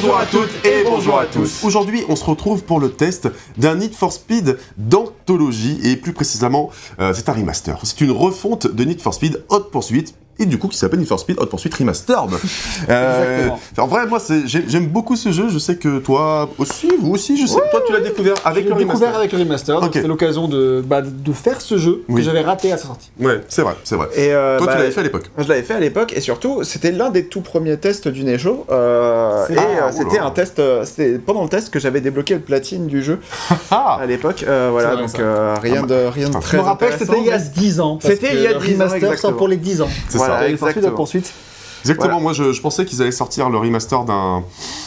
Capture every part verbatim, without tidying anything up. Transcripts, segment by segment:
Bonjour à toutes et bonjour à tous. Aujourd'hui, on se retrouve pour le test d'un Need for Speed d'anthologie et plus précisément, euh, c'est un remaster. C'est une refonte de Need for Speed Hot Pursuit. Et du coup, qui s'appelle Need for Speed Hot Pursuit Remastered. euh, en vrai, moi, c'est, j'aime beaucoup ce jeu. Je sais que toi aussi, vous aussi, je sais. Ouais, toi, tu l'as découvert avec le remaster. découvert avec le remaster. Okay. Donc c'est l'occasion de, bah, de faire ce jeu oui. que j'avais raté à sa sortie. Ouais, c'est vrai, c'est vrai. Et euh, toi, bah, tu l'avais fait à l'époque. Je l'avais fait à l'époque, et surtout, c'était l'un des tout premiers tests du Nejo. Euh, et ah, euh, c'était un test. Euh, c'était pendant le test que j'avais débloqué le platine du jeu à l'époque. Euh, voilà, vrai, donc euh, rien ah, de rien de très. Je me rappelle que c'était il y a dix ans. C'était il y a dix ans. Remaster pour les dix ans. C'est ça. Exactement. Exactement, voilà. moi je, je pensais qu'ils allaient sortir le remaster d'un,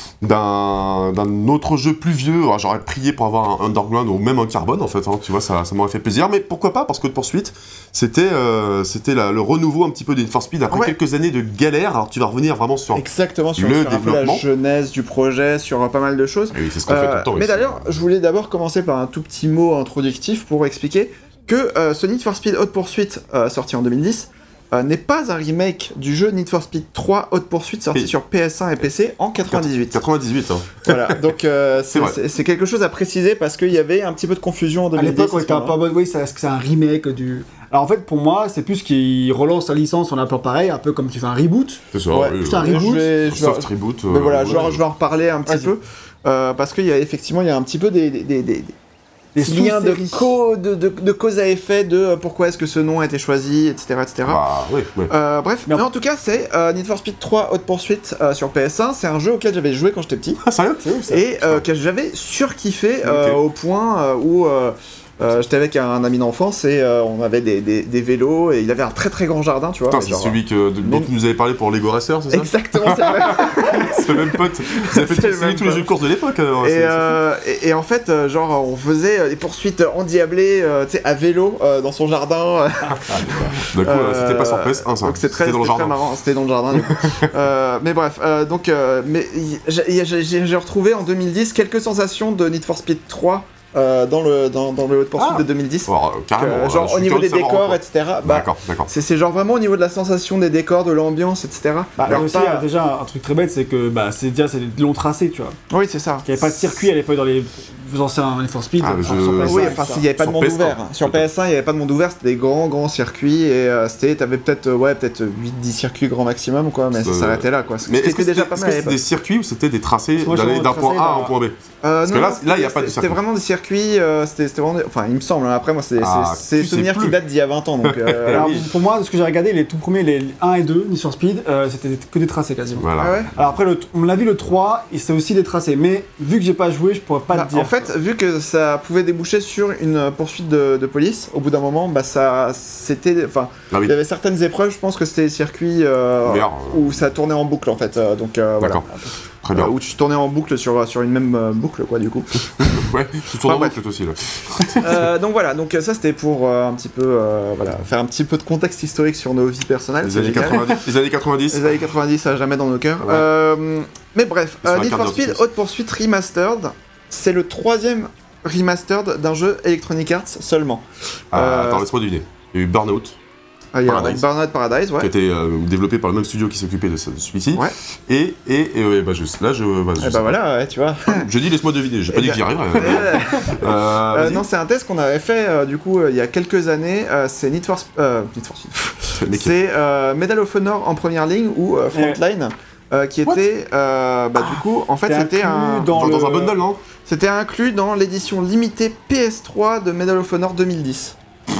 d'un, d'un autre jeu plus vieux. Alors, j'aurais prié pour avoir un Underground ou même un Carbone en fait, hein, tu vois, ça, ça m'aurait fait plaisir. Mais pourquoi pas, parce que Hot Pursuit, c'était, euh, c'était la, le renouveau un petit peu de Need for Speed après ouais. quelques années de galère. Alors tu vas revenir vraiment sur Exactement, sur, le sur développement. Un peu la genèse du projet, sur euh, pas mal de choses. Et oui, c'est ce qu'on euh, fait tout le temps. Mais ici. D'ailleurs, je voulais d'abord commencer par un tout petit mot introductif pour expliquer que euh, ce Need for Speed Hot Pursuit, euh, sorti en deux mille dix, Euh, n'est pas un remake du jeu Need for Speed trois Hot Pursuit sorti et sur P S un et P C en quatre-vingt-dix-huit. quatre-vingt-dix-huit, hein. Voilà, donc euh, c'est, c'est, c'est quelque chose à préciser parce qu'il y avait un petit peu de confusion en deux mille dix. À l'époque, on était un peu en mode, oui, c'est, c'est un remake du... Alors en fait, pour moi, c'est plus qu'il relance la licence en appelant pareil, un peu comme tu fais un reboot. C'est ça, ouais, oui. C'est un reboot. Je vais, un je soft vais, reboot. Mais euh, voilà, ouais, genre, ouais. je vais en reparler un petit Vas-y. peu euh, parce qu'il y a effectivement, il y a un petit peu des... des, des, des Des liens de, co- de, de, de cause à effet de euh, pourquoi est-ce que ce nom a été choisi, et cetera et cetera. Bah, oui, oui. Euh, bref, mais, mais en tout cas, c'est euh, Need for Speed trois Hot Pursuit euh, sur P S un. C'est un jeu auquel j'avais joué quand j'étais petit. Ah, sérieux ? C'est où, ça Et euh, que j'avais surkiffé euh, okay. au point euh, où... Euh, Euh, j'étais avec un ami d'enfance et euh, on avait des, des, des vélos et il avait un très très grand jardin, tu vois. Putain, c'est genre, celui que, de, dont mais... tu nous avais parlé pour Lego Racer, c'est ça ? Exactement, c'est vrai. C'est le même pote. Vous avez fait c'est tous les jeux de course de l'époque. Alors, et, c'est, euh, c'est et, et en fait, euh, genre, on faisait des poursuites endiablées, euh, tu sais, à vélo euh, dans son jardin. Ah, d'accord, euh, c'était pas sur P S un, ça. Donc c'est très, c'était dans c'était le très marrant. C'était dans le jardin. Du coup. euh, mais bref, euh, donc, euh, mais j'ai, j'ai, j'ai retrouvé en deux mille dix quelques sensations de Need for Speed trois. Euh, dans le dans, dans le Hot Pursuit ah. de deux mille dix, alors, carrément, euh, genre au niveau des décors, et cetera. Bah, d'accord, d'accord. C'est, c'est genre vraiment au niveau de la sensation des décors, de l'ambiance, et cetera. Bah, alors aussi, pas... il y a déjà un truc très bête, c'est que bah, c'est déjà c'est des longs tracés, tu vois. Oui, c'est ça. Il n'y avait pas de circuit à l'époque dans les anciens Need for Speed. Ah, je... Oui, enfin, il n'y avait pas de monde P S un. ouvert. Sur P S un, il n'y avait pas de monde ouvert, c'était des grands, grands circuits et euh, c'était, t'avais peut-être, euh, ouais, peut-être huit dix circuits grand maximum, quoi, mais ça euh... s'arrêtait là, quoi. Mais est-ce que déjà pas mal. C'était des circuits ou c'était des tracés d'aller d'un point A à un point B ? Parce que là, là, il n'y a pas de circuit. C'était vraiment des circuits. C'était vraiment... Enfin, il me semble, hein. Après moi c'est ah, des souvenirs qui datent d'il y a vingt ans. Donc, euh... Alors, pour moi, ce que j'ai regardé, les tout premiers, les un et deux, Need for Speed, euh, c'était que des tracés quasiment. Voilà. Ah ouais. Alors après, le, on l'a vu le trois, et c'est aussi des tracés, mais vu que j'ai pas joué, je pourrais pas bah, te dire. En fait, vu que ça pouvait déboucher sur une poursuite de, de police, au bout d'un moment, bah ça, c'était... Enfin, ah oui. Il y avait certaines épreuves, je pense que c'était des circuits euh, où ça tournait en boucle en fait. Euh, donc euh, voilà. Très bien. Euh, où tu tournais en boucle sur, sur une même euh, boucle, quoi, du coup. Ouais, tu tournes en boucle aussi, là. euh, donc voilà, donc ça c'était pour euh, un petit peu, euh, voilà, faire un petit peu de contexte historique sur nos vies personnelles. Les années quatre-vingt-dix. Les années quatre-vingt-dix. Les années quatre-vingt-dix, ça jamais dans nos cœurs. Ouais. Euh, mais bref, euh, Need for Speed Hot Pursuit Remastered, c'est le troisième remastered d'un jeu Electronic Arts seulement. Ah, euh, attends, laisse-moi deviner. Il y a eu Burnout. Ah, il y a Paradise. Burnout Paradise, ouais. Qui a été euh, développé par le même studio qui s'occupait de, ce, de celui-ci. Ouais. Et, et, et ouais, bah, je, là, je. Bah, je et bah voilà, ouais, tu vois. Je dis, laisse-moi deviner, j'ai pas et dit bah... que j'y arriverais. euh, euh, non, c'est un test qu'on avait fait, euh, du coup, euh, il y a quelques années. Euh, c'est Need for, euh, Need for Speed. C'est euh, Medal of Honor en première ligne ou euh, Frontline. Euh, qui What était, euh, bah ah, du coup, en fait, c'était un dans, le... dans un bundle, non ? C'était inclus dans l'édition limitée P S trois de Medal of Honor deux mille dix.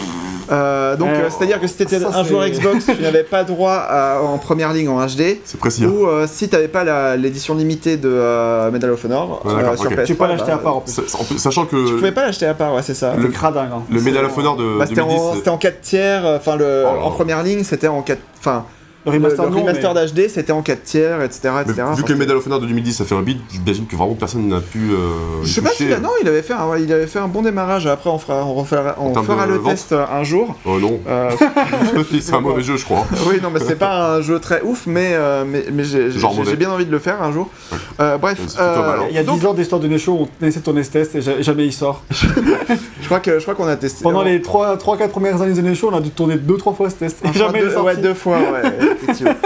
Euh, donc, euh, c'est-à-dire que si t'étais un joueur Xbox, tu n'avais pas droit à, en première ligne en H D. C'est précis. Ou euh, si t'avais pas la, l'édition limitée de euh, Medal of Honor ouais, euh, sur okay. P S trois, tu peux pas l'acheter bah, à part en plus. Sachant que tu pouvais pas l'acheter à part, ouais, c'est ça. Le cradingue. Hein. Le Medal of Honor de bah, c'était deux mille dix. En, c'était en quatre tiers. Enfin, le oh en première ligne, c'était en quatre. Enfin. Le remaster, le, le remaster mais... d'H D, c'était en quatre tiers, et cetera. et cetera. Vu que le Medal of Honor de deux mille dix, ça fait un beat, j'imagine que vraiment personne n'a pu. Euh, je sais pas si non, il avait fait un, il avait fait un bon démarrage. Après, on fera, on refera, on fera le vente. test un jour. Oh non. Euh, c'est un mauvais jeu, je crois. Oui, non, mais c'est pas un jeu très ouf, mais euh, mais, mais j'ai, j'ai, j'ai bien envie de le faire un jour. Ouais. Euh, bref, euh, il y a dix ans d'histoire de Necho, on essaie de tourner ce test et jamais il sort. je crois que je crois qu'on a testé. Pendant les trois quatre premières années de Necho, on a dû tourner deux trois fois ce test. Et jamais il est sorti. Ouais, deux fois, ouais, effectivement.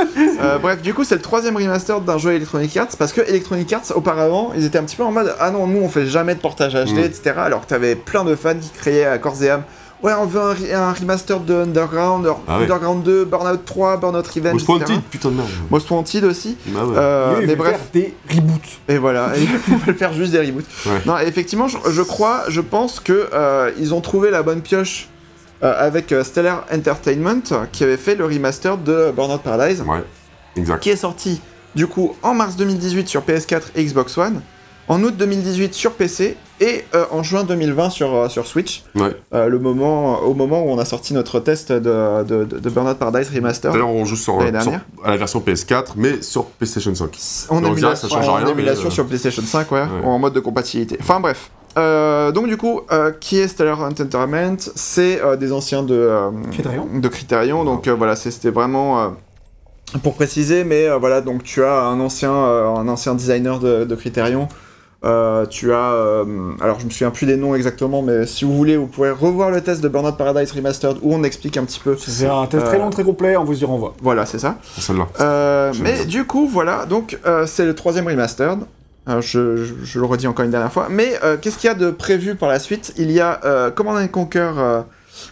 euh, bref, du coup, c'est le troisième remaster d'un jeu Electronic Arts, parce que Electronic Arts, auparavant, ils étaient un petit peu en mode « Ah non, nous, on fait jamais de portage H D, mm. et cetera » Alors que t'avais plein de fans qui criaient à corps et âme « Ouais, on veut un, un remaster de Underground, ah, Underground ouais. deux, Burnout trois, Burnout Revenge, Most Wanted, putain de merde. Most Wanted aussi. Bah ouais. euh, oui, mais bref, faire des reboots. Et voilà, ils veulent faire juste des reboots. Ouais. Non, effectivement, je, je crois, je pense que euh, ils ont trouvé la bonne pioche euh, avec euh, Stellar Entertainment, qui avait fait le remaster de Burnout Paradise. Ouais, exact. Qui est sorti, du coup, en mars deux mille dix-huit sur P S quatre et Xbox One, en août deux mille dix-huit sur P C, et euh, en juin deux mille vingt sur, euh, sur Switch, ouais. euh, le moment, au moment où on a sorti notre test de, de, de, de Burnout Paradise Remaster. D'ailleurs, on joue sur, sur à la version P S quatre, mais sur PlayStation cinq. En émulation, ça change ouais, rien, en émulation mais... sur PlayStation cinq, ouais, ouais. En mode de compatibilité. Enfin bref. Euh, donc du coup, euh, qui est Stellar Entertainment ? C'est euh, des anciens de, euh, Criterion. de Criterion, donc euh, voilà, c'était vraiment... Euh, pour préciser, mais euh, voilà, donc tu as un ancien, euh, un ancien designer de, de Criterion. Euh, tu as, euh, alors je me souviens plus des noms exactement, mais si vous voulez, vous pouvez revoir le test de Burnout Paradise Remastered où on explique un petit peu. C'est un test euh, très long, très complet, on vous y renvoie. Voilà, c'est ça. Celle-là. Euh, mais ça. Du coup, voilà, donc euh, c'est le troisième remastered. Euh, je, je, je le redis encore une dernière fois. Mais euh, qu'est-ce qu'il y a de prévu par la suite ? Il y a euh, Command and Conquer. Euh,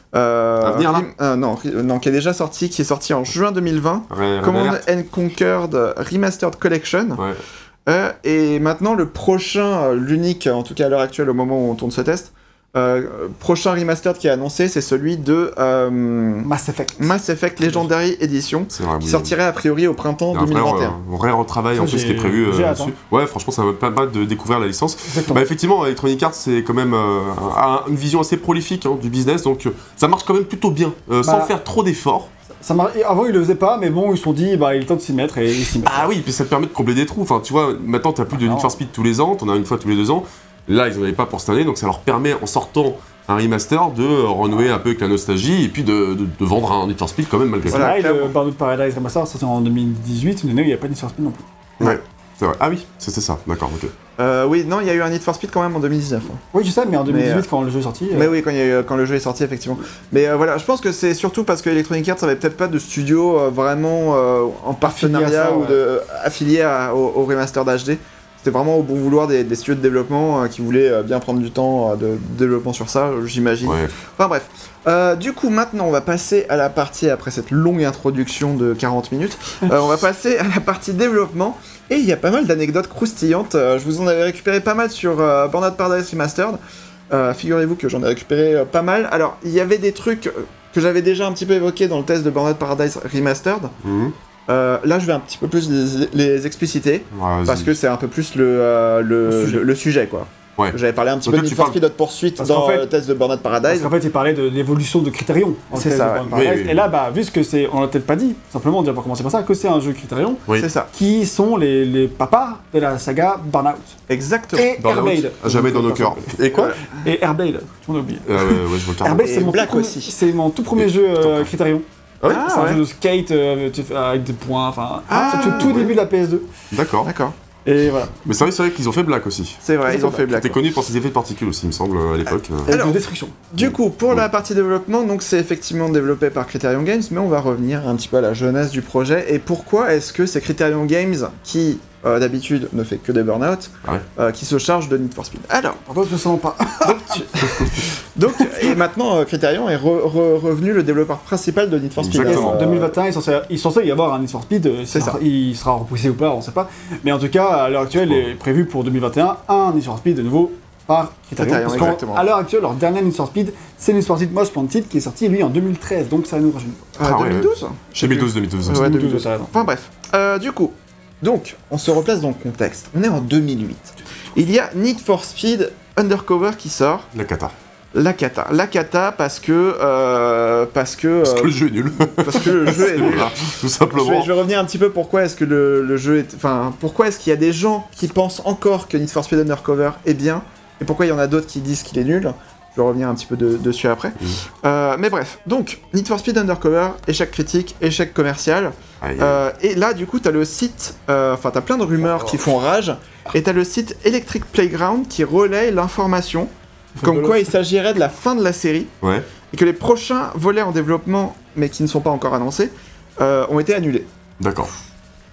Euh, venir, rim, euh, non, non, qui est déjà sorti, qui est sorti en juin deux mille vingt. Ouais, Command and Conquered Remastered Collection. Ouais. Euh, et maintenant, le prochain, l'unique, en tout cas à l'heure actuelle, au moment où on tourne ce test, euh, prochain remastered qui est annoncé, c'est celui de euh, Mass Effect. Mass Effect Legendary Edition, vrai, qui oui. sortirait a priori au printemps deux mille vingt et un. Un vrai retravail en plus qui est prévu euh, dessus. Hein. Ouais, franchement, ça va pas mal de découvrir la licence. Bah, effectivement, Electronic Arts, c'est quand même euh, un, une vision assez prolifique hein, du business, donc euh, ça marche quand même plutôt bien, euh, bah, sans faire trop d'efforts. Ça mar... Avant, ils le faisaient pas, mais bon, ils se sont dit, bah, il est temps de s'y mettre et ils s'y mettent. Ah oui, puis ça te permet de combler des trous. Enfin, tu vois, maintenant, t'as plus de ah, Need for Speed tous les ans, t'en as une fois tous les deux ans. Là, ils en avaient pas pour cette année, donc ça leur permet, en sortant un remaster, de renouer un peu avec la nostalgie et puis de, de, de vendre un Need for Speed quand même malgré voilà, ça. Voilà, le Burnout Paradise Remaster sorti en deux mille dix-huit, une année où il n'y avait pas de Need for Speed non plus. Ouais, c'est vrai. Ah oui, c'était ça, d'accord, ok. Euh, oui, non, il y a eu un Need for Speed quand même en deux mille dix-neuf. Hein. Oui, je sais, mais en deux mille dix-huit, mais, quand le jeu est sorti. Euh... Mais oui, quand, il y a eu, quand le jeu est sorti, effectivement. Mais euh, voilà, je pense que c'est surtout parce que Electronic Arts n'avait peut-être pas de studio euh, vraiment euh, en partenariat ça, ou ouais. de, euh, affilié à, au, au remaster d'H D. C'était vraiment au bon vouloir des, des studios de développement euh, qui voulaient euh, bien prendre du temps euh, de, de développement sur ça, j'imagine. Ouais. Enfin bref. Euh, du coup, maintenant, on va passer à la partie, après cette longue introduction de quarante minutes, euh, on va passer à la partie développement. Et il y a pas mal d'anecdotes croustillantes. Euh, je vous en avais récupéré pas mal sur euh, Burnout Paradise Remastered. Euh, figurez-vous que j'en ai récupéré euh, pas mal. Alors, il y avait des trucs que j'avais déjà un petit peu évoqués dans le test de Burnout Paradise Remastered. Mmh. Euh, là, je vais un petit peu plus les, les expliciter, ouais, parce que c'est un peu plus le, euh, le, le, sujet. Le, le sujet, quoi. Ouais. J'avais parlé un petit Donc peu de Need for Speed Hot Pursuit dans fait, le test de Burnout Paradise. Parce qu'en fait, il parlait de l'évolution de Criterion. C'est ça, ouais. oui, oui, oui. Et là, bah, vu que c'est, on l'a peut-être pas dit, simplement, on va commencer par ça, que c'est un jeu Criterion. Oui. C'est ça. Qui sont les, les papas de la saga Burnout. Exactement. Et Airblade. Jamais dans nos cœurs. Et quoi Et Airblade, tu m'en as oublié. Euh, ouais, je vois Airblade, c'est mon, Black aussi. C'est mon tout premier jeu euh, Criterion. Ah oui, c'est un ouais. jeu de skate euh, avec des points, enfin, ah, c'est au tout ouais. début de la P S deux. D'accord. D'accord. Et voilà. Mais c'est vrai, c'est vrai qu'ils ont fait Black aussi. C'est vrai, ils, ils ont fait Black. C'était connu pour ses effets de particules aussi, il me semble, à l'époque. Alors, de destruction. Du coup, pour oui. la partie développement, donc c'est effectivement développé par Criterion Games, mais on va revenir un petit peu à la jeunesse du projet. Et pourquoi est-ce que c'est Criterion Games qui, euh, d'habitude, ne fait que des Burnout, ah ouais. euh, qui se charge de Need for Speed. Alors, pourquoi je ne sens pas. donc, tu... donc, et maintenant, euh, Criterion est re- re- revenu le développeur principal de Need for Speed. En deux mille vingt et un, il est censé, il est censé y avoir un Need for Speed. Euh, c'est ça. Il sera repoussé ou pas, on ne sait pas. Mais en tout cas, à l'heure actuelle, il est prévu pour deux mille vingt et un un Need for Speed de nouveau par Criterion. Parce qu'à l'heure actuelle, leur dernier Need for Speed, c'est Need for Speed Most Wanted qui est sorti lui en deux mille treize, donc ça nous rajeunit. Ah, deux mille douze Chez deux mille douze, deux mille douze. Ouais, deux mille douze, enfin bref. Euh, du coup, donc, on se replace dans le contexte. On est en deux mille huit. Il y a Need for Speed Undercover qui sort. La cata. La cata. La cata parce que... Euh, parce que... Euh, parce que le jeu est nul. Parce que le jeu est nul. Voilà, tout simplement. Je vais, je vais revenir un petit peu pourquoi est-ce que le, le jeu est... Enfin, pourquoi est-ce qu'il y a des gens qui pensent encore que Need for Speed Undercover est bien, et pourquoi il y en a d'autres qui disent qu'il est nul. Je vais revenir un petit peu de, dessus après. Mmh. Euh, mais bref, donc, Need for Speed Undercover, échec critique, échec commercial. Aïe, aïe. Euh, et là, du coup, t'as le site... Enfin, euh, t'as plein de rumeurs oh. qui font rage. Et t'as le site Electric Playground qui relaie l'information comme quoi il s'agirait de la fin de la série. Ouais. Et que les prochains volets en développement, mais qui ne sont pas encore annoncés, euh, ont été annulés. D'accord.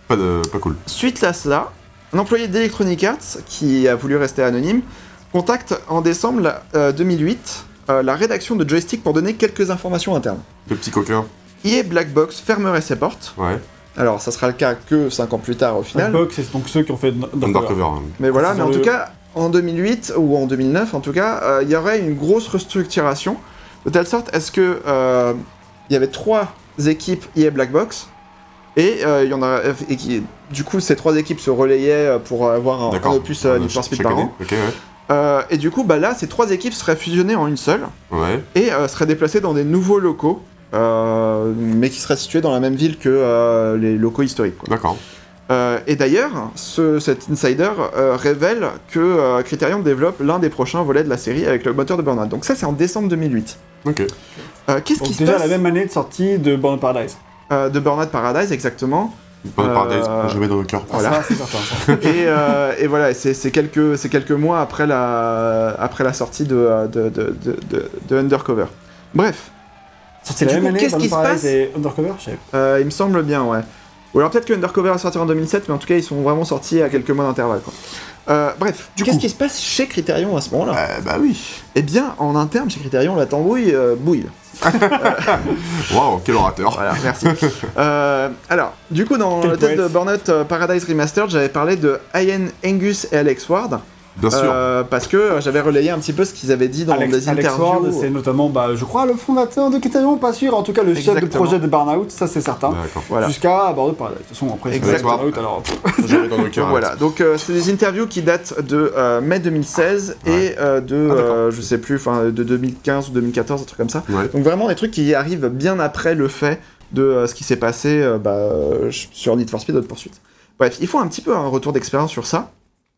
pas, de, pas cool. Suite à cela, un employé d'Electronic Arts, qui a voulu rester anonyme, contacte en décembre euh, deux mille huit euh, la rédaction de Joystick pour donner quelques informations internes. Le petit coquin. E A Black Box fermerait ses portes. Ouais. Alors, ça sera le cas que cinq ans plus tard au final. Black Box, c'est donc ceux qui ont fait Undercover. Hein. Mais voilà, mais en le... tout cas, en deux mille huit ou en deux mille neuf, en tout cas, euh, il y aurait une grosse restructuration. De telle sorte, est-ce que euh, il y avait trois équipes E A Black Box et euh, il y en a et qui, du coup, ces trois équipes se relayaient pour avoir un, un opus euh, Need for Speed par an. Okay, ouais. euh, et du coup, bah là, ces trois équipes seraient fusionnées en une seule ouais. et euh, seraient déplacées dans des nouveaux locaux. Euh, mais qui serait situé dans la même ville que euh, les locaux historiques. Quoi. D'accord. Euh, et d'ailleurs, ce, cet insider euh, révèle que euh, Criterion développe l'un des prochains volets de la série avec le moteur de Burnout. Donc ça, c'est en décembre deux mille huit. Ok. Euh, qu'est-ce Donc qui se déjà passe la même année de sortie de Burnout Paradise. Euh, de Burnout Paradise, exactement. Burnout Paradise, euh... je mets dans le cœur. Voilà. Ça, c'est certain. et, euh, et voilà, c'est, c'est, quelques, c'est quelques mois après la, après la sortie de, de, de, de, de, de Undercover. Bref. C'est la même coup, année, qu'est-ce qui se passe et Undercover, je sais. Euh, il me semble bien, ouais. Ou alors peut-être que Undercover est sorti en deux mille sept, mais en tout cas, ils sont vraiment sortis à quelques mois d'intervalle, quoi. Euh, bref, du qu'est-ce coup. qui se passe chez Criterion à ce moment-là euh, Bah oui. Eh bien, en interne, chez Criterion, la tambouille euh, bouille. Waouh, wow, quel orateur. Voilà, merci. euh, alors, du coup, dans quel le test de Burnout Paradise Remastered, j'avais parlé de Ian Angus et Alex Ward. Bien sûr. Euh, parce que j'avais relayé un petit peu ce qu'ils avaient dit dans Alex, des Alex interviews. Ward, c'est notamment, bah, je crois, le fondateur de Criterion, pas sûr, en tout cas le Exactement. chef de projet de Burnout, ça c'est certain. Voilà. Jusqu'à Burnout Paradise. De toute façon, après, c'est Burnout, alors... J'avais dans le cœur. Voilà, donc euh, c'est des interviews qui datent de euh, mai deux mille seize ouais. et euh, de, ah, euh, je sais plus, enfin de deux mille quinze ou deux mille quatorze, un truc comme ça. Ouais. Donc vraiment des trucs qui arrivent bien après le fait de euh, ce qui s'est passé euh, bah, euh, sur Need for Speed Hot Pursuit. Bref, il faut un petit peu un retour d'expérience sur ça.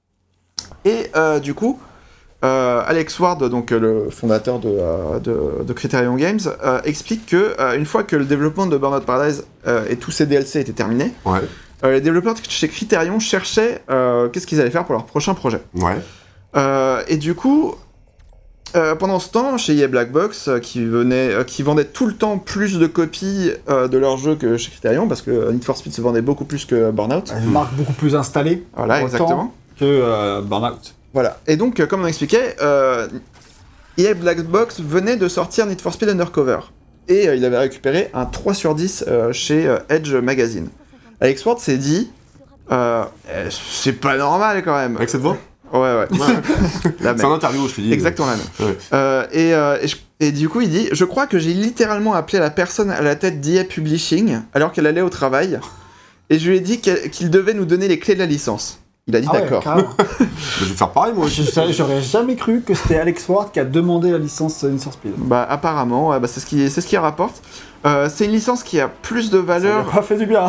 Et euh, du coup, euh, Alex Ward, donc euh, le fondateur de, euh, de, de Criterion Games, euh, explique que euh, une fois que le développement de Burnout Paradise euh, et tous ses D L C étaient terminés, ouais. euh, les développeurs chez Criterion cherchaient euh, qu'est-ce qu'ils allaient faire pour leur prochain projet. Ouais. Euh, et du coup, euh, pendant ce temps, chez E A Black Box, euh, qui, venait, euh, qui vendait tout le temps plus de copies euh, de leur jeu que chez Criterion, parce que Need for Speed se vendait beaucoup plus que Burnout. Une marque beaucoup plus installée. Voilà, exactement. Que euh, Burnout. Voilà, et donc, euh, comme on expliquait, euh, E A Black Box venait de sortir Need for Speed Undercover. Et euh, il avait récupéré un trois sur dix euh, chez euh, Edge Magazine. Alex Ward s'est dit, euh, eh, c'est pas normal quand même. Avec cette voix ? Ouais, ouais. La c'est un interview, je te dis. Exactement la même. Ouais. Euh, et, euh, et, je, et du coup, il dit, je crois que j'ai littéralement appelé la personne à la tête d'E A Publishing, alors qu'elle allait au travail, et je lui ai dit qu'il devait nous donner les clés de la licence. Il a dit ah d'accord. Ouais, je vais faire pareil moi aussi. J'aurais jamais cru que c'était Alex Ward qui a demandé la licence Need for Speed. Bah apparemment, ouais, bah, c'est ce qui c'est ce qu'il rapporte. Euh, c'est une licence qui a plus de valeur. Ça n'a pas fait du bien.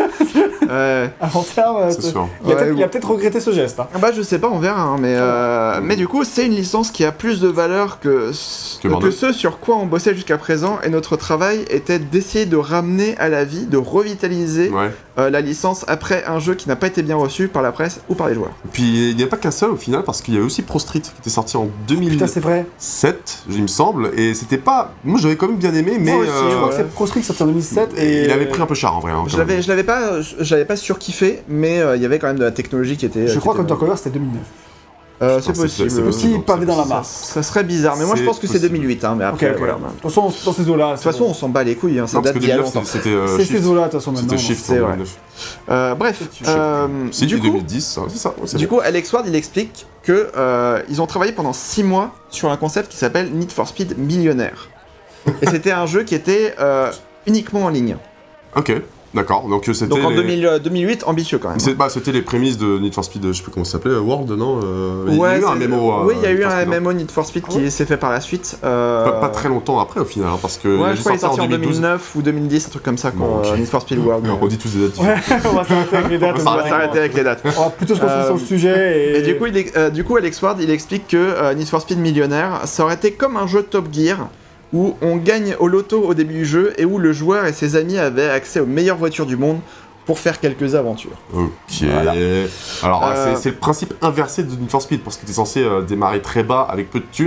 euh... À long terme, c'est sûr. Il a, ouais, peut-être, a peut-être regretté ce geste. Hein. Bah je sais pas, on verra. Hein, mais euh... mais du coup, c'est une licence qui a plus de valeur que que, que ce sur quoi on bossait jusqu'à présent. Et notre travail était d'essayer de ramener à la vie, de revitaliser ouais. euh, la licence après un jeu qui n'a pas été bien reçu par la presse ou par les joueurs. Et puis il n'y a pas qu'un seul au final, parce qu'il y avait aussi Pro Street qui était sorti en deux mille sept, Putain, c'est vrai. il me semble, et c'était pas. Moi j'avais quand même bien aimé, mais. Moi aussi, euh... je crois que c'est Pro Street qui est sorti en deux mille sept et. Il avait pris un peu cher en vrai. Hein, je l'avais, je l'avais pas, je l'avais pas surkiffé, mais il euh, y avait quand même de la technologie qui était. Je qui crois était, que Undercover c'était deux mille neuf. Euh, c'est possible. C'est possible, pavé dans la masse. Ça, ça serait bizarre, mais moi je pense que c'est deux mille huit, hein, mais après, okay, okay. voilà. De toute façon, dans ces eaux-là. De toute façon, on s'en bat les couilles, hein, ça date d'il y a longtemps. C'était euh, c'est ces eaux-là, de toute façon, maintenant. C'était Shift en deux mille neuf. Euh, bref, euh, c'est du coup, deux mille dix, c'est ça. Ouais, du coup, Alex Ward, il explique que euh, ils ont travaillé pendant six mois sur un concept qui s'appelle Need for Speed Millionnaire. Et c'était un jeu qui était euh, uniquement en ligne. Ok. D'accord, donc c'était. Donc en les... deux mille, deux mille huit, ambitieux quand même. C'est, bah, c'était les prémices de Need for Speed, je sais plus comment ça s'appelait, World, non euh, ouais, il y a eu un M M O. Oui, il y a eu un M M O Need for Speed qui s'est fait par la suite. Euh... Pas, pas très longtemps après au final, hein, parce que. Ouais, je crois qu'il est sorti en deux mille neuf ou deux mille dix, un truc comme ça, quand bon, okay. euh, Need for Speed World. On dit tous des dates. Ouais, on va s'arrêter avec les dates. On va s'arrêter avec les dates. On va plutôt se concentrer sur le sujet. Et, et du coup, il est, euh, du coup, Alex Ward, il explique que euh, Need for Speed Millionnaire, ça aurait été comme un jeu Top Gear, où on gagne au loto au début du jeu et où le joueur et ses amis avaient accès aux meilleures voitures du monde pour faire quelques aventures. Ok. Voilà. Alors, euh... c'est, c'est le principe inversé de Need for Speed, parce que t'es censé euh, démarrer très bas avec peu de thunes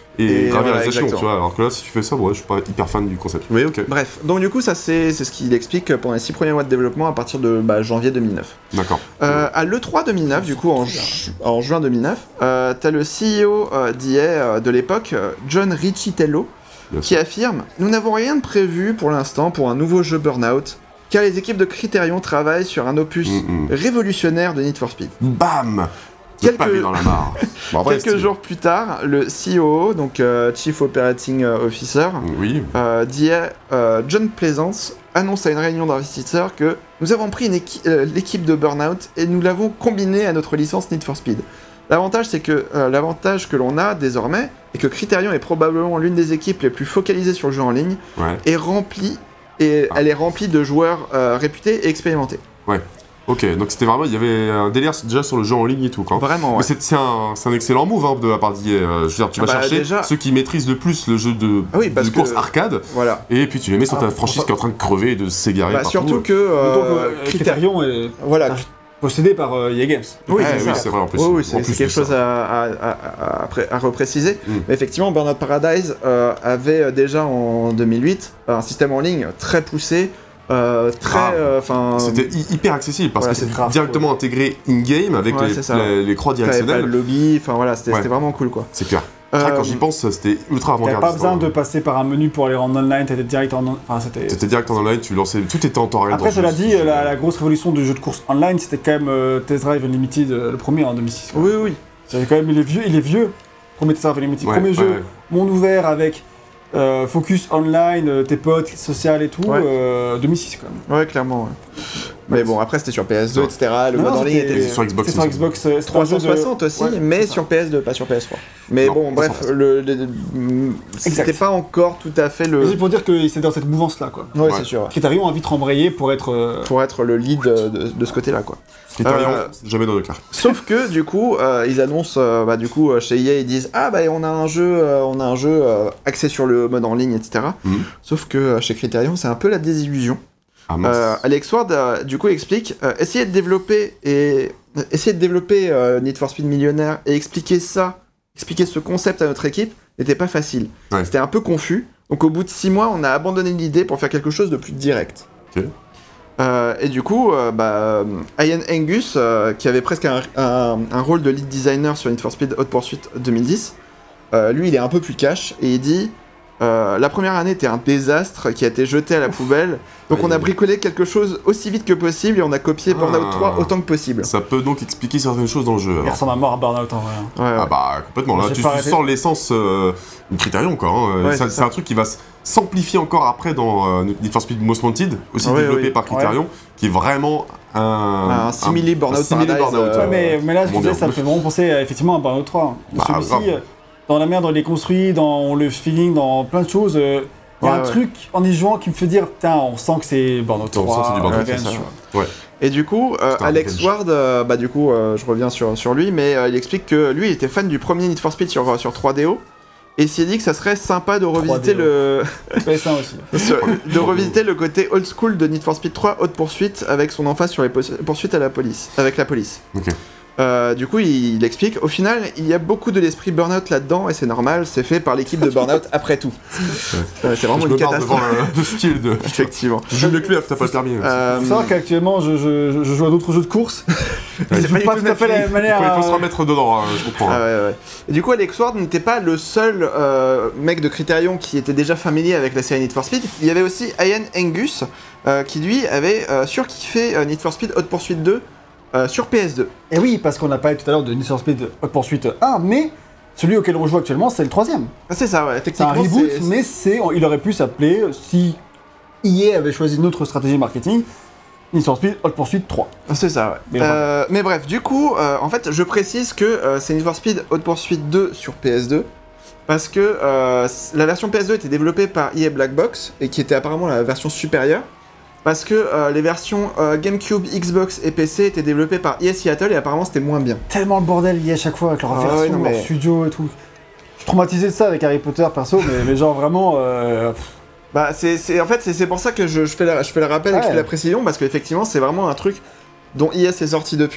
et, et gravir voilà, les échelons, tu vois. Alors que là, si tu fais ça, bon, ouais, je suis pas hyper fan du concept. Mais ok. Bref, donc du coup, ça c'est, c'est ce qu'il explique pendant les six premiers mois de développement à partir de bah, janvier deux mille neuf. D'accord. Euh, à l'E trois deux mille neuf, du coup, en, ju- en juin deux mille neuf, euh, t'as le C E O euh, d'E A euh, de l'époque, euh, John Riccitello, Bien qui sûr. affirme « Nous n'avons rien de prévu pour l'instant pour un nouveau jeu Burnout, car les équipes de Criterion travaillent sur un opus mm-hmm. révolutionnaire de Need for Speed. » Bam. Quelques, dans la mare. Bon, après, Quelques jours plus tard, le C O O, donc euh, Chief Operating Officer, oui. euh, d'I A, euh, John Pleasance, annonce à une réunion d'investisseurs que nous avons pris une équi- euh, l'équipe de Burnout et nous l'avons combinée à notre licence Need for Speed. L'avantage, c'est que euh, l'avantage que l'on a désormais, et que Criterion est probablement l'une des équipes les plus focalisées sur le jeu en ligne, ouais. est remplie et ah. elle est remplie de joueurs euh, réputés et expérimentés. Ouais. Ok, donc c'était vraiment, il y avait un délire déjà sur le jeu en ligne et tout, quoi. Vraiment, ouais. Mais c'est, c'est, un, c'est un excellent move hein, de la part d'I A. Euh, je veux dire, tu vas bah, chercher déjà... ceux qui maîtrisent le plus le jeu de, ah oui, de course arcade, voilà. et puis tu les mets sur ta ah, franchise qui est en train de crever et de s'égarer bah, partout. Surtout que euh, donc, euh, Criterion est voilà. possédé par euh, E A Games. Oui, ouais, c'est, oui ça. c'est vrai en plus. Oui, oui, c'est, en plus c'est quelque chose à, à, à, à, à repréciser. Mm. Mais effectivement, Burnout Paradise euh, avait déjà en deux mille huit un système en ligne très poussé. Euh, très, enfin. Euh, C'était hy- hyper accessible parce voilà, que c'est grave, directement ouais. intégré in-game avec ouais, les, les, les croix directionnelles. Pas le lobby, enfin voilà, c'était, ouais. c'était vraiment cool quoi. C'est clair. Euh, Quand j'y pense, c'était ultra avant-gardiste. T'avais pas besoin de passer par un menu pour aller en online, t'étais direct en, enfin c'était. T'étais direct en online, tu lançais, tout était en temps réel. Après cela dit, la, la grosse révolution du jeu de course online, c'était quand même euh, Test Drive Unlimited, euh, le premier en deux mille six. Quoi. Oui, oui. C'était quand même, il est vieux, il est vieux. Premier Test Drive Unlimited, ouais, premier ouais, jeu, ouais. monde ouvert avec. Euh, focus online, euh, tes potes, social et tout, ouais. euh, deux mille six quand même. Ouais, clairement. Ouais. Mais bon, après c'était sur P S deux, ouais. et cetera. Le non, mode en ligne était sur Xbox. C'était sur Xbox euh, trois cent soixante de... aussi, ouais, mais sur P S deux, pas sur P S trois. Mais non, bon, bref, le, le, le, c'était pas encore tout à fait le. C'est pour dire que c'est dans cette mouvance-là, quoi. Ouais, ouais. c'est sûr. Ouais. Criterion a vite rembrayé pour être. Euh... Pour être le lead de, de, de ce côté-là, quoi. Criterion, euh, jamais dans le cas. Sauf que du coup, euh, ils annoncent, euh, bah du coup, chez E A, ils disent ah bah on a un jeu, euh, on a un jeu euh, axé sur le mode en ligne, et cetera. Mm-hmm. Sauf que euh, chez Criterion, c'est un peu la désillusion. Ah, euh, Alex Ward, euh, du coup, explique euh, essayer de développer et euh, essayer de développer euh, Need for Speed Millionnaire et expliquer ça, expliquer ce concept à notre équipe n'était pas facile. Ouais. C'était un peu confus. Donc, au bout de six mois, on a abandonné l'idée pour faire quelque chose de plus direct. Ok. Euh, et du coup, euh, bah, Ian Angus, euh, qui avait presque un, un, un rôle de lead designer sur Need for Speed Hot Pursuit deux mille dix, euh, lui, il est un peu plus cash et il dit. Euh, la première année était un désastre qui a été jeté à la poubelle, donc oui, on a bricolé quelque chose aussi vite que possible et on a copié ah, Burnout trois autant que possible. Ça peut donc expliquer certaines choses dans le jeu. Alors. Il ressemble à mort à Burnout en vrai. Ouais, ouais. Ah bah complètement, là tu, tu sens l'essence euh, du Criterion quoi. Hein. Ouais, ça, c'est, c'est un truc qui va s'amplifier encore après dans euh, Need for Speed Most Wanted, aussi ah, développé oui, oui. par Criterion, ouais. qui est vraiment un... Un simili Burnout Paradise. Euh, ouais, mais, mais là je disais, ça me fait vraiment penser euh, effectivement à Burnout trois. Bah, celui-ci, dans la manière dont il est construit, dans le feeling, dans plein de choses, il euh, y a ouais, un ouais. truc en y jouant qui me fait dire putain, on sent que c'est Burnout trois. On sent que c'est du Burnout euh, trois. Ouais. Et du coup, euh, Alex Ward, euh, bah du coup, euh, je reviens sur, sur lui, mais euh, il explique que lui, il était fan du premier Need for Speed sur, sur trois D O, et il s'est dit que ça serait sympa de revisiter le... P S un aussi. de revisiter le côté old school de Need for Speed trois Haute Poursuite avec son emphase sur les poursuites à la police, avec la police. Ok. Euh, du coup, il, il explique, au final, il y a beaucoup de l'esprit Burnout là-dedans, et c'est normal, c'est fait par l'équipe de Burnout après tout. Ouais, c'est vraiment je une catastrophe. de style de... Effectivement. Je le clair, t'as pas le permis. Euh... Il faut savoir qu'actuellement, je, je, je joue à d'autres jeux de course. C'est pas, pas tout à fait la même manière. Il faut, il faut se remettre dedans, hein, je comprends. Ah, ouais, ouais. Et du coup, Alex Ward n'était pas le seul euh, mec de Criterion qui était déjà familier avec la série Need for Speed. Il y avait aussi Ian Angus, euh, qui lui avait euh, surkiffé euh, Need for Speed Hot Pursuit deux. Euh, sur P S deux. Et oui, parce qu'on a parlé tout à l'heure de Need for Speed Hot Pursuit un, mais celui auquel on joue actuellement, c'est le troisième. Ah, c'est ça, ouais. C'est un reboot, c'est... mais c'est, il aurait pu s'appeler, si E A avait choisi une autre stratégie marketing, Need for Speed Hot Pursuit trois. Ah, c'est ça, ouais. Mais, euh, mais bref, du coup, euh, en fait, je précise que euh, c'est Need for Speed Hot Pursuit deux sur P S deux, parce que euh, la version P S deux était développée par E A Black Box, et qui était apparemment la version supérieure. Parce que euh, les versions euh, GameCube, Xbox et P C étaient développées par E A Seattle et apparemment c'était moins bien. Tellement le bordel lié à chaque fois avec leur ah, version, ouais, non, mais... leur studio et tout. Je suis traumatisé de ça avec Harry Potter perso, mais, mais genre vraiment... Euh... Bah c'est, c'est, en fait c'est, c'est pour ça que je, je, fais la, je fais le rappel ouais. et que je fais la précision, parce qu'effectivement c'est vraiment un truc dont E A s'est sorti depuis.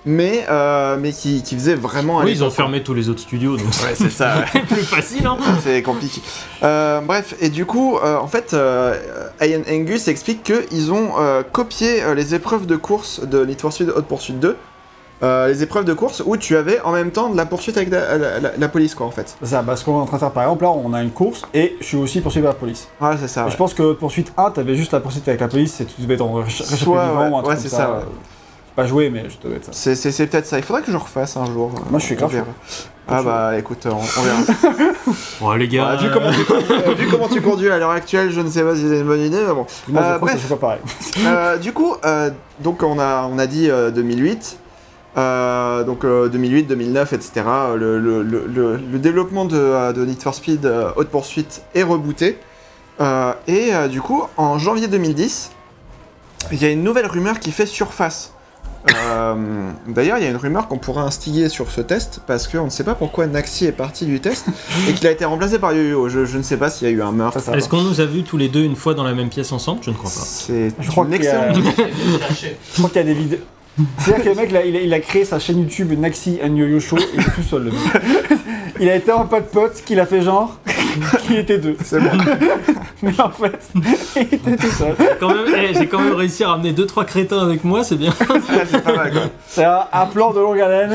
mais, euh, mais qui, qui faisait vraiment... Oui, ils ont fermé tous les autres studios, donc ouais, c'est ça. Ouais. Plus facile, hein. C'est compliqué. Euh, bref, et du coup, euh, en fait, euh, Ian Angus explique qu'ils ont euh, copié euh, les épreuves de course de Need for Speed Hot Pursuit deux, euh, les épreuves de course où tu avais en même temps de la poursuite avec la, la, la, la police, quoi, en fait. C'est ça, parce qu'on est en train de faire, par exemple, là, on a une course et je suis aussi poursuivi par la police. Ouais, c'est ça. Ouais. Je pense que Hot Pursuit un, t'avais juste la poursuite avec la police et tu devais t'en réchapper du vent, ouais, ou un truc ouais, c'est ça. ça. Ouais. Pas joué, mais je devais être ça. C'est, c'est, c'est peut-être ça. Il faudrait que je refasse un jour. Moi, je suis grave. Ah bah écoute, on, on verra. Bon, les gars. Ouais, vu, comment tu conduis, euh, vu comment tu conduis à l'heure actuelle, je ne sais pas si c'est une bonne idée, mais bon. Moi, euh, je bref, que c'est pas pareil. euh, du coup, euh, donc on a, on a dit euh, deux mille huit, euh, donc euh, deux mille huit, deux mille neuf, et cetera. Le, le, le, le, le développement de, de Need for Speed euh, Hot Pursuit est rebooté. Euh, et euh, du coup, en janvier deux mille dix, il y a une nouvelle rumeur qui fait surface. Euh, d'ailleurs, il y a une rumeur qu'on pourrait instiller sur ce test parce qu'on ne sait pas pourquoi Naxi est parti du test et qu'il a été remplacé par Yo-Yo. Je, je ne sais pas s'il y a eu un meurtre. Est-ce qu'on nous a vus tous les deux une fois dans la même pièce ensemble? Je ne crois pas. C'est je crois une qu'il y a... excellente. Je crois qu'il y a des vidéos. C'est-à-dire que le mec, là, il, a, il a créé sa chaîne YouTube Naxi and Yo-Yo Show et il est tout seul. Le mec. Il a été un pote-pote qu'il a fait genre qu'il était deux. C'est bon. Mais en fait, il était tout seul. Quand même, hey, j'ai quand même réussi à ramener deux trois crétins avec moi, c'est bien. C'est pas mal quoi. C'est un, un plan de longue haleine.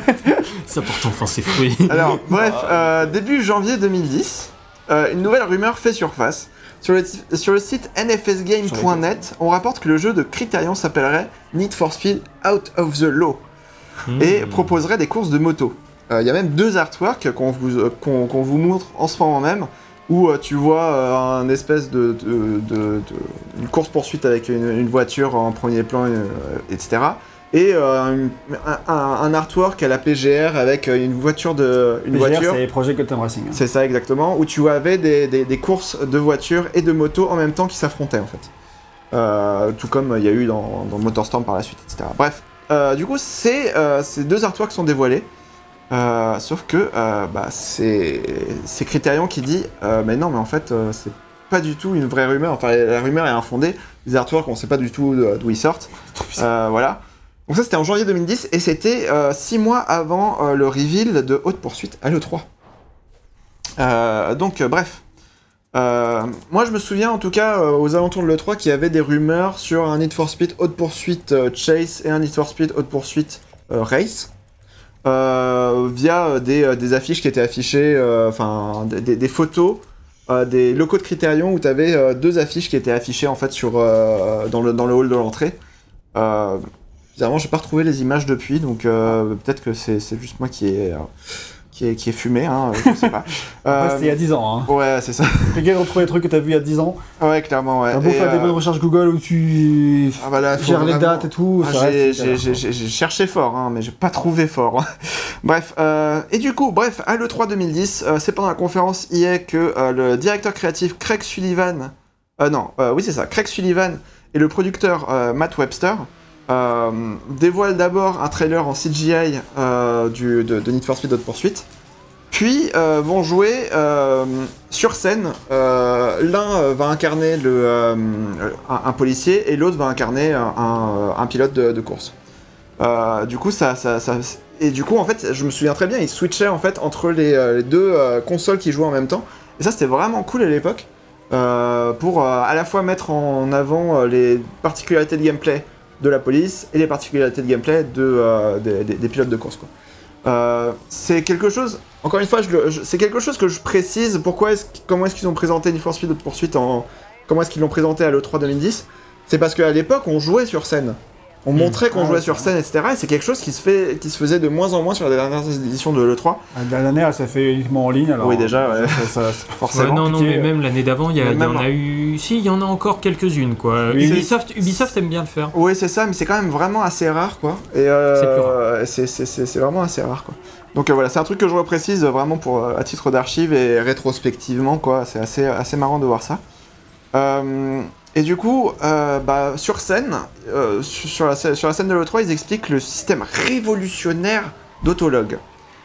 Ça porte enfin ses fruits. Alors, bref, euh, début janvier deux mille dix, euh, une nouvelle rumeur fait surface. Sur le, sur le site N F S game point net, on rapporte que le jeu de Criterion s'appellerait Need for Speed Out of the Law mmh. et proposerait des courses de moto. Il euh, y a même deux artworks qu'on vous, euh, qu'on, qu'on vous montre en ce moment même, où euh, tu vois euh, un espèce de, de, de, de une course-poursuite avec une, une voiture en premier plan, euh, et cetera. Et euh, un, un, un artwork à la P G R avec une voiture de... Une P G R, voiture. c'est Project Gotham Racing. Hein. C'est ça exactement, où tu avais des, des, des courses de voitures et de motos en même temps qui s'affrontaient en fait. Euh, tout comme il y a eu dans, dans Motorstorm par la suite, et cetera. Bref, euh, du coup, ces, euh, ces deux artworks sont dévoilés. Euh, sauf que euh, bah, c'est, c'est Criterion qui dit euh, mais non mais en fait euh, c'est pas du tout une vraie rumeur, enfin la rumeur est infondée, les artworks on sait pas du tout d'où ils sortent, euh, voilà. Donc ça c'était en janvier deux mille dix et c'était euh, six mois avant euh, le reveal de Hot Pursuit à l'E trois. Euh, donc euh, bref, euh, moi je me souviens en tout cas euh, aux alentours de l'E trois qu'il y avait des rumeurs sur un Need for Speed Hot Pursuit euh, Chase et un Need for Speed Hot Pursuit euh, Race. Euh, via des, euh, des affiches qui étaient affichées, enfin euh, des, des photos, euh, des locaux de Criterion où tu avais euh, deux affiches qui étaient affichées en fait sur, euh, dans, le, dans le hall de l'entrée. Euh, bizarrement, j'ai pas retrouvé les images depuis, donc euh, peut-être que c'est, c'est juste moi qui ai, euh, qui est, qui est fumé, hein, je sais pas. Euh, ouais, c'était il y a dix ans. Hein. Ouais, c'est ça. Les gars, retrouver les trucs que t'as vu il y a dix ans. Ouais, clairement, ouais. T'as beau et faire euh... des bonnes recherches Google où tu ah bah là, gères les vraiment... dates et tout. Ah, j'ai, j'ai, j'ai, j'ai, j'ai cherché fort, hein, mais j'ai pas trouvé fort. Bref, euh, et du coup, bref, à l'E trois deux mille dix, euh, c'est pendant la conférence I A que euh, le directeur créatif Craig Sullivan, euh, non, euh, oui c'est ça, Craig Sullivan et le producteur euh, Matt Webster euh, dévoilent d'abord un trailer en C G I euh, du, de, de Need for Speed Hot Pursuit. Puis euh, vont jouer euh, sur scène. Euh, l'un euh, va incarner le, euh, un, un policier et l'autre va incarner un, un, un pilote de, de course. Euh, du coup, ça, ça, ça, et du coup, en fait, je me souviens très bien, ils switchaient en fait entre les, les deux euh, consoles qui jouaient en même temps. Et ça, c'était vraiment cool à l'époque euh, pour euh, à la fois mettre en avant euh, les particularités de gameplay de la police et les particularités de gameplay de, euh, des, des, des pilotes de course, quoi. Euh, c'est quelque chose, encore une fois, je, je, c'est quelque chose que je précise. Pourquoi est-ce, comment est-ce qu'ils ont présenté Need for Speed Hot Pursuit en, comment est-ce qu'ils l'ont présenté à l'E trois deux mille dix? C'est parce qu'à l'époque, on jouait sur scène. On mmh. montrait qu'on ah, jouait ouais, sur scène, et cetera. Et c'est quelque chose qui se, fait, qui se faisait de moins en moins sur les dernières éditions de l'E trois. La dernière, ça fait uniquement en ligne, alors... Oui, déjà, ouais. ça, ça, forcément. Ouais, non, non, mais même l'année d'avant, il y, y en a eu... Si, il y en a encore quelques-unes, quoi. Oui, Ubisoft, Ubisoft aime bien le faire. Oui, c'est ça, mais c'est quand même vraiment assez rare, quoi. Et euh, c'est plus rare. C'est, c'est, c'est, c'est vraiment assez rare, quoi. Donc euh, voilà, c'est un truc que je reprécise vraiment pour, à titre d'archive et rétrospectivement, quoi. C'est assez, assez marrant de voir ça. Euh... Et du coup, euh, bah, sur scène, euh, sur, la, sur la scène de l'E trois, ils expliquent le système révolutionnaire d'Autolog.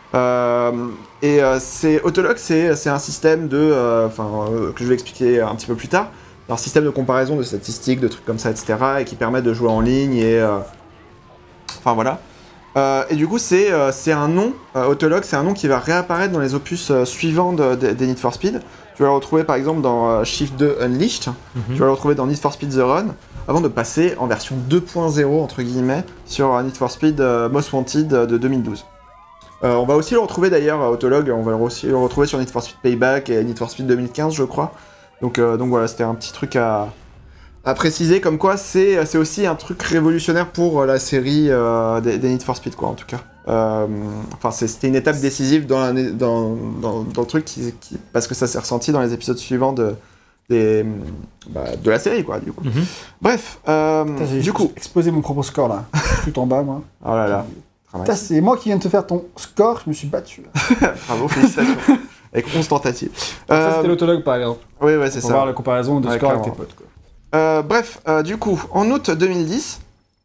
Euh, et euh, c'est, Autolog, c'est, c'est un système de, enfin, euh, que je vais expliquer un petit peu plus tard, un système de comparaison de statistiques, de trucs comme ça, et cetera, et qui permet de jouer en ligne et, euh, enfin voilà. Euh, et du coup, c'est, euh, c'est un nom, euh, Autolog, c'est un nom qui va réapparaître dans les opus euh, suivants de, de, des Need for Speed. Tu vas le retrouver par exemple dans euh, Shift deux Unleashed, mm-hmm. tu vas le retrouver dans Need for Speed The Run, avant de passer en version deux point zéro, entre guillemets, sur euh, Need for Speed euh, Most Wanted euh, de deux mille douze. Euh, on va aussi le retrouver d'ailleurs, euh, Autolog, on va aussi le retrouver sur Need for Speed Payback et Need for Speed deux mille quinze, je crois. Donc, euh, donc voilà, c'était un petit truc à... à préciser, comme quoi c'est, c'est aussi un truc révolutionnaire pour la série euh, des, des Need for Speed, quoi, en tout cas. Euh, enfin, c'est, c'était une étape décisive dans, la, dans, dans, dans le truc, qui, qui, parce que ça s'est ressenti dans les épisodes suivants de, des, bah, de la série, quoi, du coup. Mm-hmm. Bref, euh, Putain, j'ai du coup... explosé mon propre score, là. Tout en bas, moi. Oh là là. Putain, c'est moi qui viens de te faire ton score, je me suis battu. Bravo, félicitations. Avec onze tentatives. Euh, ça, c'était l'Autolog, par exemple. Oui, ouais, c'est Pour ça. voir la comparaison de ouais, score clairement. avec tes potes, quoi. Euh, bref, euh, du coup, en août deux mille dix,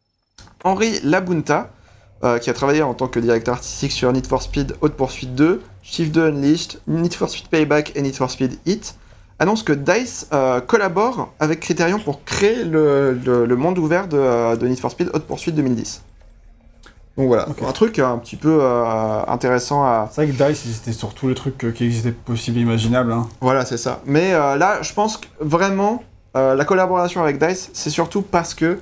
Henry Labunta, euh, qui a travaillé en tant que directeur artistique sur Need for Speed Hot Pursuit deux, Shift deux Unleashed, Need for Speed Payback et Need for Speed Heat, annonce que DICE euh, collabore avec Criterion pour créer le, le, le monde ouvert de, de Need for Speed Hot Pursuit deux mille dix. Donc voilà, okay. Un truc un petit peu euh, intéressant à... C'est vrai que DICE, ils étaient sur tous les trucs qui existaient possibles et imaginables. Hein. Voilà, c'est ça. Mais euh, là, je pense que vraiment... Euh, la collaboration avec DICE, c'est surtout parce que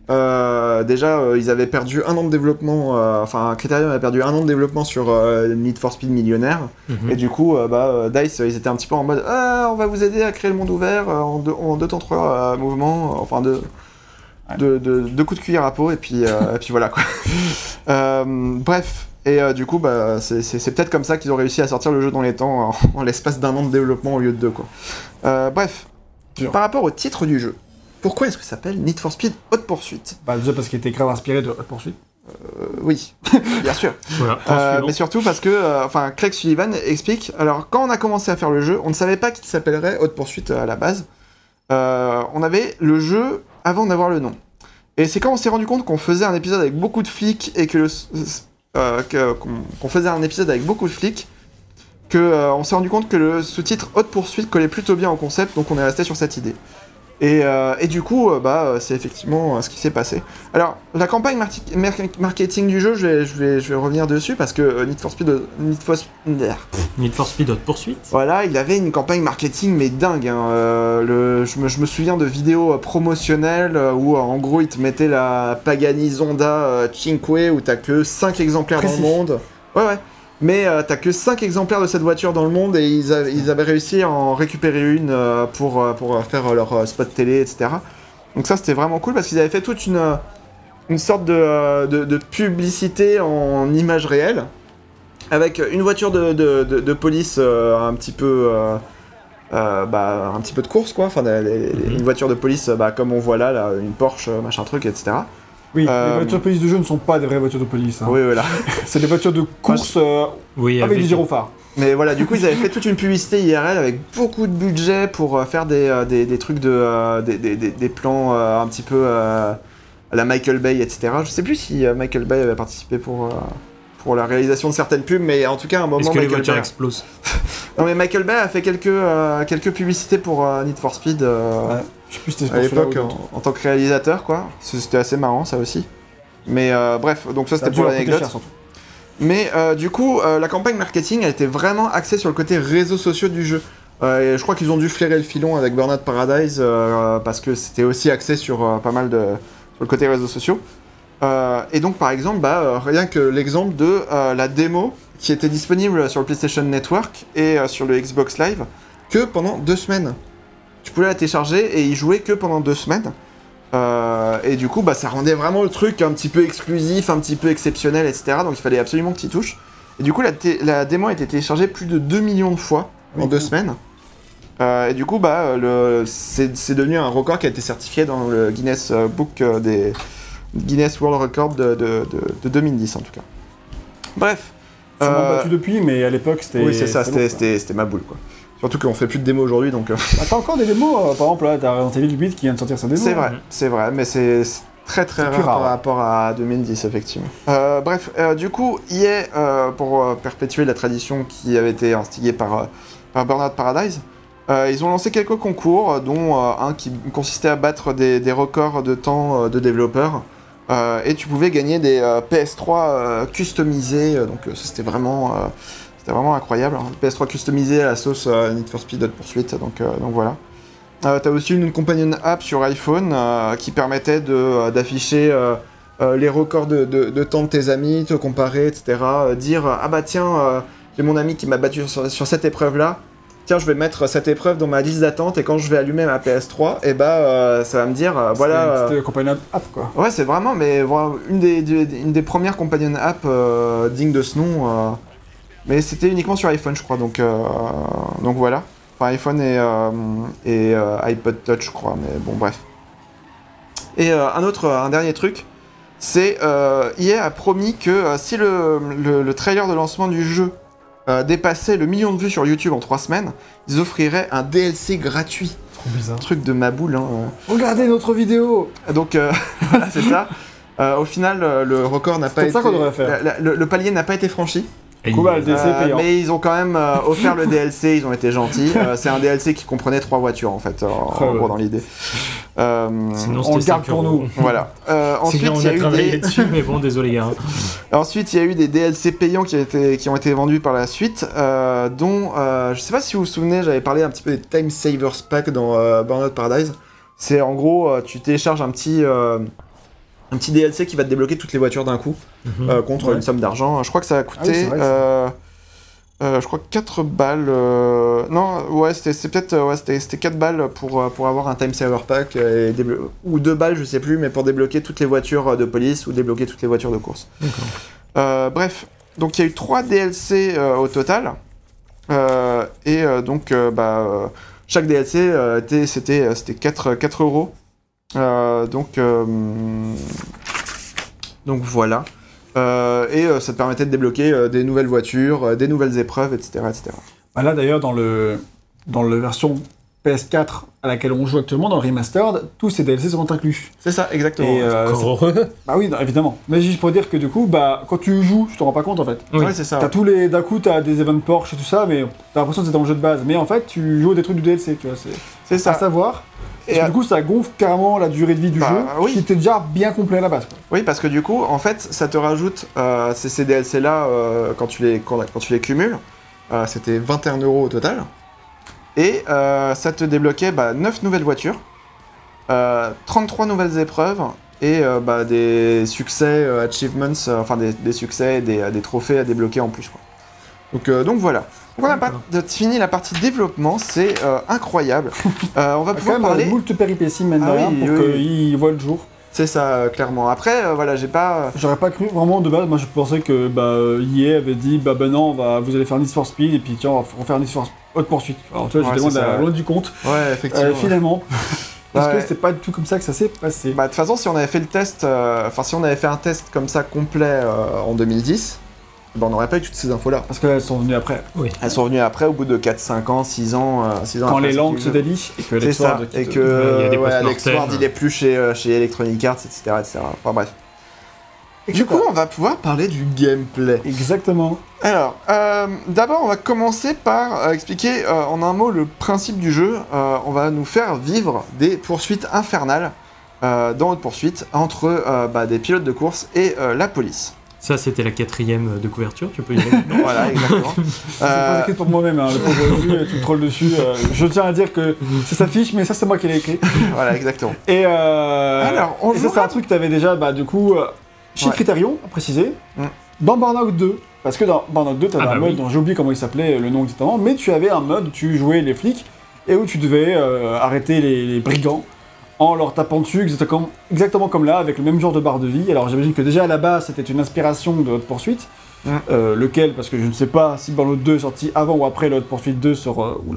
euh, déjà euh, ils avaient perdu un an de développement, euh, enfin Criterion avait perdu un an de développement sur euh, Need for Speed Millionnaire, mm-hmm. et du coup euh, bah, DICE ils étaient un petit peu en mode ah, on va vous aider à créer le monde ouvert euh, en, deux, en deux temps trois euh, mouvements, euh, enfin deux, ouais. deux, deux, deux coups de cuillère à peau et puis, euh, et puis voilà quoi. euh, bref. Et euh, du coup, bah, c'est, c'est, c'est peut-être comme ça qu'ils ont réussi à sortir le jeu dans les temps en, en l'espace d'un an de développement au lieu de deux quoi. Euh, bref. Par rapport au titre du jeu, pourquoi est-ce que ça s'appelle Need for Speed Hot Pursuit ? Bah déjà parce qu'il était grave inspiré de Hot Pursuit. Euh, oui, bien sûr. Voilà, euh, mais surtout parce que, euh, enfin, Craig Sullivan explique. Alors, quand on a commencé à faire le jeu, on ne savait pas qu'il s'appellerait Hot Pursuit à la base. Euh, on avait le jeu avant d'avoir le nom. Et c'est quand on s'est rendu compte qu'on faisait un épisode avec beaucoup de flics et que, le, euh, que qu'on, qu'on faisait un épisode avec beaucoup de flics. Que, euh, on s'est rendu compte que le sous-titre Hot Pursuit collait plutôt bien au concept, donc on est resté sur cette idée. Et, euh, et du coup, euh, bah, c'est effectivement euh, ce qui s'est passé. Alors, la campagne mar- mar- marketing du jeu, je vais, je, vais, je vais revenir dessus, parce que euh, Need for Speed... Euh, Need for, Need for Speed Hot Pursuit. Voilà, il avait une campagne marketing, mais dingue. Hein. Euh, le, je, me, je me souviens de vidéos euh, promotionnelles euh, où, euh, en gros, ils te mettaient la Pagani Zonda euh, Cinque, où t'as que cinq exemplaires Précis. Dans le monde. Ouais, ouais. Mais euh, t'as que cinq exemplaires de cette voiture dans le monde et ils, a, ils avaient réussi à en récupérer une euh, pour, euh, pour faire leur euh, spot télé, et cetera. Donc ça, c'était vraiment cool parce qu'ils avaient fait toute une, euh, une sorte de, euh, de, de publicité en images réelles avec une voiture de, de, de, de police euh, un petit peu... Euh, euh, bah, un petit peu de course, quoi. Enfin, les, les, mm-hmm. Une voiture de police, bah, comme on voit là, là, une Porsche, machin truc, et cetera. Oui, euh... les voitures de police de jeu ne sont pas des vraies voitures de police. Hein. Oui, voilà. C'est des voitures de course euh, oui, avec, avec des gyrophares. Mais voilà, du coup, ils avaient fait toute une publicité I R L avec beaucoup de budget pour euh, faire des, euh, des, des trucs de... Euh, des, des, des plans euh, un petit peu euh, à la Michael Bay, et cetera. Je sais plus si euh, Michael Bay avait participé pour... Euh, pour la réalisation de certaines pubs, mais en tout cas, à un moment... Est-ce que Michael les voitures Bay... explosent ? Non, mais Michael Bay a fait quelques, euh, quelques publicités pour euh, Need for Speed euh, ouais, je sais plus si à l'époque, en, en tant que réalisateur, quoi. C'était assez marrant, ça aussi. Mais euh, bref, donc ça, c'était ça pour l'anecdote. Cher, mais euh, du coup, euh, la campagne marketing a été vraiment axée sur le côté réseaux sociaux du jeu. Euh, et je crois qu'ils ont dû flairer le filon avec Burnout Paradise, euh, parce que c'était aussi axé sur euh, pas mal de... sur le côté réseaux sociaux. Euh, et donc par exemple, bah, euh, rien que l'exemple de euh, la démo qui était disponible sur le PlayStation Network et euh, sur le Xbox Live, que pendant deux semaines. Tu pouvais la télécharger et y jouer que pendant deux semaines. Euh, et du coup, bah, ça rendait vraiment le truc un petit peu exclusif, un petit peu exceptionnel, et cetera. Donc il fallait absolument que tu y touches. Et du coup, la, t- la démo a été téléchargée plus de deux millions de fois oui, en deux oui. semaines. Euh, et du coup, bah, le, c'est, c'est devenu un record qui a été certifié dans le Guinness Book euh, des... Guinness World Record de, de, de, de deux mille dix en tout cas. Bref. Ça m'a euh... battu depuis, mais à l'époque c'était. Oui, c'est ça, c'était, long, c'était, c'était ma boule quoi. Surtout qu'on fait plus de démos aujourd'hui donc. Ah, t'as encore des démos, euh, par exemple là, t'as Resident Evil huit qui vient de sortir sa démo. C'est vrai, c'est vrai, mais c'est très très rare, rare par rapport à deux mille dix effectivement. Euh, bref, euh, du coup, E A, euh, pour euh, perpétuer la tradition qui avait été instigée par, euh, par Burnout Paradise, Euh, ils ont lancé quelques concours, dont euh, un qui consistait à battre des, des records de temps euh, de développeurs. Euh, et tu pouvais gagner des euh, P S trois euh, customisés, euh, donc euh, ça c'était vraiment, euh, c'était vraiment incroyable. Hein. P S trois customisés à la sauce euh, Need for Speed Hot Pursuit, donc, euh, donc voilà. Euh, t'as aussi une companion app sur iPhone euh, qui permettait de, euh, d'afficher euh, euh, les records de, de, de temps de tes amis, te comparer, et cetera. Euh, dire ah bah tiens, euh, j'ai mon ami qui m'a battu sur, sur cette épreuve-là. Tiens, je vais mettre cette épreuve dans ma liste d'attente et quand je vais allumer ma P S trois, et bah euh, ça va me dire euh, voilà. C'était une companion app quoi. Ouais, c'est vraiment, mais voilà, une des, une des premières companion app euh, dignes de ce nom. Euh, mais c'était uniquement sur iPhone, je crois, donc euh, donc voilà. Enfin, iPhone et, euh, et euh, iPod Touch, je crois, mais bon, bref. Et euh, un autre, un dernier truc, c'est euh, E A a promis que euh, si le, le, le trailer de lancement du jeu Euh, dépasser le million de vues sur YouTube en trois semaines, ils offriraient un D L C gratuit. Trop bizarre. Truc de ma boule, hein. Regardez notre vidéo. Donc, euh, voilà, c'est ça. Euh, au final, euh, le record n'a pas été... C'est ça qu'on devrait faire. La, la, le, le palier n'a pas été franchi. Cool, bah, le D L C euh, payant. mais ils ont quand même euh, offert le D L C, ils ont été gentils. Euh, c'est un D L C qui comprenait trois voitures, en fait, euh, en oh, gros, ouais. dans l'idée. Euh, Sinon, on le garde pour nous. Voilà. Euh, ensuite, il y a, a eu travaillé des... dessus, mais bon, désolé, gars. Ensuite, il y a eu des D L C payants qui, a été, qui ont été vendus par la suite, euh, dont, euh, je sais pas si vous vous souvenez, j'avais parlé un petit peu des Time Savers Pack dans euh, Burnout Paradise. C'est en gros, euh, tu télécharges un petit... Euh, un petit D L C qui va te débloquer toutes les voitures d'un coup, mm-hmm. euh, contre ouais. une somme d'argent. Je crois que ça a coûté... Ah oui, vrai, euh, euh, je crois quatre balles... Euh... Non, ouais, c'était, c'était peut-être ouais, c'était, c'était quatre balles pour, pour avoir un Time Saver Pack, et déblo... ou deux balles, je sais plus, mais pour débloquer toutes les voitures de police ou débloquer toutes les voitures de course. Euh, bref, donc il y a eu trois D L C euh, au total, euh, et euh, donc euh, bah, euh, chaque D L C euh, était, c'était, c'était quatre euros. Euh, donc, euh, donc voilà. Euh, et euh, ça te permettait de débloquer euh, des nouvelles voitures, euh, des nouvelles épreuves, et cetera, et cetera. Bah là d'ailleurs dans le dans la version P S quatre à laquelle on joue actuellement, dans le Remastered, tous ces D L C seront inclus. C'est ça, exactement. Et, euh, bah oui, non, évidemment. Mais juste pour dire que du coup, bah quand tu joues, tu te rends pas compte en fait. Oui, ouais, c'est ça. T'as tous les, d'un coup, t'as des events Porsche et tout ça, mais t'as l'impression que c'est dans le jeu de base. Mais en fait, tu joues des trucs du D L C, tu vois. C'est, c'est ça. À savoir. Et parce que à... du coup, ça gonfle carrément la durée de vie du bah, jeu, oui. qui était déjà bien complet à la base. Quoi. Oui, parce que du coup, en fait, ça te rajoute euh, ces, ces D L C-là euh, quand, tu les, quand, quand tu les cumules. Euh, c'était vingt et un euros au total. Et euh, ça te débloquait bah, neuf nouvelles voitures, euh, trente-trois nouvelles épreuves et euh, bah, des succès, euh, achievements, euh, enfin des, des succès et des, des trophées à débloquer en plus. Quoi. Donc, euh, donc voilà. Donc on a pas fini la partie développement, c'est euh, incroyable. Euh, on va pouvoir parler. Il y a moult péripéties maintenant ah, oui, pour oui, qu'il oui. voit le jour. C'est ça, euh, clairement. Après, euh, voilà, j'ai pas. J'aurais pas cru vraiment de base. Moi, je pensais que bah, E A avait dit bah ben non, on va, vous allez faire Need for Speed et puis tiens, on va refaire Need for Hot Pursuit. Alors tu vois, ouais, j'étais loin, loin du compte. Ouais, effectivement. Euh, finalement. Parce ouais. que c'est pas du tout comme ça que ça s'est passé. Bah de toute façon, si on avait fait le test, enfin euh, si on avait fait un test comme ça complet euh, en deux mille dix. Bon, on n'aurait pas eu toutes ces infos-là. Parce qu'elles sont venues après. Oui. Elles sont venues après, au bout de quatre cinq ans, six ans, euh, six ans Quand après, les langues se délient et que Alex Ward... Et que euh, ouais, Alex Ward, il est plus chez, euh, chez Electronic Arts, et cetera, et cetera. Enfin bref. Et du coup, on va pouvoir parler du gameplay. Exactement. Alors, euh, d'abord, on va commencer par euh, expliquer euh, en un mot le principe du jeu. Euh, on va nous faire vivre des poursuites infernales euh, dans notre poursuite entre euh, bah, des pilotes de course et euh, la police. Ça, c'était la quatrième de couverture, tu peux y aller. Voilà, exactement. C'est euh... pas écrit pour moi-même, hein, le pauvre jeu, tu me trolles dessus. Euh, je tiens à dire que ça s'affiche, mais ça, c'est moi qui l'ai écrit. Voilà, exactement. Et, euh... Alors, on et ça, c'est un truc que tu avais déjà, bah, du coup, euh, chez ouais. Criterion, à préciser, mm. dans Burnout deux. Parce que dans Burnout deux, tu avais ah, un bah mode oui. dont j'ai oublié comment il s'appelait, le nom exactement, mais tu avais un mode où tu jouais les flics et où tu devais euh, arrêter les, les brigands en leur tapant dessus, exactement, exactement comme là, avec le même genre de barre de vie. Alors j'imagine que déjà à la base, c'était une inspiration de Hot Pursuit. Mm. Euh, lequel, parce que je ne sais pas si Burnout deux est sorti avant ou après le Hot Pursuit deux sur, euh, oula,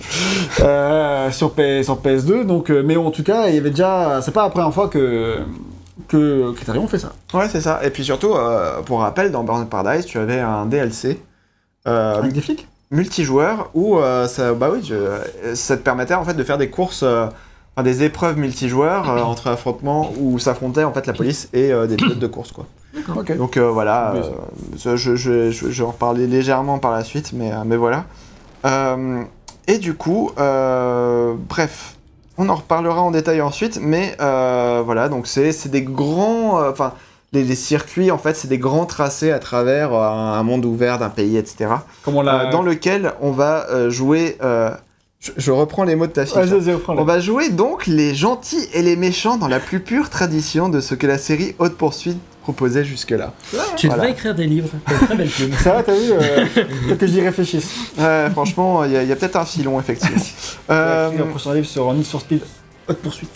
euh, sur, P, sur P S deux. Donc, euh, mais en tout cas, il y avait déjà... C'est pas la première fois que, que Criterion fait ça. Ouais, c'est ça. Et puis surtout, euh, pour rappel, dans Burnout Paradise, tu avais un D L C. Euh, avec des flics multijoueur, où euh, ça, bah oui, je, ça te permettait en fait de faire des courses... Euh, des épreuves multijoueurs euh, entre affrontements où s'affrontaient en fait la police et euh, des pilotes de course quoi. Okay. Donc euh, voilà, euh, je, je, je, je vais en reparler légèrement par la suite, mais, euh, mais voilà. Euh, et du coup, euh, bref, on en reparlera en détail ensuite, mais euh, voilà, donc c'est, c'est des grands... Enfin, euh, les, les circuits, en fait, c'est des grands tracés à travers euh, un monde ouvert d'un pays, et cetera. Comme on l'a... Euh, dans lequel on va euh, jouer... Euh, je, je reprends les mots de ta fiche. Ouais, hein. On va jouer donc les gentils et les méchants dans la plus pure tradition de ce que la série Haute Poursuite proposait jusque-là. Ouais, tu voilà. devrais écrire des livres. Très belle plume. Ça va, t'as vu euh, Faut que j'y réfléchisse. Ouais, franchement, il y, y a peut-être un filon, effectivement. euh... Un prochain livre sur Need for Speed Haute Poursuite.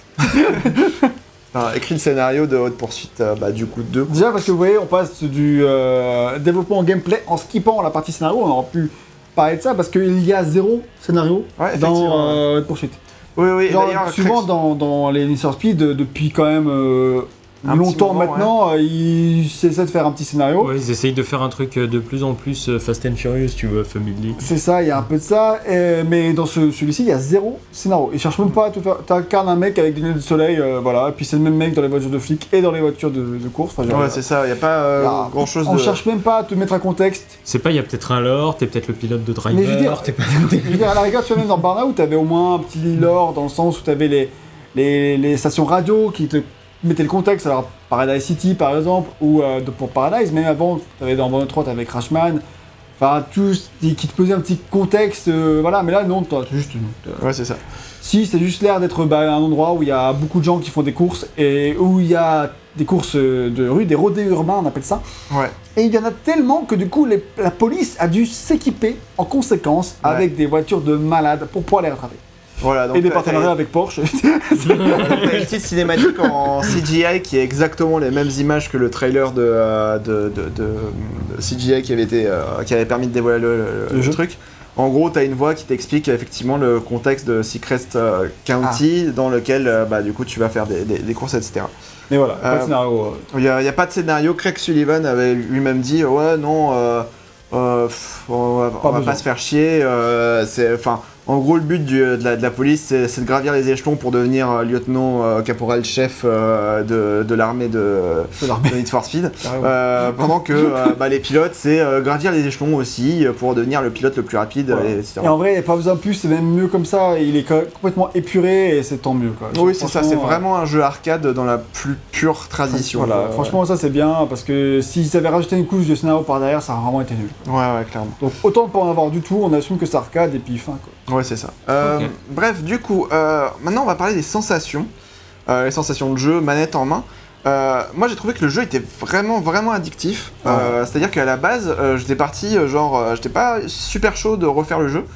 Enfin, écrit le scénario de Haute Poursuite, euh, bah, du coup, deux. Déjà, parce que vous voyez, on passe du euh, développement en gameplay en skippant la partie scénario, on aurait pu parler de ça parce qu'il y a zéro scénario ouais, dans euh, Haute Poursuite. Oui, oui, genre, souvent Crix... dans, dans les Need for Speed, depuis quand même. Euh, Un longtemps moment, maintenant, ouais. ils essaient de faire un petit scénario. Ouais, ils essayent de faire un truc de plus en plus Fast and Furious, tu vois, Family. C'est ça, il y a un peu de ça, et, mais dans ce, celui-ci, il y a zéro scénario. Ils cherchent même pas à tout faire. T'incarnes un mec avec des lunettes de soleil, euh, voilà, et puis c'est le même mec dans les voitures de flics et dans les voitures de, de course. Enfin, genre, ouais, c'est ça, il n'y a pas euh, a, grand-chose on de... On cherche même pas à te mettre un contexte. C'est pas, il y a peut-être un lore, t'es peut-être le pilote de driver, mais je veux dire, t'es pas... je veux dire, à la rigueur, tu vois, même dans Burnout, t'avais au moins un petit lore, dans le sens où t'avais les, les, les stations radio qui te mettaient le contexte, alors Paradise City par exemple, ou euh, pour Paradise, même avant, t'avais dans Burnout trois, t'avais Crashman, enfin tout qui te posait un petit contexte, euh, voilà, mais là non, t'as juste... Euh, ouais, c'est ça. Si, c'est juste l'air d'être bah, un endroit où il y a beaucoup de gens qui font des courses, et où il y a des courses de rue, des rodés urbains, on appelle ça. Ouais. Et il y en a tellement que du coup, les, la police a dû s'équiper en conséquence ouais. avec des voitures de malades pour pouvoir les rattraper. Voilà, donc et des partenariats avec Porsche. T'as une petite cinématique en C G I qui est exactement les mêmes images que le trailer de, euh, de, de, de, de C G I qui avait, été, euh, qui avait permis de dévoiler le, le, le, le truc. En gros, t'as une voix qui t'explique effectivement le contexte de Seacrest County ah. dans lequel euh, bah, du coup tu vas faire des, des, des courses, et cetera. Mais voilà, euh, pas de scénario. Il n'y a, a pas de scénario. Craig Sullivan avait lui-même dit ouais non, euh, euh, pff, on va, on va pas se faire chier. Euh, c'est, enfin, en gros, le but du, de, la, de la police, c'est, c'est de gravir les échelons pour devenir euh, lieutenant euh, caporal-chef euh, de, de l'armée de, de Need for Speed. euh, pendant que euh, bah, les pilotes, c'est euh, gravir les échelons aussi pour devenir le pilote le plus rapide, ouais. et cetera. Et en vrai, il n'y a pas besoin de plus, c'est même mieux comme ça. Il est complètement épuré et c'est tant mieux. Quoi. Oui, c'est ça, c'est vraiment un jeu arcade dans la plus pure tradition. Voilà, euh, franchement, ouais. ça c'est bien parce que s'ils avaient rajouté une couche de scénario par derrière, ça aurait vraiment été nul. Ouais, ouais, clairement. Donc autant ne pas en avoir du tout, on assume que c'est arcade et puis fin quoi. Ouais, c'est ça. Euh, okay. Bref, du coup, euh, maintenant on va parler des sensations. Euh, les sensations de jeu, manette en main. Euh, moi j'ai trouvé que le jeu était vraiment, vraiment addictif. Ouais. Euh, c'est-à-dire qu'à la base, euh, j'étais parti, genre, euh, j'étais pas super chaud de refaire le jeu.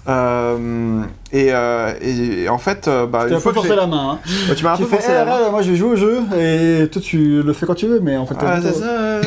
Euh, et, euh, et, et en fait, euh, bah, tu m'as un peu forcé la main. Hein. Ouais, tu m'as un peu forcé la main. Moi, je vais jouer au jeu et toi, tu le fais quand tu veux, mais en fait, ah, c'est ça.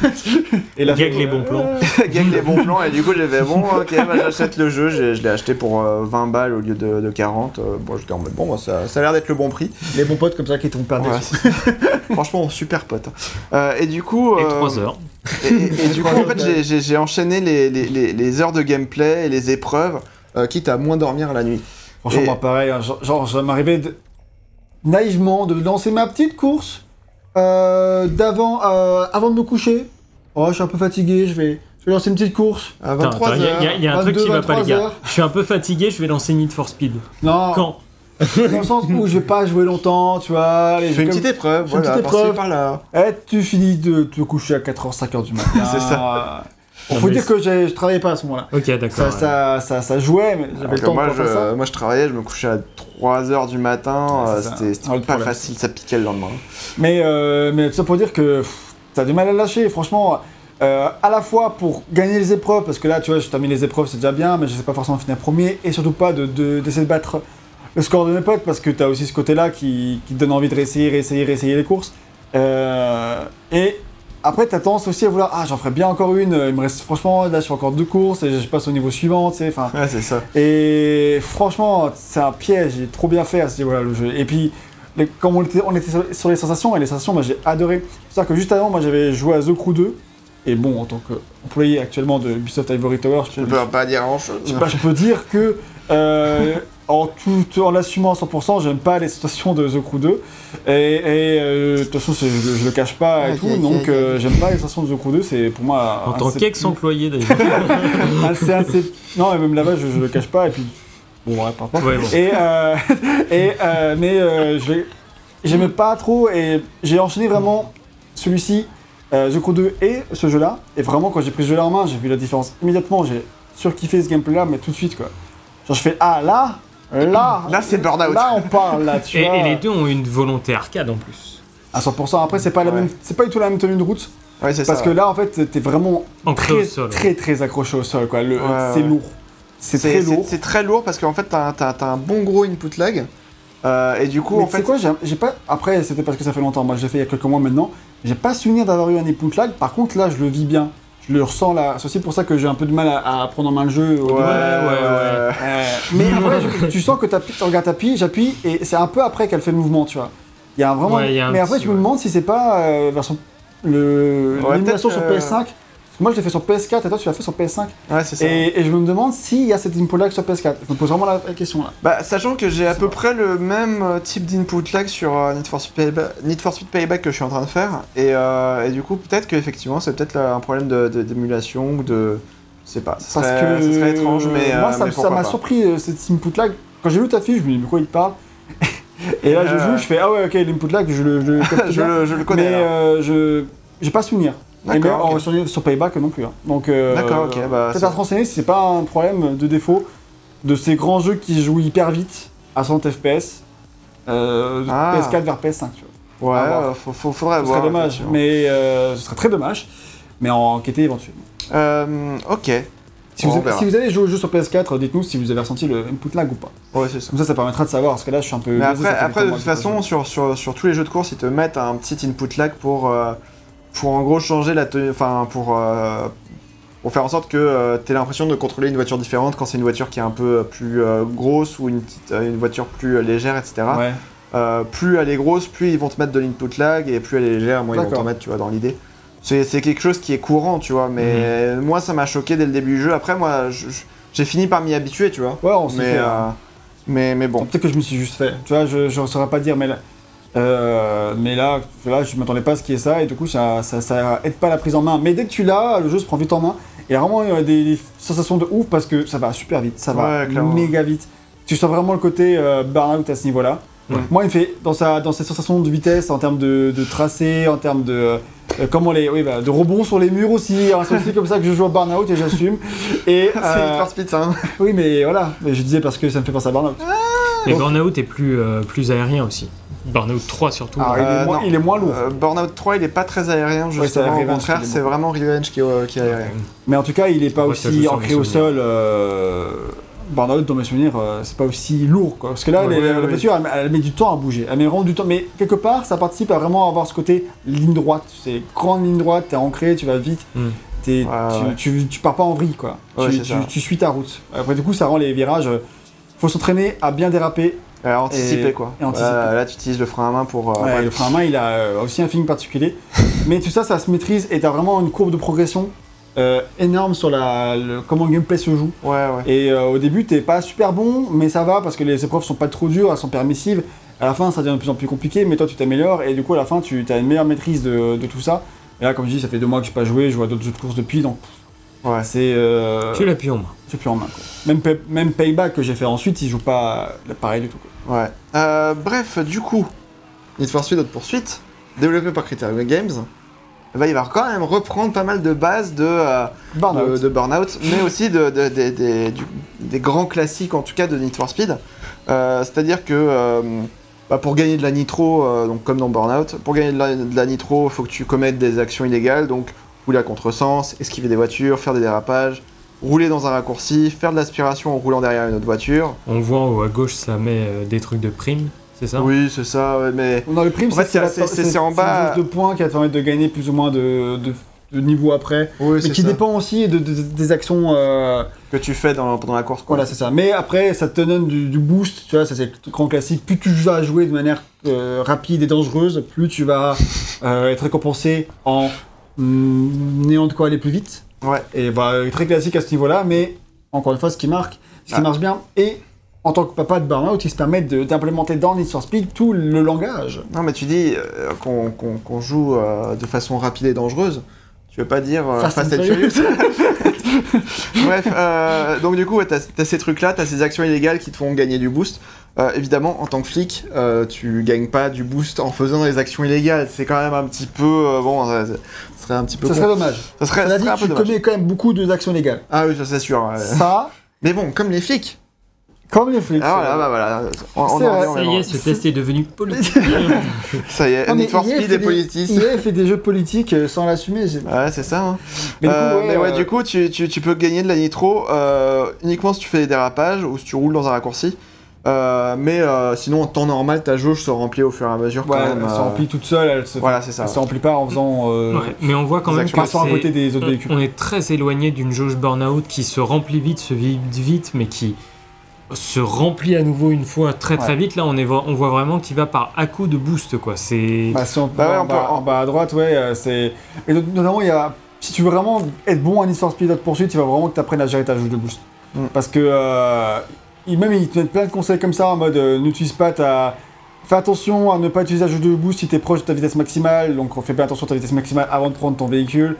Et la gag les bons plans. Gag les bons plans. Et du coup, j'ai fait bon, ok, bah, j'achète le jeu. J'ai, je l'ai acheté pour euh, vingt balles au lieu de, de quarante. Euh, bon, j'étais en mode bon, bah, ça, ça a l'air d'être le bon prix. Les bons potes comme ça qui t'ont perdu. Ouais, franchement, super potes. Euh, et du coup. Euh, et trois heures. Et, et, et du coup, en fait, j'ai, j'ai, j'ai enchaîné les, les, les, les heures de gameplay et les épreuves. Euh, quitte à moins dormir la nuit. Franchement, et... moi pareil, hein, genre, genre ça m'arrivait de... naïvement de lancer ma petite course euh, d'avant, euh, avant de me coucher. Oh, je suis un peu fatigué, je vais, je vais lancer une petite course. À vingt-trois heures. Il y, y a un truc qui va pas, les gars. Je suis un peu fatigué, je vais lancer Need for Speed. Non. Quand dans le sens où je vais pas jouer longtemps, tu vois. Je fais une petite épreuve, voilà, une petite épreuve. Par là. Et tu finis de te coucher à quatre heures, cinq heures du matin. C'est ça. Il faut dire que je travaillais pas à ce moment-là. Ok, d'accord. Ça, ouais. ça, ça, ça jouait, mais j'avais le temps moi, pour je, faire ça. Moi, je travaillais, je me couchais à trois heures du matin. Ouais, euh, c'était c'était pas problème. facile, ça piquait le lendemain. Mais, euh, mais ça pour dire que pff, t'as du mal à lâcher. Franchement, euh, à la fois pour gagner les épreuves, parce que là, tu vois, je termine les épreuves, c'est déjà bien, mais je sais pas forcément finir premier, et surtout pas de, de, d'essayer de battre le score de mes potes, parce que t'as aussi ce côté-là qui, qui te donne envie de réessayer, réessayer, réessayer les courses. Euh, et après, t'as tendance aussi à vouloir, ah, j'en ferais bien encore une, il me reste, franchement, là, je fais encore deux courses, et je passe au niveau suivant, tu sais, enfin... Ouais, c'est ça. Et franchement, c'est un piège, il est trop bien fait à ce niveau-là, le jeu. Et puis, les, comme on était, on était sur les sensations, et les sensations, moi, j'ai adoré. C'est-à-dire que juste avant, moi, j'avais joué à The Crew deux, et bon, en tant qu'employé actuellement de Ubisoft Ivory Tower, je peux, ne peux pas dire grand-chose. Je, je peux dire que... Euh, En, tout, en l'assumant à cent pour cent, j'aime pas les situations de The Crew deux. Et, et euh, de toute façon, je, je le cache pas et okay, tout. Okay, donc, okay. Euh, j'aime pas les situations de The Crew deux. C'est pour moi. En tant qu'ex-employé d'ailleurs. c'est assez... Non, mais même là-bas, je, je le cache pas. Et puis, Bon, ouais, pas ouais, bon. Et, euh, et euh, mais euh, je j'aimais pas trop et j'ai enchaîné vraiment celui-ci, euh, The Crew deux et ce jeu-là. Et vraiment, quand j'ai pris ce jeu-là en main, j'ai vu la différence immédiatement. J'ai surkiffé ce gameplay-là, mais tout de suite, quoi. Genre, je fais ah là, là, là, c'est Burnout. Là, on parle là, tu et, vois. Et les deux ont une volonté arcade en plus. À cent pour cent. Après, c'est pas la ouais. même, c'est pas du tout la même tenue de route. Ouais, c'est Parce ça, que ouais. là, en fait, t'es vraiment Ancré très, au sol, très, ouais. très, très accroché au sol, quoi. Le, ouais, c'est ouais. lourd. C'est, c'est très lourd. C'est, c'est très lourd parce qu'en fait, t'as, t'as, t'as un bon gros input lag. Euh, et du coup, mais en fait. C'est quoi, j'ai, j'ai pas. Après, c'était parce que ça fait longtemps. Moi, je l'ai fait il y a quelques mois maintenant. J'ai pas souvenir d'avoir eu un input lag. Par contre, là, je le vis bien. Je le ressens là. C'est aussi pour ça que j'ai un peu de mal à, à prendre en main le jeu. Ouais, ouais, ouais. ouais. Euh, mais après, je, tu sens que tu regardes t'appuies, j'appuie, et c'est un peu après qu'elle fait le mouvement, tu vois. Il y a vraiment. Ouais, y a un mais après, petit, tu me ouais. demandes si c'est pas euh, version. Le, ouais, l'émulation sur euh... P S cinq. Moi, je l'ai fait sur P S quatre et toi, tu l'as fait sur P S cinq. Ouais, c'est ça. Et, et je me demande s'il y a cet input lag sur P S quatre. Je me pose vraiment la, la question là. Bah, sachant que j'ai à peu près le même type d'input lag sur euh, Need for Speed Payback, Need for Speed Payback que je suis en train de faire. Et, euh, et du coup, peut-être qu'effectivement, c'est peut-être là, un problème de, de, d'émulation ou de. Je sais pas. Ça serait, Parce que. ça serait étrange, mais. Moi, euh, ça, mais ça m'a pas. surpris euh, cet input lag. Quand j'ai lu ta fiche, je me dis, mais quoi il parle. Et là, je joue, je fais, ah ouais, ok, l'input lag, je le, je le, je, le, je le connais. Mais euh, je. J'ai pas souvenir. D'accord. Et okay. sur, sur Payback non plus. Hein. Donc, euh, D'accord, ok. Bah, peut-être à te renseigner si c'est pas un problème de défaut de ces grands jeux qui jouent hyper vite à soixante F P S, euh, ah. P S quatre vers P S cinq. Tu vois. Ouais, euh, faut, faut, faudrait ce voir. Ce serait dommage, mais euh, ce serait très dommage, mais en enquêter éventuellement. Euh, ok. Si, bon, vous, si vous avez joué au jeu sur P S quatre, dites-nous si vous avez ressenti le input lag ou pas. Ouais, c'est ça. Comme ça, ça permettra de savoir, parce que là, je suis un peu... Mais après, après de toute façon, sur, sur, sur tous les jeux de course, ils te mettent un petit input lag pour... Euh, pour en gros changer la tenue, enfin pour, euh, pour faire en sorte que euh, tu aies l'impression de contrôler une voiture différente quand c'est une voiture qui est un peu plus euh, grosse ou une, petite, euh, une voiture plus euh, légère, et cetera. Ouais. Euh, plus elle est grosse, plus ils vont te mettre de l'input lag, et plus elle est légère, moins D'accord. ils vont t'en mettre, tu vois, dans l'idée. C'est, c'est quelque chose qui est courant, tu vois, mais mmh. moi ça m'a choqué dès le début du jeu. Après, moi, je, je, j'ai fini par m'y habituer, tu vois. Ouais, on s'y mais, fait. Euh, hein. mais, mais bon. Peut-être que je me suis juste fait. Tu vois, je ne saurais pas dire, mais là... Euh, mais là, là, je m'attendais pas à ce qu'il y ait ça, et du coup, ça, ça, ça aide pas la prise en main. Mais dès que tu l'as, le jeu se prend vite en main. Et vraiment, il y a des, des sensations de ouf parce que ça va super vite, ça va ouais, méga vite. Tu sens vraiment le côté euh, burn-out à ce niveau-là. Ouais. Moi, il me fait dans sa, dans ses sensations de vitesse, en termes de, de tracé, en termes de, euh, comment les, oui, bah, de rebond sur les murs aussi. Hein, c'est aussi comme ça que je joue à burn-out et j'assume. Et c'est euh, Need for Speed, ça. Hein. Oui, mais voilà. Mais je disais parce que ça me fait penser à burn-out. Et burn-out est plus, euh, plus aérien aussi. Burnout trois surtout. Ah, il, est moins, il est moins lourd. Euh, Burnout trois, il est pas très aérien, justement. Ouais, au contraire, c'est vraiment Revenge qui, euh, qui est aérien. Mais en tout cas, il est pas ouais, aussi ancré au sol. Euh... Burnout, dans mes souvenirs, euh, c'est pas aussi lourd, quoi. Parce que là, ouais, les, ouais, la voiture, ouais. elle, elle met du temps à bouger. Elle met vraiment du temps. Mais quelque part, ça participe à vraiment avoir ce côté ligne droite. C'est grande ligne droite, t'es ancré, tu vas vite. Mm. T'es, ouais, tu, ouais. Tu, tu, tu pars pas en vrille, quoi. Ouais, tu, tu, tu suis ta route. Après, du coup, ça rend les virages. Euh, faut s'entraîner à bien déraper. Euh, anticiper, et, quoi. Et anticiper. Euh, là, tu utilises le frein à main pour. Euh, ouais, ouais, le frein à main, il a euh, aussi un feeling particulier. Mais tout ça, ça se maîtrise et t'as vraiment une courbe de progression euh, énorme sur la, le, comment le gameplay se joue. Ouais, ouais. Et euh, au début, t'es pas super bon, mais ça va parce que les épreuves sont pas trop dures, elles sont permissives. À la fin, ça devient de plus en plus compliqué, mais toi, tu t'améliores et du coup, à la fin, tu as une meilleure maîtrise de, de tout ça. Et là, comme je dis, ça fait deux mois que j'ai pas joué, je joue à d'autres jeux de course depuis, donc. Ouais. C'est. Euh... Tu l'as plus en main. J'ai plus en main, quoi. Même, pay, même Payback que j'ai fait ensuite, il joue pas pareil du tout, quoi. Ouais. Euh, bref, du coup, Need for Speed Hot Pursuit, développé par Criterion Games, bah, il va quand même reprendre pas mal de bases de, euh, Burnout. de, de Burnout, mais aussi de, de, de, de, du, des grands classiques, en tout cas, de Need for Speed. Euh, c'est-à-dire que euh, bah, pour gagner de la nitro, euh, donc comme dans Burnout, pour gagner de la, de la nitro, il faut que tu commettes des actions illégales, donc rouler à contresens, esquiver des voitures, faire des dérapages, rouler dans un raccourci, faire de l'aspiration en roulant derrière une autre voiture. On voit en haut à gauche, ça met euh, des trucs de primes, c'est ça ? Oui, c'est ça, ouais, mais... Dans le prime, en fait, c'est, c'est, c'est, c'est en bas... C'est de points qui va te permettre de gagner plus ou moins de, de, de niveau après, oui, mais qui ça. Dépend aussi de, de, de, des actions... Euh... que tu fais dans, pendant la course. Quoi. Voilà, c'est ça. Mais après, ça te donne du, du boost, tu vois, ça c'est le grand classique. Plus tu vas jouer de manière euh, rapide et dangereuse, plus tu vas euh, être récompensé en... n'ayant de quoi aller plus vite. Ouais. Et bah, très classique à ce niveau-là, mais encore une fois, ce qui marque, ce qui ah. marche bien, et en tant que papa de Burnout, ils se permettent de, d'implémenter dans Need for Speed tout le langage. Non, mais tu dis euh, qu'on, qu'on, qu'on joue euh, de façon rapide et dangereuse. Tu Je veux pas dire euh, Fast, Fast and Furious. Bref, euh, donc du coup, ouais, t'as, t'as ces trucs-là, t'as ces actions illégales qui te font gagner du boost. Euh, évidemment, en tant que flic, euh, tu gagnes pas du boost en faisant des actions illégales. C'est quand même un petit peu... Euh, bon, ça, ça serait un petit peu... Ça serait dommage. Ça serait, ça ça serait dit un que peu tu dommage. commets quand même beaucoup d'actions légales. Ah oui, ça c'est sûr. Ouais. Ça... Mais bon, comme les flics. Comme les flics. Ah voilà, bah voilà. On, on c'est en vrai. on ça y est, ce test est devenu politique. Ça y est, Need for Speed est politique. Il a fait des jeux politiques sans l'assumer. C'est... Ouais, c'est ça. Hein. Mais, euh, du coup, ouais, mais ouais, euh... du coup, tu, tu, tu peux gagner de la nitro euh, uniquement si tu fais des dérapages ou si tu roules dans un raccourci. Euh, mais euh, sinon, en temps normal, ta jauge se remplit au fur et à mesure. Ouais, quand même, elle euh... se remplit toute seule. Elle se, voilà, c'est ça. Elle se remplit pas en faisant. Euh... Ouais, mais on voit quand même que à côté des autres on, véhicules. On est très éloigné d'une jauge burn-out qui se remplit vite, se vide vite, mais qui se remplit à nouveau une fois très très ouais. vite. Là, on, est, on voit vraiment qu'il va par à-coup de boost, quoi. C'est. Bah, si on, bah ouais, en, bas, en bas à droite, ouais, c'est. Et notamment, il y a. Si tu veux vraiment être bon à Need for Speed Hot Pursuit, il va vraiment que tu apprennes à gérer ta jauge de boost. Mm. Parce que. Euh, même ils te mettent plein de conseils comme ça en mode euh, n'utilise pas ta. Fais attention à ne pas utiliser la jauge de boost si tu es proche de ta vitesse maximale, donc fais bien attention à ta vitesse maximale avant de prendre ton véhicule,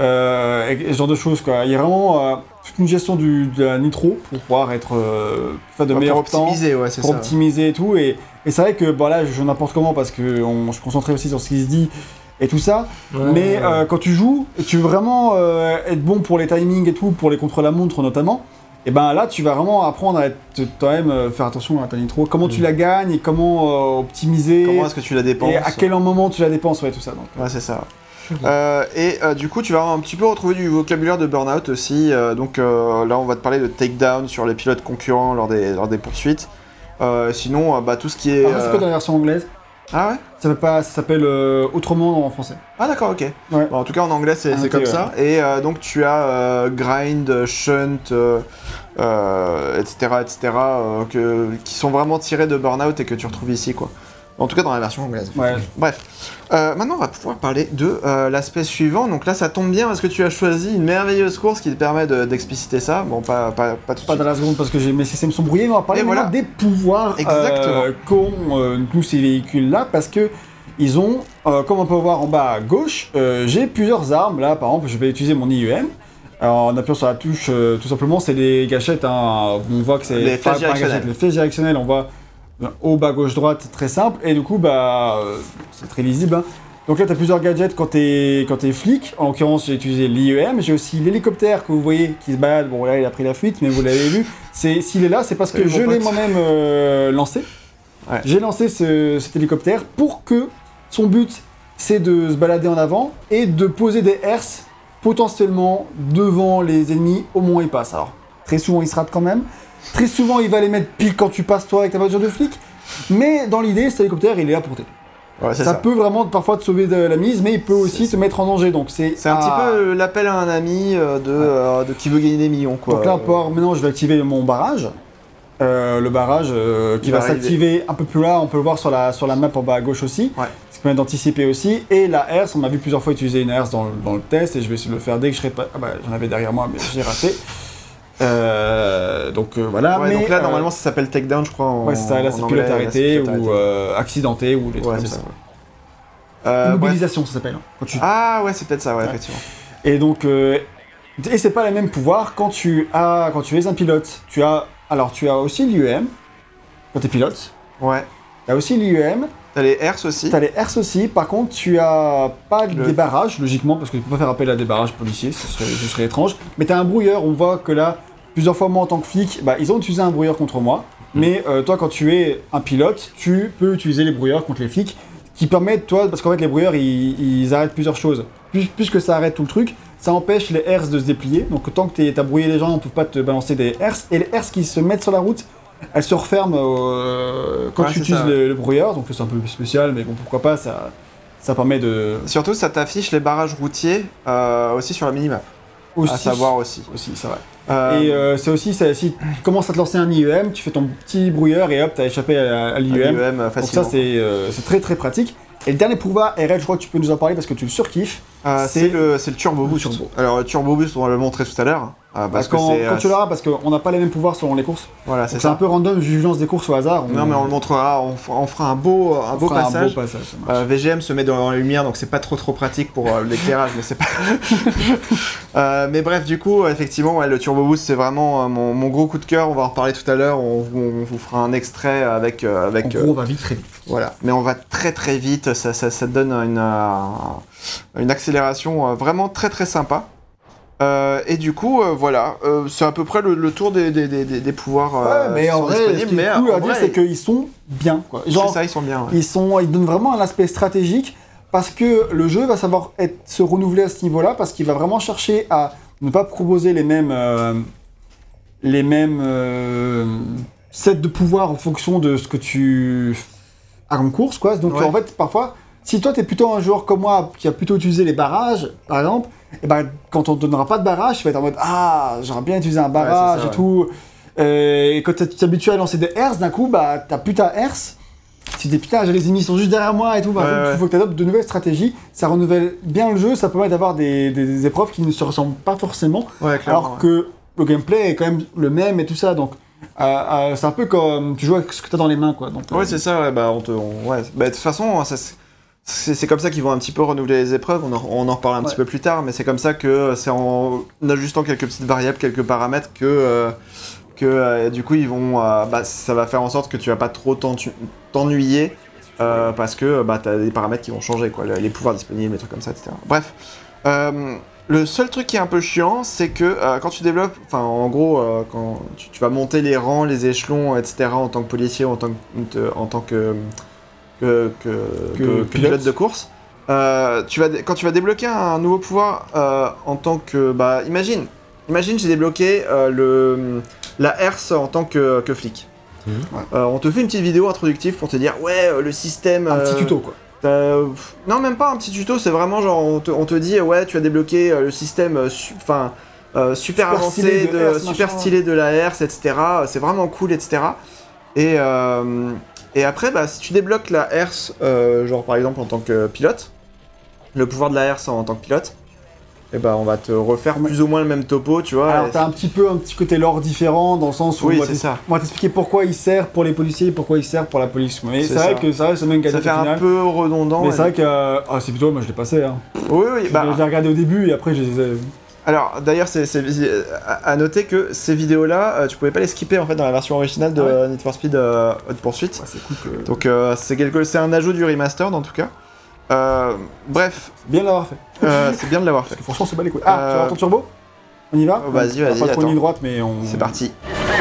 euh, et, et ce genre de choses quoi. Il y a vraiment euh, toute une gestion du, de la nitro pour pouvoir être euh, faire de ouais, meilleurs temps, optimiser, ouais, c'est pour ça, optimiser ouais. et tout. Et, et c'est vrai que bon, là je joue n'importe comment parce que on, je suis concentré aussi sur ce qui se dit et tout ça. Ouais, mais ouais. Euh, quand tu joues, et tu veux vraiment euh, être bon pour les timings et tout, pour les contre-la-montre notamment. Et ben là, tu vas vraiment apprendre à être toi-même euh, faire attention à ta nitro, comment mmh. tu la gagnes et comment euh, optimiser. Comment est-ce que tu la dépenses. Et à quel moment tu la dépenses, ouais, tout ça. Donc. Ouais, c'est ça. Mmh. Euh, et euh, du coup, tu vas un petit peu retrouver du vocabulaire de Burnout aussi. Euh, donc euh, là, on va te parler de takedown sur les pilotes concurrents lors des, lors des poursuites. Euh, sinon, euh, bah, tout ce qui est. Ah, c'est quoi dans la version anglaise ? Ah ouais ? Ça, pas, ça s'appelle euh, autrement en français. Ah d'accord, ok. Ouais. Bon, en tout cas en anglais c'est, ah, c'est okay, comme ouais. ça. Et euh, donc tu as euh, grind, shunt, euh, euh, et cetera, et cetera, euh, que, qui sont vraiment tirés de Burnout et que tu retrouves ici quoi. En tout cas dans la version anglaise. Ouais. Bref. Euh, maintenant on va pouvoir parler de euh, l'aspect suivant. Donc là ça tombe bien parce que tu as choisi une merveilleuse course qui te permet de, d'expliciter ça. Bon pas, pas, pas tout de Pas suite. dans la seconde parce que j'ai, mes systèmes sont brouillés, mais on va parler voilà. des pouvoirs euh, qu'ont euh, tous ces véhicules là parce que ils ont, euh, comme on peut voir en bas à gauche, euh, j'ai plusieurs armes. Là par exemple je vais utiliser mon I U M. Alors, en appuyant sur la touche, euh, tout simplement c'est des gâchettes, hein. On voit que c'est les flèches directionnelles. Les flèches directionnelles, on voit haut, bas, gauche, droite, très simple, et du coup, bah, euh, c'est très lisible. Hein. Donc là, tu as plusieurs gadgets quand t'es, quand t'es flic. En l'occurrence, j'ai utilisé l'I E M. J'ai aussi l'hélicoptère que vous voyez qui se balade. Bon, là, il a pris la fuite, mais vous l'avez vu. C'est, s'il est là, c'est parce que je l'ai moi-même euh, lancé. Ouais. J'ai lancé ce, cet hélicoptère pour que son but, c'est de se balader en avant et de poser des herses potentiellement devant les ennemis au moment où il passe. Alors, très souvent, il se rate quand même. Très souvent, il va les mettre pile quand tu passes toi avec ta voiture de flic. Mais dans l'idée, cet hélicoptère, il est là pour t'aider. Ouais, ça, ça peut vraiment parfois te sauver de la mise, mais il peut aussi c'est te mettre en danger. Donc c'est, c'est un à... petit peu l'appel à un ami euh, de, ouais. euh, de qui veut gagner des millions. Quoi. Donc là, pour, maintenant, je vais activer mon barrage. Euh, le barrage euh, qui va, va s'activer un peu plus là. On peut le voir sur la, sur la map en bas à gauche aussi. Ouais. Ça permet d'anticiper aussi. Et la herse, on m'a vu plusieurs fois utiliser une herse dans, dans le test et je vais le faire dès que je serai pas. Ah bah, j'en avais derrière moi, mais j'ai raté. Euh, donc euh, voilà. Ouais, mais, donc là, euh, normalement, ça s'appelle takedown, je crois. En, ouais, c'est ça. Là, c'est pilote arrêté ou euh, accidenté ou des trucs ouais, comme ça. ça. Euh, Immobilisation, ouais. Ça s'appelle. Hein, quand tu... Ah ouais, c'est peut-être ça, ouais, ouais. effectivement. Et donc, euh, et c'est pas les mêmes pouvoirs quand tu as, quand tu es un pilote. Tu as, alors tu as aussi l'I U M quand tu es pilote. Ouais. Tu as aussi l'I U M. T'as les herses aussi. T'as les herses aussi. Par contre, tu as pas le... des barrages, logiquement, parce que tu peux pas faire appel à des barrages policiers, ce serait, ce serait étrange. Mais t'as un brouilleur. On voit que là, plusieurs fois moi en tant que flic, bah, ils ont utilisé un brouilleur contre moi. Mmh. Mais euh, toi, quand tu es un pilote, tu peux utiliser les brouilleurs contre les flics, qui permettent, toi, parce qu'en fait, les brouilleurs, ils, ils arrêtent plusieurs choses. Plus, plus que ça arrête tout le truc, ça empêche les herses de se déplier. Donc tant que t'as brouillé les gens, on peut pas te balancer des herses. Et les herses qui se mettent sur la route, elles se referment euh, quand ouais, tu utilises le, le brouilleur, donc c'est un peu spécial, mais bon, pourquoi pas, ça, ça permet de... Surtout, ça t'affiche les barrages routiers euh, aussi sur la minimap. Aussi. À savoir aussi. Aussi, c'est vrai. Euh... Et euh, c'est aussi, ça, si tu commences à te lancer un I U M, tu fais ton petit brouilleur et hop, t'as échappé à, à l'I U M. l'I U M donc ça, c'est, euh, c'est très très pratique. Et le dernier pouvoir, R L, je crois que tu peux nous en parler parce que tu le surkiffes. Euh, c'est, c'est, le, c'est le Turbo Boost. Turbo. Alors, le Turbo Boost, on va le montrer tout à l'heure. Euh, parce, parce que quand, quand tu l'auras, parce qu'on n'a pas les mêmes pouvoirs selon les courses. Voilà, c'est ça. C'est un peu random, je lance des courses au hasard. On... Non, mais on le montrera, on, on fera un beau, un beau passage. Un beau passage euh, V G M se met dans la lumière, donc c'est pas trop trop pratique pour euh, l'éclairage, mais c'est pas. euh, mais bref, du coup, effectivement, ouais, le Turbo Boost, c'est vraiment euh, mon, mon gros coup de cœur. On va en reparler tout à l'heure. On, on vous fera un extrait avec. Euh, avec en gros, on va vite, très vite. Voilà, mais on va très très vite. Ça, ça, ça donne une, euh, une accélération euh, vraiment très très sympa. Euh, et du coup, euh, voilà, euh, c'est à peu près le, le tour des, des, des, des pouvoirs euh, ouais, mais qui en sont vrai, disponibles. Ce qui est mais cool en à dire, vrai, c'est qu'ils sont bien. Quoi. Genre, c'est ça, ils sont bien. Ouais. Ils, sont, ils donnent vraiment un aspect stratégique parce que le jeu va savoir être, se renouveler à ce niveau-là parce qu'il va vraiment chercher à ne pas proposer les mêmes, euh, les mêmes euh, sets de pouvoirs en fonction de ce que tu as en course. Quoi. Donc ouais. En fait, parfois, si toi, tu es plutôt un joueur comme moi qui a plutôt utilisé les barrages, par exemple, et ben, quand on te donnera pas de barrage, tu vas être en mode « Ah, j'aurais bien utilisé un barrage ouais, ça, et ouais. tout. Euh, » Et quand tu t'habitues à lancer des herses, d'un coup, bah, t'as plus ta herse. Tu te dis « Putain, j'ai les ennemis sont juste derrière moi et tout. Bah, » Il ouais, faut ouais. que tu adoptes de nouvelles stratégies. Ça renouvelle bien le jeu, ça permet d'avoir des, des, des épreuves qui ne se ressemblent pas forcément. Ouais, alors ouais. que le gameplay est quand même le même et tout ça. Donc, euh, euh, c'est un peu comme tu joues avec ce que tu as dans les mains. Quoi. Donc, ouais, euh, c'est ça. Ouais, bah, on te, on, ouais. bah, de toute façon, ça C'est, c'est comme ça qu'ils vont un petit peu renouveler les épreuves, on en, on en reparle un ouais. petit peu plus tard, mais c'est comme ça que c'est en ajustant quelques petites variables, quelques paramètres que, euh, que euh, du coup ils vont, euh, bah, ça va faire en sorte que tu vas pas trop t'ennuyer euh, parce que bah, tu as des paramètres qui vont changer, quoi, les pouvoirs disponibles, les trucs comme ça, et cetera. Bref, euh, le seul truc qui est un peu chiant, c'est que euh, quand tu développes, enfin en gros, euh, quand tu, tu vas monter les rangs, les échelons, et cetera en tant que policier ou en tant que... En tant que Que, que, que, que pilote. pilote de course. Euh, tu vas dé- quand tu vas débloquer un nouveau pouvoir euh, en tant que... Bah, imagine, imagine j'ai débloqué euh, le, la herse en tant que, que flic. Mmh. Euh, on te fait une petite vidéo introductive pour te dire, ouais, euh, le système... Un euh, petit tuto, quoi. Euh, non, même pas un petit tuto, c'est vraiment genre, on te, on te dit, ouais, tu as débloqué euh, le système... Enfin... Euh, super, super avancé, stylé de, de herse, super machin. Stylé de la herse, et cetera. C'est vraiment cool, et cetera. Et... Euh, Et après, bah, si tu débloques la herse, euh, genre par exemple en tant que pilote, le pouvoir de la herse en tant que pilote, et bah on va te refaire plus ou moins le même topo, tu vois. Alors t'as un petit peu un petit côté lore différent dans le sens où oui, on, va ça. on va t'expliquer pourquoi il sert pour les policiers et pourquoi il sert pour la police. Mais c'est, c'est vrai que ça reste le même gadget. Ça fait un peu redondant. Mais c'est vrai que euh, ah, c'est plutôt moi je l'ai passé. Hein. Oui, oui. Bah, je l'ai regardé au début et après je les ai... Alors d'ailleurs c'est, c'est à noter que ces vidéos-là, euh, tu pouvais pas les skipper en fait dans la version originale de ah ouais. Need for Speed euh, Hot Pursuit. Ouais, c'est cool que... Donc euh, c'est, quelque... c'est un ajout du remastered en tout cas. Euh, bref. C'est bien de l'avoir fait. Euh, c'est bien de l'avoir fait. Parce que franchement c'est pas les couilles. Ah, euh... tu vas ton turbo ? On y va ? oh, Vas-y, vas-y. On va pas trop une ligne droite mais on... C'est parti.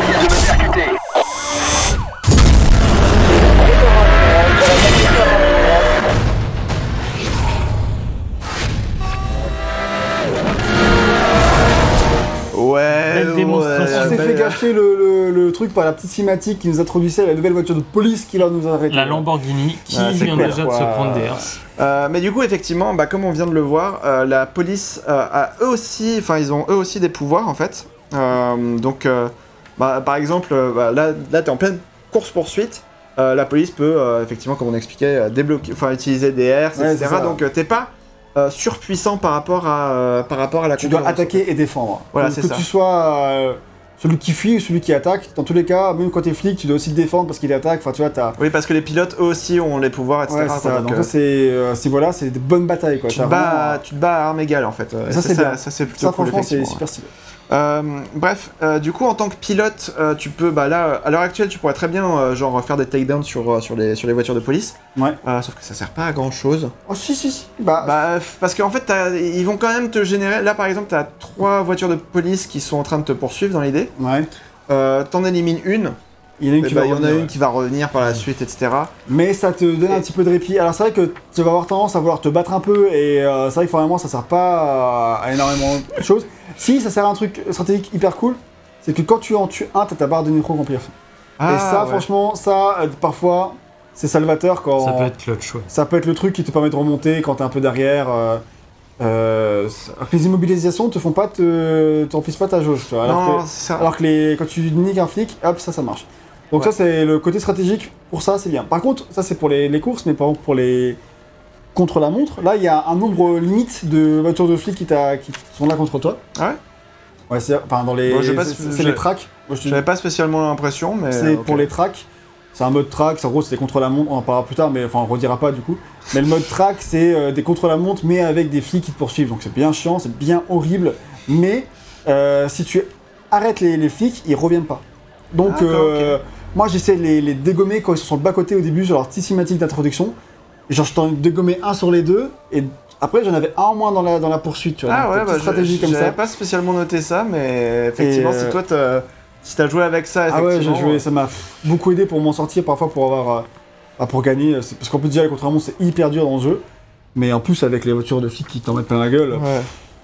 Ouais, belle démonstration. On s'est fait gâcher le, le, le truc par la petite cinématique qui nous introduisait la nouvelle voiture de police qui là nous a arrêté. La Lamborghini qui ah, vient clair, déjà quoi. De se prendre des herses. Euh, mais du coup, effectivement, bah, comme on vient de le voir, euh, la police euh, a eux aussi, enfin ils ont eux aussi des pouvoirs en fait. Euh, donc, euh, bah, par exemple, bah, là, là t'es en pleine course poursuite. Euh, la police peut euh, effectivement, comme on expliquait, débloquer, enfin utiliser des herses, ouais, et cetera. Donc t'es pas Euh, surpuissant par rapport à euh, par rapport à la tu dois attaquer et défendre. Voilà, donc, c'est que ça. tu sois euh, celui qui fuit ou celui qui attaque, dans tous les cas, même quand t'es flic, tu dois aussi te défendre parce qu'il attaque. Enfin, tu vois, t'as. Oui, parce que les pilotes eux aussi ont les pouvoirs, et cetera. Ouais, c'est ça. Donc, donc euh... ça, c'est, euh, c'est voilà, c'est des bonnes batailles quoi. Tu te bats, vraiment... tu te bats à armes égales en fait. Ça, c'est ça, bien. Ça c'est plutôt ça, cool. Franchement, c'est ouais. super stylé. Euh, bref, euh, du coup, en tant que pilote, euh, tu peux, bah là, à l'heure actuelle, tu pourrais très bien, euh, genre, faire des takedowns sur, euh, sur, les, sur les voitures de police. Ouais. Euh, sauf que ça sert pas à grand chose. Oh, si, si, si. Bah, bah parce qu'en fait, ils vont quand même te générer. Là, par exemple, t'as trois voitures de police qui sont en train de te poursuivre dans l'idée. Ouais. Euh, t'en élimines une. Il y en a une, qui, bah, va y en a revenir, une ouais. qui va revenir par la suite, et cetera. Mais ça te donne et... un petit peu de répit. Alors c'est vrai que tu vas avoir tendance à vouloir te battre un peu et euh, c'est vrai que finalement ça sert pas à, à énormément de choses. Si, ça sert à un truc stratégique hyper cool, c'est que quand tu en tues un, t'as ta barre de nitro remplie à fond. Ah, et ça, ouais. franchement, ça, euh, parfois, c'est salvateur quand... Ça peut être clutch, ouais. Ça peut être le truc qui te permet de remonter quand t'es un peu derrière. Euh, euh, les immobilisations te font pas te... t'emplissent pas ta jauge, tu vois. Alors, non, que, c'est ça. alors que les, quand tu niques un flic, hop, ça, ça marche. Donc ouais. Ça, c'est le côté stratégique, pour ça, c'est bien. Par contre, ça, c'est pour les, les courses, mais par exemple, pour les... contre la montre, là, il y a un nombre limite de voitures de flics qui, qui sont là contre toi. Ah ouais. Ouais, c'est enfin dans les. Bon, c'est, c'est, c'est les tracks. J'avais pas spécialement l'impression, mais. C'est okay. Pour les tracks. C'est un mode track, en gros c'est des contre-la-montre, on en parlera plus tard, mais enfin on redira pas du coup. Mais le mode track c'est euh, des contre-la-montre mais avec des flics qui te poursuivent, donc c'est bien chiant, c'est bien horrible, mais euh, si tu arrêtes les, les flics, ils reviennent pas. Donc ah, euh, okay. moi j'essaie de les, les dégommer quand ils sont sur le bas-côté au début, sur leur petite cinématique d'introduction, et genre je t'en ai dégommé un sur les deux, et après j'en avais un en moins dans la, dans la poursuite, tu vois. Ah ouais, bah, stratégie je, comme ça. J'avais pas spécialement noté ça, mais effectivement et, si toi t'as... Si t'as joué avec ça, effectivement... Ah ouais, j'ai joué, ça m'a beaucoup aidé pour m'en sortir, parfois pour avoir... Euh, pour gagner, parce qu'en plus déjà, les contre-la-montre, c'est hyper dur dans le jeu, mais en plus, avec les voitures de flics qui t'en mettent plein la gueule, ouais.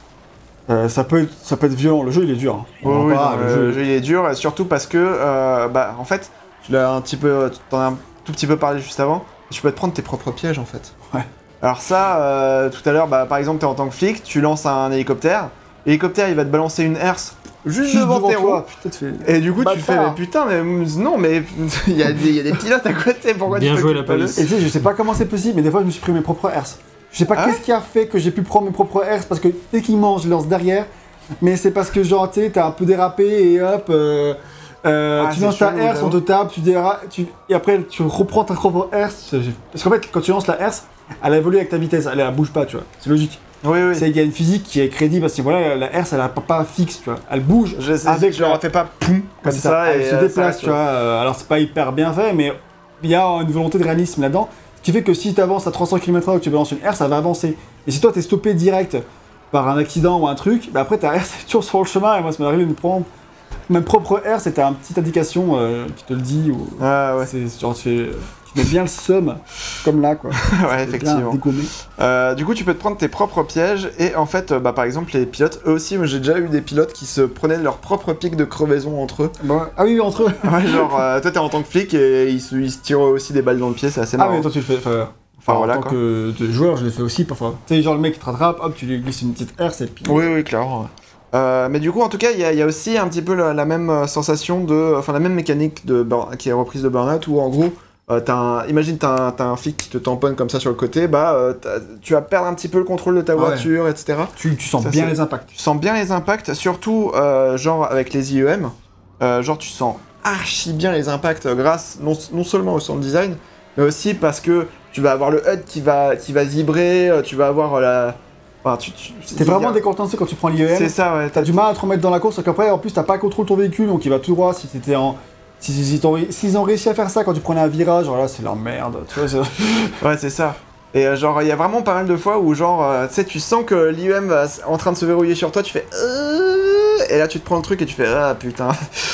euh, ça, peut être, ça peut être violent. Le jeu, il est dur. Hein. Oui, oui pas, non, le, jeu... le jeu, il est dur, et surtout parce que, euh, bah, en fait, tu l'as un petit peu... T'en as un tout petit peu parlé juste avant, tu peux te prendre tes propres pièges, en fait. Ouais. Alors ça, euh, tout à l'heure, bah, par exemple, t'es en tant que flic, tu lances un hélicoptère, l'hélicoptère, il va te balancer une herse juste, juste devant, devant tes roues. Et du coup, bah, tu fais, mais putain, mais non, mais il y, y a des pilotes à côté, pourquoi Bien tu joué la police. Et tu sais, je sais pas comment c'est possible, mais des fois, je me suis pris mes propres herses. Je sais pas ah qu'est-ce qui a fait que j'ai pu prendre mes propres herses, parce que dès qu'ils mangent, je lance derrière, mais c'est parce que, genre, tu sais, t'as un peu dérapé et hop, euh, euh, ah, tu lances ta herse, on te tape, tu dérapes, tu... et après, tu reprends ta propre herse. Parce qu'en fait, quand tu lances la herse, elle évolue avec ta vitesse, elle, elle bouge pas, tu vois, c'est logique. Oui, oui. C'est, il y a une physique qui est crédible parce que voilà, la herse elle a pas, pas fixe, tu vois. Elle bouge. Je sais, avec, je leur fais pas poum comme ça, ça elle et se déplace, tu vois. Euh, alors c'est pas hyper bien fait, mais il y a une volonté de réalisme là-dedans, ce qui fait que si tu avances à trois cents kilomètres heure et que tu balances une herse, ça va avancer. Et si toi t'es stoppé direct par un accident ou un truc, bah après ta herse est toujours sur le chemin. Et moi, ça m'est arrivé de me prendre ma propre herse, c'était une petite indication euh, qui te le dit. Ou... Ah ouais. C'est genre tu fais. Mais bien le seum, comme là quoi. Ouais, effectivement. Euh, du coup, tu peux te prendre tes propres pièges et en fait, bah, par exemple, les pilotes, eux aussi, moi j'ai déjà eu des pilotes qui se prenaient leur propre pic de crevaison entre eux. Bah, ah oui, entre eux. Ouais, genre, euh, toi t'es en tant que flic et ils se, ils se tirent aussi des balles dans le pied, c'est assez marrant. Ah, mais toi tu le fais. Enfin, enfin voilà, en tant quoi. que joueur, je l'ai fait aussi parfois. Tu sais, genre le mec qui te rattrape, hop, tu lui glisses une petite herse et puis. Oui, oui, clairement. Euh, mais du coup, en tout cas, il y, y a aussi un petit peu la, la même sensation de. Enfin, la même mécanique de, qui est reprise de Burnout où en gros. Euh, t'as un, imagine t'as un, t'as un flic qui te tamponne comme ça sur le côté, bah euh, tu vas perdre un petit peu le contrôle de ta voiture, ouais. et cetera. Tu, tu sens ça, bien les impacts. Tu sens bien les impacts, surtout euh, genre avec les I E M, euh, genre tu sens archi bien les impacts grâce non, non seulement au sound design, mais aussi parce que tu vas avoir le H U D qui va, qui va vibrer, tu vas avoir la... Enfin, tu, tu, T'es vraiment décontenancé quand tu prends l'I E M. C'est ça, ouais. T'as du mal à te remettre dans la course, parce qu'après en plus t'as pas contrôle de ton véhicule, donc il va tout droit si t'étais en... S'ils si, si si ont réussi à faire ça quand tu prenais un virage, alors là c'est leur merde, tu vois. C'est... ouais, c'est ça. Et euh, genre, il y a vraiment pas mal de fois où, genre, euh, tu sais, tu sens que l'I E M va en train de se verrouiller sur toi, tu fais. Euh... Et là, tu te prends le truc et tu fais. Ah putain,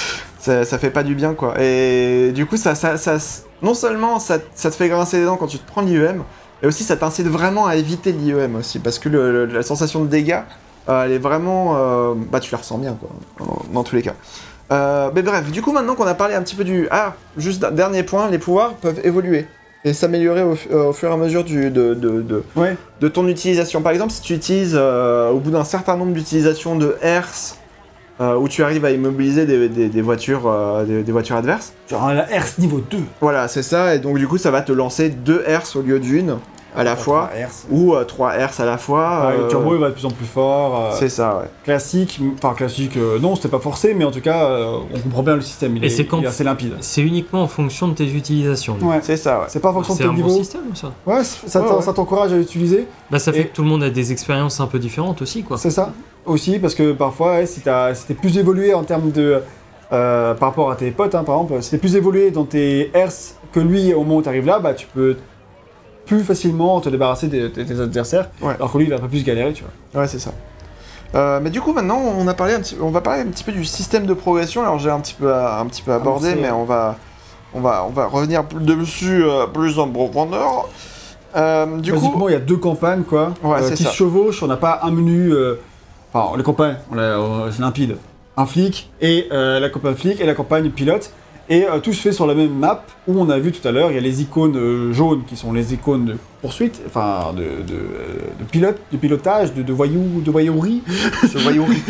ça, ça fait pas du bien, quoi. Et du coup, ça, ça, ça, non seulement ça, ça te fait grincer les dents quand tu te prends l'I E M, mais aussi ça t'incite vraiment à éviter l'I E M aussi, parce que le, le, la sensation de dégâts, euh, elle est vraiment. Euh, bah, tu la ressens bien, quoi, dans, dans tous les cas. Euh, mais bref, du coup, maintenant qu'on a parlé un petit peu du... Ah, juste un dernier point, les pouvoirs peuvent évoluer et s'améliorer au, euh, au fur et à mesure du, de, de, de, ouais. de ton utilisation. Par exemple, si tu utilises, euh, au bout d'un certain nombre d'utilisations de herse, euh, où tu arrives à immobiliser des, des, des, voitures, euh, des, des voitures adverses... Genre la herse niveau deux. Voilà, c'est ça, et donc du coup, ça va te lancer deux herses au lieu d'une. À la fois, ou euh, trois hertz à la fois. Ouais, euh... Le turbo il va de plus en plus fort. Euh... C'est ça, ouais. Classique, enfin classique, euh, non, c'était pas forcé, mais en tout cas, euh, on comprend bien le système. Il, Et est, c'est quand il est assez limpide. C'est uniquement en fonction de tes utilisations. Ouais, c'est ça, ouais. C'est pas en fonction c'est de tes niveaux. C'est un bon système, ça. Ouais, ça, ouais, ouais. ça t'encourage à l'utiliser. Bah, ça fait Et... que tout le monde a des expériences un peu différentes aussi, quoi. C'est ça, aussi, parce que parfois, ouais, si, t'as, si t'es plus évolué en termes de. Euh, par rapport à tes potes, hein, par exemple, si t'es plus évolué dans tes hertz que lui au moment où t'arrives là, bah tu peux. Plus facilement te débarrasser de tes adversaires, ouais. alors que lui il va un peu plus galérer, tu vois. Ouais, c'est ça. Euh, mais du coup, maintenant, on a parlé un petit, on va parler un petit peu du système de progression. Alors, j'ai un petit peu, un petit peu abordé, ah, mais on va, on va, on va revenir dessus euh, plus en profondeur. Euh, du Basiquement, coup, il y a deux campagnes, quoi, ouais, euh, qui se chevauchent. On n'a pas un menu. Euh... Enfin, les campagnes, on euh, c'est limpide. Un flic et euh, la campagne flic et la campagne pilote. Et euh, tout se fait sur la même map où on a vu tout à l'heure, il y a les icônes euh, jaunes qui sont les icônes de poursuite, enfin de, de, de pilote, de pilotage, de, de voyou, de voyouerie, de voyouerie,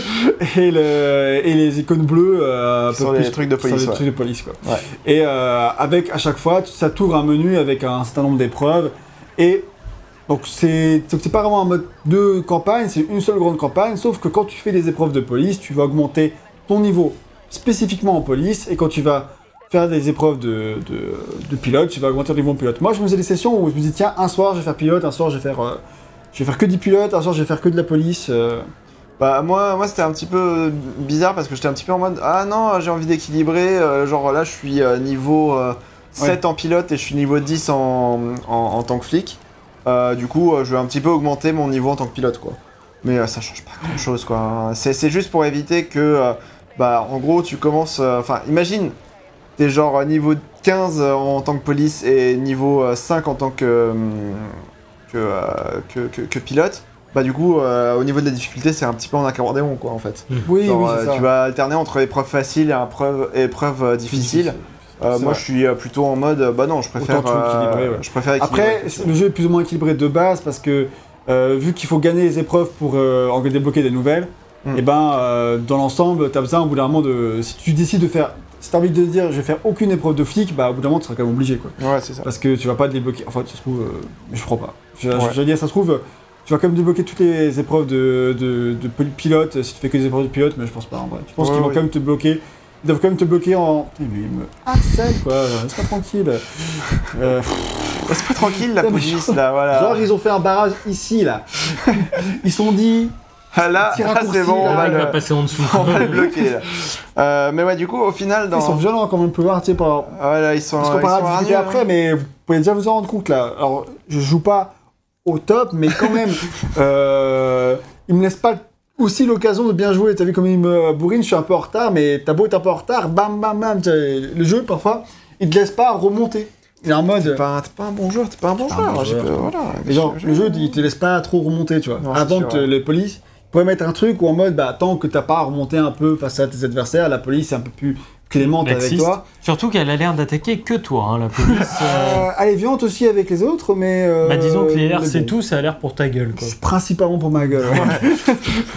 et, le, et les icônes bleues, euh, un peu sur plus, les trucs de police, sur les ouais. trucs de police quoi. Ouais. Et euh, avec à chaque fois, ça t'ouvre un menu avec un certain nombre d'épreuves et Donc c'est, donc c'est pas vraiment un mode de campagne, c'est une seule grande campagne, sauf que quand tu fais des épreuves de police, tu vas augmenter ton niveau spécifiquement en police, et quand tu vas faire des épreuves de, de, de pilote, tu vas augmenter ton niveau en pilote. Moi je me faisais des sessions où je me dis tiens, un soir je vais faire pilote, un soir je vais faire, euh, je vais faire que du pilote, un soir je vais faire que de la police. Euh... Bah moi, moi c'était un petit peu bizarre parce que j'étais un petit peu en mode ah non j'ai envie d'équilibrer, euh, genre là je suis euh, niveau euh, sept ouais. en pilote et je suis niveau dix en, en, en tant que flic. Euh, du coup, euh, je vais un petit peu augmenter mon niveau en tant que pilote, quoi. Mais euh, ça change pas grand chose, quoi. C'est, c'est juste pour éviter que, euh, bah, en gros, tu commences. Enfin, euh, imagine, t'es genre niveau quinze en tant que police et niveau cinq en tant que que, euh, que, que, que pilote. Bah, du coup, euh, au niveau de la difficulté, c'est un petit peu en accordéon, quoi, en fait. Oui, genre, oui, c'est euh, ça. Tu vas alterner entre épreuves faciles et épreuves, épreuves euh, difficiles. Euh, moi, vrai. je suis plutôt en mode, bah non, je préfère, euh, ouais. je préfère équilibrer. Après, le jeu est plus ou moins équilibré de base parce que euh, vu qu'il faut gagner les épreuves pour euh, en débloquer des nouvelles, mm. et ben euh, dans l'ensemble, t'as besoin au bout d'un moment de, si tu décides de faire, si t'as envie de dire, je vais faire aucune épreuve de flic, bah au bout d'un moment, tu seras quand même obligé, quoi. Ouais, c'est ça. Parce que tu vas pas débloquer, enfin, ça se trouve, euh, mais je crois pas. Je, ouais. je veux dire, ça se trouve, tu vas quand même débloquer toutes les épreuves de, de, de, de pilote si tu fais que des épreuves de pilote, mais je pense pas en vrai. Je pense ouais, qu'ils vont ouais. quand même te bloquer. Ils doivent quand même te bloquer en... Putain, mais il me harcèle, quoi, laisse-moi tranquille. Euh... Laisse-moi tranquille, la police, là, voilà. Genre, ils ont fait un barrage ici, là. Ils se sont dit... Ah là, là c'est bon, là, on va, le... va passer en dessous. On va le bloquer, là. Euh, mais ouais, du coup, au final... Dans... Ils sont violents, quand même, peut voir, tu sais, par... Ouais, là, ils sont... Parce qu'on parlera de après, mais vous pouvez déjà vous en rendre compte, là. Alors, je joue pas au top, mais quand même, euh... ils me laissent pas... aussi l'occasion de bien jouer. T'as vu comme il me bourrine, je suis un peu en retard, mais t'as beau être un peu en retard, bam bam bam. Le jeu, parfois, il te laisse pas remonter. Il est en mode. T'es pas, t'es pas un bon joueur, t'es pas un bon joueur. joueur. Peux, voilà, mais genre, je, je... le jeu, il te laisse pas trop remonter, tu vois. Non, avant que ouais. les polices pourraient mettre un truc où en mode, bah, tant que t'as pas remonté un peu face à tes adversaires, la police est un peu plus clémente Laxiste. Avec toi. Surtout qu'elle a l'air d'attaquer que toi, hein, la police. Euh... Elle est violente aussi avec les autres, mais. Euh... Bah, disons que les R C tout, ça a l'air pour ta gueule, quoi. Principalement pour ma gueule, ouais.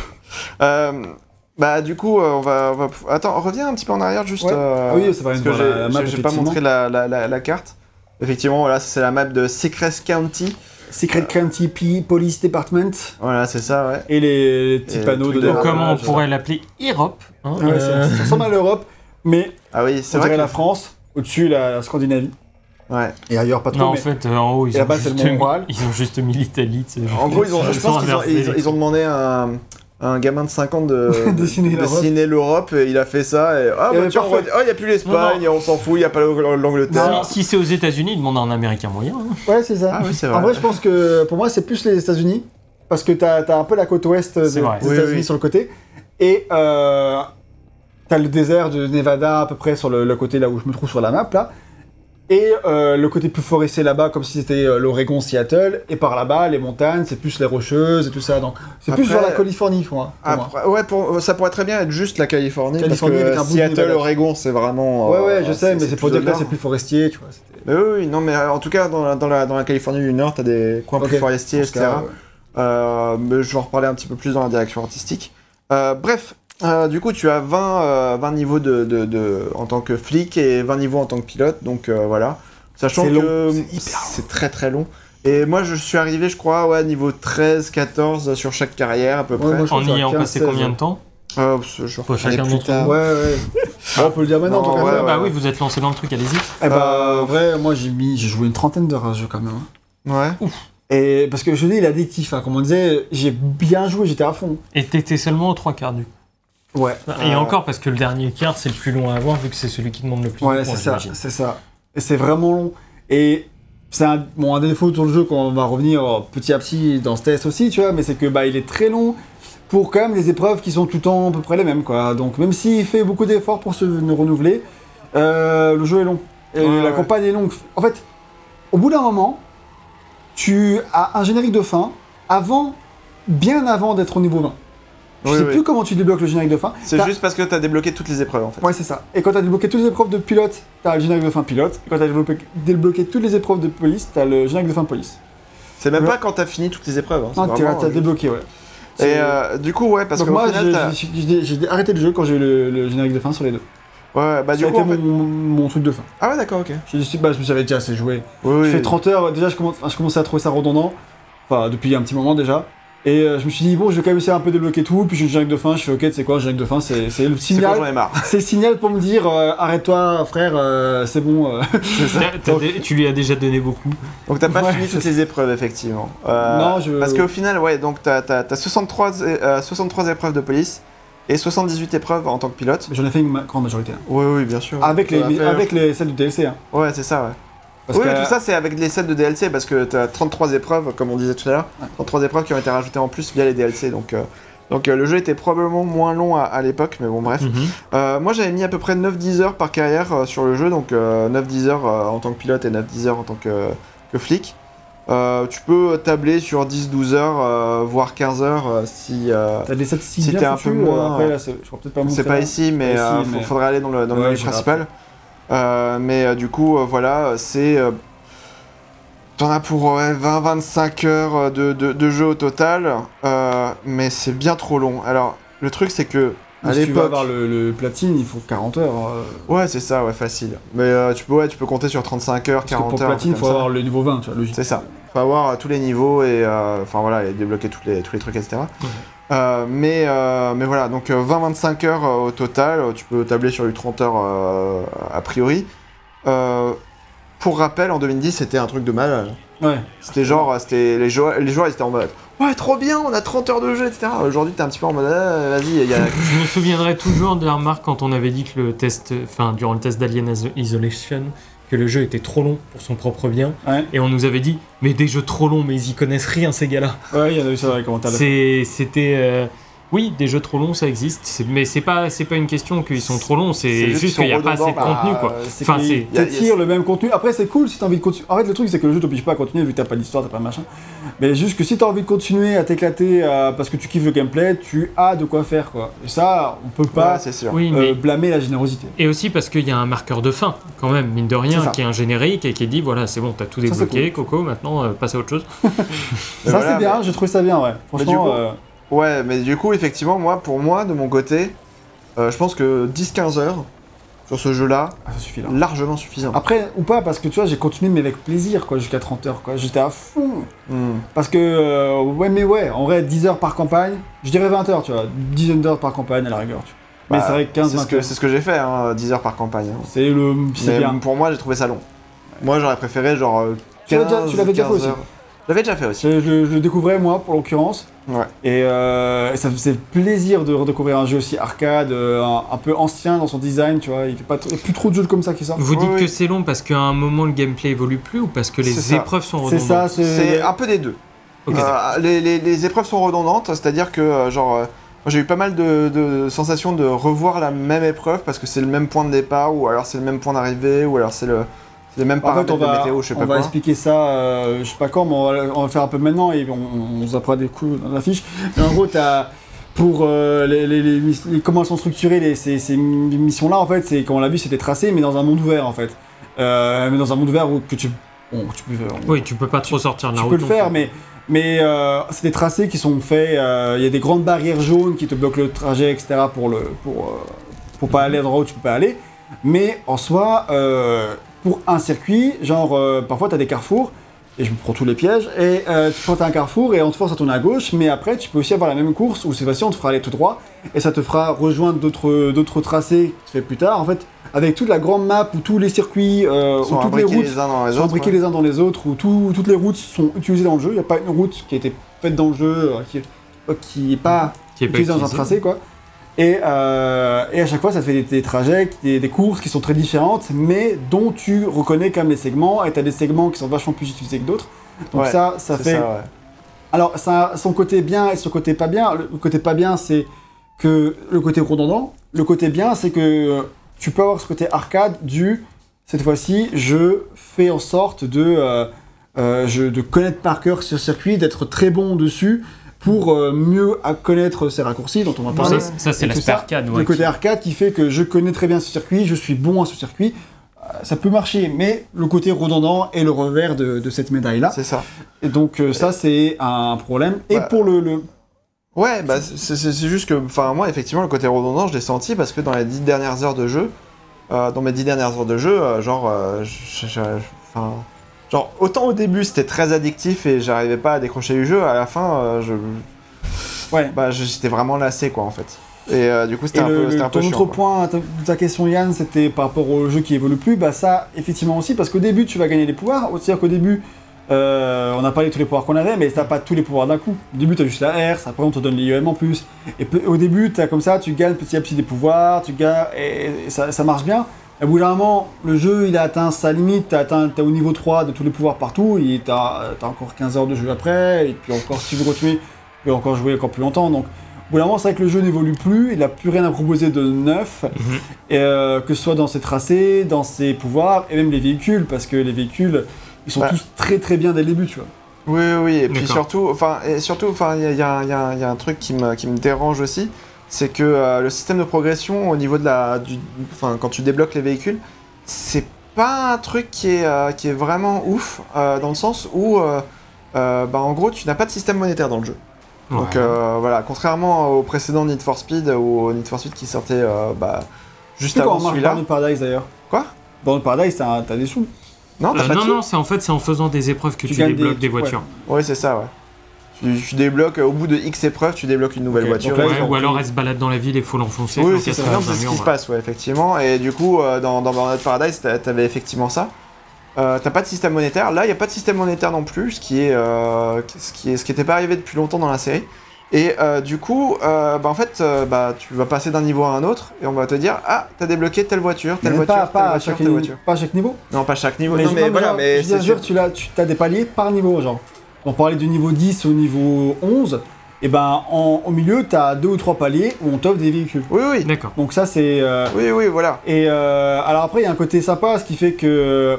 Euh, bah du coup euh, on, va, on va... Attends, reviens un petit peu en arrière juste... Ouais. Euh, ah oui, ça va parce que j'ai, la map, j'ai pas montré la, la, la, la carte. Effectivement, voilà, c'est la map de Secret County. Secret euh... County P Police Department. Voilà, c'est ça, ouais. Et les, les petits Et panneaux de... Comment on pourrait l'appeler Europe, hein, ouais, euh... ça ressemble à l'Europe, mais ah oui, c'est on vrai dirait que... la France, au-dessus la, la Scandinavie. Ouais. Et ailleurs pas trop. Non, mais... en fait, euh, en haut, ils, ont juste, mis... ils ont juste mis l'Italie. En gros, ils ont, je pense qu'ils ont, ils, ils ont demandé un... un gamin de cinq ans de dessiner, dessiner l'Europe, et il a fait ça, et ah, bah, tiens, on va dire, oh, il n'y a plus l'Espagne, on s'en fout, il n'y a pas l'Angleterre. Si, si c'est aux États-Unis, il demande un Américain moyen. Hein. Ouais, c'est ça. Ah, oui, c'est vrai. En vrai, je pense que pour moi, c'est plus les États-Unis, parce que t'as, t'as un peu la côte ouest des, des oui, États-Unis oui. sur le côté, et euh, t'as le désert de Nevada à peu près sur le, le côté là où je me trouve sur la map, là. Et euh, le côté plus forestier là-bas, comme si c'était euh, l'Oregon, Seattle, et par là-bas, les montagnes, c'est plus les rocheuses et tout ça. Donc, c'est après, plus vers la Californie, pour moi. Pour après, moi. Ouais, pour, ça pourrait très bien être juste la Californie, Californie parce que Seattle, Oregon, c'est vraiment... Ouais, ouais, euh, je sais, mais c'est, c'est pour dire que là, c'est plus forestier, tu vois. Mais oui, oui, non, mais en tout cas, dans la, dans la, dans la Californie du Nord, t'as des coins okay. plus forestiers, et cetera. Cas, ouais. euh, mais je vais en reparler un petit peu plus dans la direction artistique. Euh, bref... Euh, du coup, tu as vingt, euh, vingt niveaux de, de, de, en tant que flic et vingt niveaux en tant que pilote, donc euh, voilà. Sachant c'est que long. C'est, hyper c'est très très long. Et moi, je suis arrivé, je crois, ouais, niveau treize, quatorze sur chaque carrière à peu ouais, près. En y ayant passé combien de temps euh, je Pour chacun plus tard. Ouais, ouais. Ah, on peut le dire maintenant, en tout cas. Ouais, bah oui, vous êtes lancé dans le truc, allez-y. Eh bah, en vrai, moi, j'ai mis, j'ai joué une trentaine d'heures à ce jeu quand même. Ouais. Ouf. Et parce que je dis, il est addictif, hein, comme on disait, j'ai bien joué, j'étais à fond. Et t'étais seulement aux trois quarts du. Ouais. Et euh... encore, parce que le dernier quart, c'est le plus long à avoir, vu que c'est celui qui demande le plus ouais, de points, c'est ça, c'est ça. Et c'est vraiment long. Et c'est un, bon, un défaut sur le jeu, qu'on va revenir petit à petit dans ce test aussi, tu vois, mais c'est que bah, il est très long pour quand même les épreuves qui sont tout le temps à peu près les mêmes, quoi. Donc même s'il fait beaucoup d'efforts pour se renouveler, euh, le jeu est long. Et ouais, la ouais. campagne est longue. En fait, au bout d'un moment, tu as un générique de fin avant, bien avant d'être au niveau vingt. Je oui, sais oui. plus comment tu débloques le générique de fin. C'est t'as... juste parce que t'as débloqué toutes les épreuves en fait. Ouais, c'est ça. Et quand t'as débloqué toutes les épreuves de pilote, t'as le générique de fin pilote. Et quand t'as débloqué, débloqué toutes les épreuves de police, t'as le générique de fin police. C'est même ouais. pas quand t'as fini toutes les épreuves. Hein. Non, t'as, t'as juste... débloqué, ouais. Et euh, du coup, ouais, parce que moi, final, j'ai, j'ai, j'ai arrêté le jeu quand j'ai eu le, le générique de fin sur les deux. Ouais, bah ça du a coup, été en fait... mon, mon truc de fin. Ah ouais, d'accord, ok. J'ai dit, bah, je me savais déjà assez joué. Oui, je oui. fais trente heures, déjà je commence, je commençais à trouver ça redondant. enfin depuis un petit moment déjà. Et euh, je me suis dit, bon, je vais quand même essayer un peu de débloquer tout, puis j'ai une générique de fin, je fais ok, tu sais quoi, générique de fin, c'est, c'est le signal. C'est, j'en ai marre. C'est le signal pour me dire, euh, arrête-toi, frère, euh, c'est bon. Euh. Donc, des, tu lui as déjà donné beaucoup. Donc t'as pas ouais, fini toutes les épreuves, effectivement. Euh, non, je. Parce qu'au final, ouais, donc t'as, t'as, t'as soixante-trois, euh, soixante-trois épreuves de police et soixante-dix-huit épreuves en tant que pilote. Mais j'en ai fait une ma- grande majorité. Hein. Oui, oui, bien sûr. Avec, les, fait... avec les celles du D L C. Hein. Ouais, c'est ça, ouais. Parce oui, que... tout ça c'est avec les sets de D L C parce que tu as trente-trois épreuves, comme on disait tout à l'heure, ouais. trente-trois épreuves qui ont été rajoutées en plus via les D L C. Donc, euh, donc euh, le jeu était probablement moins long à, à l'époque, mais bon, bref. Mm-hmm. Euh, moi j'avais mis à peu près neuf dix heures par carrière euh, sur le jeu, donc euh, neuf dix heures euh, en tant que pilote et neuf dix heures en tant que, que flic. Euh, tu peux tabler sur dix douze heures, euh, voire quinze heures euh, si, euh, T'as des si t'es un peu moins. Après, là, c'est, je crois peut-être pas c'est pas là. ici, mais il euh, mais... faudrait aller dans le, dans ouais, le menu principal. Euh, mais euh, du coup, euh, voilà, c'est. Euh, T'en as pour ouais, vingt vingt-cinq heures de, de, de jeu au total, euh, mais c'est bien trop long. Alors, le truc, c'est que. À si l'époque... tu veux avoir le, le platine, il faut quarante heures. Euh... Ouais, c'est ça, ouais, facile. Mais euh, tu, peux, ouais, tu peux compter sur trente-cinq heures, Parce quarante que pour heures. Pour platine, il faut ça. avoir le niveau vingt, tu vois, logique. C'est ça. Il faut avoir euh, tous les niveaux et, euh, enfin, voilà, et débloquer toutes les, tous les trucs, et cetera. Ouais. Euh, mais, euh, mais voilà, donc euh, vingt vingt-cinq heures euh, au total, tu peux tabler sur du trente heures euh, a priori. Euh, pour rappel, en deux mille dix, c'était un truc de malade. Ouais. C'était genre, c'était, les, joueurs, les joueurs ils étaient en mode ouais, trop bien, on a trente heures de jeu, et cetera. Aujourd'hui, t'es un petit peu en mode ah, vas-y, il y a. Je me souviendrai toujours de la remarque quand on avait dit que le test, enfin, durant le test d'Alien Isolation, que le jeu était trop long pour son propre bien. Ouais. Et on nous avait dit, mais des jeux trop longs, mais ils y connaissent rien, ces gars-là. Ouais, il y en a eu ça dans les commentaires. C'est, c'était. Euh... Oui, des jeux trop longs, ça existe, c'est, mais c'est pas, c'est pas une question qu'ils sont trop longs, c'est, c'est juste, juste qu'il n'y a pas assez de bah, contenu, quoi. C'est enfin, c'est... T'attires le même contenu. Après, c'est cool si t'as envie de continuer. En fait, le truc, c'est que le jeu t'oblige pas à continuer vu que t'as pas d'histoire, t'as pas de machin. Mais juste que si t'as envie de continuer à t'éclater euh, parce que tu kiffes le gameplay, tu as de quoi faire, quoi. Et ça, on peut pas ouais, c'est sûr. Oui, euh, mais... blâmer la générosité. Et aussi parce qu'il y a un marqueur de fin, quand même, mine de rien, qui est un générique et qui dit, voilà, c'est bon, t'as tout débloqué, cool. Coco, maintenant, euh, passe à autre chose. Ça, voilà, c'est bien, mais... j'ai trouvé ça bien, ouais. Franchement... Ouais, mais du coup, effectivement, moi, pour moi, de mon côté, euh, je pense que dix quinze heures sur ce jeu-là, ah, ça suffit là. Largement suffisant. Après, ou pas, parce que tu vois, j'ai continué, mais avec plaisir, quoi, jusqu'à trente heures, quoi. J'étais à fond. Mm. Parce que, euh, ouais, mais ouais, en vrai, dix heures par campagne, je dirais vingt heures, tu vois, dizaine d'heures par campagne à la rigueur, tu vois. Bah, mais c'est vrai que quinze vingt heures. C'est ce que j'ai fait, hein, dix heures par campagne. Hein. C'est le. C'est mais bien. Pour moi, j'ai trouvé ça long. Ouais. Moi, j'aurais préféré, genre, quinze, tu, déjà, tu l'avais déjà fait aussi. Je l'avais déjà fait aussi. Je, je, je le découvrais, moi, pour l'occurrence. Ouais. Et, euh, et ça faisait plaisir de redécouvrir un jeu aussi arcade, euh, un, un peu ancien dans son design, tu vois. Il n'y a, a plus trop de jeux comme ça qui sortent. Vous dites oui, que oui. c'est long parce qu'à un moment le gameplay évolue plus ou parce que les c'est épreuves ça. sont redondantes? C'est ça, c'est... c'est un peu des deux. Okay, euh, les, les, les épreuves sont redondantes, c'est-à-dire que, euh, genre, euh, j'ai eu pas mal de, de sensations de revoir la même épreuve parce que c'est le même point de départ, ou alors c'est le même point d'arrivée, ou alors c'est le. C'est les mêmes paramètres en fait, on va, de météo, je sais pas on quoi. On va expliquer ça, euh, je sais pas quand, mais on va, on va le faire un peu maintenant et on, on zappera des coups dans l'affiche. Mais en gros, t'as, pour euh, les, les, les, les, comment elles sont structurées les, ces, ces missions-là, en fait, c'est, comme on l'a vu, c'était tracé, mais dans un monde ouvert, en fait. Euh, mais dans un monde ouvert où que tu, bon, tu peux... On, oui, tu peux pas trop sortir de la tu route. Tu peux le faire, mais... Mais euh, c'est des tracés qui sont faits, il euh, y a des grandes barrières jaunes qui te bloquent le trajet, et cetera pour, le, pour, euh, pour pas aller à l'endroit où tu peux pas aller. Mais en soi, euh, pour un circuit, genre euh, parfois tu as des carrefours, et je me prends tous les pièges, et euh, tu prends un carrefour et on te force à tourner à gauche, mais après tu peux aussi avoir la même course où cette fois-ci on te fera aller tout droit, et ça te fera rejoindre d'autres, d'autres tracés que tu fais plus tard, en fait, avec toute la grande map où tous les circuits, euh, où toutes les routes les uns dans les sont autres, imbriquées ouais. les uns dans les autres, où tout, toutes les routes sont utilisées dans le jeu, il n'y a pas une route qui a été faite dans le jeu, euh, qui n'est pas qui est utilisée pas dans un tracé, quoi. Et, euh, et à chaque fois, ça te fait des, des trajets, des, des courses qui sont très différentes, mais dont tu reconnais quand même les segments, et tu as des segments qui sont vachement plus utilisés que d'autres. Donc ouais, ça, ça fait... Ça, ouais. Alors, ça a son côté bien et son côté pas bien. Le côté pas bien, c'est que le côté redondant. Le côté bien, c'est que tu peux avoir ce côté arcade du... Cette fois-ci, je fais en sorte de, euh, euh, je, de connaître par cœur ce circuit, d'être très bon dessus, pour euh, mieux connaître ces raccourcis dont on va parler. Ça, ça c'est l'aspect arcade. Ouais, le côté qui... arcade qui fait que je connais très bien ce circuit, je suis bon à ce circuit. Euh, ça peut marcher, mais le côté redondant est le revers de, de cette médaille-là. C'est ça. Et donc euh, ça, c'est un problème. Et bah, pour le... le... Ouais, bah c'est, c'est, c'est juste que... Enfin, moi, effectivement, le côté redondant, je l'ai senti parce que dans les dix dernières heures de jeu, euh, dans mes dix dernières heures de jeu, euh, genre... Euh, je, je, je, Genre, autant au début c'était très addictif et j'arrivais pas à décrocher du jeu, à la fin, euh, je... Ouais. Bah, j'étais vraiment lassé, quoi, en fait. Et euh, du coup, c'était un, le, peu, c'était un peu chiant. Ton autre point de ta question, Yann, c'était par rapport au jeu qui évolue plus. Bah, ça, effectivement aussi, parce qu'au début, tu vas gagner des pouvoirs. C'est-à-dire qu'au début, euh, on a parlé de tous les pouvoirs qu'on avait, mais t'as pas tous les pouvoirs d'un coup. Au début, t'as juste la R, après, on te donne l'I E M en plus. Et au début, t'as comme ça, tu gagnes petit à petit des pouvoirs, tu gagnes, et, et ça, ça marche bien. Et au bout d'un moment, le jeu, il a atteint sa limite, t'as atteint, t'as au niveau trois de tous les pouvoirs partout, et t'as, t'as encore quinze heures de jeu après, et puis encore, si tu veux continuer, tu peux encore jouer encore plus longtemps. Donc, au bout d'un moment, c'est vrai que le jeu n'évolue plus, il n'a plus rien à proposer de neuf, mm-hmm. et, euh, que ce soit dans ses tracés, dans ses pouvoirs, et même les véhicules, parce que les véhicules, ils sont ouais. tous très très bien dès le début, tu vois. Oui, oui, et puis surtout, enfin, et surtout, enfin, il y, y, y a un truc qui me, qui me dérange aussi, c'est que euh, le système de progression au niveau de la, du, enfin, quand tu débloques les véhicules, c'est pas un truc qui est, euh, qui est vraiment ouf, euh, dans le sens où, euh, euh, bah, en gros, tu n'as pas de système monétaire dans le jeu. Ouais. Donc euh, voilà, contrairement au précédent Need for Speed, ou au Need for Speed qui sortait euh, bah, juste c'est avant quand on celui-là. Dans le Paradise d'ailleurs. Quoi? Dans le Paradise, t'as, t'as des sous. Non, t'as euh, pas non, de sous. non, c'est en fait c'est en faisant des épreuves que tu, tu débloques des, des voitures. Ouais, ouais c'est ça, ouais. Tu, tu débloques, au bout de X épreuves, tu débloques une nouvelle okay, voiture. Là, ouais, ou alors elle se balade dans la ville et il faut l'enfoncer. Oui, c'est, c'est, c'est ce qui se passe, ouais, effectivement. Et du coup, euh, dans, dans Burnout Paradise, t'avais effectivement ça. Euh, t'as pas de système monétaire. Là, il n'y a pas de système monétaire non plus, ce qui est, euh, ce qui est, ce qui était pas arrivé depuis longtemps dans la série. Et euh, du coup, euh, bah, en fait, euh, bah, tu vas passer d'un niveau à un autre et on va te dire ah, t'as débloqué telle voiture, telle mais voiture, pas, telle pas voiture, à telle voiture. Pas à chaque niveau. Non, pas chaque niveau. Mais non, mais, mais voilà, genre, mais je veux dire, tu l'as, tu as des paliers par niveau, genre. On parlait du niveau dix au niveau onze. Et ben en, au milieu, t'as deux ou trois paliers où on t'offre des véhicules. Oui, oui. D'accord. Donc ça, c'est... Euh... Oui, oui, voilà. Et euh, alors après, il y a un côté sympa, ce qui fait que...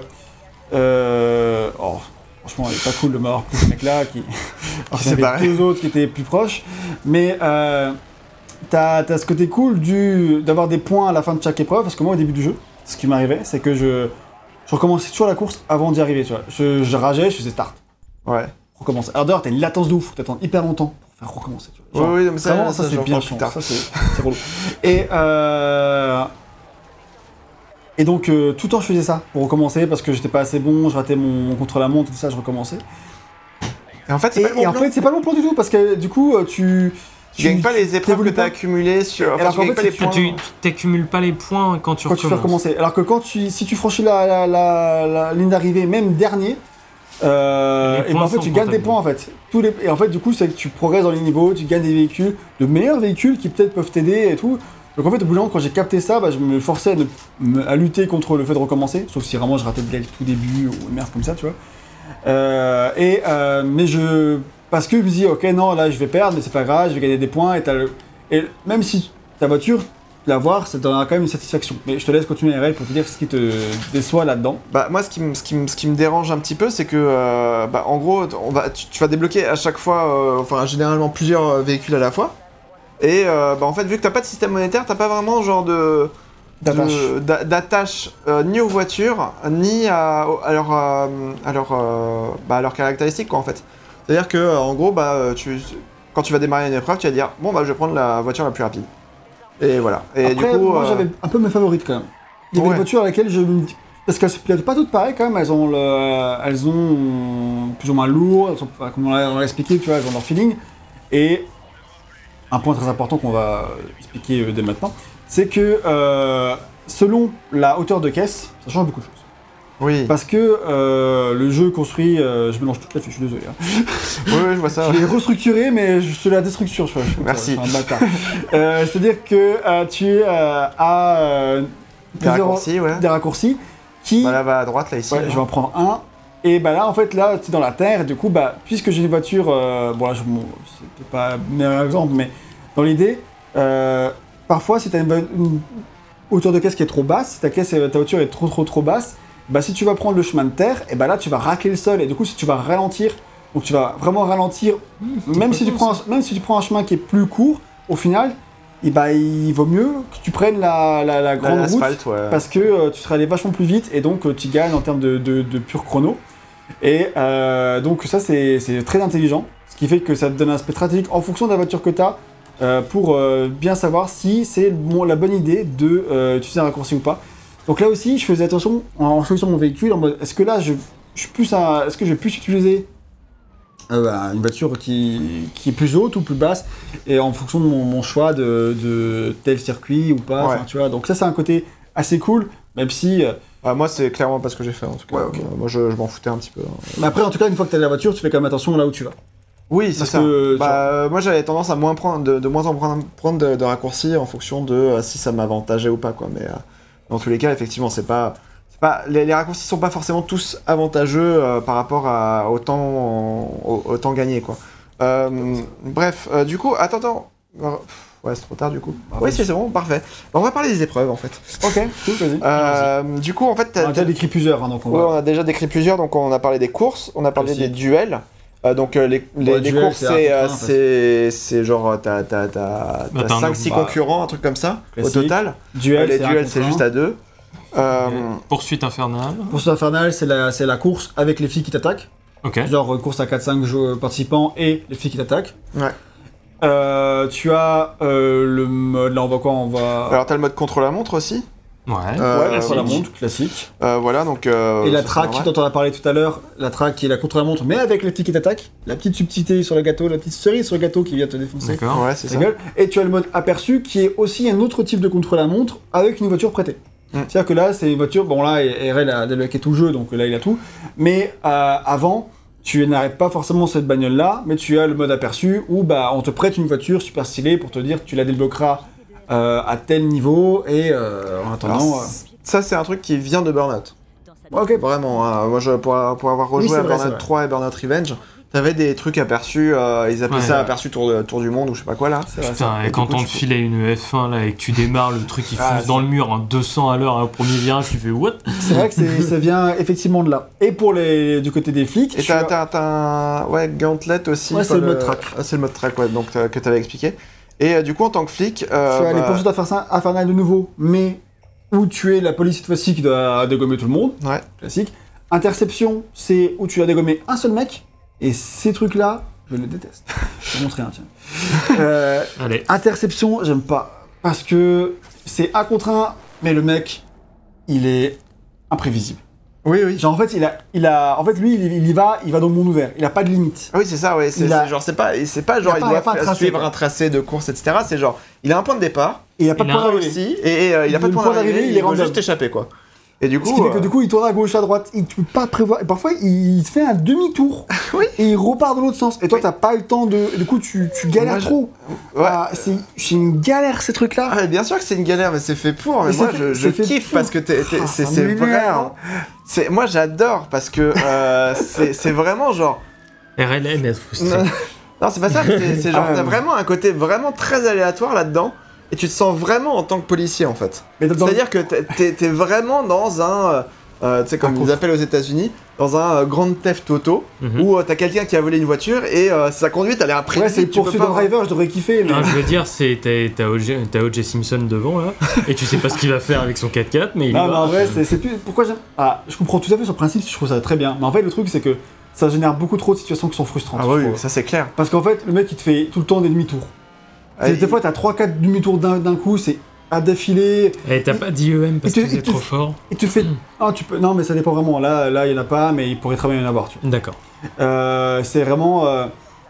Euh... Oh, franchement, il est pas cool de m'avoir pris ce mec-là, qui... Alors, il y avait deux autres qui étaient plus proches. Mais euh, t'as, t'as ce côté cool du, d'avoir des points à la fin de chaque épreuve, parce que moi, au début du jeu, ce qui m'arrivait, c'est que je, je recommençais toujours la course avant d'y arriver, tu vois. Je, je rageais, je faisais start. Ouais. Recommence. Alors d'ailleurs, t'as une latence de ouf, faut t'attendre hyper longtemps pour faire recommencer. Tu vois. Genre, oui, oui, mais ça, vraiment, ça, ça c'est bien chiant. Ça, c'est, c'est relou. Et, euh... Et donc, euh, tout le temps, je faisais ça pour recommencer parce que j'étais pas assez bon, je ratais mon, mon contre-la-montre, tout ça, je recommençais. Et en fait, c'est et, pas le bon et en fait, c'est pas le bon plan du tout parce que du coup, tu. Tu gagnes pas les épreuves que t'as accumulées sur. Enfin, tu gagnes pas les points. Tu t'accumules pas les points quand tu quand recommences. tu fais recommencer. Alors que quand tu, si tu franchis la, la, la, la ligne d'arrivée, même dernier. Euh, et ben en fait tu gagnes des points en fait. Tous les... Et en fait du coup c'est que tu progresses dans les niveaux, tu gagnes des véhicules, de meilleurs véhicules qui peut-être peuvent t'aider et tout. Donc en fait au bout d'un moment quand j'ai capté ça, bah, je me forçais à, ne... à lutter contre le fait de recommencer, sauf si vraiment je ratais dès le tout début ou une merde comme ça tu vois. Euh, et euh, mais je... Parce que je me dis ok non là je vais perdre mais c'est pas grave, je vais gagner des points et, t'as le... et même si ta voiture... l'avoir, ça te donnera quand même une satisfaction. Mais je te laisse continuer R L pour te dire ce qui te déçoit là-dedans. Bah moi, ce qui me, ce qui me, ce qui me dérange un petit peu, c'est que, euh, bah, en gros, on va, tu, tu vas débloquer à chaque fois, euh, enfin généralement plusieurs véhicules à la fois. Et euh, bah, en fait, vu que t'as pas de système monétaire, t'as pas vraiment genre de d'attache, de, d'a, d'attache euh, ni aux voitures, ni à, à leurs à leur, euh, bah, à leurs caractéristiques quoi en fait. C'est-à-dire que en gros, bah tu, quand tu vas démarrer une épreuve, tu vas dire bon bah je vais prendre la voiture la plus rapide. Et voilà. Et après, du coup, moi euh... j'avais un peu mes favorites quand même. Il y avait ouais. des voitures avec lesquelles je me dis. Parce qu'elles se pilotent pas toutes pareilles quand même, elles ont, le... elles ont plus ou moins lourd, elles sont, comme on l'a expliqué, tu vois, elles ont leur feeling. Et un point très important qu'on va expliquer dès maintenant, c'est que euh, selon la hauteur de caisse, ça change beaucoup de choses. Oui. Parce que euh, le jeu construit, euh, je mélange toute la fiche, je suis désolé. Hein. Oui, oui, je vois ça. Je l'ai restructuré, mais je te la déstructure, je, je, Merci. Je suis un bâtard. euh, c'est-à-dire que euh, tu euh, as euh, des raccourcis, ouais. Des raccourcis qui. Bah là, va à droite, là, ici. Ouais, là. Je vais en prendre un. Et bah là, en fait, là, tu es dans la terre, et du coup, bah, puisque j'ai une voiture, euh, bon là, je, bon, c'était pas le meilleur exemple, mais dans l'idée, euh, parfois, si tu as une, une hauteur de caisse qui est trop basse, si ta, caisse, ta voiture est trop, trop, trop basse, bah si tu vas prendre le chemin de terre, et bah là tu vas racler le sol et du coup si tu vas ralentir, donc tu vas vraiment ralentir, mmh, même, si tu prends un, même si tu prends un chemin qui est plus court, au final, et bah il vaut mieux que tu prennes la, la, la grande route ouais. parce que euh, tu seras allé vachement plus vite et donc euh, tu gagnes en termes de, de, de pur chrono. Et euh, donc ça c'est, c'est très intelligent, ce qui fait que ça te donne un aspect stratégique en fonction de la voiture que tu as euh, pour euh, bien savoir si c'est bon, la bonne idée d'utiliser euh, un raccourci ou pas. Donc là aussi, je faisais attention en choisissant mon véhicule, en mode, est-ce que là, je, je je suis plus un, est-ce que je vais plus utiliser euh, bah, une voiture qui, qui est plus haute ou plus basse, et en fonction de mon, mon choix de, de tel circuit ou pas, ouais. tu vois. Donc ça, c'est un côté assez cool, même si... Euh, ah, moi, c'est clairement pas ce que j'ai fait, en tout cas. Ouais, okay. euh, moi, je, je m'en foutais un petit peu. Hein. Mais après, en tout cas, une fois que tu as la voiture, tu fais quand même attention là où tu vas. Oui, c'est ça. Que, bah, euh, moi, j'avais tendance à moins prendre, de, de moins en prendre, prendre de, de raccourcis en fonction de euh, si ça m'avantageait ou pas, quoi. Mais euh, dans tous les cas, effectivement, c'est pas... Bah, les, les raccourcis sont pas forcément tous avantageux euh, par rapport à, au, temps, au, au temps gagné, quoi. Euh, bref, euh, du coup, attends, attends. Ouais, c'est trop tard, du coup. Ah, oui, c'est bon, parfait. On va parler des épreuves, en fait. Ok, cool, vas-y. Euh, du coup, en fait... On a déjà décrit plusieurs, hein, donc on va... Ouais, on a déjà décrit plusieurs, donc on a parlé des courses, on a parlé Aussi. des duels. Euh, donc euh, les, les, ouais, les duel, courses, c'est, euh, c'est, c'est genre, t'as, t'as, t'as, t'as cinq six bah, concurrents, un truc comme ça, classique. Au total. Duel, euh, les duels, c'est juste à deux. Euh... Poursuite infernale. Poursuite infernale, c'est la, c'est la course avec les filles qui t'attaquent. Ok. Genre course à quatre cinq participants et les filles qui t'attaquent. Ouais. Euh, tu as euh, le mode, là on va quoi on va... Alors t'as le mode contre-la-montre aussi. Ouais, euh, ouais contre-la-montre, classique. Euh, voilà, donc... Euh, et la track dont on a parlé tout à l'heure, la track qui est la contre-la-montre, mais avec les filles qui t'attaquent. La petite subtilité sur le gâteau, la petite cerise sur le gâteau qui vient te défoncer. D'accord, ouais, c'est ça. Gueule. Et tu as le mode aperçu qui est aussi un autre type de contre-la-montre avec une voiture prêtée. Mm. C'est-à-dire que là, c'est une voiture... Bon là, R L a débloqué tout le jeu, donc là il a tout. Mais euh, avant... Tu n'arrêtes pas forcément cette bagnole-là, mais tu as le mode aperçu où bah, on te prête une voiture super stylée pour te dire que tu la débloqueras euh, à tel niveau et euh, en attendant... Alors, euh... Ça, c'est un truc qui vient de Burnout. Ok. Vraiment, hein. Moi, je, pour, pour avoir rejoué oui, à vrai, Burnout trois et Burnout Revenge, t'avais des trucs aperçus, euh, ils appelaient ouais, ça ouais. aperçu tour, de, tour du monde ou je sais pas quoi là. C'est Putain, vrai, et, et quand on te filait une F un là et que tu démarres, le truc il fonce ah, dans le mur en deux cents à l'heure au premier virage, tu fais what? C'est vrai que c'est, ça vient effectivement de là. Et pour les du côté des flics. Et t'as, as... t'as, t'as un ouais, gauntlet aussi. Ouais, c'est le, le mode track. Ah, c'est le mode track, ouais, donc euh, que t'avais expliqué. Et euh, du coup, en tant que flic. Euh, tu as bah... les poursuites infernales de nouveau, mais où tu es la police cette fois-ci qui doit dégommer tout le monde. Ouais. Classique. Interception, c'est où tu as dégommé un seul mec. Et ces trucs-là, je les déteste. Je vais te montrer un, tiens. Euh, Allez. Interception, j'aime pas. Parce que c'est un contre un, mais le mec, il est imprévisible. Oui, oui. Genre, en fait, il a, il a, en fait, lui, il, il y va, il va dans le monde ouvert. Il a pas de limite. Ah oui, c'est ça, ouais. C'est, a... c'est genre, c'est pas, c'est pas genre, il, il doit pas un suivre un tracé de course, et cetera. C'est genre, il a un point de départ. Et il a pas de point d'arrivée aussi. Et, et euh, il a pas de point d'arrivée. Il, il est juste échappé, quoi. Et du coup, ce qui fait que euh... du coup, il tourne à gauche, à droite, et tu peux pas prévoir. Et parfois, il fait un demi-tour. Oui. Et il repart de l'autre sens. Et toi, oui. t'as pas le temps de. Du coup, tu, tu galères moi, trop. Je... Ouais. Ah, c'est, c'est une galère ces trucs-là. Ah, bien sûr que c'est une galère, mais c'est fait pour. Mais, mais moi, fait, je, je kiffe parce que t'es, t'es, ah, c'est, c'est vraiment. C'est, moi, j'adore parce que euh, c'est, c'est vraiment genre. R L N est frustré. Non, c'est pas ça. C'est, c'est genre, ah, t'as vraiment un côté vraiment très aléatoire là-dedans. Et tu te sens vraiment en tant que policier en fait. Mais dans C'est-à-dire que t'es, t'es, t'es vraiment dans un, euh, tu sais comme ils appellent aux États-Unis, dans un euh, grand theft auto mm-hmm. où euh, t'as quelqu'un qui a volé une voiture et euh, sa conduite elle est imprévisible. Ouais, c'est poursuite de driver, je devrais kiffer. Mais... Non, je veux dire, c'est t'as, t'as, O J, t'as O J Simpson devant là, et tu sais pas ce qu'il va faire avec son quatre quatre, mais il non, va. mais en vrai, c'est, c'est plus. Pourquoi j'aime. Ah, je comprends tout à fait sur le principe, je trouve ça très bien. Mais en fait, le truc c'est que ça génère beaucoup trop de situations qui sont frustrantes. Ah oui, ça c'est clair. Parce qu'en fait, le mec il te fait tout le temps des demi-tours. C'est, des fois, t'as trois quatre demi-tours d'un, d'un coup, c'est à défiler. Et t'as et, pas d'I E M parce te, que c'est trop fort. Et tu fais. Ah, tu peux. Non, mais ça dépend vraiment. Là, là, il y en a pas, mais il pourrait très bien y en avoir. Tu vois. D'accord. Euh, c'est vraiment. Euh,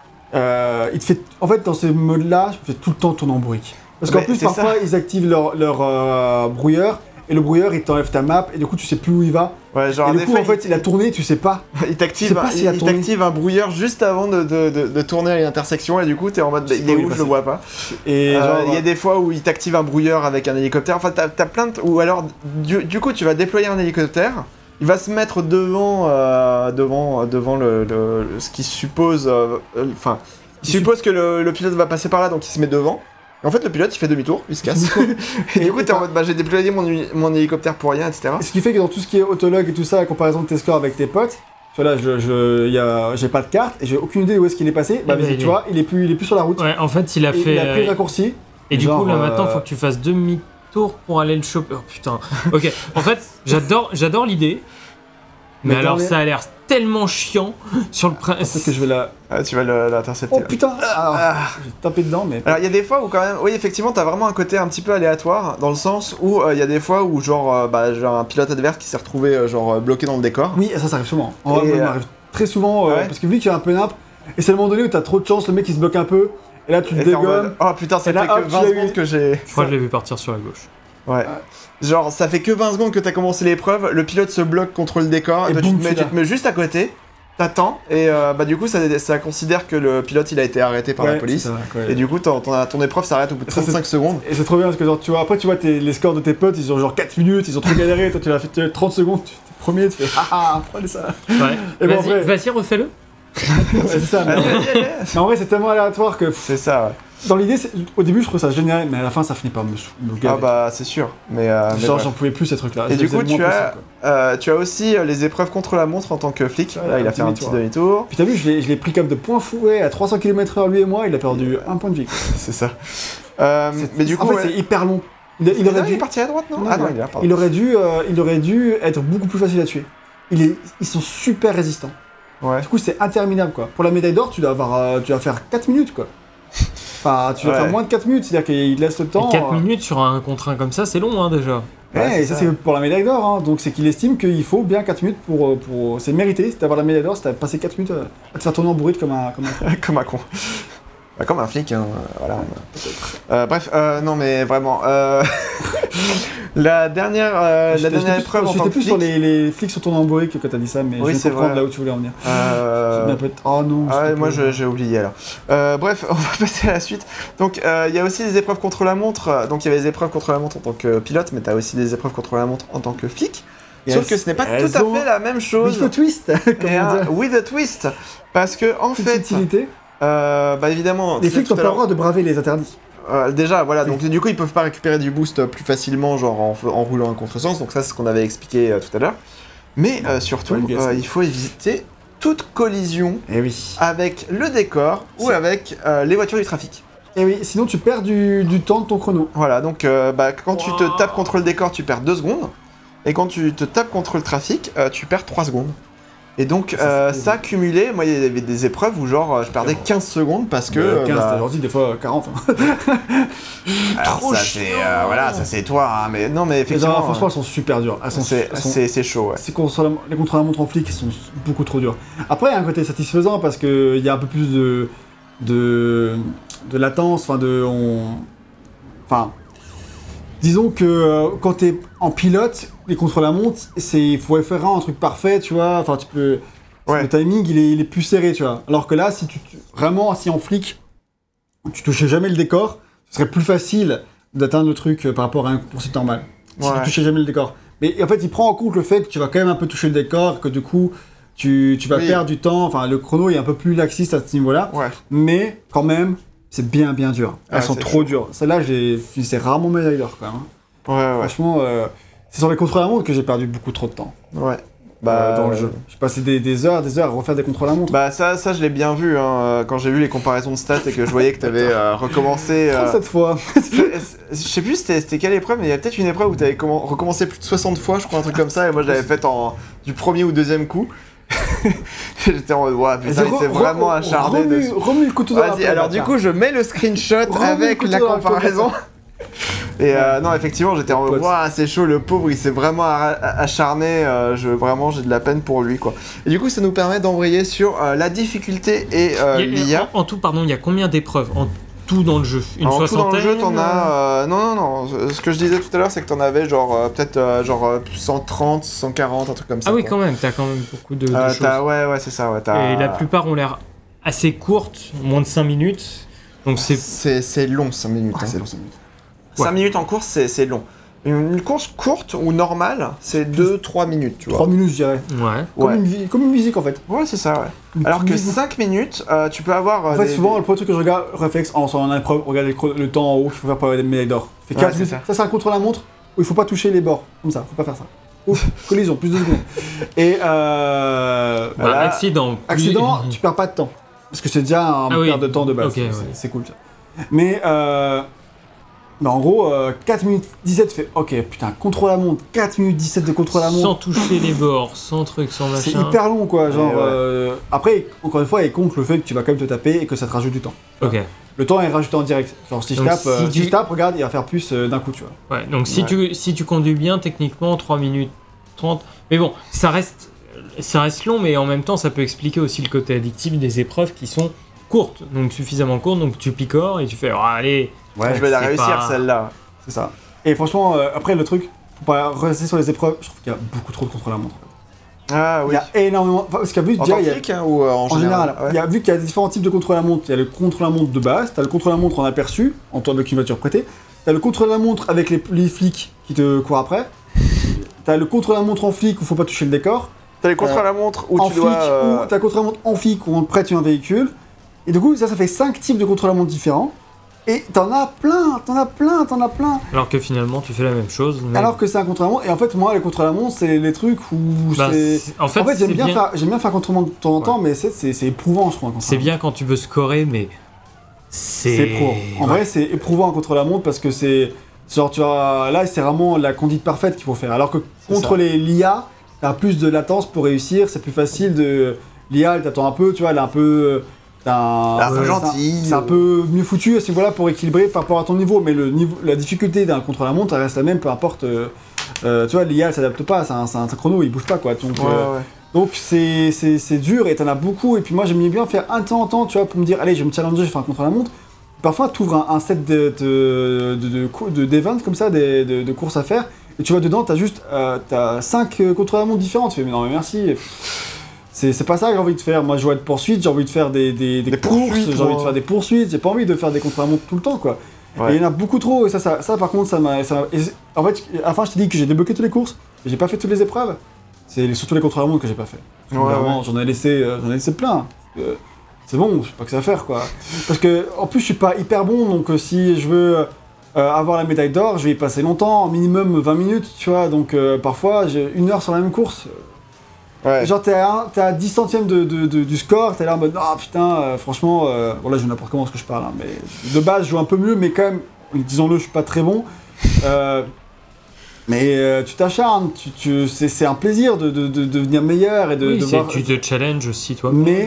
euh, il te fait. En fait, dans ces modes-là, je me fais tout le temps tourner en bruit. Parce qu'en mais plus, parfois, ça. ils activent leur, leur euh, brouilleur. Et le brouilleur, il t'enlève ta map, et du coup, tu sais plus où il va. Ouais, genre et du coup, en fait, il a tourné, tu sais pas. il t'active, pas un, il, il t'active un brouilleur juste avant de, de, de, de tourner à l'intersection, et du coup, t'es en mode, il est où, je le vois pas. Et il euh, y a des fois où il t'active un brouilleur avec un hélicoptère. Enfin, t'as, t'as plein de... Ou alors, du, du coup, tu vas déployer un hélicoptère, il va se mettre devant, euh, devant, devant le, le, le, ce qui suppose... Enfin, euh, il suppose que le, le pilote va passer par là, donc il se met devant. Et en fait, le pilote il fait demi-tour, il se casse. et, et du coup, t'es en mode bah j'ai déployé mon, mon hélicoptère pour rien, et cetera. Et ce qui fait que dans tout ce qui est autolog et tout ça, la comparaison de tes scores avec tes potes, tu vois là, je, je, y a, j'ai pas de carte et j'ai aucune idée où est-ce qu'il est passé. Bah, mais tu vois, il est, plus, il est plus sur la route. Ouais, en fait, il a et fait. Il a pris le raccourci. Et du genre, coup, là euh... maintenant, faut que tu fasses demi-tour pour aller le choper. Oh putain. Ok, en fait, j'adore, j'adore l'idée. Mais, mais alors, les... ça a l'air tellement chiant sur le principe. Peut-être que je vais la... Ah, tu vas l'intercepter. Oh putain ah, j'ai tapé dedans, mais... Alors, il y a des fois où quand même... Oui, effectivement, t'as vraiment un côté un petit peu aléatoire, dans le sens où il euh, y a des fois où, genre, euh, bah, genre, un pilote adverse qui s'est retrouvé, euh, genre, bloqué dans le décor. Oui, ça, ça arrive souvent. En vrai, ça arrive très souvent, euh, ouais. parce que vu qu'il y a un peu nimp, et c'est le moment donné où t'as trop de chance, le mec il se bloque un peu, et là tu te dégommes. Mode... Oh putain, ça fait là, que hop, vingt secondes que j'ai... Je crois que je l'ai vu partir sur la gauche. Ouais. Euh... Genre, ça fait que vingt secondes que t'as commencé l'épreuve, le pilote se bloque contre le décor, et, et toi, boum, tu, te mets, tu te mets juste à côté, t'attends, et euh, bah du coup ça, ça considère que le pilote il a été arrêté par ouais, la police, ça, ouais. Et du coup ton, ton, ton épreuve s'arrête au bout de trente-cinq ça, secondes. Et c'est trop bien parce que genre, tu vois, après tu vois tes, les scores de tes potes, ils ont genre quatre minutes, ils ont trop galéré, toi tu l'as fait trente secondes, tu es premier, tu fais ah prenez ça. Ouais. Et vas-y, bon, après... vas-y refais-le. Ouais, c'est ça, mais, mais en vrai c'est tellement aléatoire que... C'est ça, ouais. Dans l'idée, au début je trouve ça génial, mais à la fin ça finit par me, me gaver. Ah bah c'est sûr, mais... Euh, genre j'en pouvais plus ces trucs-là. Et du coup tu as, euh, tu as aussi les épreuves contre la montre en tant que flic, ouais, là il a fait un petit demi-tour. Puis t'as vu, je l'ai pris comme de point fouet à trois cents kilomètres heure lui et moi, il a perdu un point de vie. C'est ça. Euh, mais du coup... En fait ouais. c'est hyper long. Il, il, il aurait dû... dû... il est parti à droite, non, non Ah non, il est là, pardon. Il aurait dû, euh, il aurait dû être beaucoup plus facile à tuer. Il est... Ils sont super résistants. Ouais. Du coup c'est interminable quoi. Pour la médaille d'or, tu dois avoir, euh, tu vas faire quatre minutes quoi. Enfin, tu vas ouais. faire moins de quatre minutes, c'est-à-dire qu'il laisse le temps... Et quatre euh... minutes sur un contre un comme ça, c'est long hein, déjà. Ouais, ouais et ça, ça. c'est pour la médaille d'or, hein. Donc c'est qu'il estime qu'il faut bien quatre minutes pour... pour... C'est mérité, c'est d'avoir la médaille d'or, c'est de passer quatre minutes à te faire tourner en bourrite comme un... Comme un, comme un con. Bah, comme un flic, hein, voilà. Euh, bref, euh, non mais vraiment... Euh... La dernière, euh, la dernière épreuve en tant que plus flic... sur les, les flics sont tournés en bourrique que t'as dit ça, mais oui, je comprends là où tu voulais en venir. Euh... Oh non. Ah ouais, moi j'ai oublié alors. Euh, bref, on va passer à la suite. Donc il euh, y a aussi des épreuves contre la montre. Donc il y avait des épreuves contre la montre en tant que pilote, mais t'as aussi des épreuves contre la montre en tant que flic. Yes. Sauf que ce n'est pas tout à fait la même chose. With a twist. Et un, with a twist, parce que en fait, utilité. Euh, bah évidemment. Les flics n'ont pas le droit de braver les interdits. Euh, déjà, voilà, donc du coup ils peuvent pas récupérer du boost plus facilement, genre en, en roulant un contresens, donc ça c'est ce qu'on avait expliqué euh, tout à l'heure. Mais euh, surtout, euh, il faut éviter toute collision eh oui. avec le décor ou avec euh, les voitures du trafic. Et oui, sinon tu perds du, du temps de ton chrono. Voilà, donc euh, bah, quand wow. tu te tapes contre le décor, tu perds deux secondes, et quand tu te tapes contre le trafic, euh, tu perds trois secondes. Et donc, ça, euh, ça cumulé, moi il y avait des épreuves où genre je perdais quinze secondes parce que. Euh, quinze, bah... t'as genre dit des fois quarante. Hein. Alors, ça c'est. Euh, voilà, ça c'est toi, hein, mais non, mais effectivement. Non, franchement, elles sont super dures. C'est chaud, ouais. C'est contre la, les contre la montre en flic, ils sont beaucoup trop durs. Après, il y a un côté satisfaisant parce qu'il y a un peu plus de. de. de latence, enfin de. On... Enfin. Disons que euh, quand t'es en pilote, les contre-la-montre, il faut faire un truc parfait, tu vois. Enfin, tu peux. Ouais. Le timing, il est, il est plus serré, tu vois. Alors que là, si tu vraiment assis en flic, tu touchais jamais le décor, ce serait plus facile d'atteindre le truc euh, par rapport à un poursuite normal. Si ouais. tu touchais jamais le décor. Mais en fait, il prend en compte le fait que tu vas quand même un peu toucher le décor, que du coup, tu, tu vas oui. perdre du temps. Enfin, le chrono est un peu plus laxiste à ce niveau-là. Ouais. Mais quand même. C'est bien bien dur. Elles ouais, sont trop chaud. dures. Celle-là, j'ai, c'est rarement médaille d'or quand même. Ouais, ouais. Franchement, euh, c'est sur les contre-la-montre que j'ai perdu beaucoup trop de temps. Ouais. Bah, euh, dans le jeu. J'ai passé des, des heures, des heures à refaire des contre-la-montre. Bah ça, ça je l'ai bien vu hein, quand j'ai vu les comparaisons de stats et que je voyais que t'avais euh, recommencé. Euh... trente-sept fois. Je sais plus c'était, c'était quelle épreuve, mais il y a peut-être une épreuve où t'avais comm- recommencé plus de soixante fois, je crois, un truc comme ça, et moi je l'avais faite en du premier ou deuxième coup. J'étais en mode, ouais, putain, il s'est vraiment acharné remue, dessus. Remue le couteau dans la Vas-y, alors du coup, je mets le screenshot remue avec la comparaison. Et euh, non, effectivement, j'étais en mode, waouh, c'est chaud, le pauvre, il s'est vraiment acharné. Euh, je, vraiment, j'ai de la peine pour lui, quoi. Et du coup, ça nous permet d'embrayer sur euh, la difficulté et euh, l'I A. En, en tout, pardon, il y a combien d'épreuves en tout dans le jeu? Une en soixantaine tout dans le jeu, t'en as... Euh, non, non, non. Ce que je disais tout à l'heure, c'est que t'en avais genre euh, peut-être euh, genre cent trente, cent quarante, un truc comme ça. Ah oui, quoi. quand même. T'as quand même beaucoup de, de euh, choses. T'as, ouais, ouais, c'est ça. Ouais, t'as... Et la plupart ont l'air assez courtes, moins de cinq minutes. Donc c'est... C'est, c'est long, cinq minutes. Ah, hein. c'est long, cinq minutes. Ouais. cinq minutes en course, c'est, c'est long. Une course courte ou normale, c'est deux trois minutes, tu vois. trois minutes, je dirais. Ouais. Comme, ouais. Une, comme une musique, en fait. Ouais, c'est ça, ouais. Une Alors que cinq minutes, euh, tu peux avoir... Euh, en fait, des, souvent, des... le premier truc que je regarde, réflexe, en sortant d'une épreuve, regarder le, le temps en haut qu'il faut faire pour avoir des médailles d'or. Fait ouais, c'est ça. Ça, c'est un contre-la-montre où il faut pas toucher les bords. Comme ça, faut pas faire ça. Ouf, collision, plus de secondes. Et euh... Voilà. Bah, accident. Plus... Accident, tu perds pas de temps. Parce que c'est déjà un ah, perte oui. de temps de base. Okay, c'est, ouais. c'est cool, ça. Mais... Euh... Bah en gros, euh, quatre minutes dix-sept, tu fais ok, putain, contrôle à montre, quatre minutes dix-sept de contrôle à montre. Sans toucher les bords, sans truc, sans machin. C'est hyper long quoi, genre. Ouais, ouais. Euh... Après, encore une fois, il compte le fait que tu vas quand même te taper et que ça te rajoute du temps. Ok. Le temps est rajouté en direct. Genre si je Donc, tape, si euh, tu- si je tape, regarde, il va faire plus euh, d'un coup, tu vois. Ouais, donc si, Ouais. tu, si tu conduis bien, techniquement, trois minutes trente. Mais bon, ça reste, ça reste long, mais en même temps, ça peut expliquer aussi le côté addictif des épreuves qui sont courtes, donc suffisamment courtes, donc tu picores et tu fais, oh, allez. Ouais, je vais la c'est réussir pas- celle-là. c'est ça. Et franchement, euh, après le truc, pour pas rester sur les épreuves, je trouve qu'il y a beaucoup trop de contrôle à montre. Ah Il oui. y a énormément. Enfin, parce qu'il y a vu En déjà, tant il y que a- flic hein, ou euh, en, En général, ouais. il y a vu qu'il y a différents types de contrôle à montre. Il y a le contrôle à montre de base, t'as le contrôle à montre en aperçu, en toi avec une voiture prêtée. T'as le contrôle à montre avec les, les flics qui te courent après. T'as le contrôle à montre en flic où faut pas toucher le décor. T'as les contrôles à la montre où en tu flic dois. euh, ou t'as le contrôle à montre en flic où on te prête un véhicule. Et du coup, ça, ça fait cinq types de contrôle à montre différents. Et t'en as plein, t'en as plein, t'en as plein. Alors que finalement, tu fais la même chose. Mais... Alors que c'est un contrôle à montre. Et en fait, moi, les contrôles à montre, c'est les trucs où Bah, c'est. c'est- en fait, En fait, j'aime c'est bien, bien, faire, j'aime bien faire contrôle à montre de temps en temps, mais c'est, c'est, c'est éprouvant, je trouve. un contrôle à c'est montre. bien quand tu veux scorer, mais c'est. C'est pro. En vrai, c'est éprouvant contre la montre parce que c'est. Genre, tu vois, là, c'est vraiment la conduite parfaite qu'il faut faire. Alors que C'est contre ça. les l'I A, t'as plus de latence pour réussir, c'est plus facile de. L'I A, elle t'attend un peu, tu vois, elle est un peu. t'as un- Elle est un peu c'est- gentille. C'est un peu mieux foutu à ce niveau-là pour équilibrer par rapport à ton niveau. Mais le niveau, la difficulté d'un contre-la-montre, elle reste la même, peu importe. euh, euh, tu vois, l'I A, elle s'adapte pas, c'est un, c'est un chrono, il bouge pas, quoi. Donc, Ouais, euh, ouais. donc c'est, c'est, c'est dur et t'en as beaucoup. Et puis moi j'aime bien faire un temps en temps, tu vois, pour me dire, allez, je vais me challenger, je vais faire un contre-la-montre. Parfois, tu ouvres un, un set de, de, de, de, cou- de- d'events comme ça, des- de, de courses à faire, et tu vois dedans, t'as juste euh, t'as cinq contre-la-montre différentes. Tu fais, mais non, mais merci. C'est, c'est pas ça que j'ai envie de faire. Moi, je vois de poursuites, j'ai envie de faire des, des, des Des courses, poursuites, j'ai envie de moi. faire des poursuites, j'ai pas envie de faire des contre-la-montre tout le temps, quoi. Ouais. Et il y en a beaucoup trop, et ça, ça, ça par contre, ça m'a. ça m'a- et c'est- en fait, à la fin, je t'ai dit que j'ai débloqué toutes les courses, mais j'ai pas fait toutes les épreuves. C'est les- surtout les contre-la-montre que j'ai pas fait. Ouais, Vraiment, ouais. j'en ai laissé, euh, j'en ai laissé plein. Euh, c'est bon, je sais pas que ça à faire, quoi. Parce que, en plus, je suis pas hyper bon, donc euh, si je veux euh, avoir la médaille d'or, je vais y passer longtemps, minimum vingt minutes, tu vois. Donc, euh, parfois, j'ai une heure sur la même course. Ouais. Genre, t'es à, un- t'es à dix centièmes de, de- de- du score, t'es là en mode, ah putain, euh, franchement, euh, bon là, je joue n'importe comment ce que je parle, hein, mais de base, je joue un peu mieux, mais quand même, disons-le, je suis pas très bon. Euh, mais euh, tu t'acharnes, tu, tu, c'est, c'est un plaisir de, de, de devenir meilleur et de, Oui, de c'est voir. tu te challenges aussi toi-même. Mais-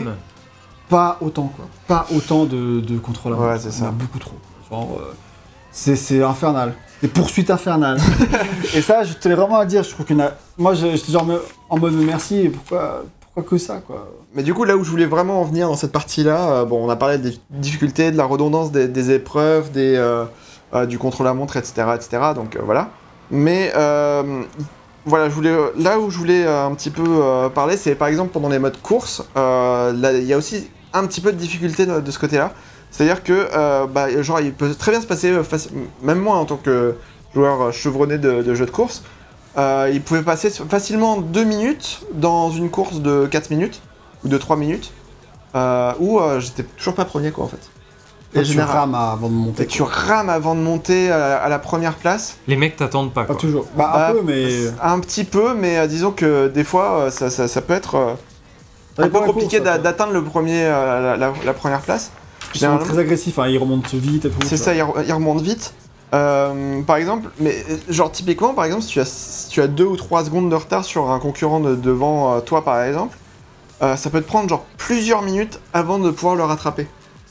Pas autant, quoi. Pas autant de, de contrôle à Ouais, montre. c'est Il y en a ça. beaucoup trop. Genre, euh, c'est, c'est infernal. Des poursuites infernales. Et ça, je tenais vraiment à dire, je trouve qu'il y en a. Moi, je- j'étais genre en mode merci, et pourquoi, pourquoi que ça, quoi. Mais du coup, là où je voulais vraiment en venir dans cette partie-là, euh, bon, on a parlé des difficultés, de la redondance des, des épreuves, des, euh, euh, du contrôle à montre, et cetera, et cetera. Donc euh, voilà. Mais euh, voilà, je voulais, là où je voulais euh, un petit peu euh, parler, c'est par exemple pendant les modes course, euh, là, il y a aussi un petit peu de difficulté de, de ce côté-là. C'est-à-dire que, euh, bah, genre, il peut très bien se passer, euh, faci- même moi en tant que joueur euh, chevronné de, de jeux de course, euh, il pouvait passer facilement deux minutes dans une course de quatre minutes ou de trois minutes, euh, où euh, j'étais toujours pas premier, quoi, en fait. Et En tu général. rames avant de monter. Et tu rames avant de monter à la, à la première place. Les mecs t'attendent pas Pas quoi. toujours. Bah, un Bah, peu, mais. Un petit peu, mais euh, disons que des fois, euh, ça, ça, ça peut être euh, Ça un dépend peu de la compliqué course, ça, d'a- d'atteindre le premier, euh, la, la- la première place. Ils sont très agressifs, hein, ils remontent vite et tout. C'est tu ça, il, re- il remonte vite. Euh, par exemple, mais euh, genre typiquement, par exemple, si tu as, si tu as deux ou trois secondes de retard sur un concurrent de- devant euh, toi, par exemple, euh, ça peut te prendre genre plusieurs minutes avant de pouvoir le rattraper.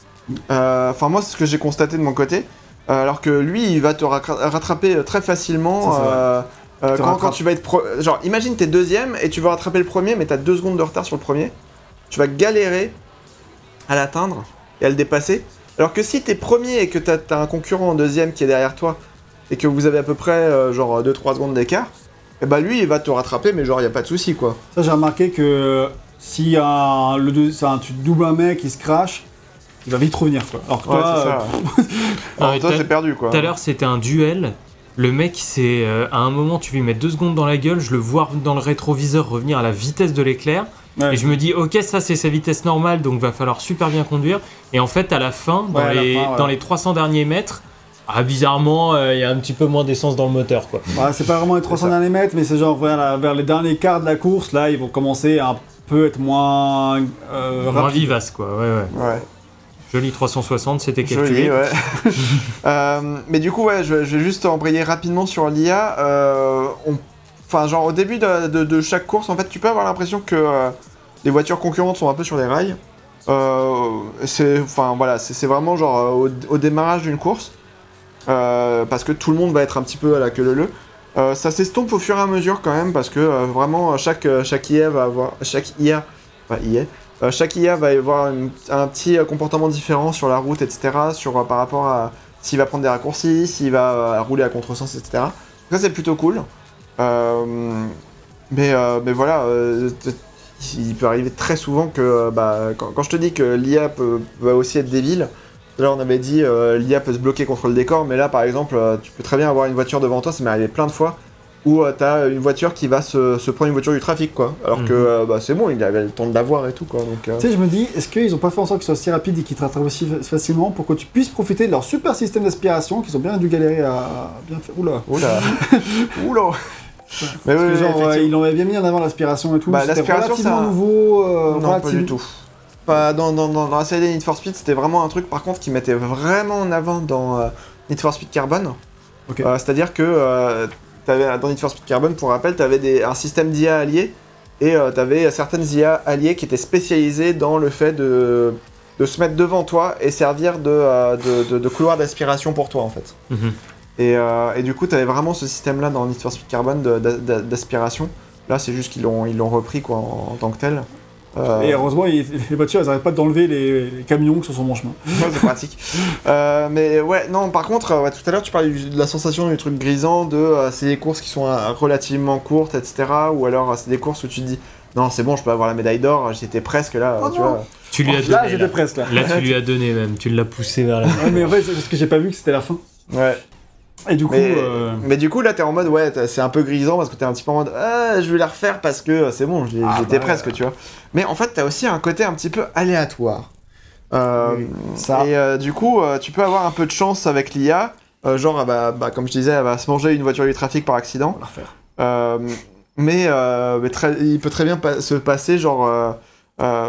Euh, Enfin, moi, c'est ce que j'ai constaté de mon côté. Euh, alors que lui, il va te ra- rattraper euh, très facilement. Ça, c'est vrai. euh, euh, Te quand, rattrape. quand tu vas être pro- genre, imagine t'es deuxième et tu vas rattraper le premier, mais t'as deux secondes de retard sur le premier. Tu vas galérer à l'atteindre et à le dépasser. Alors que si t'es premier et que t'as as un concurrent en deuxième qui est derrière toi et que vous avez à peu près euh, genre deux trois secondes d'écart, et bah lui il va te rattraper, mais genre y a pas de souci quoi. Ça, j'ai remarqué que si un, le deux, c'est un- tu doubles un mec, il se crash, il va vite revenir, quoi. Alors que Ouais, toi, c'est ça. euh, Ah, Alors toi t'as- c'est perdu quoi. Tout à l'heure c'était un duel. Le mec, c'est euh, à un moment, tu lui mets deux secondes dans la gueule, je le vois dans le rétroviseur revenir à la vitesse de l'éclair. ouais. Et je me dis, ok, ça c'est sa vitesse normale, donc va falloir super bien conduire. Et en fait, à la fin, dans, Ouais, à la les, fin, ouais. dans les trois cents derniers mètres, ah, bizarrement, il y a un petit peu moins d'essence dans le moteur, quoi. Ouais, c'est pas vraiment les trois cents C'est ça. derniers mètres, mais c'est genre vers, la- vers les derniers quarts de la course, là, ils vont commencer à un peu être moins euh, Moins rapides. vivace, quoi. Ouais, ouais. Ouais. Joli trois cent soixante, c'était Joli, calculé. ouais. euh, mais du coup, ouais, je, je vais juste embrayer rapidement sur l'I A. Euh, on... Enfin, genre, au début de, de, de chaque course, en fait, tu peux avoir l'impression que euh, les voitures concurrentes sont un peu sur les rails. Euh, c'est, enfin, voilà, c'est, c'est vraiment genre au, au démarrage d'une course. Euh, parce que tout le monde va être un petit peu à la queue leu leu. Euh, ça s'estompe au fur et à mesure quand même, parce que euh, vraiment, chaque, chaque I A va avoir... Chaque I A... Enfin, I A... Euh, chaque I A va avoir une, un petit euh, comportement différent sur la route, et cetera. Sur, euh, par rapport à s'il va prendre des raccourcis, s'il va euh, rouler à contresens, et cetera. Ça, c'est plutôt cool. Euh, mais, euh, mais voilà, euh, il peut arriver très souvent que euh, bah, quand, quand je te dis que l'I A peut, peut aussi être débile, là on avait dit euh, l'I A peut se bloquer contre le décor, mais là par exemple, euh, tu peux très bien avoir une voiture devant toi, ça m'est arrivé plein de fois, où euh, t'as une voiture qui va se, se prendre une voiture du trafic, quoi. Alors mmh. que euh, bah, c'est bon, il avait le temps de l'avoir et tout, quoi. Donc, euh... Tu sais, je me dis, est-ce qu'ils ont pas fait en sorte qu'ils soient si rapides et qu'ils te rattrapent aussi facilement pour que tu puisses profiter de leur super système d'aspiration qu'ils ont bien dû galérer à bien faire. Oula Oula Oula Mais Parce oui, que genre, euh, ils l'ont bien mis en avant l'aspiration et tout. Bah, l'aspiration, c'est un... nouveau. Euh, non, relativement... pas du tout. Pas dans, dans, dans, dans la série des Need for Speed, c'était vraiment un truc par contre qui mettait vraiment en avant dans euh, Need for Speed Carbon. Okay. Euh, c'est-à-dire que euh, t'avais, dans Need for Speed Carbon, pour rappel, tu avais un système d'I A allié et euh, tu avais certaines I A alliées qui étaient spécialisées dans le fait de, de se mettre devant toi et servir de, euh, de, de, de couloir d'aspiration pour toi en fait. Mm-hmm. Et, euh, et du coup, tu avais vraiment ce système-là dans Need for Speed Carbon de, de, de, d'aspiration. Là, c'est juste qu'ils l'ont, ils l'ont repris quoi, en, en tant que tel. Euh... Et heureusement, il, les voitures, elles n'arrêtent pas d'enlever les, les camions qui sont sur mon chemin. Ouais, c'est pratique. euh, mais ouais, non, par contre, ouais, tout à l'heure, tu parlais de la sensation du truc grisant, de euh, c'est des courses qui sont euh, relativement courtes, et cetera. Ou alors, euh, c'est des courses où tu te dis, non, c'est bon, je peux avoir la médaille d'or, j'étais presque là, oh tu non. vois. Tu lui as donné. Là, j'étais presque là. Là, tu lui as donné même, tu l'as poussé vers la fin. Ouais, mais en fait, c'est parce que j'ai pas vu que c'était la fin. Ouais. Et du coup, mais, euh... mais du coup là t'es en mode ouais c'est un peu grisant parce que t'es un petit peu en mode ah, je vais la refaire parce que c'est bon j'étais ah, bah, presque ouais. Tu vois. Mais en fait t'as aussi un côté un petit peu aléatoire. Euh, oui, ça. Et euh, du coup euh, tu peux avoir un peu de chance avec l'I A, euh, genre ah bah, bah, comme je disais elle va se manger une voiture du trafic par accident. On va la refaire. Euh, mais euh, mais très, il peut très bien pa- se passer genre euh, euh,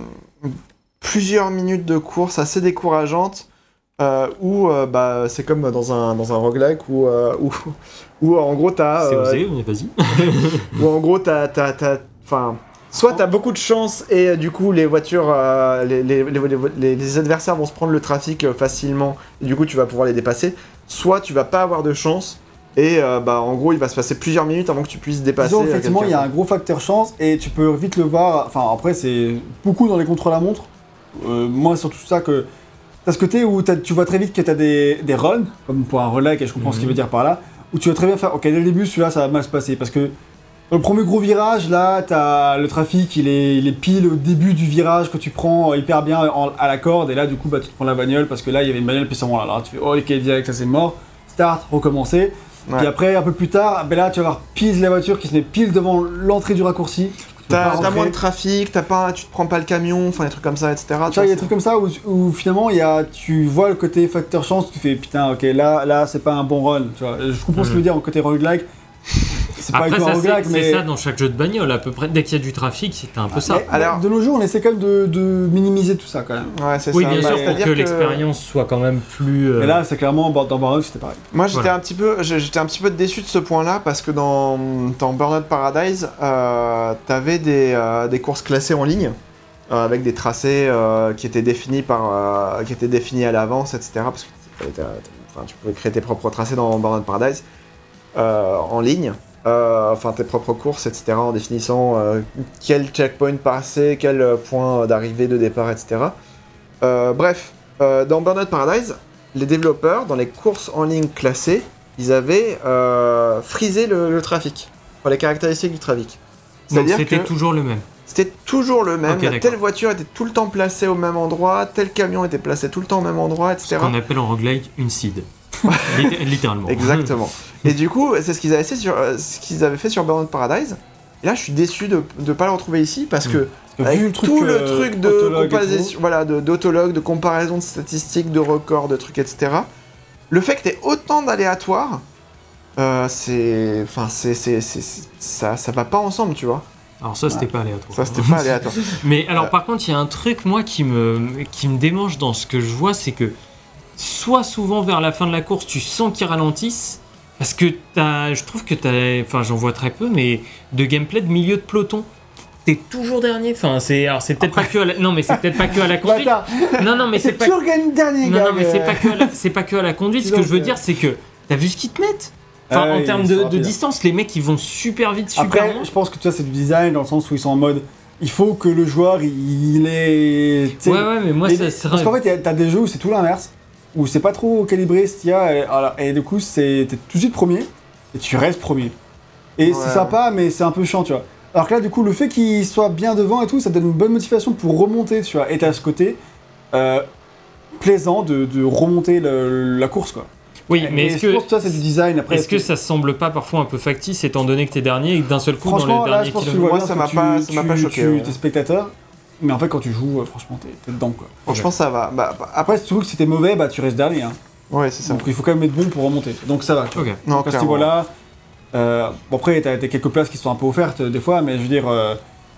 plusieurs minutes de course assez décourageantes. Euh, où euh, bah, c'est comme dans un, dans un roguelike où, euh, où, où en gros t'as... C'est euh, osé, mais vas-y. Où en gros t'as... t'as, t'as enfin, soit t'as beaucoup de chance et euh, du coup les voitures, euh, les, les, les, les, les adversaires vont se prendre le trafic euh, facilement et du coup tu vas pouvoir les dépasser, soit tu vas pas avoir de chance et euh, bah, en gros il va se passer plusieurs minutes avant que tu puisses dépasser. Disons, effectivement il y a un gros facteur chance et tu peux vite le voir, enfin après c'est beaucoup dans les contre-la-montre, euh, moi surtout ça que... T'as ce côté où tu vois très vite que t'as des, des runs, comme pour un relais, et je comprends mmh. ce qu'il veut dire par là, où tu vas très bien faire, ok, dès le début, celui-là, ça va mal se passer, parce que dans le premier gros virage, là, t'as le trafic, il est, il est pile au début du virage que tu prends hyper bien en, à la corde, et là, du coup, bah, tu te prends la bagnole, parce que là, il y avait une bagnole, puis c'est bon, là, là, tu fais, oh, ok, direct, ça c'est mort, start, recommencer, ouais. Puis après, un peu plus tard, ben là, tu vas avoir pile la voiture qui se met pile devant l'entrée du raccourci. T'as, t'as moins de trafic, t'as pas, tu te prends pas le camion, enfin des trucs comme ça, et cetera. Tu vois, il y a des trucs comme ça où, où finalement, y a, tu vois le côté facteur chance, tu fais putain, ok, là, là c'est pas un bon run. Tu vois. Je comprends mmh. ce que veut dire en côté roguelike. C'est pas Après, ça, un roguelike, c'est, mais... c'est ça dans chaque jeu de bagnole, à peu près. Dès qu'il y a du trafic, c'est un peu ah, ça. Mais, Alors, de nos jours, on essaie quand même de, de minimiser tout ça quand même. Ouais, c'est oui, ça. bien bah, sûr, pour que, que l'expérience soit quand même plus. Euh... Et là, c'est clairement dans Burnout, c'était pareil. Moi, j'étais voilà. un petit peu, j'étais un petit peu déçu de ce point-là parce que dans, dans Burnout Paradise, euh, t'avais des, euh, des courses classées en ligne euh, avec des tracés euh, qui étaient définis par, euh, qui étaient définis à l'avance, et cetera. Parce que enfin, tu pouvais créer tes propres tracés dans Burnout Paradise euh, en ligne. Euh, enfin tes propres courses, et cetera, en définissant euh, quel checkpoint passer, quel point d'arrivée, de départ, et cetera. Euh, bref, euh, dans Burnout Paradise, les développeurs, dans les courses en ligne classées, ils avaient euh, frisé le, le trafic, enfin les caractéristiques du trafic. C'est-à-dire Donc c'était que toujours le même. C'était toujours le même, okay, telle voiture était tout le temps placée au même endroit, tel camion était placé tout le temps au même endroit, et cetera. Ce qu'on appelle en roguelike une seed. Littéralement. Exactement. Et du coup, c'est ce qu'ils avaient fait sur, euh, ce qu'ils avaient fait sur Burnout Paradise. Et là, je suis déçu de ne pas le retrouver ici parce que, mmh. avec le truc, tout le euh, truc de comparaison, voilà, de, d'autologue, de comparaison de statistiques, de records, de trucs, et cetera. Le fait que t'aies autant d'aléatoires, euh, c'est, enfin, c'est, c'est, c'est, c'est, ça, ça va pas ensemble, tu vois. Alors ça, c'était ouais. pas aléatoire. Ça, c'était pas aléatoire. Mais alors, euh... par contre, il y a un truc, moi, qui me, qui me démange dans ce que je vois, c'est que soit souvent vers la fin de la course, tu sens qu'ils ralentissent, parce que t'as, je trouve que t'as, enfin, j'en vois très peu, mais de gameplay de milieu de peloton. T'es toujours dernier. Enfin, c'est, alors c'est peut-être Après... pas que à la... non, mais c'est peut-être pas que à la conduite. non, non, mais c'est, c'est pas. toujours gagné dernier. Non, gars, non, mais c'est pas que à la... c'est pas que à la conduite. Ce que je veux dire, c'est que t'as vu ce qu'ils te mettent. Enfin, ah, en termes de, de distance, les mecs ils vont super vite, super Après, loin. Je pense que tu vois, c'est du design dans le sens où ils sont en mode. Il faut que le joueur il est. Ouais, ouais, mais moi ça serait. Parce qu'en fait, t'as des jeux où c'est tout l'inverse, où c'est pas trop calibré ce qu'il y a, et, alors, et du coup, c'est, t'es tout de suite premier, et tu restes premier. Et ouais. c'est sympa, mais c'est un peu chiant, tu vois. Alors que là, du coup, le fait qu'il soit bien devant et tout, ça donne une bonne motivation pour remonter, tu vois. Et t'as ce côté euh, plaisant de, de remonter le, la course, quoi. Oui, mais est-ce que, ça, c'est du design, après, est-ce que ça semble pas parfois un peu factice étant donné que t'es dernier et que d'un seul coup dans les derniers kilomètres, moi ça m'a pas, ça m'a pas choqué. Tu ouais. t'es spectateur, mais en fait quand tu joues, franchement t'es, t'es dedans quoi. Franchement okay. ça va. Bah, bah, après si tu trouves que c'était mauvais, bah tu restes dernier. Hein. Ouais c'est ça. Donc il faut quand même être bon pour remonter. Donc ça va. Tu okay. vois. Donc à ce niveau-là, euh, bon après t'as, t'as quelques places qui sont un peu offertes des fois, mais je veux dire. Euh,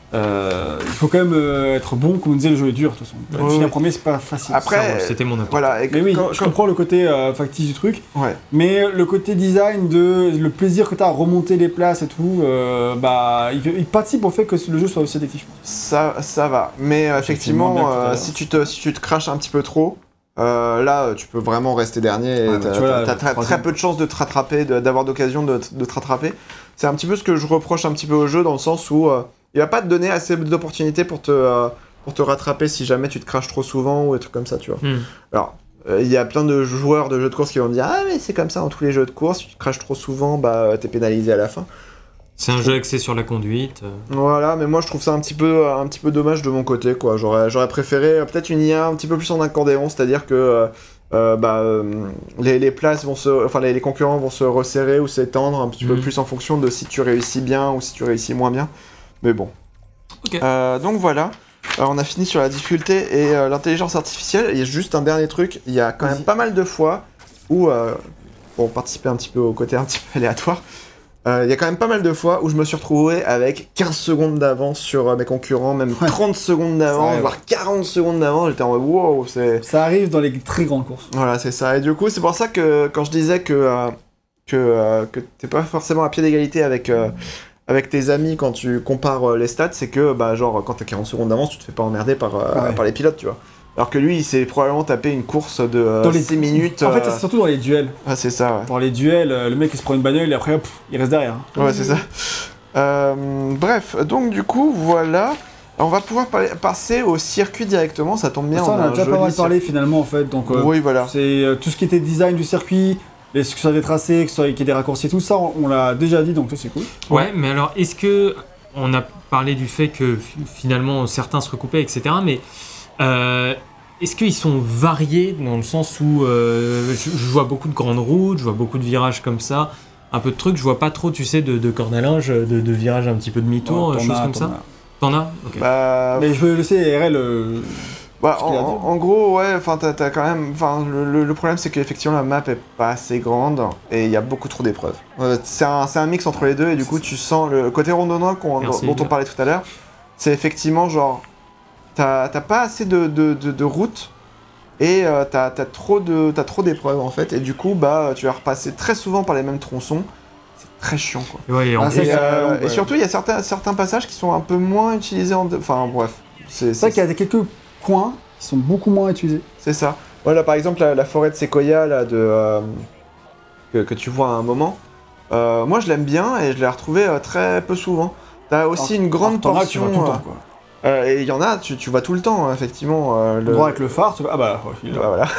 Euh, il faut quand même euh, être bon, comme on disait, le jeu est dur de toute façon. Ouais, finir ouais. premier, c'est pas facile. Après, ça, ouais, c'était mon apport. Voilà, mais oui, quand, je quand... comprends le côté euh, factice du truc, ouais. mais le côté design, de, le plaisir que tu as à remonter les places et tout, euh, bah, il, il participe au fait que le jeu soit aussi addictif. Ça, ça va, mais euh, effectivement, euh, si, tu te, si tu te craches un petit peu trop, euh, là, tu peux vraiment rester dernier. Ouais, t'as, vois, t'as, t'as très, très peu de chances de te rattraper, de, d'avoir d'occasion de, de te rattraper. C'est un petit peu ce que je reproche un petit peu au jeu, dans le sens où euh, il va pas te donner assez d'opportunités pour te, euh, pour te rattraper si jamais tu te craches trop souvent ou des trucs comme ça, tu vois. Mm. Alors, il euh, y a plein de joueurs de jeux de course qui vont me dire « Ah, mais c'est comme ça dans tous les jeux de course, si tu te craches trop souvent, bah, t'es pénalisé à la fin. » C'est un jeu axé sur la conduite. Voilà, mais moi je trouve ça un petit peu, un petit peu dommage de mon côté, quoi. J'aurais, j'aurais préféré euh, peut-être une I A un petit peu plus en accordéon, c'est-à-dire que euh, euh, bah, euh, les, les places vont se... Enfin, les, les concurrents vont se resserrer ou s'étendre un petit mm. peu plus en fonction de si tu réussis bien ou si tu réussis moins bien. Mais bon. Okay. Euh, donc voilà, euh, on a fini sur la difficulté et euh, l'intelligence artificielle. Il y a juste un dernier truc, il y a quand même pas mal de fois où, euh, pour participer un petit peu au côté un petit peu aléatoire, euh, il y a quand même pas mal de fois où je me suis retrouvé avec quinze secondes d'avance sur euh, mes concurrents, même ouais. trente secondes d'avance, voire quarante secondes d'avance. J'étais en mode wow, c'est... Ça arrive dans les très grandes courses. Voilà, c'est ça. Et du coup, c'est pour ça que quand je disais que, euh, que, euh, que t'es pas forcément à pied d'égalité avec... Euh, avec tes amis quand tu compares euh, les stats, c'est que bah genre quand t'as quarante secondes d'avance, tu te fais pas emmerder par, euh, ouais. par les pilotes, tu vois. Alors que lui, il s'est probablement tapé une course de euh, dans les six minutes. En fait, c'est surtout dans les duels. Ah, c'est ça, ouais. Dans les duels, euh, le mec il se prend une bagnole et après hop, il reste derrière. Ouais, mmh. c'est ça. Euh, bref, donc du coup, voilà. On va pouvoir parler, passer au circuit directement, ça tombe bien. Ça, on, on a, a déjà pas mal parlé circuit. Finalement en fait. Donc, euh, oui, voilà. C'est euh, tout ce qui était design du circuit. Les, que ce soit des tracés, que ce soit qu'il y ait des raccourcis, tout ça, on, on l'a déjà dit, donc ça c'est cool. Ouais, ouais, mais alors est-ce que on a parlé du fait que finalement certains se recoupaient, et cetera. Mais euh, est-ce qu'ils sont variés dans le sens où euh, je, je vois beaucoup de grandes routes, je vois beaucoup de virages comme ça, un peu de trucs, je vois pas trop, tu sais, de, de corde à linge, de, de virages un petit peu demi-tour, ouais, choses as, comme ça. As. T'en as okay. Bah, mais je veux laisser R L. Euh... Bah, en, en gros, ouais, enfin, t'as, t'as quand même, enfin, le, le problème c'est qu'effectivement la map est pas assez grande et il y a beaucoup trop d'épreuves. Euh, c'est un, c'est un mix entre les deux et du coup tu sens le côté randonneur qu'on, Merci, dont on parlait tout à l'heure. C'est effectivement genre, t'as, t'as pas assez de, de, de, de routes et euh, t'as, t'as trop de, t'as trop d'épreuves en fait et du coup bah tu vas repasser très souvent par les mêmes tronçons. C'est très chiant quoi. Ouais, et, ah, et, euh, long, ouais. et surtout il y a certains, certains passages qui sont un peu moins utilisés en, enfin bref. C'est, c'est, c'est vrai qu'il y a quelques coins qui sont beaucoup moins utilisés. C'est ça. Voilà, par exemple, la, la forêt de séquoia là, de, euh, que, que tu vois à un moment, euh, moi je l'aime bien et je l'ai retrouvé euh, très peu souvent. T'as aussi alors, une grande alors, portion... As, tu vois tout le temps, quoi. Euh, et il y en a, tu, tu vois tout le temps, effectivement. Euh, le droit avec le phare, tu vois... Ah bah, ouais, bah voilà.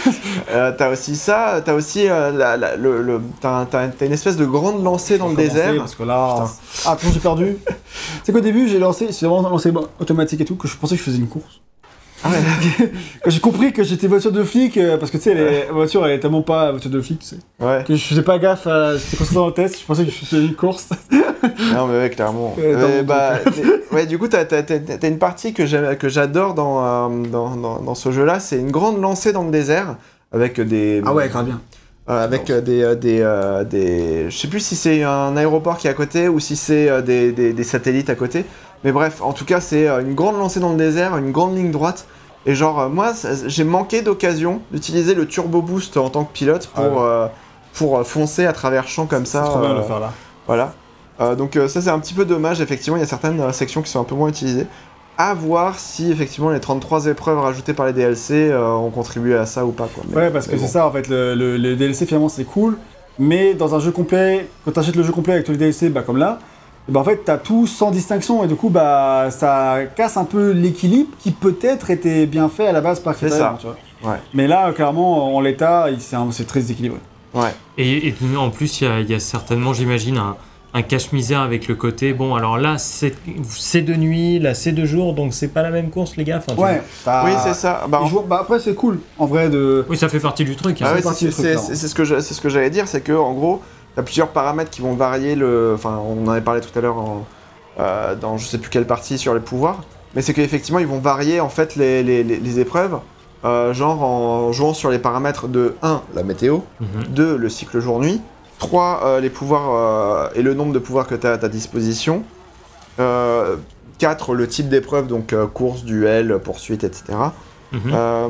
euh, t'as aussi ça, t'as aussi euh, la, la, le, le, t'as, t'as, t'as une espèce de grande lancée dans le désert. Parce que là... Putain. Ah, attends, j'ai perdu. C'est qu'au début, j'ai lancé, c'est vraiment lancé automatique et tout, que je pensais que je faisais une course. Ah ouais. Quand j'ai compris que j'étais voiture de flic, euh, parce que tu sais, ouais. les voitures, elle est tellement pas voiture de flic, tu sais. Ouais. Que je faisais pas gaffe, à... j'étais concentré dans le test, je pensais que je faisais une course. Non, mais ouais, clairement. Ouais, euh, bah, ouais, du coup, t'as, t'as, t'as, t'as une partie que, j'aime, que j'adore dans, euh, dans, dans, dans ce jeu-là, c'est une grande lancée dans le désert, avec des. Ah ouais, grave bien. euh, avec euh, des, euh, des, euh, des... Je sais plus si c'est un aéroport qui est à côté ou si c'est euh, des, des, des satellites à côté. Mais bref, en tout cas, c'est euh, une grande lancée dans le désert, une grande ligne droite. Et genre, euh, moi, ça, j'ai manqué d'occasion d'utiliser le turbo boost en tant que pilote pour, ah ouais. euh, pour euh, foncer à travers champs comme ça. C'est trop euh, bien de le faire là. Voilà. Euh, donc euh, ça, c'est un petit peu dommage. Effectivement, il y a certaines euh, sections qui sont un peu moins utilisées. À voir si effectivement les trente-trois épreuves rajoutées par les D L C euh, ont contribué à ça ou pas. Quoi. Mais, ouais, parce que bon. c'est ça en fait, le, le, le D L C finalement c'est cool, mais dans un jeu complet, quand tu achètes le jeu complet avec tous les D L C, bah, comme là, bah, en fait t'as tout sans distinction et du coup bah, ça casse un peu l'équilibre qui peut-être était bien fait à la base par Criterion. Tu vois. Ouais. Mais là, clairement, en l'état, c'est, un, c'est très déséquilibré. Ouais. Et, et en plus, il y, y a certainement, j'imagine, un. un cache-misère avec le côté, bon alors là c'est, c'est de nuit, là c'est de jour, donc c'est pas la même course les gars. Enfin, ouais, oui c'est ça. Bah, en... jours, bah, après c'est cool, en vrai de... Oui ça fait partie du truc. Hein. Ah, c'est, oui, c'est, c'est, c'est, c'est, ce que je, c'est ce que j'allais dire, c'est que en gros, t'as plusieurs paramètres qui vont varier le... Enfin on en avait parlé tout à l'heure en, euh, dans je sais plus quelle partie sur les pouvoirs, mais c'est qu'effectivement ils vont varier en fait les, les, les, les épreuves, euh, genre en jouant sur les paramètres de un la météo, mm-hmm. deux le cycle jour-nuit, trois euh, les pouvoirs euh, et le nombre de pouvoirs que tu as à ta disposition. Euh, quatre le type d'épreuve, donc euh, course, duel, poursuite, et cetera. Mm-hmm. Euh,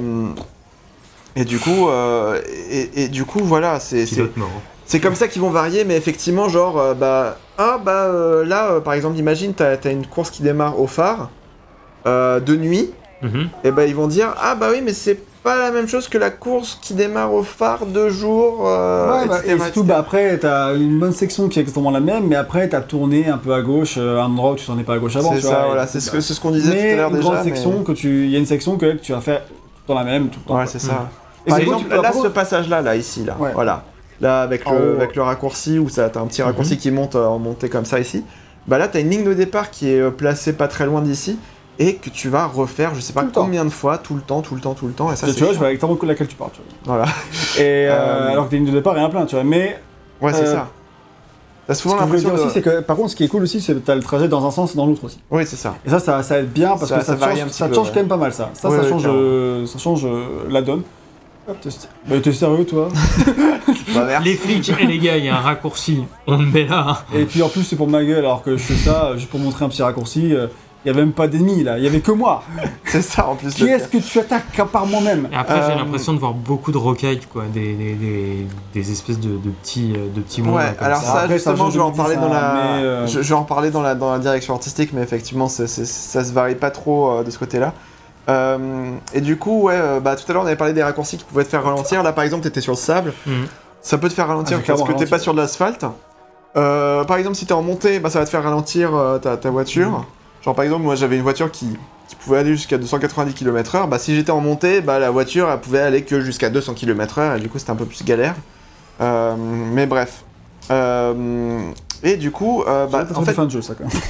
et du coup, euh, et, et du coup, voilà, c'est c'est, c'est comme ça qu'ils vont varier, mais effectivement, genre, euh, bah, ah bah euh, là, euh, par exemple, imagine, t'as, t'as une course qui démarre au phare euh, de nuit, mm-hmm. et bah ils vont dire, ah bah oui, mais c'est pas la même chose que la course qui démarre au phare de jour. Euh, ouais, bah, et surtout, bah, après, t'as une bonne section qui est exactement la même, mais après, t'as tourné un peu à gauche, euh, un endroit où tu t'en es pas à gauche avant. C'est tu ça, vois, voilà, c'est ce, que, c'est ce qu'on disait mais tout à l'heure une déjà. Grande section mais... que tu... Il y a une section que tu vas faire tout dans la même, tout le temps. Ouais, c'est ça. Mmh. Par exemple, là, là ce passage-là, là, ici, là, ouais. voilà. Là, avec, oh. le, avec le raccourci, où ça, t'as un petit raccourci mmh. qui monte euh, en montée comme ça, ici. Bah là, t'as une ligne de départ qui est placée pas très loin d'ici. Et que tu vas refaire, je sais pas combien de fois, tout le temps, tout le temps, tout le temps. Et ça, tu c'est vois, chiant. je vois avec temps laquelle tu parles. Tu vois. Voilà. Et euh, euh... alors que t'as une ligne de départ, il y en a plein, tu vois. Mais. Ouais, c'est euh... ça. T'as souvent ce l'impression que je veux dire de... aussi, c'est que par contre, ce qui est cool aussi, c'est que t'as le trajet dans un sens et dans l'autre aussi. Oui, c'est ça. Et ça, ça, ça aide bien parce ça, que ça, ça, change, ça peu, change ouais. quand même pas mal, ça. Ça, ouais, ça, ouais, change, euh, ça change euh, la donne. Hop, t'es, bah, t'es sérieux, toi? Bah, les flics, et les gars, il y a un raccourci, on le met là. Et puis en plus, c'est pour ma gueule, alors que je fais ça juste pour montrer un petit raccourci. Euh, Il n'y avait même pas d'ennemis là, il n'y avait que moi. C'est ça en plus. Qui est-ce que tu attaques à part moi-même? Et après, euh... j'ai l'impression de voir beaucoup de rocailles, quoi, des, des, des, des espèces de, de petits, de petits mondes. Ouais, alors ça, ça après, justement, je vais en parler ça, dans la, mais euh... je, je vais en parler dans la, dans la direction artistique, mais effectivement, c'est, c'est, ça se varie pas trop euh, de ce côté-là. Euh, et du coup, ouais, euh, bah tout à l'heure, on avait parlé des raccourcis qui pouvaient te faire ralentir. Là, par exemple, t'étais sur le sable, mmh. ça peut te faire ralentir ah, parce que ralentir. T'es pas sur de l'asphalte. Euh, par exemple, si t'es en montée, bah ça va te faire ralentir euh, ta, ta voiture. Mmh. Genre par exemple, moi j'avais une voiture qui, qui pouvait aller jusqu'à deux cent quatre-vingt-dix kilomètres heure, bah si j'étais en montée, bah la voiture elle pouvait aller que jusqu'à deux cents kilomètres heure, et du coup c'était un peu plus galère. Euh, mais bref. Euh, et du coup, euh, bah en fait... fin de jeu ça quand même.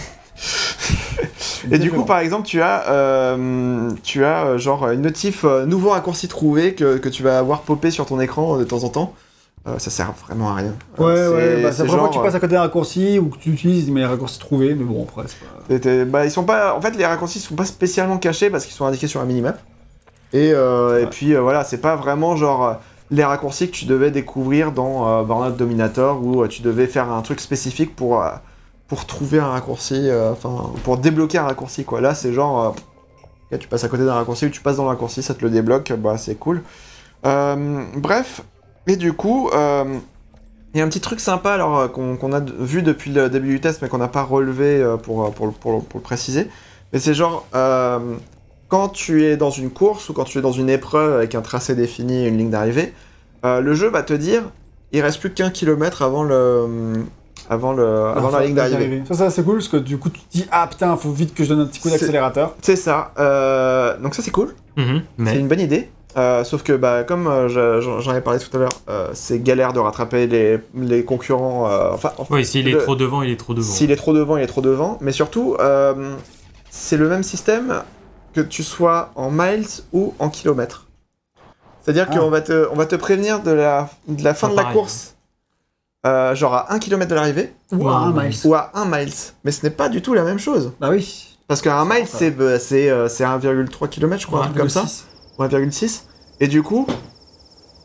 Et du coup par exemple tu as, euh, tu as euh, genre une notif euh, nouveau raccourci trouvé que, que tu vas avoir popé sur ton écran de temps en temps. Euh, ça sert vraiment à rien. Ouais, euh, ouais, bah, c'est, c'est vraiment que tu passes à côté d'un raccourci ou que tu utilises mais les raccourcis trouvés, mais bon, après, c'est pas... C'était, bah, ils sont pas... En fait, les raccourcis sont pas spécialement cachés parce qu'ils sont indiqués sur la minimap. Et, euh, ouais. et puis, euh, voilà, c'est pas vraiment genre les raccourcis que tu devais découvrir dans euh, Burnout Dominator où euh, tu devais faire un truc spécifique pour, euh, pour trouver un raccourci, enfin, euh, pour débloquer un raccourci, quoi. Là, c'est genre, euh, tu passes à côté d'un raccourci ou tu passes dans le raccourci, ça te le débloque, bah, c'est cool. Euh, bref... Et du coup, il euh, y a un petit truc sympa alors, qu'on, qu'on a vu depuis le début du test, mais qu'on n'a pas relevé pour, pour, pour, pour le préciser. Mais c'est genre, euh, quand tu es dans une course ou quand tu es dans une épreuve avec un tracé défini et une ligne d'arrivée, euh, le jeu va te dire, il reste plus qu'un kilomètre avant le... Avant, le, avant la ligne d'arrivée. Ça, ça c'est cool parce que du coup tu te dis ah putain faut vite que je donne un petit coup d'accélérateur. C'est, c'est ça. Euh, donc ça c'est cool. Mmh, mais... C'est une bonne idée. Euh, sauf que bah comme euh, je, j'en ai parlé tout à l'heure, euh, c'est galère de rattraper les, les concurrents. Euh, enfin, enfin, oui, s'il le, est trop devant, il est trop devant. S'il est trop devant, il est trop devant. Mais surtout, euh, c'est le même système que tu sois en miles ou en kilomètres. C'est-à-dire ah. qu'on va te, on va te prévenir de la, de la fin de la pareil. course. Euh, genre à un kilomètre de l'arrivée ou à un mile. Ou à un mile. Mais ce n'est pas du tout la même chose. Bah oui. Parce qu'à un mile, c'est, bah, c'est, euh, c'est un virgule trois kilomètres, je crois, un truc comme ça. Ou un virgule six. Et du coup,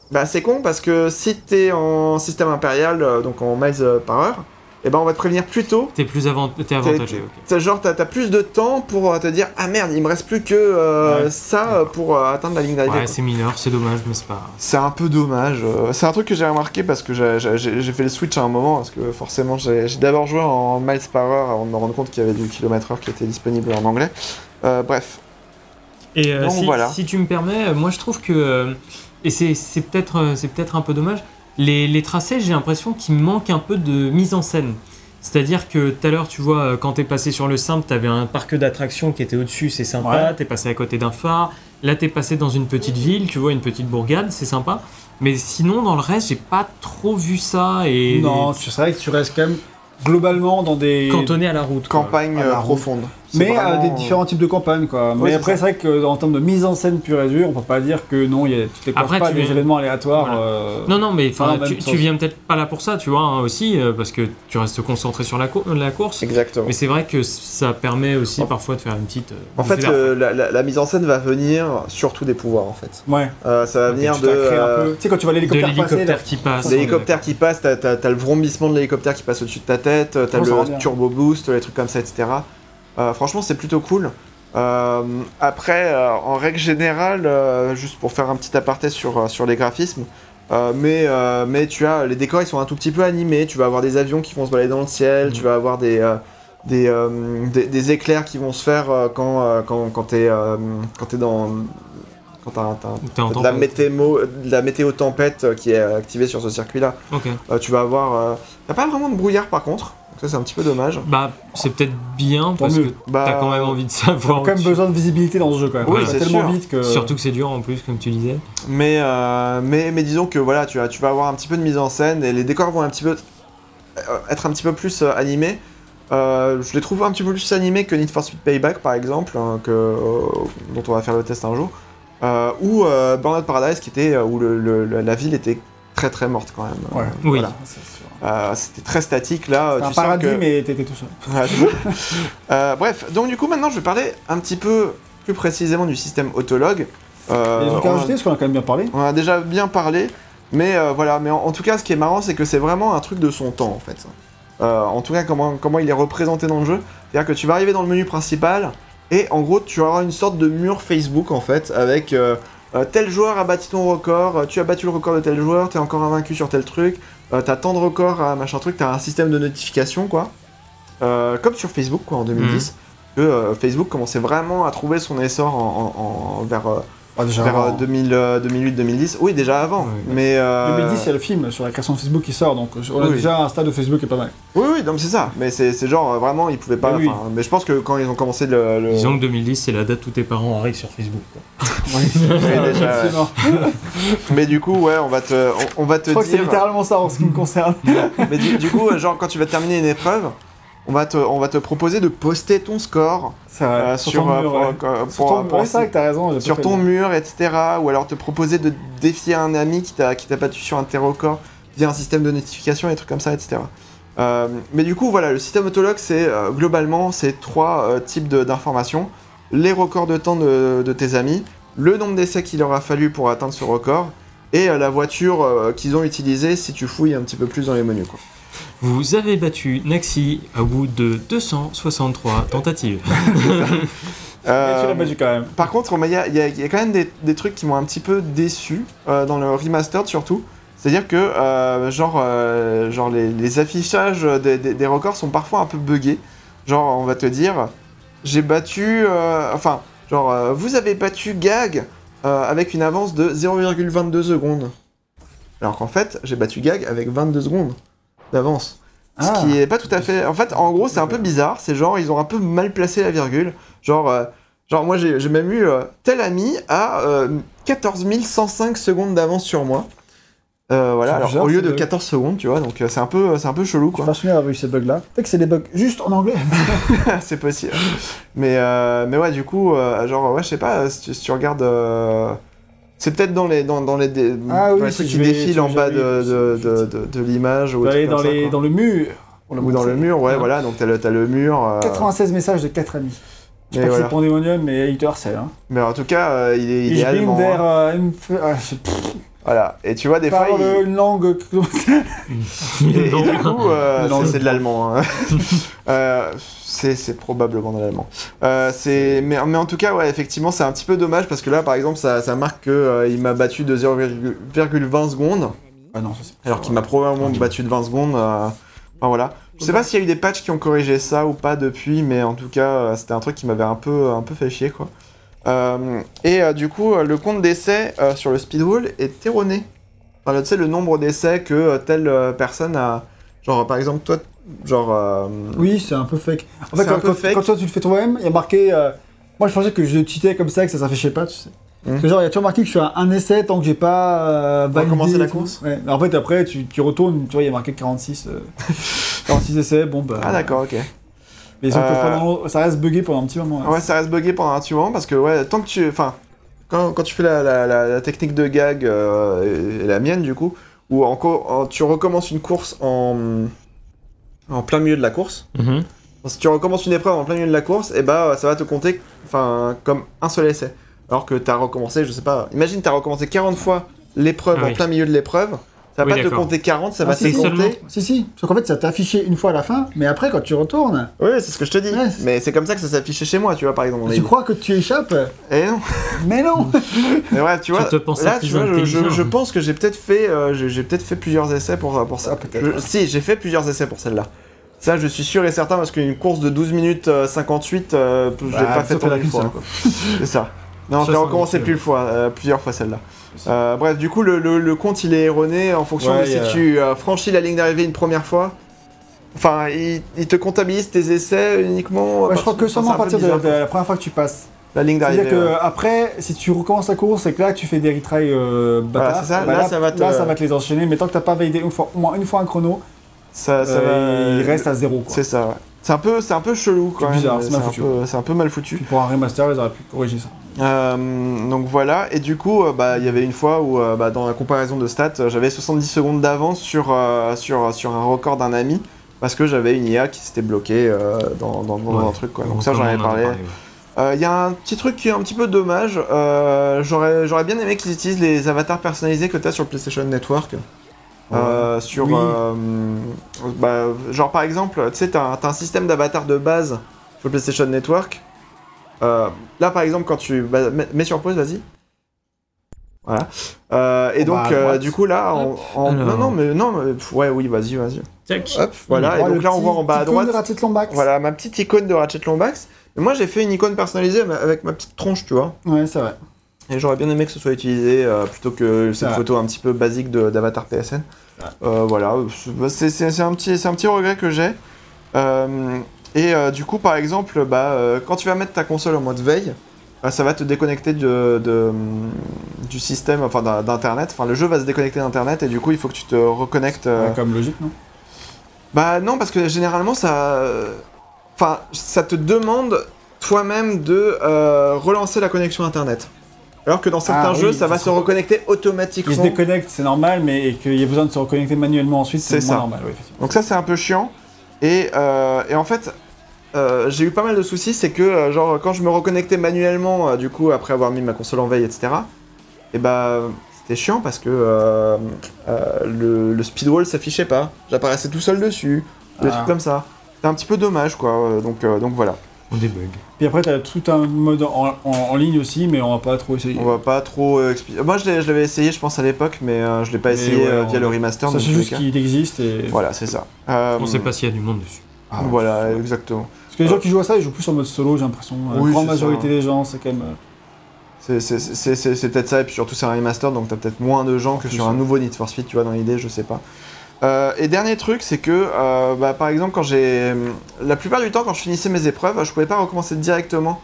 Bah c'est con parce que si t'es en système impérial, euh, donc en miles par heure, et ben on va te prévenir plus tôt. T'es plus avant... t'es avantagé, ok. T'es, genre t'as, t'as plus de temps pour euh, te dire ah merde il me reste plus que euh, ouais. ça pour euh, atteindre la ligne d'arrivée. Ouais quoi. C'est mineur, c'est dommage mais c'est pas... C'est un peu dommage. Euh, c'est un truc que j'ai remarqué parce que j'ai, j'ai, j'ai fait le switch à un moment parce que forcément j'ai, j'ai d'abord joué en miles par heure avant de me rendre compte qu'il y avait du kilomètre heure qui était disponible en anglais. Euh, bref. Et euh, Donc, si, voilà. si tu me permets, moi je trouve que... Euh, et c'est, c'est, peut-être, c'est peut-être un peu dommage, les, les tracés j'ai l'impression qu'il manque un peu de mise en scène. C'est-à-dire que tout à l'heure, tu vois, quand t'es passé sur le simple, t'avais un parc d'attractions qui était au-dessus, c'est sympa, ouais. T'es passé à côté d'un phare, là t'es passé dans une petite ville, tu vois, une petite bourgade, c'est sympa. Mais sinon, dans le reste, j'ai pas trop vu ça et... Non, c'est vrai que tu restes quand même globalement dans des... cantonné à la route. Campagne euh, profonde. C'est mais vraiment... à des différents types de campagnes, quoi. Ouais, mais après, c'est, c'est vrai qu'en termes de mise en scène pure et dure, on peut pas dire que non, il y a, tu découvres pas des viens... événements aléatoires. Voilà. Euh... Non, non, mais enfin, tu, tu viens peut-être pas là pour ça, tu vois, hein, aussi, euh, parce que tu restes concentré sur la, co- la course. Exactement. Mais c'est vrai que ça permet aussi oh. parfois de faire une petite... Euh, en fait, euh, la, la, la mise en scène va venir surtout des pouvoirs, en fait. Ouais. Euh, ça va venir tu de... Euh... Tu sais, quand tu vois l'hélicoptère, de l'hélicoptère passer, qui passe. L'hélicoptère qui passe, t'as, t'as, t'as le vrombissement de l'hélicoptère qui passe au-dessus de ta tête, t'as oh, le turbo boost, les trucs comme ça, et cetera. Euh, franchement, c'est plutôt cool. Euh, après, euh, en règle générale, euh, juste pour faire un petit aparté sur, sur les graphismes, euh, mais, euh, mais tu as les décors, ils sont un tout petit peu animés. Tu vas avoir des avions qui vont se balader dans le ciel, mmh. tu vas avoir des, euh, des, euh, des, des éclairs qui vont se faire euh, quand, euh, quand, quand t'es euh, quand t'es dans... Quand t'as, t'as, t'as de, la météo, de la météo tempête qui est activée sur ce circuit-là. Okay. Euh, tu vas avoir... Euh... T'as pas vraiment de brouillard par contre. Ça, c'est un petit peu dommage. Bah, c'est peut-être bien parce mieux. que bah, t'as quand même envie de savoir. T'as quand même besoin de visibilité dans ce jeu quand même. Oui, ouais, c'est tellement sûr. vite que. Surtout que c'est dur en plus, comme tu disais. Mais, euh, mais, mais disons que voilà, tu vas, tu vas avoir un petit peu de mise en scène et les décors vont un petit peu être un petit peu plus euh, animés. Euh, je les trouve un petit peu plus animés que Need for Speed Payback par exemple, hein, que, euh, dont on va faire le test un jour. Euh, ou euh, Burnout Paradise qui était où le, le, la ville était très très morte quand même. Ouais. Euh, oui. Voilà. Euh, c'était très statique là. C'était tu un paradis sens que... mais t'étais tout seul. Ouais, euh, bref, donc du coup maintenant je vais parler un petit peu plus précisément du système Autolog. Euh, Les trucs à rajouter, parce qu'on a quand même bien parlé. On a déjà bien parlé, mais euh, voilà. Mais en, en tout cas, ce qui est marrant, c'est que c'est vraiment un truc de son temps en fait. Euh, en tout cas, comment comment il est représenté dans le jeu, c'est-à-dire que tu vas arriver dans le menu principal et en gros tu auras une sorte de mur Facebook en fait avec euh, euh, tel joueur a battu ton record, tu as battu le record de tel joueur, t'es encore invaincu sur tel truc. Euh, t'as tant de records à machin truc, t'as un système de notification quoi, euh, comme sur Facebook quoi en deux mille dix, mmh. que euh, Facebook commençait vraiment à trouver son essor en, en, en, vers, euh, ah, vers euh, deux mille, euh, deux mille huit deux mille dix, oui déjà avant, ouais, mais... Euh... deux mille dix il y a le film sur la création de Facebook qui sort, donc on a oui. déjà un stade où Facebook est pas mal. Oui oui, donc c'est ça, mais c'est, c'est genre vraiment ils pouvaient pas, mais, oui. mais je pense que quand ils ont commencé le... le... Disons que deux mille dix c'est la date où tes parents arrivent sur Facebook quoi. Oui, c'est déjà, ouais. Mais du coup ouais on va te, on, on va te je crois dire... que c'est littéralement ça en ce qui me concerne. Mais du, du coup genre quand tu vas terminer une épreuve, on va te, on va te proposer de poster ton score euh, sur, sur ton mur, pour, ouais. pour, sur ton, pour, ouais, c'est vrai que t'as raison, sur ton mur, et cetera. Ou alors te proposer de défier un ami qui t'a, qui t'a battu sur un de tes records via un système de notification et des trucs comme ça, et cetera. Euh, mais du coup, voilà, le système Autolog, c'est euh, globalement ces trois euh, types de, d'informations. Les records de temps de, de tes amis, le nombre d'essais qu'il aura fallu pour atteindre ce record, et euh, la voiture euh, qu'ils ont utilisée si tu fouilles un petit peu plus dans les menus, quoi. Vous avez battu Naxi au bout de deux cent soixante-trois tentatives. euh, tu l'as battu quand même. Par contre, il y, y, y a quand même des, des trucs qui m'ont un petit peu déçu, euh, dans le remastered surtout. C'est-à-dire que euh, genre, euh, genre les, les affichages des, des, des records sont parfois un peu buggés. Genre, on va te dire, j'ai battu... Euh, enfin, genre, euh, vous avez battu Gag euh, avec une avance de zéro virgule vingt-deux secondes. Alors qu'en fait, j'ai battu Gag avec vingt-deux secondes d'avance. Ah. Ce qui est pas tout à fait... En fait, en gros, c'est un peu bizarre. C'est genre, ils ont un peu mal placé la virgule. Genre, euh, genre moi, j'ai, j'ai même eu euh, tel ami à euh, quatorze mille cent cinq secondes d'avance sur moi. Euh, voilà, alors bizarre, au lieu de quatorze secondes, tu vois, donc euh, c'est un peu, c'est un peu chelou, quoi. Je me souviens d'avoir eu ces bugs-là. Peut-être que c'est des bugs juste en anglais. C'est possible. Mais, euh, mais ouais, du coup, euh, genre, ouais, je sais pas, si tu, si tu regardes... Euh... C'est peut-être dans les, dans, dans les, dé... ah, oui, les trucs qui défilent en bas de, de, de, de, de l'image. Ou aller dans, les, ça, dans le mur. Ou dans le mur, ouais, ah. voilà, donc t'as le, t'as le mur. Euh... quatre-vingt-seize messages de quatre amis. Je sais pas voilà. que c'est Pandemonium, mais il te harcèle. Hein. Mais en tout cas, euh, il est ich idéalement... Ich bin der... Euh, Voilà, et tu vois, des Parle fois... il... une langue... et, et du coup, euh, c'est, c'est de l'allemand. Hein. euh, c'est, c'est probablement de l'allemand. Euh, c'est... Mais, mais en tout cas, ouais, effectivement, c'est un petit peu dommage, parce que là, par exemple, ça, ça marque qu'il euh, m'a battu de zéro virgule vingt secondes. Ah non, ça c'est... Alors qu'il m'a probablement battu de vingt secondes. Euh... Enfin, voilà. Je sais pas s'il y a eu des patchs qui ont corrigé ça ou pas depuis, mais en tout cas, euh, c'était un truc qui m'avait un peu, un peu fait chier, quoi. Euh, et euh, du coup, euh, le compte d'essais euh, sur le speedwall est erroné. Enfin, tu sais, le nombre d'essais que euh, telle euh, personne a... Genre, par exemple, toi, genre... Euh... Oui, c'est un peu fake. En fait, c'est quand, un peu quand, fake. quand toi, tu le fais toi-même, il y a marqué... Euh... Moi, je pensais que je cheatais comme ça, que ça s'affichait pas, tu sais. Mmh. Parce que genre, il y a toujours marqué que je suis à un essai tant que j'ai pas euh, validé... Recommencer la course. Ouais. En fait, après, tu, tu retournes, tu vois, il y a marqué quarante-six... Euh... quarante-six essais, bon bah... Ah d'accord, ok. Mais euh... pendant... ça reste bugué pendant un petit moment. Hein. Ouais, ça reste bugué pendant un petit moment, parce que, ouais, tant que tu... Enfin, quand, quand tu fais la, la, la, la technique de gag, euh, et, et la mienne, du coup, où encore, en, tu recommences une course en... en plein milieu de la course, mm-hmm. si tu recommences une épreuve en plein milieu de la course, et bah, ça va te compter, enfin, comme un seul essai. Alors que t'as recommencé, je sais pas... Imagine, t'as recommencé quarante fois l'épreuve ah, en oui. plein milieu de l'épreuve, ça va oui, pas d'accord. te compter quarante, ça ah, va si, te compter... Seulement... Si, si, parce qu'en fait, ça t'est affiché une fois à la fin, mais après, quand tu retournes... Oui, c'est ce que je te dis, ouais, mais c'est comme ça que ça s'affichait chez moi, tu vois, par exemple. Tu crois que tu échappes? Eh non. Mais non. Mais ouais, tu vois, tu te là, tu vois, je, je, je pense que j'ai peut-être fait, euh, j'ai, j'ai peut-être fait plusieurs essais pour, pour ça. Ah, peut-être. Je, si, j'ai fait plusieurs essais pour celle-là. Ça, je suis sûr et certain, parce qu'une course de douze minutes cinquante-huit, euh, je l'ai bah, pas faite en une fois. Quoi. C'est ça. Non, j'ai recommencé plus fois, euh, plusieurs fois celle-là. Euh, bref, du coup, le, le, le compte, il est erroné en fonction ouais, de si a... tu euh, franchis la ligne d'arrivée une première fois. Enfin, il, il te comptabilise tes essais uniquement... Ouais, je crois que seulement à partir de, de la première fois que tu passes. La ligne d'arrivée. C'est-à-dire que ouais. après, si tu recommences la course et que là, tu fais des retries euh, bâtards, voilà, c'est ça. Bah, là, là, ça va te... là, ça va te les enchaîner. Mais tant que t'as pas validé une fois, au moins une fois un chrono, ça, ça euh, va... il reste à zéro. Quoi. C'est ça, ouais. C'est un peu, c'est un peu chelou quand c'est même. Bizarre, c'est, c'est, mal un peu, c'est un peu mal foutu. Pour un remaster, ils auraient pu corriger ça. Euh, donc voilà, et du coup, euh, bah, il y avait une fois où, euh, bah, dans la comparaison de stats, euh, j'avais soixante-dix secondes d'avance sur, euh, sur, sur un record d'un ami, parce que j'avais une I A qui s'était bloquée euh, dans, dans, dans ouais, un truc, quoi. Donc ça, j'en avais parlé. Il ouais. euh, y a un petit truc qui est un petit peu dommage, euh, j'aurais, j'aurais bien aimé qu'ils utilisent les avatars personnalisés que tu as sur le PlayStation Network. Euh, sur oui. euh, bah, genre par exemple, tu sais, t'as, t'as un système d'avatar de base sur le PlayStation Network. Euh, là par exemple, quand tu bah, mets, mets sur pause, vas-y. Voilà. Euh, et oh donc bah, euh, du coup là, en, en... non non mais non, mais, ouais oui, vas-y vas-y. Tac. Hop, voilà. Oui, et donc là, on voit en bas à droite. De Ratchet Lombax. Voilà, ma petite icône de Ratchet Lombax. Mais moi, j'ai fait une icône personnalisée avec ma petite tronche, tu vois. Ouais, c'est vrai. Et j'aurais bien aimé que ce soit utilisé euh, plutôt que cette photo un petit peu basique de, d'avatar P S N. Ouais. Euh, voilà, c'est, c'est, c'est, un petit, c'est un petit regret que j'ai. Euh, et euh, du coup, par exemple, bah, euh, quand tu vas mettre ta console en mode veille, bah, ça va te déconnecter de, de, du système, enfin d'internet. Enfin, le jeu va se déconnecter d'internet et du coup, il faut que tu te reconnectes. Euh... Ouais, comme logique, non? Bah non, parce que généralement, ça, enfin, ça te demande toi-même de euh, relancer la connexion internet. Alors que dans certains ah, jeux, oui, ça va se reconnecter automatiquement. Il se déconnecte, c'est normal, mais qu'il y ait besoin de se reconnecter manuellement ensuite, c'est, c'est moins ça. Normal. Oui, donc ça, c'est un peu chiant. Et, euh, et en fait, euh, j'ai eu pas mal de soucis, c'est que euh, genre quand je me reconnectais manuellement, euh, du coup, après avoir mis ma console en veille, et cetera, et bah, c'était chiant parce que euh, euh, le, le speedwall s'affichait pas. J'apparaissais tout seul dessus, des ah. trucs comme ça. C'était un petit peu dommage, quoi. Donc, euh, donc voilà. On débug. Puis après, t'as tout un mode en, en, en ligne aussi, mais on va pas trop essayer. On va pas trop euh, expliquer. Moi, je, l'ai, je l'avais essayé, je pense, à l'époque, mais euh, je l'ai pas mais essayé ouais, euh, via on... le remaster. Ça, c'est juste qu'il existe et... Voilà, c'est ça. Euh... On sait pas s'il y a du monde dessus. Ah, voilà, ouais. Exactement. Parce que les gens qui jouent à ça, ils jouent plus en mode solo, j'ai l'impression. La oui, grande majorité ça. Des gens, c'est quand même... C'est, c'est, c'est, c'est, c'est peut-être ça, et puis surtout, c'est un remaster, donc t'as peut-être moins de gens que sur un nouveau Need for Speed, tu vois, dans l'idée, je sais pas. Euh, et dernier truc, c'est que, euh, bah, par exemple, quand j'ai... La plupart du temps, quand je finissais mes épreuves, je pouvais pas recommencer directement.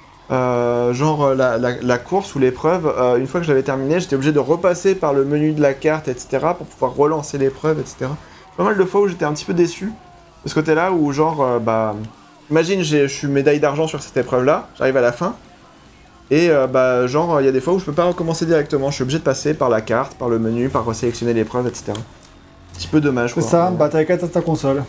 Euh, genre la, la, la course ou l'épreuve, euh, une fois que je l'avais terminée, j'étais obligé de repasser par le menu de la carte, et cetera, pour pouvoir relancer l'épreuve, et cetera. Pas mal de fois où j'étais un petit peu déçu, de ce côté-là, où genre, euh, bah... Imagine, j'ai, je suis médaille d'argent sur cette épreuve-là, j'arrive à la fin, et euh, bah, genre, il y a des fois où je peux pas recommencer directement, je suis obligé de passer par la carte, par le menu, par resélectionner l'épreuve, et cetera. Un petit peu dommage, quoi. C'est ça, bah t'as qu'à ta console.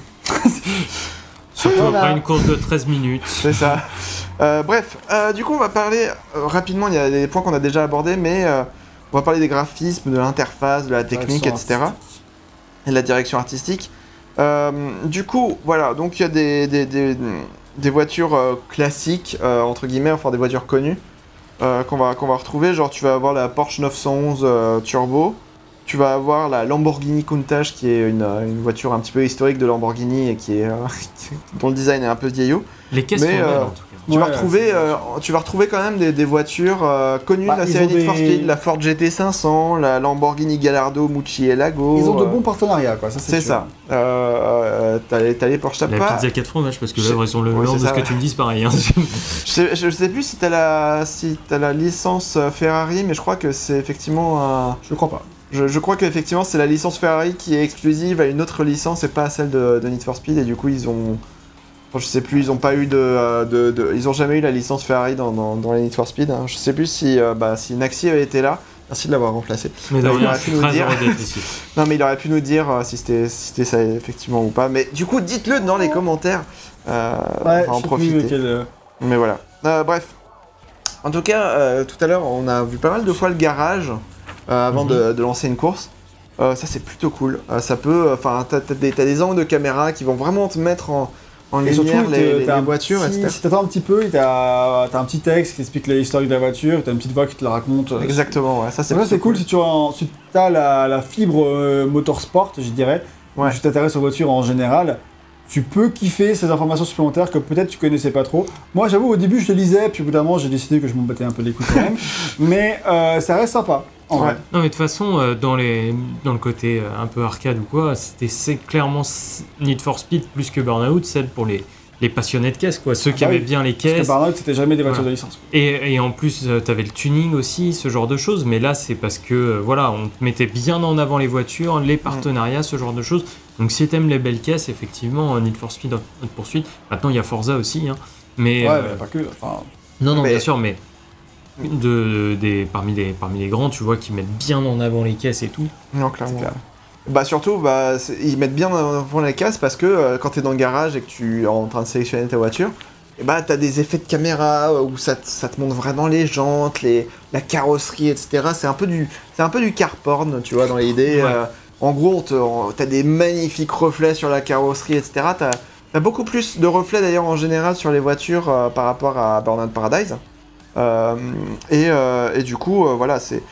Surtout voilà. Après une course de treize minutes. C'est ça. Euh, bref, euh, du coup, on va parler euh, rapidement, il y a des points qu'on a déjà abordés, mais euh, On va parler des graphismes, de l'interface, de la technique, et cetera. Artistique. Et de la direction artistique. Euh, du coup, voilà, donc il y a des, des, des, des voitures euh, classiques, euh, entre guillemets, enfin des voitures connues, euh, qu'on va, qu'on va retrouver. Genre, tu vas avoir la Porsche neuf cent onze euh, Turbo, tu vas avoir la Lamborghini Countach, qui est une, une voiture un petit peu historique de Lamborghini et qui est, euh, dont le design est un peu vieillot. Les caisses sont belles, euh, en tout cas. Tu, ouais, vas retrouver, euh, tu vas retrouver quand même des, des voitures euh, connues bah, de la série Need for Speed, la Ford G T cinq cents, la Lamborghini Gallardo Murcielago. Ils ont de euh... bons partenariats, quoi. Ça, c'est, c'est ça. Euh, euh, t'as, les, t'as les Porsche Tapa. La pizza quatre fromages, parce que là, ils sont le ouais, lent de ça, ce que ouais. tu me dis, pareil. Hein. je, sais, je sais plus si t'as la, si t'as la licence Ferrari, mais je crois que c'est effectivement un... Je crois pas. Je, je crois qu'effectivement c'est la licence Ferrari qui est exclusive à une autre licence et pas à celle de, de Need for Speed, et du coup ils ont... Enfin, je sais plus, ils ont pas eu de, de, de... Ils ont jamais eu la licence Ferrari dans, dans, dans les Need for Speed. Hein. Je sais plus si, euh, bah, si Naxi avait été là. Merci de l'avoir remplacé. Mais de euh, rien, je suis très heureux d'être ici. Non mais il aurait pu nous dire euh, si, c'était, si c'était ça effectivement ou pas. Mais du coup dites-le dans les commentaires. Euh, ouais, on va en profiter. Quel... Mais voilà. Euh, bref. En tout cas, euh, tout à l'heure on a vu pas mal de fois le garage euh, avant mm-hmm. de, de lancer une course. Euh, ça c'est plutôt cool. Euh, ça peut, enfin t'as, t'as, des, t'as des angles de caméra qui vont vraiment te mettre en en et lumière surtout, les, les, les voitures, petit, et cetera. Si t'attends un petit peu, t'as, t'as un petit texte qui explique l'historique de la voiture, t'as une petite voix qui te la raconte. Exactement, ouais, ça c'est, ça, c'est cool. cool si tu as ensuite t'as la, la fibre euh, motorsport, je dirais, ouais. Tu t'intéresses aux voitures en général, tu peux kiffer ces informations supplémentaires que peut-être tu connaissais pas trop. Moi j'avoue au début je le lisais, puis au bout d'un moment j'ai décidé que je m'en battais un peu les couilles quand même, mais euh, ça reste sympa. En ouais. vrai. Non mais de toute façon, euh, dans, les, dans le côté euh, un peu arcade ou quoi, c'était c'est clairement Need for Speed plus que Burnout, celle pour les, les passionnés de caisse, quoi, ceux ah, qui bah avaient oui. bien les caisses. Parce que Burnout c'était jamais des voitures voilà. de licence. Et, et en plus euh, t'avais le tuning aussi, ce genre de choses, mais là c'est parce que euh, voilà, on mettait bien en avant les voitures, les partenariats, mmh. ce genre de choses. Donc si t'aimes les belles caisses, effectivement, Need for Speed Hot Pursuit. Maintenant il y a Forza aussi, hein. Mais, ouais, euh, mais pas que. Enfin... Non, non, mais... bien sûr, mais de, des, parmi, les, parmi les grands, tu vois, qui mettent bien en avant les caisses et tout. Non, clairement. Clair. Bah surtout, bah, ils mettent bien en avant les caisses parce que euh, quand t'es dans le garage et que tu es en train de sélectionner ta voiture, et bah t'as des effets de caméra où ça, ça te montre vraiment les jantes, les, la carrosserie, et cetera. C'est un peu du, c'est un peu du car porn, tu vois, dans l'idée. Ouais. Euh, en gros, te, en, t'as des magnifiques reflets sur la carrosserie, et cetera. T'as, t'as beaucoup plus de reflets d'ailleurs en général sur les voitures euh, par rapport à Burnout Paradise. Euh, et, euh, et du coup, euh, voilà, c'est.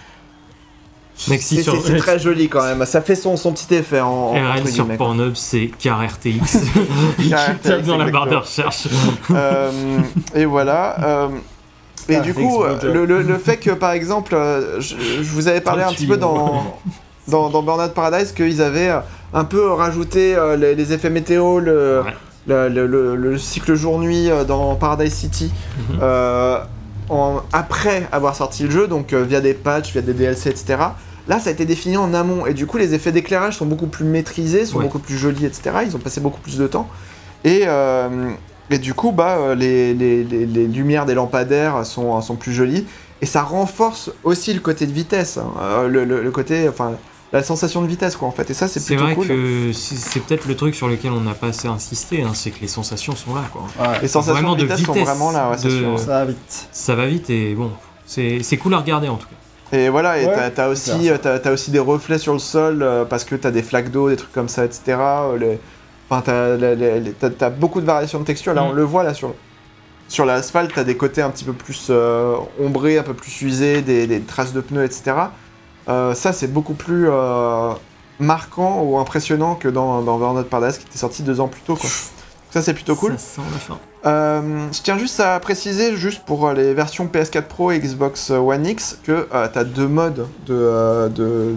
C'est, c'est, c'est très joli quand même, ça fait son, son petit effet en, R L sur Pornhub, c'est Car R T X. Car R T X dans la barre de recherche. euh, et voilà. Euh, et Car du coup, le, le, le fait que par exemple, je, je vous avais parlé un petit peu dans, dans, dans Burnout Paradise qu'ils avaient un peu rajouté les, les effets météo, le, ouais. le, le, le, le cycle jour-nuit dans Paradise City. Mm-hmm. Euh, en, après avoir sorti le jeu, donc euh, via des patchs, via des D L C, et cetera. Là, ça a été défini en amont, et du coup, les effets d'éclairage sont beaucoup plus maîtrisés, sont ouais. beaucoup plus jolis, et cetera. Ils ont passé beaucoup plus de temps. Et, euh, et du coup, bah, les, les, les, les lumières des lampadaires sont, sont plus jolies. Et ça renforce aussi le côté de vitesse, hein, le, le, le côté, enfin, la sensation de vitesse, quoi, en fait. Et ça, c'est, c'est plutôt cool. C'est vrai que c'est, c'est peut-être le truc sur lequel on n'a pas assez insisté, hein, c'est que les sensations sont là, quoi. Ouais. Les sensations vraiment de vitesse, de vitesse sont vraiment là, ouais, c'est de... sûr. Ça va vite. Ça va vite, et bon, c'est, c'est cool à regarder, en tout cas. Et voilà, et ouais, t'as, t'as, aussi, t'as, t'as aussi des reflets sur le sol euh, parce que t'as des flaques d'eau, des trucs comme ça, et cetera. Les... Enfin, t'as, les, les, t'as, t'as beaucoup de variations de texture. Là, mmh. on le voit là sur, sur l'asphalte, t'as des côtés un petit peu plus euh, ombrés, un peu plus usés, des, des traces de pneus, et cetera. Euh, ça, c'est beaucoup plus euh, marquant ou impressionnant que dans, dans Burnout Paradise qui était sorti deux ans plus tôt, quoi. Ça, c'est plutôt cool. Ça sent la fin. Euh, je tiens juste à préciser, juste pour les versions P S quatre Pro et Xbox One X, que euh, tu as deux modes de, euh, de,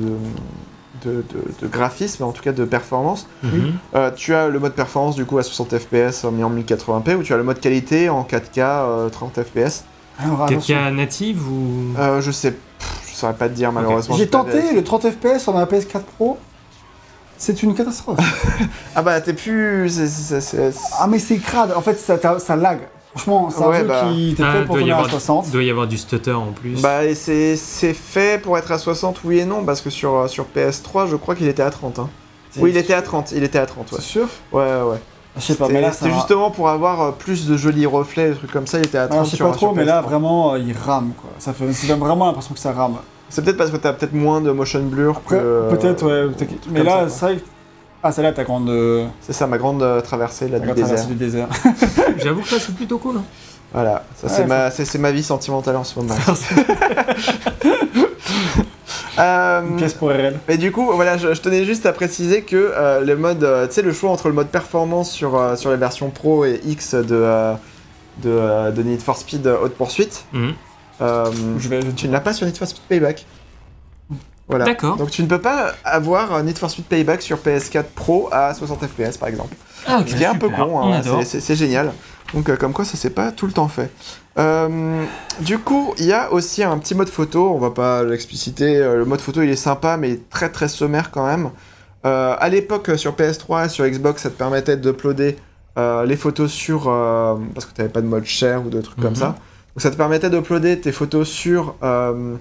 de, de, de, de graphisme, en tout cas de performance. Mm-hmm. Euh, tu as le mode performance du coup à soixante F P S mis en mille quatre-vingts p, ou tu as le mode qualité en quatre K euh, trente F P S. Alors, quatre K native ou euh, Je sais, pff, je saurais pas te dire malheureusement. Okay. J'ai tenté le trente F P S sur ma P S quatre Pro. C'est une catastrophe. Ah bah t'es plus... C'est, c'est, c'est, c'est... Ah mais c'est crade, en fait ça, ça lag. Franchement, c'est ouais, un jeu bah... qui t'est ah, fait pour tourner à soixante. Il doit y avoir du stutter en plus. Bah et c'est, c'est fait pour être à soixante, oui et non, parce que sur, sur P S trois, je crois qu'il était à trente. Hein. Oui, il était à trente, il était à trente, ouais. C'est sûr ? Ouais, ouais. Je sais pas, mais là c'était justement pour avoir plus de jolis reflets, des trucs comme ça, il était à trente. Alors, je sais sur, pas trop, sur mais là vraiment, il rame, quoi. Ça fait, ça donne vraiment l'impression que ça rame. C'est peut-être parce que t'as peut-être moins de motion blur Après, que... Peut-être, ouais. Mais là, c'est vrai que... Ah, c'est là ta grande... Euh... C'est ça, ma grande euh, traversée là, du, désert. du désert. J'avoue que là, c'est plutôt cool. Hein. Voilà, ça ouais, c'est, ma, c'est, c'est ma vie sentimentale en ce moment. euh, Une pièce pour R L. Et du coup, voilà, je, je tenais juste à préciser que euh, le mode... Euh, tu sais, le choix entre le mode performance sur, euh, sur les versions Pro et X de, euh, de, euh, de Need for Speed Haute Poursuite, mm-hmm. euh, je vais, tu ne l'as pas sur Need for Speed Payback. Voilà. D'accord. Donc tu ne peux pas avoir Need for Speed Payback sur P S quatre Pro à soixante F P S par exemple. Ah, okay, ce qui est un peu con, hein, c'est, c'est, c'est génial. Donc euh, comme quoi ça c'est pas tout le temps fait. Euh, du coup il y a aussi un petit mode photo, on va pas l'expliciter, euh, le mode photo il est sympa mais il est très très sommaire quand même. Euh, à l'époque sur P S trois et sur Xbox ça te permettait d'uploader euh, les photos sur... Euh, parce que t'avais pas de mode share ou de trucs mm-hmm. comme ça. Donc ça te permettait d'uploader tes photos sur... Euh,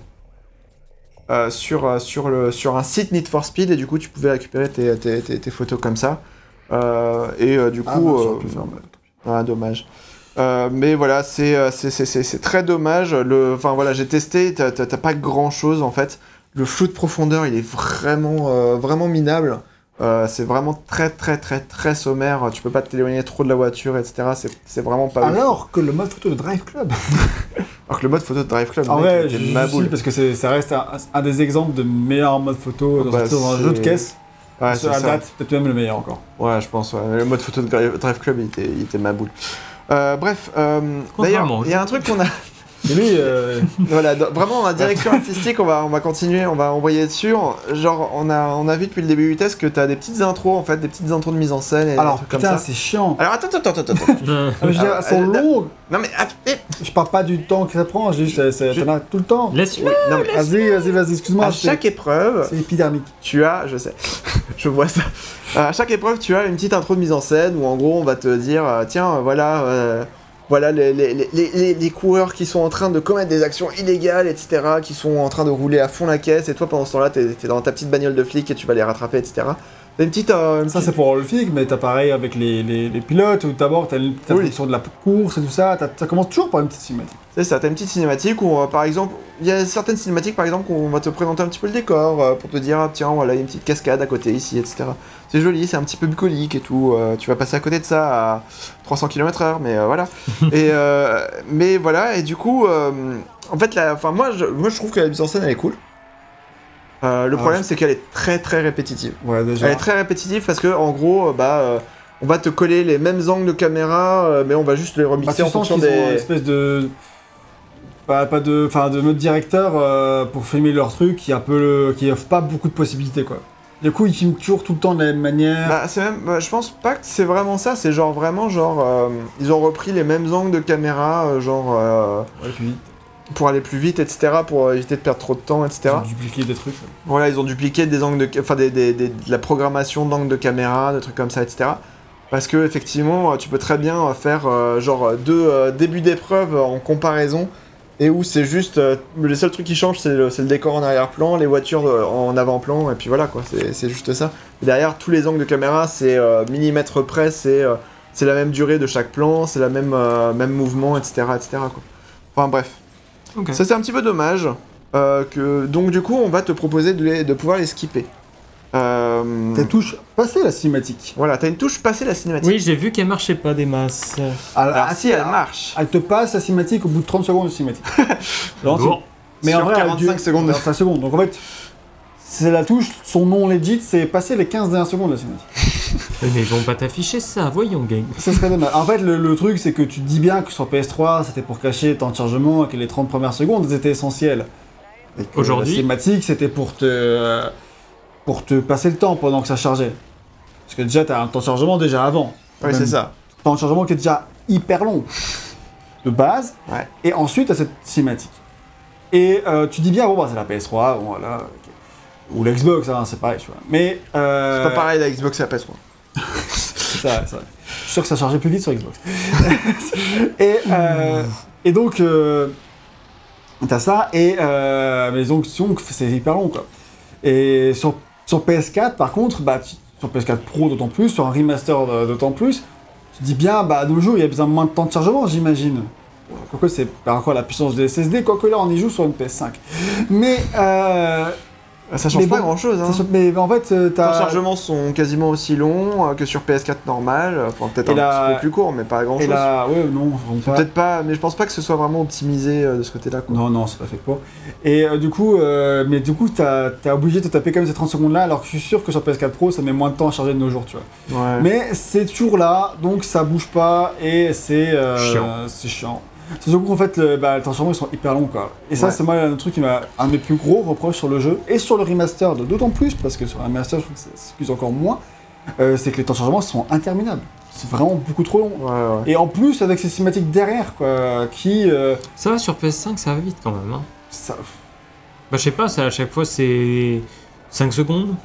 Euh, sur, euh, sur, le, sur un site Need for Speed et du coup tu pouvais récupérer tes, tes, tes, tes photos comme ça euh, et euh, du coup ah, bah, euh, ah, dommage euh, mais voilà c'est, c'est, c'est, c'est, c'est très dommage le, enfin voilà j'ai testé t'as, t'as, t'as pas grand chose en fait le flou de profondeur il est vraiment, euh, vraiment minable euh, c'est vraiment très très très très sommaire tu peux pas t'éloigner trop de la voiture etc c'est, c'est vraiment pas alors ouf. Que le mode photo de Drive Club alors que le mode photo de Drive Club en mec, vrai, était je ma boule parce que c'est, ça reste un, un des exemples de meilleur mode photo dans, bah, un jeu de caisse ouais, sur la date peut-être même le meilleur encore ouais je pense ouais. Le mode photo de Drive Club il était, il était ma boule euh, bref euh, d'ailleurs il y a un truc qu'on a et lui, euh... voilà, do- vraiment en direction artistique, on va, on va continuer, on va envoyer dessus. Genre, on a, on a vu depuis le début du test que t'as des petites intros en fait, des petites intros de mise en scène. Et alors des trucs putain, comme ça. c'est chiant. Alors attends, attends, attends, attends. je veux dire, elles sont longues. Non mais attends. Je parle pas du temps que ça prend, je dis, c'est, c'est, je... t'en as tout le temps. Laisse-le. Oui, non, mais vas-y, vas-y, vas-y, excuse-moi. À chaque épreuve, c'est épidermique. Tu as, je sais, je vois ça. À chaque épreuve, tu as une petite intro de mise en scène où en gros, on va te dire, tiens, voilà. Euh, Voilà les, les, les, les, les coureurs qui sont en train de commettre des actions illégales, et cetera, qui sont en train de rouler à fond la caisse, et toi pendant ce temps-là, t'es, t'es dans ta petite bagnole de flic et tu vas les rattraper, et cetera. T'as une petite. Euh, une ça, petite... c'est pour le flic, mais t'as pareil avec les, les, les pilotes, où d'abord t'as une petite introduction oui. de la course et tout ça, t'as, ça commence toujours par une petite cinématique. C'est ça, t'as une petite cinématique où, euh, par exemple, il y a certaines cinématiques, par exemple, où on va te présenter un petit peu le décor, euh, pour te dire, ah, tiens, voilà, il y a une petite cascade à côté, ici, et cetera. C'est joli, c'est un petit peu bucolique et tout, euh, tu vas passer à côté de ça à trois cents kilomètres heure, mais euh, voilà. et, euh, mais voilà, et du coup, euh, en fait, la, moi je, moi je trouve que la mise en scène, elle est cool. Euh, le ah, problème, je... c'est qu'elle est très très répétitive. Ouais, déjà. Elle est très répétitive parce que, en gros, bah... Euh, on va te coller les mêmes angles de caméra, euh, mais on va juste les remixer bah, en fonction des... Ont une espèce de... Pas, pas de... Enfin, de mode directeur euh, pour filmer leur truc qui, est un peu le... qui offre pas beaucoup de possibilités, quoi. Du coup, ils filment toujours tout le temps de la même manière. Bah, c'est même... Bah, je pense pas que c'est vraiment ça, c'est genre vraiment genre... Euh, ils ont repris les mêmes angles de caméra, euh, genre... Euh, ouais, plus vite. Pour aller plus vite, et cetera, pour éviter de perdre trop de temps, et cetera. Ils ont dupliqué des trucs. Ouais. Voilà, ils ont dupliqué des angles de... Enfin, des, des, des, de la programmation d'angles de caméra, des trucs comme ça, et cetera. Parce que effectivement, tu peux très bien faire euh, genre deux euh, débuts d'épreuve en comparaison et où c'est juste euh, le seul truc qui change, c'est le, c'est le décor en arrière-plan, les voitures euh, en avant-plan et puis voilà quoi, c'est, c'est juste ça. Et derrière, tous les angles de caméra, c'est euh, millimètre près, c'est euh, c'est la même durée de chaque plan, c'est la même euh, même mouvement, et cetera, et cetera quoi. Enfin bref, okay. Ça c'est un petit peu dommage. Euh, que donc du coup, on va te proposer de, les, de pouvoir les skipper. Euh... T'as touche passer la cinématique. Voilà, t'as une touche passer la cinématique. Oui, j'ai vu qu'elle marchait pas des masses. Alors, Alors si, elle, elle marche. Elle te passe la cinématique au bout de trente secondes de cinématique. Bon. Mais sur en vrai, quarante-cinq secondes. De... quarante-cinq secondes. Donc en fait, c'est la touche, son nom legit, c'est passer les quinze dernières secondes de la cinématique. Mais ils vont pas t'afficher ça, voyons, gang. Ça serait dommage. En fait, le, le truc, c'est que tu te dis bien que sur P S trois, c'était pour cacher le temps de chargement et que les trente premières secondes étaient essentielles. Et que aujourd'hui, la cinématique, c'était pour te... Euh, pour te passer le temps pendant que ça chargeait. Parce que déjà, t'as un temps de chargement déjà avant. Oui, c'est ça. Un temps de chargement qui est déjà hyper long, de base, ouais. Et ensuite, t'as cette cinématique. Et euh, tu dis bien, bon, bah, c'est la P S trois, bon, voilà, okay. Ou l'Xbox, hein, c'est pareil, tu vois. Mais... Euh... C'est pas pareil, la Xbox et la P S trois. c'est ça, c'est vrai. Je suis sûr que ça chargeait plus vite sur Xbox. et, euh, et donc, euh, t'as ça, et... Euh, mais donc, c'est hyper long, quoi. Et sur... Sur P S quatre, par contre, bah, tu, sur P S quatre Pro d'autant plus, sur un remaster d'autant plus, tu te dis bien, bah, de nos jours, il y a besoin de moins de temps de chargement, j'imagine. quoique c'est pas encore la puissance des S S D, quoique là on y joue sur une P S cinq. Mais euh, ça change pas bon, grand chose. Hein. Change, mais en fait, euh, t'as... les chargements sont quasiment aussi longs euh, que sur P S quatre normal. Enfin, peut-être un la... petit peu plus court, mais pas grand chose. Et là, ouais, non, pas. Peut-être pas, mais je pense pas que ce soit vraiment optimisé euh, de ce côté-là. Quoi. Non, non, c'est pas fait pour. Et euh, du coup, euh, mais du coup, t'as, t'es obligé de te taper quand même ces trente secondes-là, alors que je suis sûr que sur P S quatre Pro, ça met moins de temps à charger de nos jours, tu vois. Ouais. Mais c'est toujours là, donc ça bouge pas et c'est euh, chiant. C'est chiant. C'est surtout qu'en fait, le, bah, les transformations ils sont hyper longs quoi. Et ça, ouais. c'est moi un truc qui m'a un de mes plus gros reproches sur le jeu et sur le remaster, d'autant plus parce que sur le remaster, je trouve que c'est plus encore moins. Euh, c'est que les temps de chargement sont interminables. C'est vraiment beaucoup trop long. Ouais, ouais. Et en plus, avec ces cinématiques derrière, quoi, qui. Euh... Ça va sur P S cinq, ça va vite quand même. Hein. Ça... Bah, je sais pas, ça, à chaque fois c'est cinq secondes.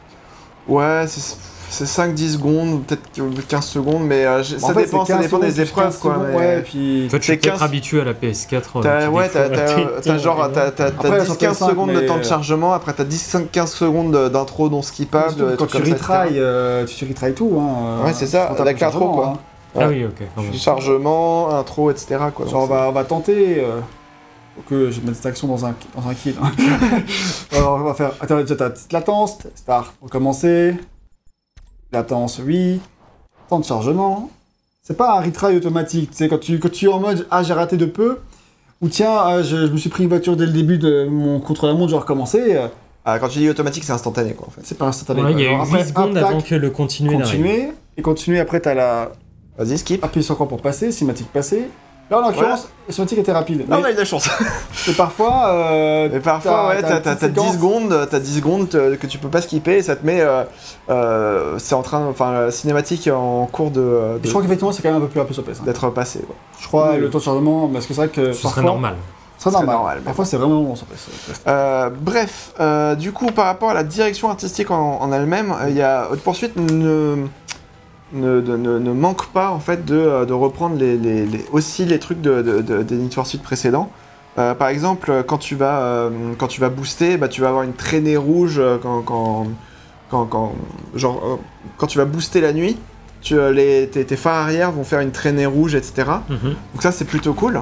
Ouais, c'est. C'est cinq dix secondes, peut-être quinze secondes, mais euh, ça, en fait, dépend, ça dépend des épreuves, quoi. Secondes, ouais, puis... En fait, je suis peut-être habitué à la P S quatre. T'as, ouais, t'as, t'as, t'as genre, t'as, t'as, t'as dix quinze secondes mais... de temps de chargement, après t'as dix quinze secondes d'intro non skippable. Quand tu retry, euh, tu retry tout, hein. Ouais, c'est ça, avec l'intro, quoi. Ouais. Ah oui, ok. Chargement, intro, et cetera, quoi. Genre, on va, on va tenter... Euh... que je mette cette action dans un, dans un kill. Alors, on va faire... Attends, déjà, t'as petite latence, start, recommencer... Latence, oui. Temps de chargement. C'est pas un retry automatique. Tu sais, quand tu, quand tu es en mode « Ah, j'ai raté de peu » ou « Tiens, ah, je, je me suis pris une voiture dès le début de mon contre-la-montre, je vais recommencer. » Ah, quand tu dis automatique, c'est instantané, quoi, en fait. C'est pas instantané. Ouais, il y a eu huit secondes avant que le continuer n'arrive. Continuer, et continuer, après, t'as la... Vas-y, skip. Appuyer sur quoi pour passer, cinématique passer. Là, en l'occurrence, ouais. La cinématique était rapide. Là, mais... on a eu de la chance. Et parfois... Euh, mais parfois, ouais, t'as, t'as, t'as dix secondes, t'as dix secondes que tu peux pas skipper, et ça te met... Euh, euh, c'est en train... Enfin, la cinématique en cours de... de... Je crois qu'effectivement, c'est quand même un peu plus rapide sur P S. Hein. D'être passé, ouais. Je crois, oui. Le temps de chargement, parce que c'est vrai que... Ce parfois, serait normal. Ce serait normal. normal parfois, c'est vraiment long sur P S. Euh, bref, euh, du coup, par rapport à la direction artistique en, en elle-même, il y a Haute Poursuite ne... Ne, ne, ne manque pas en fait de, de reprendre les, les, les, aussi les trucs de, de, de, des Need for Speed précédents. Euh, par exemple, quand tu vas, euh, quand tu vas booster, bah, tu vas avoir une traînée rouge quand, quand, quand, quand, genre, euh, quand tu vas booster la nuit, tu, les, tes, tes phares arrière vont faire une traînée rouge, et cetera. Mm-hmm. Donc ça, c'est plutôt cool.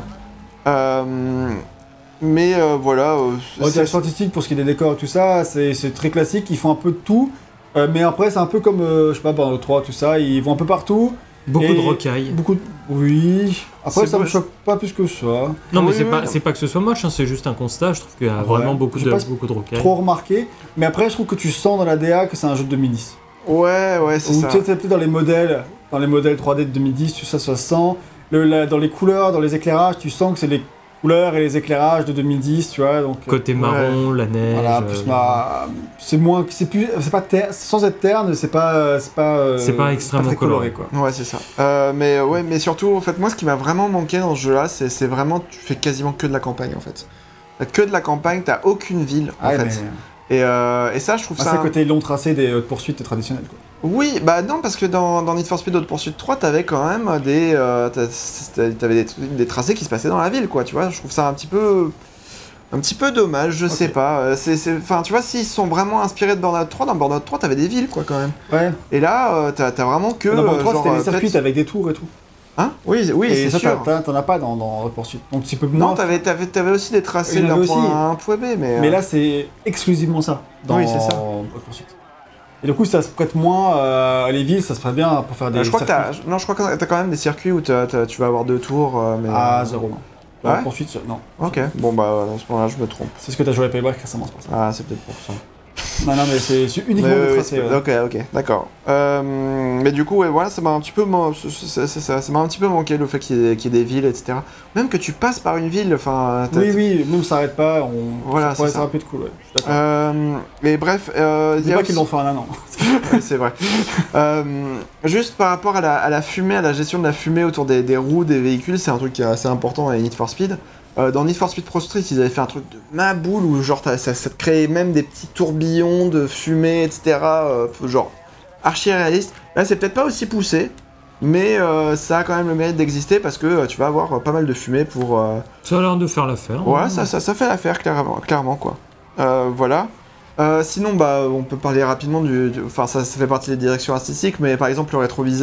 Euh, mais euh, voilà. Euh, bon, c'est statistique pour ce qui est des décors et tout ça, c'est, c'est très classique, ils font un peu de tout. Euh, mais après, c'est un peu comme, euh, je sais pas, Burnout trois, tout ça, ils vont un peu partout. Beaucoup de rocailles. Beaucoup de... Oui. Après, c'est ça beau... me choque pas plus que ça. Non, mais oui, c'est, oui, pas, oui. c'est pas que ce soit moche, hein, c'est juste un constat. Je trouve qu'il y a ouais. vraiment beaucoup de, beaucoup de rocailles. Trop remarqué. Mais après, je trouve que tu sens dans la D A que c'est un jeu de deux mille dix. Ouais, ouais, c'est Ou, ça. Tu sais, peut-être dans les modèles, dans les modèles trois D de deux mille dix, tout ça, ça se sent. Le, la, dans les couleurs, dans les éclairages, tu sens que c'est les couleurs et les éclairages de deux mille dix, tu vois, donc côté marron, ouais. La neige. Voilà, plus euh... ma... c'est moins, c'est plus, c'est pas ter... sans être terne, c'est pas, c'est pas, euh... c'est pas extrêmement pas très coloré, coloré, quoi. Ouais, c'est ça. Euh, mais ouais, mais surtout, en fait, moi, ce qui m'a vraiment manqué dans ce jeu-là, c'est, c'est vraiment, tu fais quasiment que de la campagne, en fait. T'as que de la campagne, t'as aucune ville, en ah, fait. Mais... Et, euh, et ça, je trouve ah, ça. C'est le côté long tracé des poursuites traditionnelles, quoi. Oui, bah non, parce que dans, dans Need for Speed Haute Poursuite trois, t'avais quand même des, euh, t'avais des, des tracés qui se passaient dans la ville, quoi, tu vois. Je trouve ça un petit peu, un petit peu dommage, je okay. sais pas. C'est, c'est, enfin, tu vois, s'ils sont vraiment inspirés de Burnout trois, dans Burnout trois, t'avais des villes, quoi, quand même. Ouais. Et là, euh, t'as, t'as vraiment que. Dans Burnout trois, genre, c'était des circuits avec des tours et tout. Hein? Oui, oui, et c'est ça, sûr. T'as, t'en as pas dans, dans Haute Poursuite. Donc tu peux moins. Non, t'avais, t'avais, t'avais aussi des tracés d'un aussi. point A à un point B, mais. Mais euh... là, c'est exclusivement ça. Dans oui, c'est ça. Haute Poursuite. Et du coup, ça se prête moins euh, les villes, ça se prête bien pour faire des. Euh, je crois que t'as, non, je crois que t'as quand même des circuits où t'as, t'as, tu vas avoir deux tours. Euh, mais, ah, zéro, non. Ouais? Poursuite, non. Ok, bon bah, dans ce moment-là, je me trompe. C'est ce que t'as joué à Payback récemment, c'est pour ça. Ah, c'est peut-être pour ça. Non, non, mais c'est, c'est uniquement mais, le oui, tracé. Ouais. Ok, ok, d'accord. Euh, mais du coup, ouais, voilà, ça m'a un petit peu, ça, ça, ça, ça m'a un petit peu manqué le fait qu'il y ait, qu'il y ait des villes, et cetera. Même que tu passes par une ville, enfin. Oui, oui, nous on s'arrête pas, on. Voilà, ça c'est ça. rapide, cool. Ouais. Euh, mais bref, euh, il y a pas aussi... qu'ils l'ont fait en un an. Oui, c'est vrai. euh, juste par rapport à la, à la fumée, à la gestion de la fumée autour des, des roues des véhicules, c'est un truc qui est assez important dans Need for Speed. Euh, dans Need for Speed Pro Street, ils avaient fait un truc de ma boule où genre ça, ça te créait même des petits tourbillons de fumée, et cetera. Euh, genre archi réaliste. Là, c'est peut-être pas aussi poussé, mais euh, ça a quand même le mérite d'exister parce que euh, tu vas avoir euh, pas mal de fumée pour. Euh... Ça a l'air de faire l'affaire. Ouais, hein. ça, ça, ça fait l'affaire clairement, clairement quoi. Euh, voilà. Euh, sinon, bah, on peut parler rapidement du. Enfin, ça, ça fait partie des directions artistiques, mais par exemple, le rétroviseur,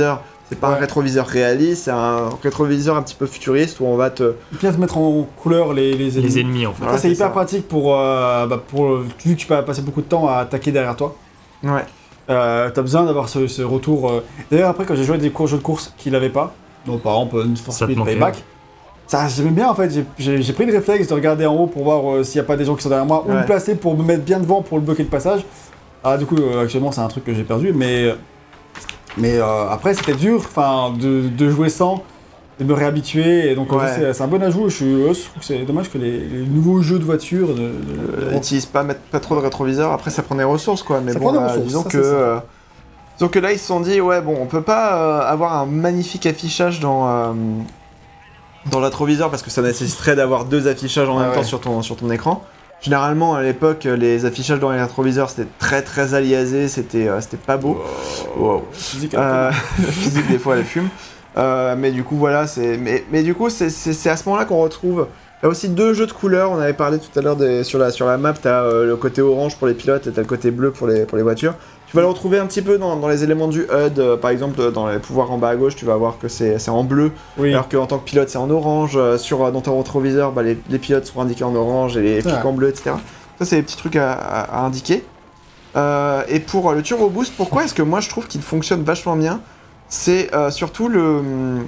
C'est pas ouais. un rétroviseur réaliste, c'est un rétroviseur un petit peu futuriste où on va te... bien te mettre en couleur les, les ennemis. Les ennemis en fait. Ouais, ça, c'est, c'est hyper ça. pratique pour, euh, bah, pour... Vu que tu peux passer beaucoup de temps à attaquer derrière toi. Ouais. Euh, t'as besoin d'avoir ce, ce retour... Euh... D'ailleurs après quand j'ai joué à des jeux de course qu'il avait pas, donc par exemple Need for Speed Payback, ça j'aimais bien en fait, j'ai, j'ai, j'ai pris le réflexe de regarder en haut pour voir euh, s'il n'y a pas des gens qui sont derrière moi, ouais. ou me placer pour me mettre bien devant pour le bloquer le passage. Ah du coup euh, actuellement c'est un truc que j'ai perdu, mais... Mais euh, après, c'était dur de, de jouer sans, de me réhabituer. Et donc, ouais. c'est, c'est un bon ajout. Je, je trouve que c'est dommage que les, les nouveaux jeux de voiture n'utilisent pas, pas trop de rétroviseurs. Après, ça prend des ressources, quoi. Mais ça bon, prend des euh, ressources, disons, ça, que, euh, disons que là, ils se sont dit, ouais, bon, on peut pas euh, avoir un magnifique affichage dans, euh, dans le rétroviseur parce que ça nécessiterait d'avoir deux affichages en ah, même ouais. temps sur ton, sur ton écran. Généralement, à l'époque, les affichages dans les rétroviseurs, c'était très très aliasé, c'était, euh, c'était pas beau. Wow. Wow. Physique, euh, physique, des fois, elle fume. Euh, mais du coup, voilà, c'est... Mais, mais du coup, c'est, c'est, c'est à ce moment-là qu'on retrouve... Il y a aussi deux jeux de couleurs, on avait parlé tout à l'heure des... sur, la, sur la map, t'as euh, le côté orange pour les pilotes et t'as le côté bleu pour les, pour les voitures. Tu vas le retrouver un petit peu dans, dans les éléments du H U D, euh, par exemple dans les pouvoirs en bas à gauche, tu vas voir que c'est, c'est en bleu, oui. alors qu'en tant que pilote c'est en orange. Euh, sur, dans ton rétroviseur, bah, les, les pilotes sont indiqués en orange et les flics ouais. en bleu, et cetera. Ça c'est des petits trucs à, à, à indiquer. Euh, et pour le Turbo Boost, pourquoi est-ce que moi je trouve qu'il fonctionne vachement bien ? C'est euh, surtout le...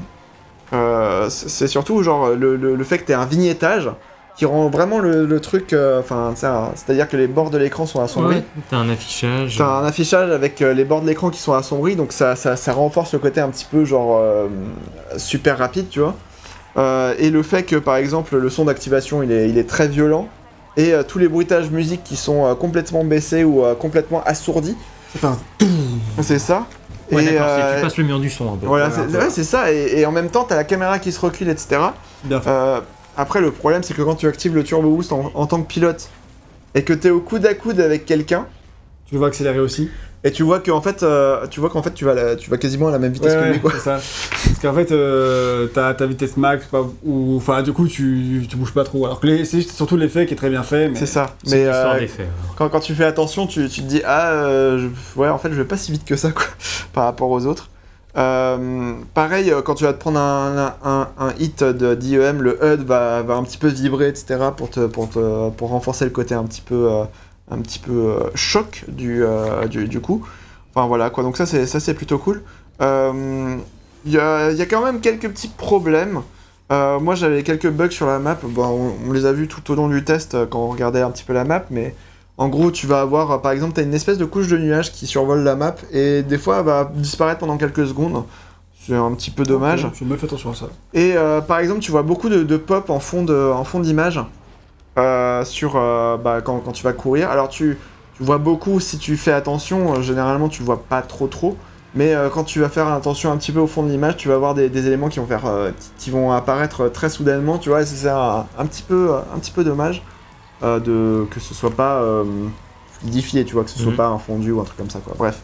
Euh, c'est surtout genre le, le, le fait que t'aies un vignettage qui rend vraiment le, le truc, enfin, euh, c'est-à-dire que les bords de l'écran sont assombris. Ouais, t'as un affichage. T'as un affichage avec euh, les bords de l'écran qui sont assombris, donc ça, ça, ça renforce le côté un petit peu genre euh, super rapide, tu vois. Euh, et le fait que par exemple le son d'activation il est, il est très violent et euh, tous les bruitages musique qui sont euh, complètement baissés ou euh, complètement assourdis. Enfin, c'est ça. Ouais, et d'accord, euh, c'est, tu passes le mur du son un peu. Voilà, c'est, ouais, c'est ça, et, et en même temps, t'as la caméra qui se recule, et cetera. Bien fait. Euh, après, le problème, c'est que quand tu actives le Turbo Boost en, en tant que pilote, et que t'es au coude à coude avec quelqu'un... Tu le vois accélérer aussi. Et tu vois qu'en fait, euh, tu vois qu'en fait, tu vas, la, tu vas quasiment à la même vitesse ouais, que lui, quoi. C'est ça. Parce qu'en fait, euh, t'as ta vitesse max, ou enfin, du coup, tu, tu bouges pas trop. Alors que les, c'est juste, surtout l'effet qui est très bien fait. Mais... C'est ça. C'est mais une histoire euh, d'effet. Quand, quand tu fais attention, tu, tu te dis ah, euh, je, ouais, en fait, je vais pas si vite que ça, quoi, par rapport aux autres. Euh, pareil, quand tu vas te prendre un, un, un hit de, d'I E M, le H U D va, va un petit peu vibrer, et cetera pour, te, pour, te, pour renforcer le côté un petit peu, euh, un petit peu euh, choc du, euh, du, du coup. Enfin voilà quoi, donc ça c'est, ça, c'est plutôt cool. Il euh, y, a, y a quand même quelques petits problèmes. Euh, moi j'avais quelques bugs sur la map, bon, on, on les a vus tout au long du test quand on regardait un petit peu la map, mais... En gros, tu vas avoir, par exemple, t'as une espèce de couche de nuages qui survole la map et des fois elle va disparaître pendant quelques secondes. C'est un petit peu dommage. Okay, je me fais attention à ça. Et euh, par exemple, tu vois beaucoup de, de pop en fond, de, en fond d'image euh, sur, euh, bah, quand, quand tu vas courir. Alors tu, tu vois beaucoup si tu fais attention, euh, généralement tu vois pas trop trop. Mais euh, quand tu vas faire attention un petit peu au fond de l'image, tu vas avoir des, des éléments qui vont, faire, euh, qui vont apparaître très soudainement, tu vois, et c'est un, un, petit peu, un petit peu dommage. Euh, de, que ce soit pas euh, fluidifié, tu vois, que ce soit mmh. pas un fondu ou un truc comme ça, quoi. Bref.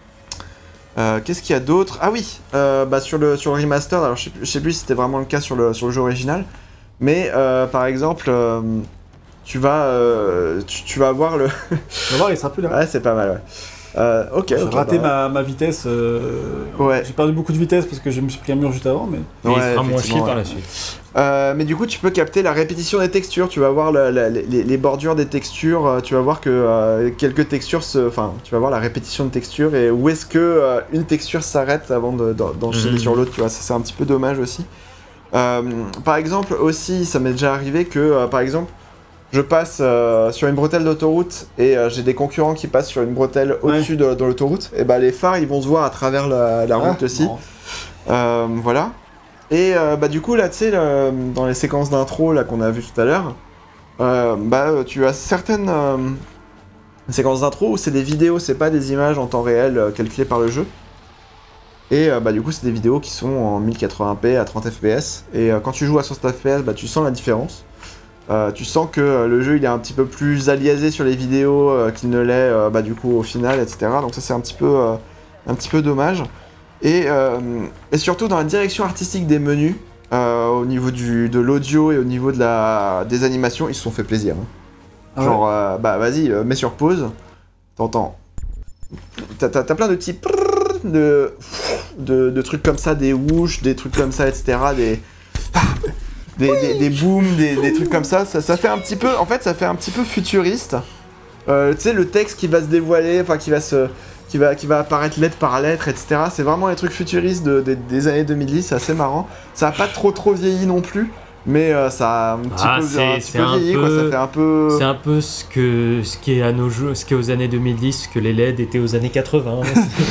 Euh, qu'est-ce qu'il y a d'autre ? Ah oui, euh, bah sur le, sur le remaster, alors je sais, je sais plus si c'était vraiment le cas sur le, sur le jeu original, mais euh, par exemple, euh, tu, vas, euh, tu, tu vas avoir le... Tu vas voir, il sera plus là. Ouais, c'est pas mal, ouais. Euh, ok, j'ai okay, raté bah... ma, ma vitesse. Euh... Ouais. J'ai perdu beaucoup de vitesse parce que je me suis pris un mur juste avant, mais. Ouais, il sera moins chier ouais. par la suite. Euh, mais du coup, tu peux capter la répétition des textures. Tu vas voir la, la, les, les bordures des textures. Tu vas voir que euh, quelques textures se. Enfin, tu vas voir la répétition de textures et où est-ce que euh, une texture s'arrête avant de, de, d'enchaîner mmh. sur l'autre. Tu vois, ça c'est un petit peu dommage aussi. Euh, par exemple, aussi, ça m'est déjà arrivé que, euh, par exemple. Je passe euh, sur une bretelle d'autoroute et euh, j'ai des concurrents qui passent sur une bretelle au-dessus ouais. de, de l'autoroute. Et bah les phares ils vont se voir à travers la, la route ah, aussi. Euh, voilà. Et euh, bah du coup là tu sais dans les séquences d'intro là qu'on a vu tout à l'heure, euh, bah tu as certaines euh, séquences d'intro où c'est des vidéos, c'est pas des images en temps réel euh, calculées par le jeu. Et euh, bah du coup c'est des vidéos qui sont en mille quatre-vingts p à trente F P S. Et euh, quand tu joues à soixante F P S, bah tu sens la différence. Euh, tu sens que euh, le jeu il est un petit peu plus aliasé sur les vidéos euh, qu'il ne l'est euh, bah, du coup au final, et cetera. Donc ça c'est un petit peu, euh, un petit peu dommage. Et, euh, et surtout dans la direction artistique des menus, euh, au niveau du, de l'audio et au niveau de la, des animations, ils se sont fait plaisir. Hein. Ah Genre, ouais. euh, bah vas-y, euh, mets sur pause, t'entends. T'as, t'as, t'as plein de petits... de... de, de trucs comme ça, des whoosh, des trucs comme ça, et cetera. Des, des, des, des booms, des, des trucs comme ça. ça. Ça fait un petit peu, en fait, ça fait un petit peu futuriste. Euh, tu sais, le texte qui va se dévoiler, enfin, qui va se... Qui va, qui va apparaître lettre par lettre, et cetera. C'est vraiment les trucs futuristes de, de, des années deux mille dix, c'est assez marrant. Ça a pas trop trop vieilli non plus, mais euh, ça a un petit ah, peu, c'est, un petit peu un vieilli, peu, quoi. Ça fait un peu... C'est un peu ce, que, ce qui est à nos jours, ce qui est aux années deux mille dix, ce que les L E D étaient aux années quatre-vingts.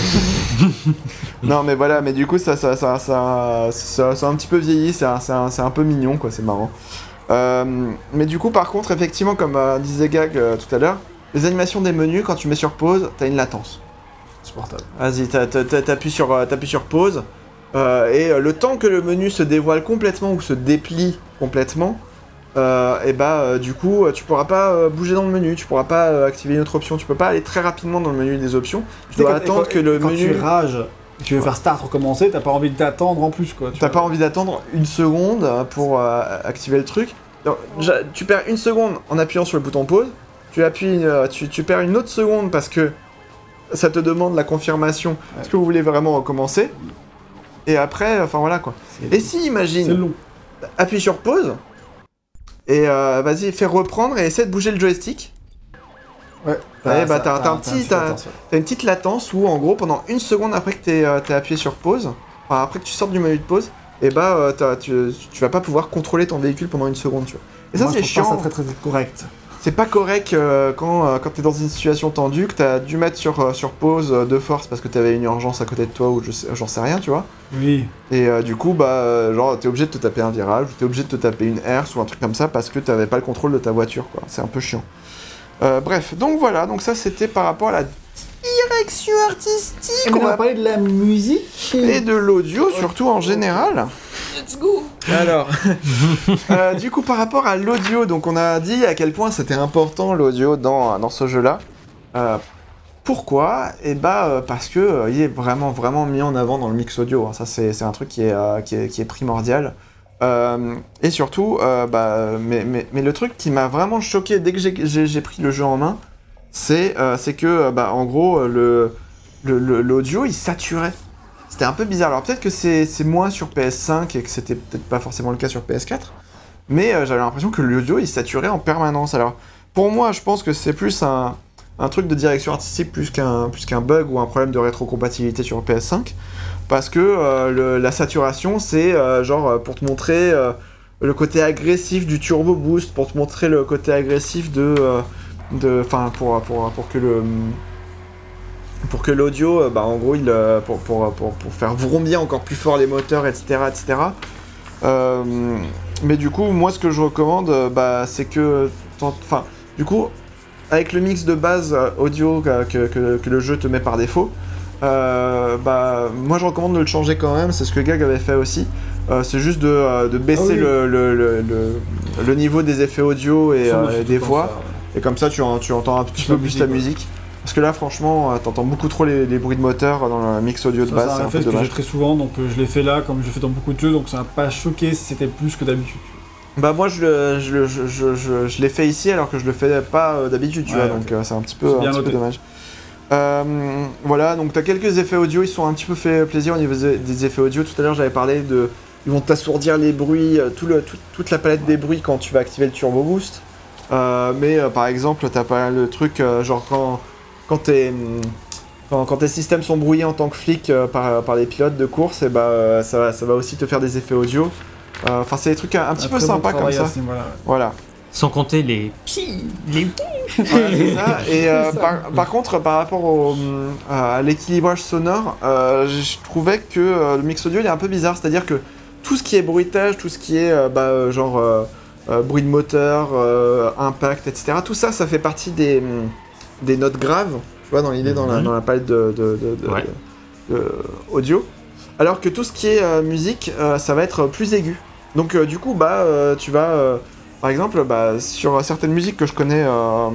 Non mais voilà, mais du coup ça, ça, ça, ça, ça, ça a un petit peu vieilli, c'est un, c'est un, c'est un peu mignon, quoi, c'est marrant. Euh, mais du coup par contre, effectivement, comme euh, disait Gag euh, tout à l'heure, les animations des menus, quand tu mets sur pause, t'as une latence. Supportable. Vas-y, t'appuies sur, t'appuies sur pause, euh, et euh, le temps que le menu se dévoile complètement ou se déplie complètement, euh, et bah euh, du coup tu pourras pas euh, bouger dans le menu, tu pourras pas euh, activer une autre option, tu peux pas aller très rapidement dans le menu des options, tu dois quand, attendre quand, que le quand menu... Quand tu rages, tu veux faire start, recommencer, t'as pas envie d'attendre en plus, quoi. T'as vois. Pas envie d'attendre une seconde pour euh, activer le truc. Donc, tu perds une seconde en appuyant sur le bouton pause, tu, appuies, euh, tu, tu perds une autre seconde parce que ça te demande la confirmation, ouais. Est-ce que vous voulez vraiment recommencer? Et après, enfin voilà quoi. C'est et si, imagine, c'est long. Appuie sur pause, et euh, vas-y, fais reprendre et essaie de bouger le joystick. Ouais. T'as, bah, t'as, t'as, t'as, un petit, t'as, t'as une petite latence où, en gros, pendant une seconde après que t'aies, euh, t'aies appuyé sur pause, enfin après que tu sortes du menu de pause, et bah euh, t'as, tu, tu vas pas pouvoir contrôler ton véhicule pendant une seconde, tu vois. Et ça, moi, c'est je chiant. Ça très très correct. C'est pas correct euh, quand, euh, quand t'es dans une situation tendue, que t'as dû mettre sur, euh, sur pause euh, de force parce que t'avais une urgence à côté de toi ou je sais, j'en sais rien, tu vois. Oui. Et euh, du coup, bah, euh, genre, t'es obligé de te taper un virage, ou t'es obligé de te taper une herse ou un truc comme ça parce que t'avais pas le contrôle de ta voiture, quoi. C'est un peu chiant. Euh, bref, donc voilà, donc ça c'était par rapport à la direction artistique. Et on va parler de la musique et de l'audio, surtout en général. Let's go. Alors, euh, du coup, par rapport à l'audio, donc on a dit à quel point c'était important l'audio dans, dans ce jeu-là. Euh, pourquoi ? Et bah euh, parce que euh, il est vraiment vraiment mis en avant dans le mix audio. Hein. Ça c'est, c'est un truc qui est, euh, qui est, qui est primordial. Euh, et surtout, euh, bah, mais, mais, mais le truc qui m'a vraiment choqué dès que j'ai, j'ai, j'ai pris le jeu en main, c'est, euh, c'est que, bah, en gros, le, le, le, l'audio il saturait. C'était un peu bizarre. Alors peut-être que c'est, c'est moins sur P S cinq et que c'était peut-être pas forcément le cas sur P S quatre, mais euh, j'avais l'impression que l'audio il saturait en permanence. Alors pour moi, je pense que c'est plus un, un truc de direction artistique plus qu'un, plus qu'un bug ou un problème de rétrocompatibilité sur P S cinq. Parce que euh, le, la saturation, c'est euh, genre pour te montrer euh, le côté agressif du turbo boost, pour te montrer le côté agressif de, euh, de, enfin pour, pour pour que le pour que l'audio, euh, bah en gros, il pour pour pour pour faire vrombir encore plus fort les moteurs, et cetera, et cetera. Euh, mais du coup, moi, ce que je recommande, bah, c'est que, enfin, du coup, avec le mix de base audio que que, que, que le jeu te met par défaut. Euh, bah, moi je recommande de le changer quand même, c'est ce que Gag avait fait aussi. Euh, c'est juste de, euh, de baisser ah oui. le, le, le, le, le niveau des effets audio et, euh, et des voix, ça, ouais. Et comme ça tu, en, tu entends un petit peu plus ta musique. Parce que là franchement, t'entends beaucoup trop les, les bruits de moteur dans le mix audio de ça, base, c'est un, un peu dommage. Que j'ai très souvent, donc euh, je l'ai fait là comme je fais dans beaucoup de jeux, donc ça m'a pas choqué si c'était plus que d'habitude. Bah moi je, le, je, je, je, je, je l'ai fait ici alors que je le fais pas euh, d'habitude, tu ouais, vois, okay. Donc euh, c'est un petit peu, un petit peu dommage. Euh, voilà, donc t'as quelques effets audio, ils sont un petit peu fait plaisir au niveau des effets audio. Tout à l'heure j'avais parlé de... Ils vont t'assourdir les bruits, tout le, tout, toute la palette des bruits quand tu vas activer le turbo boost. Euh, mais euh, par exemple, t'as pas le truc, euh, genre quand, quand, t'es, quand, quand tes systèmes sont brouillés en tant que flic euh, par, par les pilotes de course, et bah euh, ça, va, ça va aussi te faire des effets audio. Enfin, euh, c'est des trucs un, un petit un peu sympas comme ça. Assez, voilà. Voilà. Sans compter les pi, les voilà, c'est ça. Et euh, par, par contre, par rapport au, à l'équilibrage sonore, euh, je trouvais que euh, le mix audio il est un peu bizarre. C'est-à-dire que tout ce qui est bruitage, tout ce qui est euh, bah, genre euh, euh, bruit de moteur, euh, impact, et cetera. Tout ça, ça fait partie des, des notes graves. Tu vois, dans l'idée, mm-hmm. dans, la, dans la palette de, de, de, de, ouais. de, de audio. Alors que tout ce qui est euh, musique, euh, ça va être plus aigu. Donc euh, du coup, bah, euh, tu vas euh, par exemple, bah, sur certaines musiques que je connais, euh,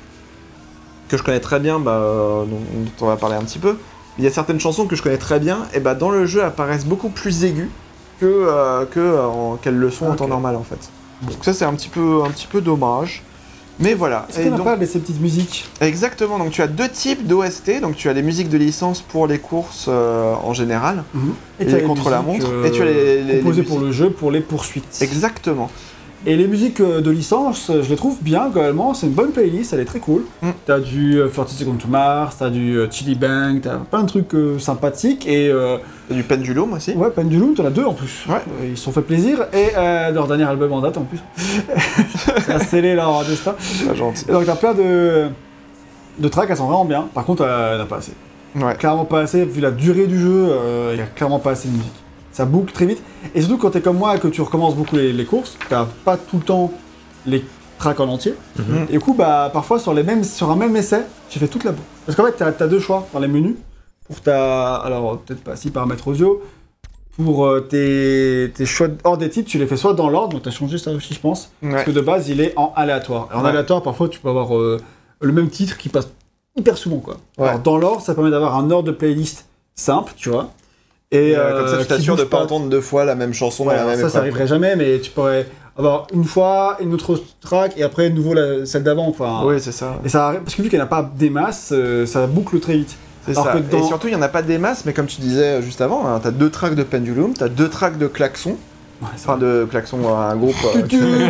que je connais très bien, bah, euh, dont, dont on va parler un petit peu, il y a certaines chansons que je connais très bien, et bah, dans le jeu apparaissent beaucoup plus aiguës que, euh, que euh, en, qu'elles le sont okay. en temps normal en fait. Donc ça c'est un petit peu, un petit peu dommage, Mais voilà. Est-ce qu'on n'a pas ces petites musiques? Exactement, donc tu as deux types d'O S T, donc tu as les musiques de licence pour les courses euh, en général, mmh. et, et les contre-la-montre, euh, et tu as les, les composées les pour le jeu, pour les poursuites. Exactement. Et les musiques de licence, je les trouve bien également, c'est une bonne playlist, elle est très cool. Mm. T'as du euh, thirty Seconds to Mars, t'as du euh, Chili Bang, t'as plein de trucs euh, sympathiques et... Euh, t'as du Pendulum aussi. Ouais, Pendulum, t'en as deux en plus. Ouais. Euh, ils se sont fait plaisir, et euh, leur dernier album en date en plus. Ça a scellé leur destin. C'est gentil. Et donc t'as plein de, de tracks, elles sont vraiment bien, par contre elle n'a pas assez. Ouais. Clairement pas assez, vu la durée du jeu, il euh, y a clairement pas assez de musique. Ça boucle très vite. Et surtout quand t'es comme moi et que tu recommences beaucoup les, les courses, t'as pas tout le temps les tracks en entier. Mm-hmm. Et du coup, bah, parfois sur, les mêmes, sur un même essai, j'ai fait toute la boucle. Parce qu'en fait, t'as, t'as deux choix dans les menus. Pour ta. Alors, peut-être pas si paramètres audio. Pour euh, tes, tes choix hors des titres, tu les fais soit dans l'ordre, donc t'as changé ça aussi, je pense. Ouais. Parce que de base, il est en aléatoire. Et en ouais. aléatoire, parfois, tu peux avoir euh, le même titre qui passe hyper souvent, quoi. Ouais. Alors, dans l'ordre, ça permet d'avoir un ordre de playlist simple, tu vois. Et euh, comme ça, tu t'assures de ne pas entendre deux fois la même chanson ouais, dans la même ça, épreuve. Ça arriverait jamais, mais tu pourrais avoir une fois une autre track et après de nouveau la, celle d'avant. Enfin, oui, c'est ça. Et ça. Parce que vu qu'il n'y en a pas des masses, euh, ça boucle très vite. C'est Alors ça. Que dans... Et surtout, il n'y en a pas des masses, mais comme tu disais juste avant, hein, tu as deux tracks de Pendulum, tu as deux tracks de Klaxon. Ouais, enfin, de Klaxon, un groupe. Euh,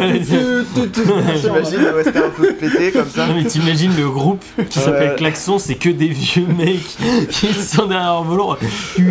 J'imagine le western un peu pété comme ça. Non, mais t'imagines le groupe qui ouais. s'appelle Klaxon, c'est que des vieux mecs qui sont derrière un volant. Je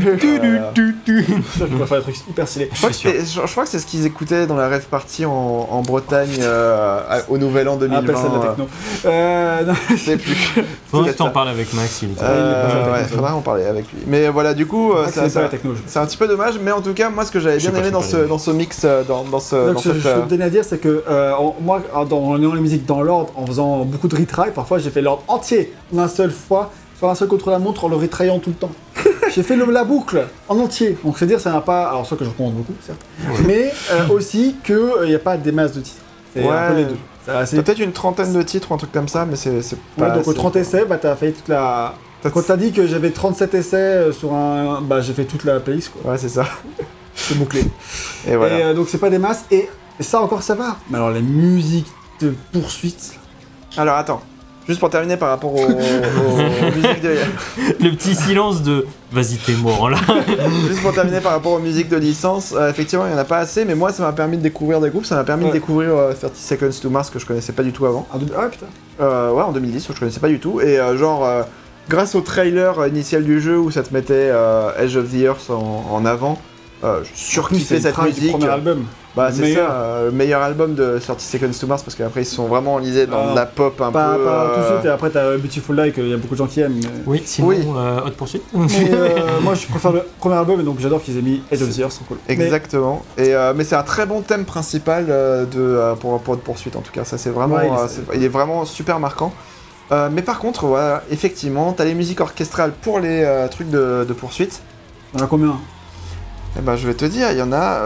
pourrais faire des trucs hyper stylés. Je crois, que je, je crois que c'est ce qu'ils écoutaient dans la rave party en, en Bretagne euh, au Nouvel An deux mille vingt. Appelle ça de la techno. Euh, non, je sais plus. Faudrait que t'en parles avec Max. Il est euh, ouais, faudrait en parler avec lui. Mais voilà, du coup, c'est, c'est, c'est un petit peu dommage, mais en tout cas, moi, ce que j'avais bien aimé dans ce, dans ce mix euh, dans, dans ce. Donc, dans ce cette, que je tenais à dire, c'est que euh, en, moi, en ayant les musiques dans l'ordre, en faisant beaucoup de retry, parfois j'ai fait l'ordre entier d'une seule fois, sur un seul contre-la-montre, en le retrayant tout le temps. J'ai fait le, la boucle en entier. Donc, c'est-à-dire, ça n'a pas. Alors, soit que je recommande beaucoup, certes, ouais. mais euh, aussi qu'il n'y euh, a pas des masses de titres. C'est ouais. un peu les deux. Assez... Peut-être une trentaine de titres ou un truc comme ça, mais c'est, c'est pas. Ouais, donc, aux trente essais, bah, t'as fait toute la. Quand t'as dit que j'avais trente-sept essais sur un. Bah, j'ai fait toute la playlist, quoi. Ouais, c'est ça. C'est bouclé. Et voilà. Et euh, donc c'est pas des masses, et, et ça encore ça va. Mais alors les musiques de poursuite. Alors attends, juste pour terminer par rapport aux, aux, aux musiques de... Le petit silence de vas-y t'es mort là. Juste pour terminer par rapport aux musiques de licence, euh, effectivement il y en a pas assez, mais moi ça m'a permis de découvrir des groupes, ça m'a permis ouais. de découvrir euh, thirty Seconds to Mars que je connaissais pas du tout avant. Ah, ah putain. Euh, ouais en deux mille dix, je connaissais pas du tout, et euh, genre... Euh, grâce au trailer initial du jeu où ça te mettait euh, Edge of the Earth en, en avant, Euh, je surkiffais cette musique. Du premier album. Bah c'est meilleur. ça, euh, le meilleur album de thirty Seconds to Mars parce qu'après ils se sont vraiment enlisés dans euh, de la pop un pas, peu. Pas euh... tout de suite et après t'as Beautiful Lie qu'il y a beaucoup de gens qui aiment. Mais... Oui, sinon oui. Euh, Hot Pursuit. Mais euh, moi je préfère le premier album et donc j'adore qu'ils aient mis Edge of the Earth, c'est cool. Exactement. Mais... Et euh, mais c'est un très bon thème principal euh, de euh, pour pour Hot Pursuit en tout cas. Ça c'est vraiment, ouais, il, est... Euh, c'est... il est vraiment super marquant. Euh, mais par contre, voilà, effectivement, t'as les musiques orchestrales pour les euh, trucs de, de poursuite. Il y en a combien? Eh ben, je vais te dire, il y en a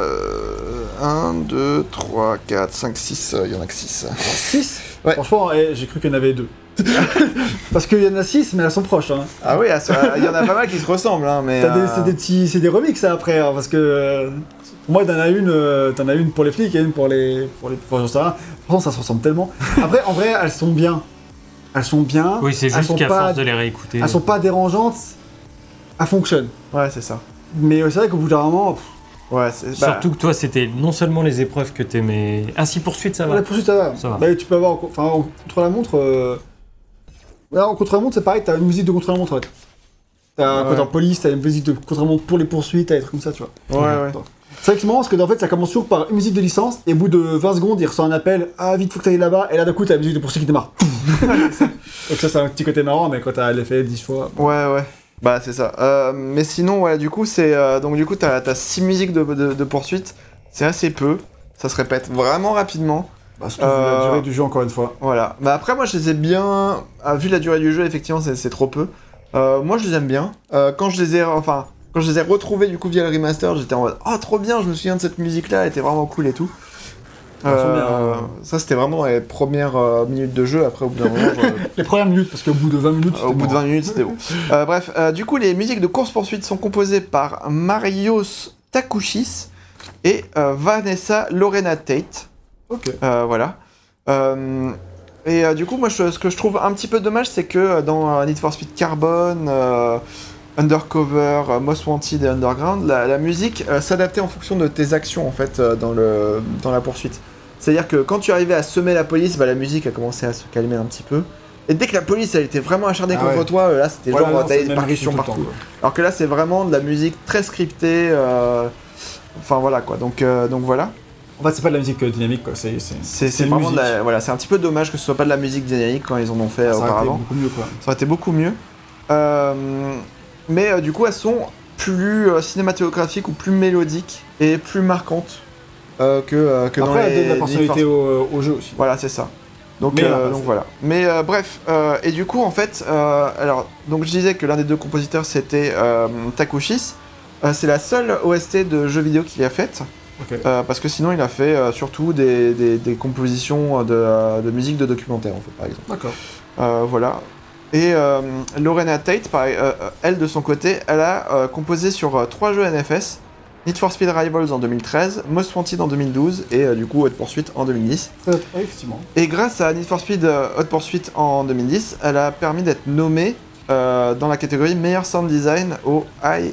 un, deux, trois, quatre, cinq, six, il y en a que six. six Ouais. Franchement, eh, j'ai cru qu'il y en avait deux. Parce qu'il y en a six, mais elles sont proches. Hein. Ah oui, il y en a pas mal qui se ressemblent. Hein, mais T'as des, euh... c'est, des petits, c'est des remixes hein, après, hein, parce que euh, pour moi, t'en as, une, euh, t'en as une pour les flics et une pour les... Pour les pour, j'en sais rien. Franchement, ça se ressemble tellement. Après, en vrai, elles sont bien. Elles sont bien. Oui, c'est juste qu'à pas, force de les réécouter. Elles sont pas dérangeantes. Elles fonctionnent. Ouais, c'est ça. Mais c'est vrai qu'au bout d'un moment... Pff, ouais, c'est... Surtout bah... que toi, c'était non seulement les épreuves que t'aimais... Ah si, poursuite, ça va. Ouais, la poursuite, ça va. Ça va. Bah, tu peux avoir... Enfin, contre-la-montre... Euh... Là, en contre-la-montre, c'est pareil, t'as une musique de contre-la-montre, en fait. T'as, ouais. Quand t'es en police, t'as une musique de contre-la-montre pour les poursuites, t'as des trucs comme ça, tu vois. Ouais, ouais. Donc, c'est vrai que c'est marrant, parce que en fait, ça commence toujours par une musique de licence, et au bout de vingt secondes, il reçoit un appel, ah, vite, faut que t'ailles là-bas, et là, d'un coup, t'as la musique de poursuite qui démarre. Donc ça, c'est un petit côté marrant, mais quand t'as l'effet dix fois... Ouais, ouais. Bah c'est ça. Euh, mais sinon, ouais, du coup, c'est euh, donc du coup, t'as t'as six musiques de, de, de poursuite. C'est assez peu. Ça se répète vraiment rapidement. Bah, surtout euh, vu la durée du jeu encore une fois. Voilà. Bah après, moi, je les ai bien. Ah, vu la durée du jeu, effectivement, c'est, c'est trop peu. Euh, moi, je les aime bien. Euh, quand je les ai, enfin, quand je les ai retrouvés du coup via le remaster, j'étais en mode, oh, trop bien. Je me souviens de cette musique-là, elle était vraiment cool et tout. Euh, bien, hein. Ça c'était vraiment dans les premières euh, minutes de jeu, après au bout d'un moment... Je... les premières minutes, parce qu'au bout de vingt minutes... Euh, au bout de vingt minutes c'était bon. euh, bref, euh, du coup les musiques de course-poursuite sont composées par Marios Takushis et euh, Vanessa Lorena Tate. Ok. Euh, voilà. Euh, et euh, du coup, moi, je, ce que je trouve un petit peu dommage, c'est que euh, dans euh, Need for Speed Carbon, euh, Undercover, euh, Most Wanted et Underground, la, la musique euh, s'adaptait en fonction de tes actions, en fait, euh, dans, le, dans la poursuite. C'est-à-dire que quand tu arrivais à semer la police, bah, la musique a commencé à se calmer un petit peu. Et dès que la police elle était vraiment acharnée ah contre ouais. toi, là c'était voilà, genre t'avais des percussions partout. Temps, alors que là c'est vraiment de la musique très scriptée. Euh... Enfin voilà quoi. Donc euh, donc voilà. En fait c'est pas de la musique dynamique quoi. C'est c'est, c'est, c'est vraiment de la... voilà. C'est un petit peu dommage que ce soit pas de la musique dynamique quand ils en ont fait ah, ça auparavant. Ça aurait été beaucoup mieux quoi. Ça aurait été beaucoup mieux. Euh... Mais euh, du coup elles sont plus euh, cinématographiques ou plus mélodiques et plus marquantes euh, que euh, que Après, dans les. Après elle donne de la personnalité au, au jeu aussi. Voilà c'est ça. Donc, mais, euh, donc voilà. Mais euh, bref, euh, et du coup en fait, euh, alors donc je disais que l'un des deux compositeurs c'était euh, Takushis. Euh, c'est la seule O S T de jeux vidéo qu'il a faite, okay. euh, parce que sinon il a fait euh, surtout des, des, des compositions de, euh, de musique de documentaire en fait par exemple. D'accord. Euh, voilà. Et euh, Lorena Tate, pareil, euh, elle de son côté, elle a euh, composé sur euh, trois jeux N F S. Need for Speed Rivals en deux mille treize, Most Wanted en deux mille douze et euh, du coup Hot Pursuit en deux mille dix. Euh, effectivement. Et grâce à Need for Speed euh, Hot Pursuit en deux mille dix, elle a permis d'être nommée euh, dans la catégorie meilleur sound design au I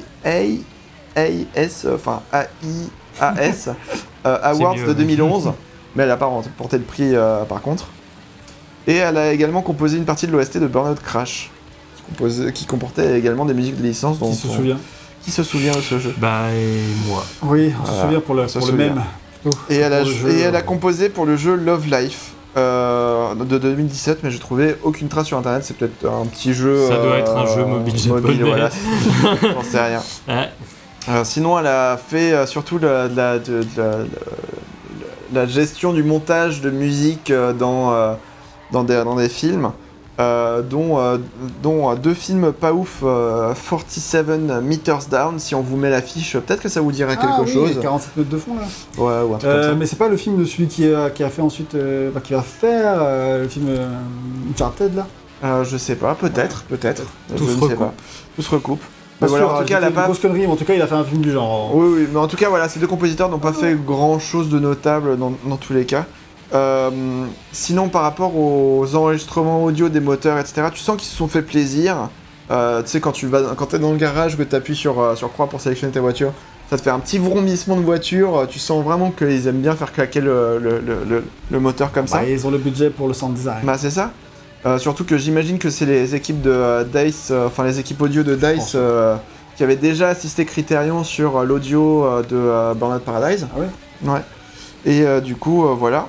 A S, enfin A I A S euh, Awards mieux, de deux mille onze, mais elle n'a pas remporté le prix euh, par contre. Et elle a également composé une partie de l'O S T de Burnout Crash, qui, composait, qui comportait également des musiques de licence. Qui se souvient Qui se souvient de ce jeu? Bah, et moi. Oui, on voilà. se souvient pour le, pour le même. Et, elle a, jeu, et elle a composé pour le jeu Love Life euh, de deux mille dix-sept, mais j'ai trouvé aucune trace sur internet. C'est peut-être un petit jeu. Ça doit euh, être un jeu mobile japonais. Mobile, voilà. J'en sais rien. Ouais. Euh, sinon, elle a fait euh, surtout la, la, de, de, la, la, la gestion du montage de musique euh, dans, euh, dans, des, dans des films. Euh, dont, euh, dont euh, deux films pas ouf, euh, quarante-sept Meters Down, si on vous met l'affiche, peut-être que ça vous dirait ah, quelque oui, chose. quarante-sept mètres de fond là. Ouais, ou un truc euh, comme ça. Mais c'est pas le film de celui qui a, qui a fait ensuite, euh, bah, qui va faire euh, le film euh, Uncharted là euh, Je sais pas, peut-être, ouais. peut-être. Tout je se ne recoupe. sais pas. Tout se recoupe. Mais voilà, sûr, en tout cas, elle a pas. Grosse connerie, mais en tout cas, il a fait un film du genre. Oui, oui, mais en tout cas, voilà, ces deux compositeurs n'ont pas fait grand chose de notable dans, dans tous les cas. Euh, sinon, par rapport aux enregistrements audio des moteurs, et cetera, tu sens qu'ils se sont fait plaisir. Euh, tu sais, quand tu vas, quand t'es dans le garage, que t'appuies sur, euh, sur croix pour sélectionner ta voiture, ça te fait un petit vrombissement de voiture. Tu sens vraiment qu'ils aiment bien faire claquer le, le, le, le, le moteur comme bah, ça. Ils ont le budget pour le sound design. Bah, c'est ça. Euh, surtout que j'imagine que c'est les équipes de euh, DICE, euh, enfin les équipes audio de DICE euh, qui avaient déjà assisté Criterion sur euh, l'audio euh, de euh, Burnout Paradise. Ah ouais. Ouais. Et euh, du coup, euh, voilà.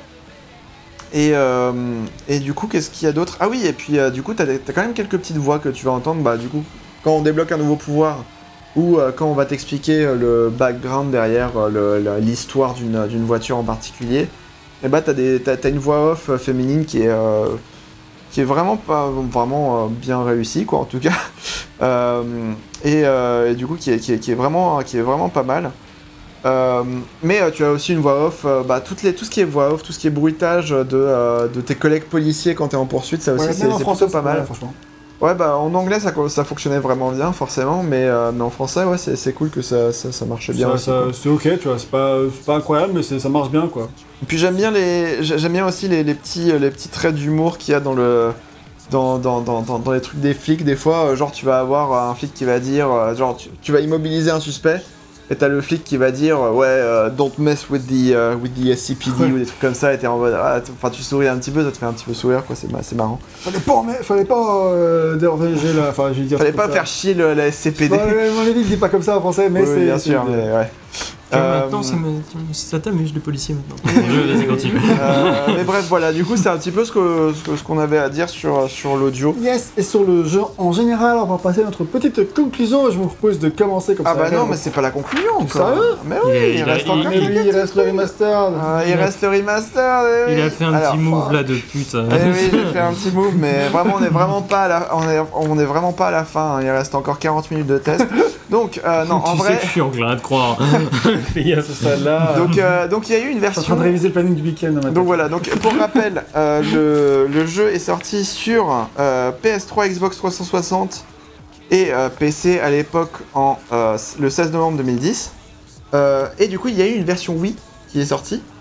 Et, euh, et du coup, qu'est-ce qu'il y a d'autre? Ah oui, et puis euh, du coup, t'as, t'as quand même quelques petites voix que tu vas entendre, bah du coup, quand on débloque un nouveau pouvoir, ou euh, quand on va t'expliquer euh, le background derrière euh, le, le, l'histoire d'une, d'une voiture en particulier, et bah t'as, des, t'as, t'as une voix off féminine qui est, euh, qui est vraiment, pas, vraiment euh, bien réussie, quoi, en tout cas. euh, et, euh, et du coup, qui est, qui est, qui est, vraiment, qui est vraiment pas mal. Euh, mais euh, tu as aussi une voix off, euh, bah, toutes les, tout ce qui est voix off, tout ce qui est bruitage de, euh, de tes collègues policiers quand t'es en poursuite, ça aussi ouais, c'est, c'est français, plutôt pas mal. Ouais, franchement. Ouais, bah en anglais ça, ça fonctionnait vraiment bien, forcément, mais, euh, mais en français, ouais, c'est, c'est cool que ça, ça, ça marche bien ça, aussi. Ça, c'est ok, tu vois, c'est pas, c'est pas incroyable, mais c'est, ça marche bien, quoi. Et puis j'aime bien, les, j'aime bien aussi les, les, petits, les petits traits d'humour qu'il y a dans le. Dans, dans, dans, dans, dans les trucs des flics, des fois, genre tu vas avoir un flic qui va dire, genre tu, tu vas immobiliser un suspect. Et t'as le flic qui va dire ouais, uh, don't mess with the, uh, with the S C P D ouais. ou des trucs comme ça, et t'es en mode ah, enfin tu souris un petit peu, ça te fait un petit peu sourire, quoi, c'est, c'est marrant. Fallait pas, mais, fallait pas euh, déranger la. Enfin, je veux dire. Fallait pas ça. Faire chier le, la S C P D. Bah, mon avis, il dit pas comme ça en français, mais oui, c'est. Bien sûr, mais ouais. Euh, maintenant, ça, me... ça t'amuse, les policiers, maintenant. Je vas-y, continue. Euh, mais bref, voilà, du coup, c'est un petit peu ce, que, ce, que, ce qu'on avait à dire sur, sur l'audio. Yes, et sur le jeu en général, on va passer à notre petite conclusion. Je vous propose de commencer comme ah ça. Ah bah non, mais c'est pas la conclusion. Tout sérieux? Mais oui, il, il, il reste il, encore il, il reste le remaster. Ah, il, il reste le remaster. Il a fait un Alors, petit move enfin... là de pute. Eh oui, j'ai fait un petit move, mais vraiment, on est vraiment pas à la, on est, on est vraiment pas à la fin. Il reste encore quarante minutes de test. Donc, euh, non, en tu vrai. Sais que je suis enclin à te croire. Fais à ce stade-là. Donc, euh, donc il y a eu une version. Je suis en train de réviser le planning du week-end. Donc voilà. Donc pour rappel, euh, le, le jeu est sorti sur euh, P S trois, Xbox trois cent soixante et euh, P C à l'époque en euh, le seize novembre deux mille dix. Euh, et du coup, il y a eu une version Wii qui est sortie.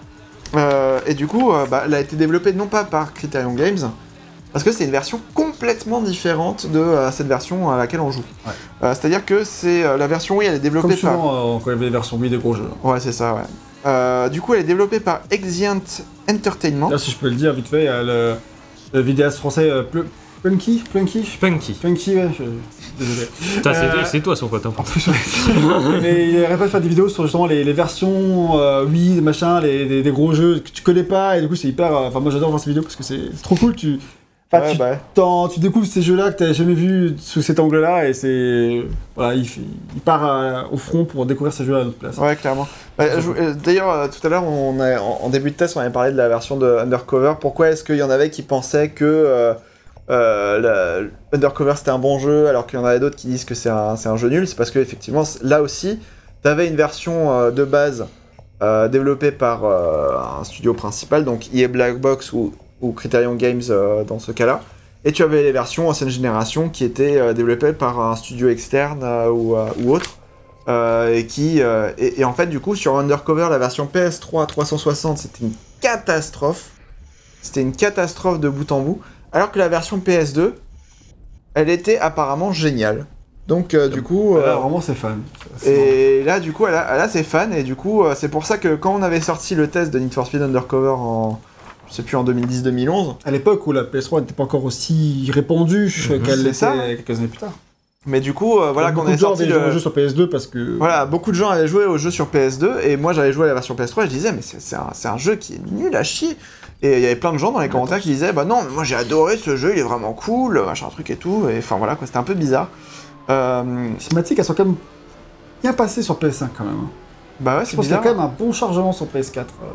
Euh, et du coup, euh, bah, elle a été développée non pas par Criterion Games, parce que c'est une version complètement différente de euh, cette version à laquelle on joue. Ouais. Euh, c'est-à-dire que c'est euh, la version Wii, elle est développée Comme souvent, par... euh, quand il y avait les versions Wii des gros jeux. Ouais, c'est ça, ouais. Euh, du coup, elle est développée par Exient Entertainment. Là, si je peux le dire vite fait, il y a le, le vidéaste français euh, Pl- Plunky Plunky Punky. Plunky, ouais, je... désolé. Putain, c'est, Euh, c'est toi son pote. Hein. En plus, ouais. Mais il arrête pas de faire des vidéos sur justement les, les versions euh, Wii, des machins, les, des, des gros jeux que tu connais pas, et du coup c'est hyper... euh, Enfin moi j'adore voir ces vidéos parce que c'est, c'est trop cool, tu... Enfin, Ouais, tu, bah. t'en- tu découvres ces jeux-là que t'as jamais vus sous cet angle-là, et c'est... Voilà, il, fait- il part euh, au front pour découvrir ces jeux-là à notre place. Ouais, clairement. Bah, je- euh, d'ailleurs, euh, tout à l'heure, on a, en, en début de test, on avait parlé de la version de Undercover. Pourquoi est-ce qu'il y en avait qui pensaient que euh, euh, la- Undercover c'était un bon jeu, alors qu'il y en avait d'autres qui disent que c'est un, c'est un jeu nul? C'est parce que effectivement, là aussi, t'avais une version euh, de base euh, développée par euh, un studio principal, donc E A Black Box ou, ou Criterion Games euh, dans ce cas-là. Et tu avais les versions ancienne génération qui étaient euh, développées par un studio externe euh, ou, euh, ou autre. Euh, et qui euh, et, et en fait du coup sur Undercover la version P S trois trois cent soixante c'était une catastrophe, c'était une catastrophe de bout en bout, alors que la version P S deux elle était apparemment géniale. Donc euh, du coup euh, Là, vraiment c'est fan. C'est- c'est et là du coup elle a, elle a ses fans, et du coup euh, c'est pour ça que quand on avait sorti le test de Need for Speed Undercover en je sais plus en deux mille dix deux mille onze, à l'époque où la P S trois n'était pas encore aussi répandue Mhm. qu'elle C'est l'était ça. quelques années plus tard. mais du coup euh, voilà quand Beaucoup on est de gens sorti avaient joué le au jeu sur P S deux parce que... Voilà, beaucoup de gens allaient jouer au jeu sur P S deux, et moi j'allais jouer à la version P S trois, et je disais, mais c'est, c'est, un, c'est un jeu qui est nul à chier. Et il y avait plein de gens dans les commentaires qui disaient, bah non, mais moi j'ai adoré ce jeu, il est vraiment cool, machin truc et tout, et enfin voilà quoi, c'était un peu bizarre. Euh, Les cinématiques, elles sont quand même bien passées sur P S cinq quand même. hein. bah ouais, Je c'est pense qu'il y a bizarre. quand même un bon chargement sur P S quatre. euh,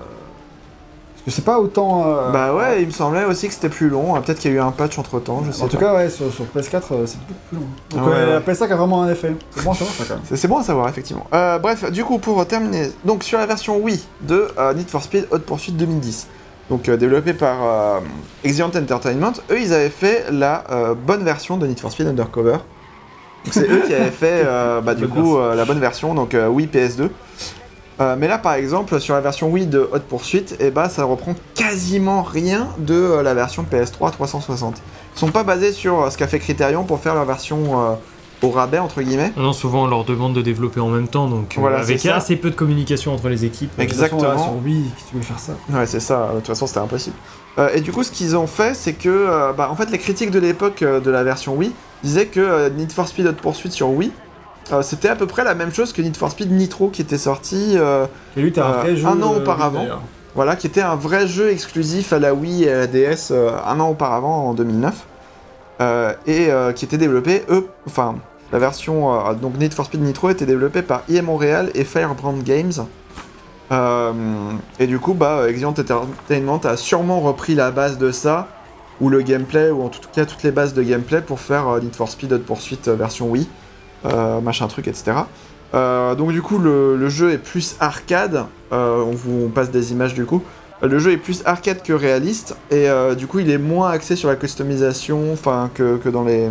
Parce que c'est pas autant... euh, Bah ouais, il me semblait aussi que c'était plus long, peut-être qu'il y a eu un patch entre temps, je sais En tout pas. cas, ouais, sur, sur P S quatre, euh, c'est beaucoup plus long. Donc Ah ouais, ouais, ouais. la P S cinq a vraiment un effet. C'est bon à savoir ça quand même. C'est, c'est bon à savoir, effectivement. Euh, bref, du coup, pour terminer, donc sur la version Wii de euh, Need for Speed Hot Pursuit deux mille dix, donc euh, développée par euh, Exient Entertainment, eux ils avaient fait la euh, bonne version de Need for Speed Undercover. Donc c'est eux qui avaient fait euh, bah, du Bonne coup euh, la bonne version, donc euh, Wii P S deux. Euh, mais là par exemple sur la version Wii de Hot Pursuit, et bah ça reprend quasiment rien de euh, la version P S trois trois cent soixante. Ils sont pas basés sur euh, ce qu'a fait Criterion pour faire leur version euh, au rabais entre guillemets. Non, souvent on leur demande de développer en même temps, donc euh, Voilà, avec c'est ça. assez peu de communication entre les équipes. Exact. Exactement. De toute façon, là, sur Wii, qui tu veux faire ça? Ouais, c'est ça, de toute façon c'était impossible. Euh, et du coup, ce qu'ils ont fait, c'est que, euh, bah, en fait, les critiques de l'époque euh, de la version Wii disaient que euh, Need for Speed Hot Pursuit sur Wii, euh, c'était à peu près la même chose que Need for Speed Nitro qui était sorti, euh, Et lui, t'as un Euh, vrai jeu. un an euh, auparavant. d'ailleurs. voilà, qui était un vrai jeu exclusif à la Wii et à la D S euh, un an auparavant, en deux mille neuf, euh, et euh, qui était développé, eux, enfin, la version, euh, donc Need for Speed Nitro était développée par I A Montréal et Firebrand Games. Euh, et du coup, bah, Exient Entertainment a sûrement repris la base de ça, ou le gameplay, ou en tout cas toutes les bases de gameplay pour faire euh, Need for Speed Hot Pursuit euh, version Wii, euh, machin truc, et cetera. Euh, donc du coup, le, le jeu est plus arcade, euh, on vous on passe des images du coup. Euh, Le jeu est plus arcade que réaliste, et euh, du coup, il est moins axé sur la customisation, enfin, que, que dans les...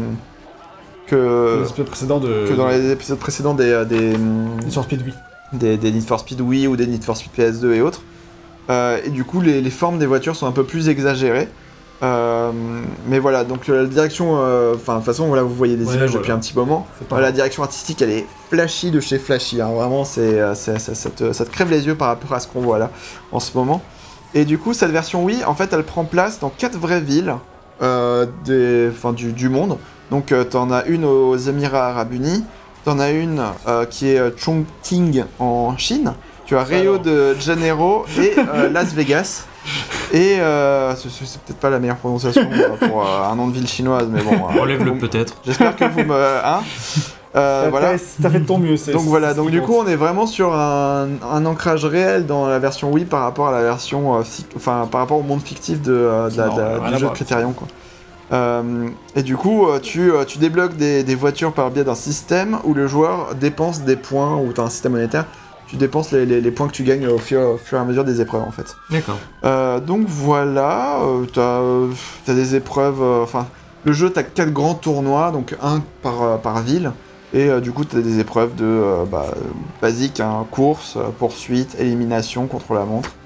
que, Les épisodes précédents de. que dans les épisodes précédents des... euh, des Need for Speed Wii. des, des Need for Speed Wii ou des Need for Speed P S deux et autres. Euh, et du coup, les, les formes des voitures sont un peu plus exagérées. Euh, mais voilà, donc la direction, enfin de toute façon, voilà, vous voyez des Ouais, images voilà. depuis un petit moment. C'est pas Euh, la grave. direction artistique, elle est flashy de chez flashy. Hein. Vraiment, c'est, euh, c'est, c'est- ça, te, ça te crève les yeux par rapport à ce qu'on voit là en ce moment. Et du coup, cette version Wii, en fait, elle prend place dans quatre vraies villes euh, des, enfin, du, du monde. Donc, euh, t'en as une aux Émirats Arabes Unis, t'en as une euh, qui est euh, Chongqing en Chine, tu as Rio de Janeiro et euh, Las Vegas. Et euh, c'est, c'est peut-être pas la meilleure prononciation euh, pour euh, un nom de ville chinoise, mais bon. euh, Enlève-le vous- peut-être. J'espère que vous me. Hein Euh, T'as- voilà. t'as- T'as fait de ton mieux. c'est- Donc c'est- voilà, c'est donc ce du qui coup compte. on est vraiment sur un, un ancrage réel dans la version Wii par rapport à la version, euh, fic- enfin par rapport au monde fictif de, euh, de la- Non, de la- rien à du jeu de voir. Criterion quoi. Euh, et du coup euh, tu, euh, tu débloques des, des voitures par le biais d'un système où le joueur dépense des points, ou tu as un système monétaire, tu dépenses les, les- les points que tu gagnes au fur, au fur et à mesure des épreuves en fait. D'accord. Euh, donc voilà, euh, t'as euh, t'as des épreuves, euh, enfin le jeu t'as quatre grands tournois, donc un par, euh, par ville, et euh, du coup t'as des épreuves de euh, bah, euh, basiques, hein, course, euh, poursuite, élimination, contre la montre.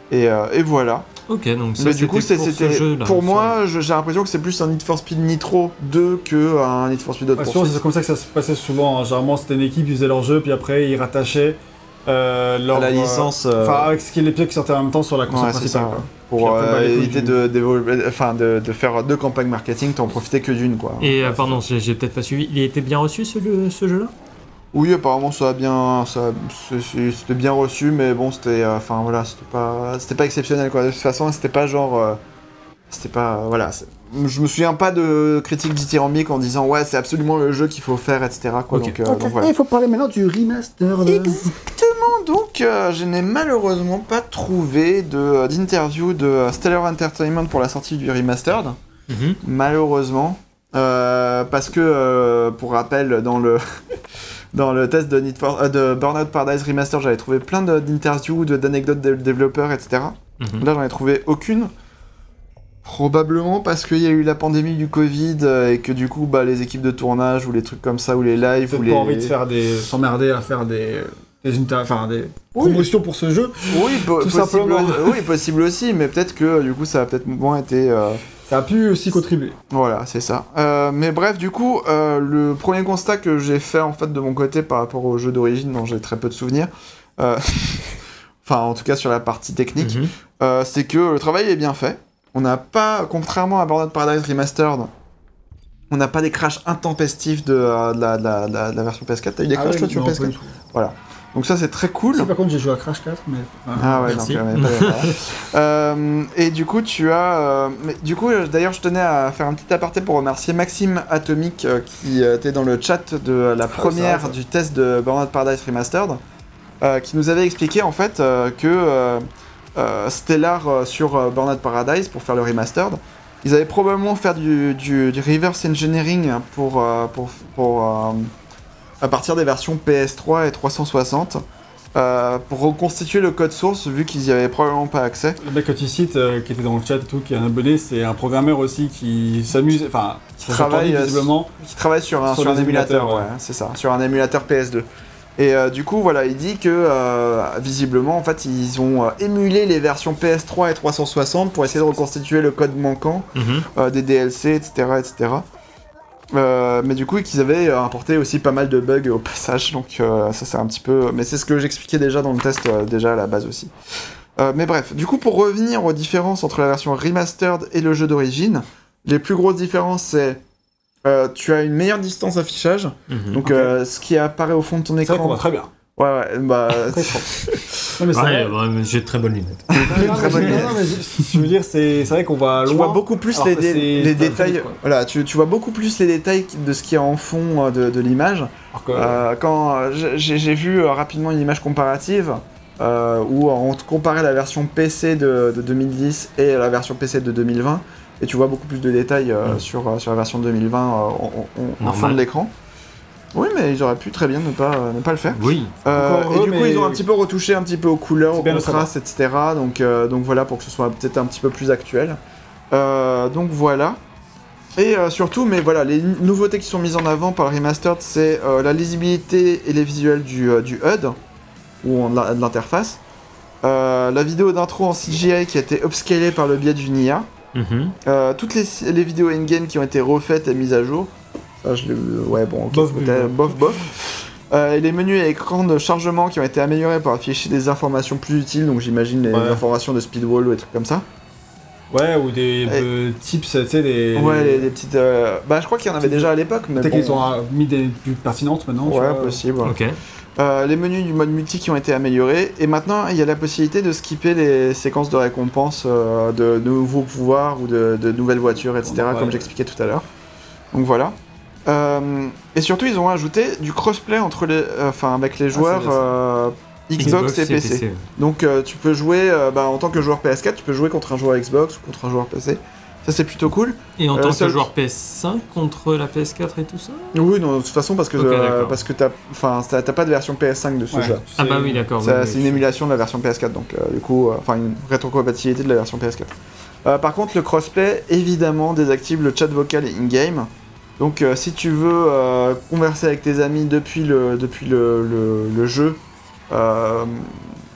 Et, euh, et voilà. Ok, donc ça, mais du coup, c'est, pour c'était, jeu, là, pour moi, je, j'ai l'impression que c'est plus un Need for Speed Nitro deux que un Need for Speed Hot Pursuit. C'est comme ça que ça se passait souvent. Hein. Généralement, c'était une équipe qui faisait leur jeu, puis après, ils rattachaient euh, leur, la licence. Enfin, euh... avec ce qui est l'épisode qui sortait en même temps sur la console ouais, principale. Ça, quoi. Pour après, euh, bah, éviter de, de, enfin, de, de faire deux campagnes marketing, t'en profitais que d'une, quoi. Et euh, pardon, j'ai, j'ai peut-être pas suivi. Il a été bien reçu ce, ce jeu-là ? Oui, apparemment ça a bien, ça, c'était bien reçu, mais bon, c'était, enfin euh, voilà, c'était pas, c'était pas exceptionnel quoi. De toute façon, c'était pas genre, euh, c'était pas, euh, voilà. C'est... Je me souviens pas de critiques dithyrambiques en disant ouais, c'est absolument le jeu qu'il faut faire, et cetera. Quoi. Okay. Donc, euh, okay. donc voilà. Il faut parler maintenant du remaster. De... Exactement. Donc, euh, je n'ai malheureusement pas trouvé de d'interview de Stellar Entertainment pour la sortie du remastered. Mm-hmm. Malheureusement, euh, parce que euh, pour rappel, dans le Dans le test de, Need for, euh, de Burnout Paradise Remaster, j'avais trouvé plein de, d'interviews, de, d'anecdotes de développeurs, et cetera. Mm-hmm. Là, j'en ai trouvé aucune. Probablement parce qu'il y a eu la pandémie du Covid euh, et que du coup, bah, les équipes de tournage ou les trucs comme ça, ou les lives... Peut-être ou pas les... envie de faire des... s'emmerder à faire des... des, inter... enfin, des oui. promotions pour ce jeu. Oui, po- tout possible, simplement. Oui, possible aussi, mais peut-être que du coup, ça a peut-être moins été... Euh... Ça a pu aussi contribuer. Voilà, c'est ça. Euh, mais bref, du coup, euh, le premier constat que j'ai fait en fait de mon côté par rapport au jeu d'origine, dont j'ai très peu de souvenirs, euh... enfin en tout cas sur la partie technique, mm-hmm. euh, c'est que le travail est bien fait. On n'a pas, contrairement à Burnout Paradise Remastered, on n'a pas des crashs intempestifs de, euh, de, la, de, la, de, la, de la version P S quatre. T'as eu des ah crashs ouais, toi sur P S quatre ? Voilà. Donc ça c'est très cool. Si, par contre j'ai joué à Crash quatre, mais... Ah ouais, merci. Donc, euh, euh, et du coup tu as... Euh, mais, du coup d'ailleurs je tenais à faire un petit aparté pour remercier Maxime Atomic euh, qui euh, était dans le chat de la première ah, ça, du test de Burnout Paradise Remastered, euh, qui nous avait expliqué en fait euh, que euh, euh, Stellar euh, sur euh, Burnout Paradise, pour faire le remastered, ils avaient probablement fait du, du, du reverse engineering pour... Euh, pour, pour euh, à partir des versions P S trois et trois cent soixante, euh, pour reconstituer le code source, vu qu'ils y avaient probablement pas accès. Le mec que tu cites, euh, qui était dans le chat et tout, qui est un abonné, c'est un programmeur aussi qui s'amuse, enfin, qui travaille visiblement, qui travaille sur un, sur sur un émulateur, ouais, ouais, c'est ça, sur un émulateur P S deux. Et euh, du coup, voilà, il dit que euh, visiblement, en fait, ils ont euh, émulé les versions P S trois et trois cent soixante pour essayer de reconstituer le code manquant, mm-hmm. euh, des D L C, et cetera, et cetera. Euh, mais du coup qu'ils avaient importé aussi pas mal de bugs au passage, donc euh, ça c'est un petit peu... Mais c'est ce que j'expliquais déjà dans le test, euh, déjà à la base aussi. Euh, mais bref, du coup pour revenir aux différences entre la version remastered et le jeu d'origine, les plus grosses différences c'est... Euh, tu as une meilleure distance d'affichage, mmh, donc okay. euh, ce qui apparaît au fond de ton écran... C'est vrai qu'on voit très bien. Ouais, ouais, bah... non, mais ouais, bah, j'ai de très bonnes lunettes. très bonnes lunettes. Non, mais je veux dire, c'est, c'est vrai qu'on va loin. Tu vois beaucoup plus les, dé- les détails... Voilà, tu, tu vois beaucoup plus les détails de ce qu'il y a en fond de, de l'image. Que... Euh, quand j'ai, j'ai vu euh, rapidement une image comparative, euh, où on comparait la version P C de, de deux mille dix et la version P C de deux mille vingt, et tu vois beaucoup plus de détails euh, mmh. sur, sur la version deux mille vingt euh, en fond de l'écran. Oui, mais ils auraient pu très bien ne pas, euh, ne pas le faire. Oui. Euh, et du coup, ils ont un petit peu retouché un petit peu aux couleurs, aux contrastes, et cetera. Donc, euh, donc voilà, pour que ce soit peut-être un petit peu plus actuel. Euh, donc voilà. Et euh, surtout, mais voilà, les nouveautés qui sont mises en avant par le remastered, c'est euh, la lisibilité et les visuels du, euh, du H U D, ou en, de l'interface. Euh, la vidéo d'intro en C G I qui a été upscalée par le biais d'une I A. Mm-hmm. Euh, toutes les, les vidéos in-game qui ont été refaites et mises à jour. Ah, je l'ai... Ouais, bon, okay, bof, bof, bof. Euh, et les menus et écrans de chargement qui ont été améliorés pour afficher des informations plus utiles, donc j'imagine les ouais. informations de speedwall ou des trucs comme ça. Ouais, ou des euh, tips, tu sais, des... Ouais, des, des petites... Euh... Bah, je crois qu'il y en avait déjà à l'époque, mais peut-être bon... qu'ils ont mis des plus pertinentes maintenant. Ouais, possible. Ok. Euh, les menus du mode multi qui ont été améliorés, et maintenant il y a la possibilité de skipper les séquences de récompense euh, de, de nouveaux pouvoirs ou de, de nouvelles voitures, et cetera, ouais. comme j'expliquais tout à l'heure. Donc voilà. Euh, et surtout, ils ont ajouté du crossplay entre les, euh, enfin, avec les joueurs ah, euh, Xbox, Xbox et P C. P C. Donc, euh, tu peux jouer, euh, bah, en tant que joueur P S quatre, tu peux jouer contre un joueur Xbox ou contre un joueur P C. Ça, c'est plutôt cool. Et en euh, tant que joueur P S cinq contre la P S quatre et tout ça ? Oui, non, de toute façon, parce que, okay, euh, parce que t'as, t'as, t'as pas de version P S cinq de ce ouais, jeu. Ah bah oui, d'accord. C'est, oui, c'est oui, une émulation de la version P S quatre, donc euh, du coup, enfin, euh, une rétrocompatibilité de la version P S quatre. Euh, par contre, le crossplay, évidemment, désactive le chat vocal in-game. Donc euh, si tu veux euh, converser avec tes amis depuis le, depuis le, le, le jeu, euh,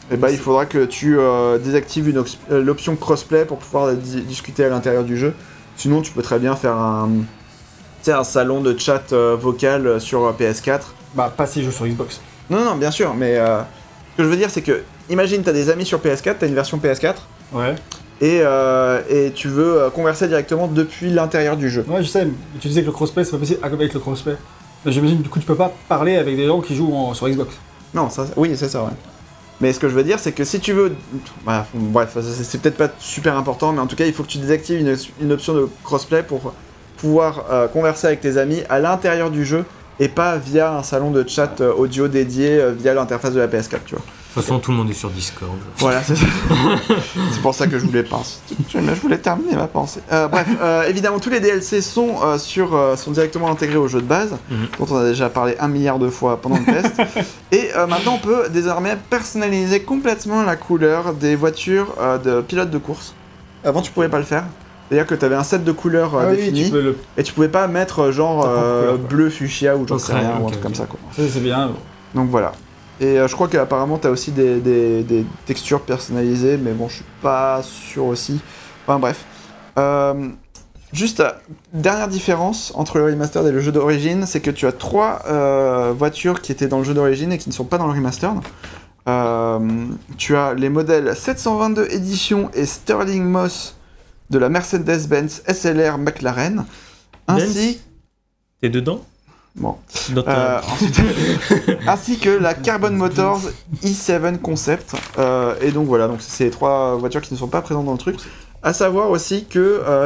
et bah il faudra que tu euh, désactives une euh, l'option crossplay pour pouvoir di- discuter à l'intérieur du jeu. Sinon, tu peux très bien faire un, un salon de chat euh, vocal sur P S quatre. Bah, pas si je joue sur Xbox. Non, non, bien sûr, mais euh, ce que je veux dire, c'est que, imagine, t'as des amis sur P S quatre, t'as une version P S quatre. Ouais. Et, euh, et tu veux euh, converser directement depuis l'intérieur du jeu. Ouais, je sais, mais tu disais que le crossplay, c'est pas possible avec le crossplay. Mais j'imagine, du coup, tu peux pas parler avec des gens qui jouent en, sur Xbox. Non, ça, oui, c'est ça, ouais. Mais ce que je veux dire, c'est que si tu veux... Bah, bref, c'est, c'est peut-être pas super important, mais en tout cas, il faut que tu désactives une, une option de crossplay pour pouvoir euh, converser avec tes amis à l'intérieur du jeu et pas via un salon de chat euh, audio dédié euh, via l'interface de la P S quatre, tu vois. De toute façon, okay. Tout le monde est sur Discord. Voilà, c'est ça. C'est pour ça que je voulais penser. Je voulais terminer ma pensée. Euh, bref, euh, évidemment, tous les D L C sont, euh, sur, euh, sont directement intégrés au jeu de base, mm-hmm. dont on a déjà parlé un milliard de fois pendant le test. Et euh, maintenant, on peut désormais personnaliser complètement la couleur des voitures euh, de pilotes de course. Avant, tu pouvais pas le faire. C'est-à-dire que tu avais un set de couleurs euh, ah, définies, oui, tu le... et tu pouvais pas mettre genre euh, couleur, bleu fuchsia ou j'en sais rien, okay, ou un truc okay. comme ça. Quoi. Ça, c'est bien. Donc voilà. Et euh, je crois qu'apparemment t'as aussi des, des, des textures personnalisées, mais bon, je suis pas sûr aussi. Enfin bref. Euh, juste, euh, dernière différence entre le remastered et le jeu d'origine, c'est que tu as trois euh, voitures qui étaient dans le jeu d'origine et qui ne sont pas dans le remastered. Euh, tu as les modèles sept cent vingt-deux Edition et Sterling Moss de la Mercedes-Benz S L R McLaren, ainsi... Benz T'es dedans ? Bon. Euh, ensuite, ainsi que la Carbon Motors i sept Concept. Euh, et donc voilà, donc c'est les trois voitures qui ne sont pas présentes dans le truc. À savoir aussi que, euh,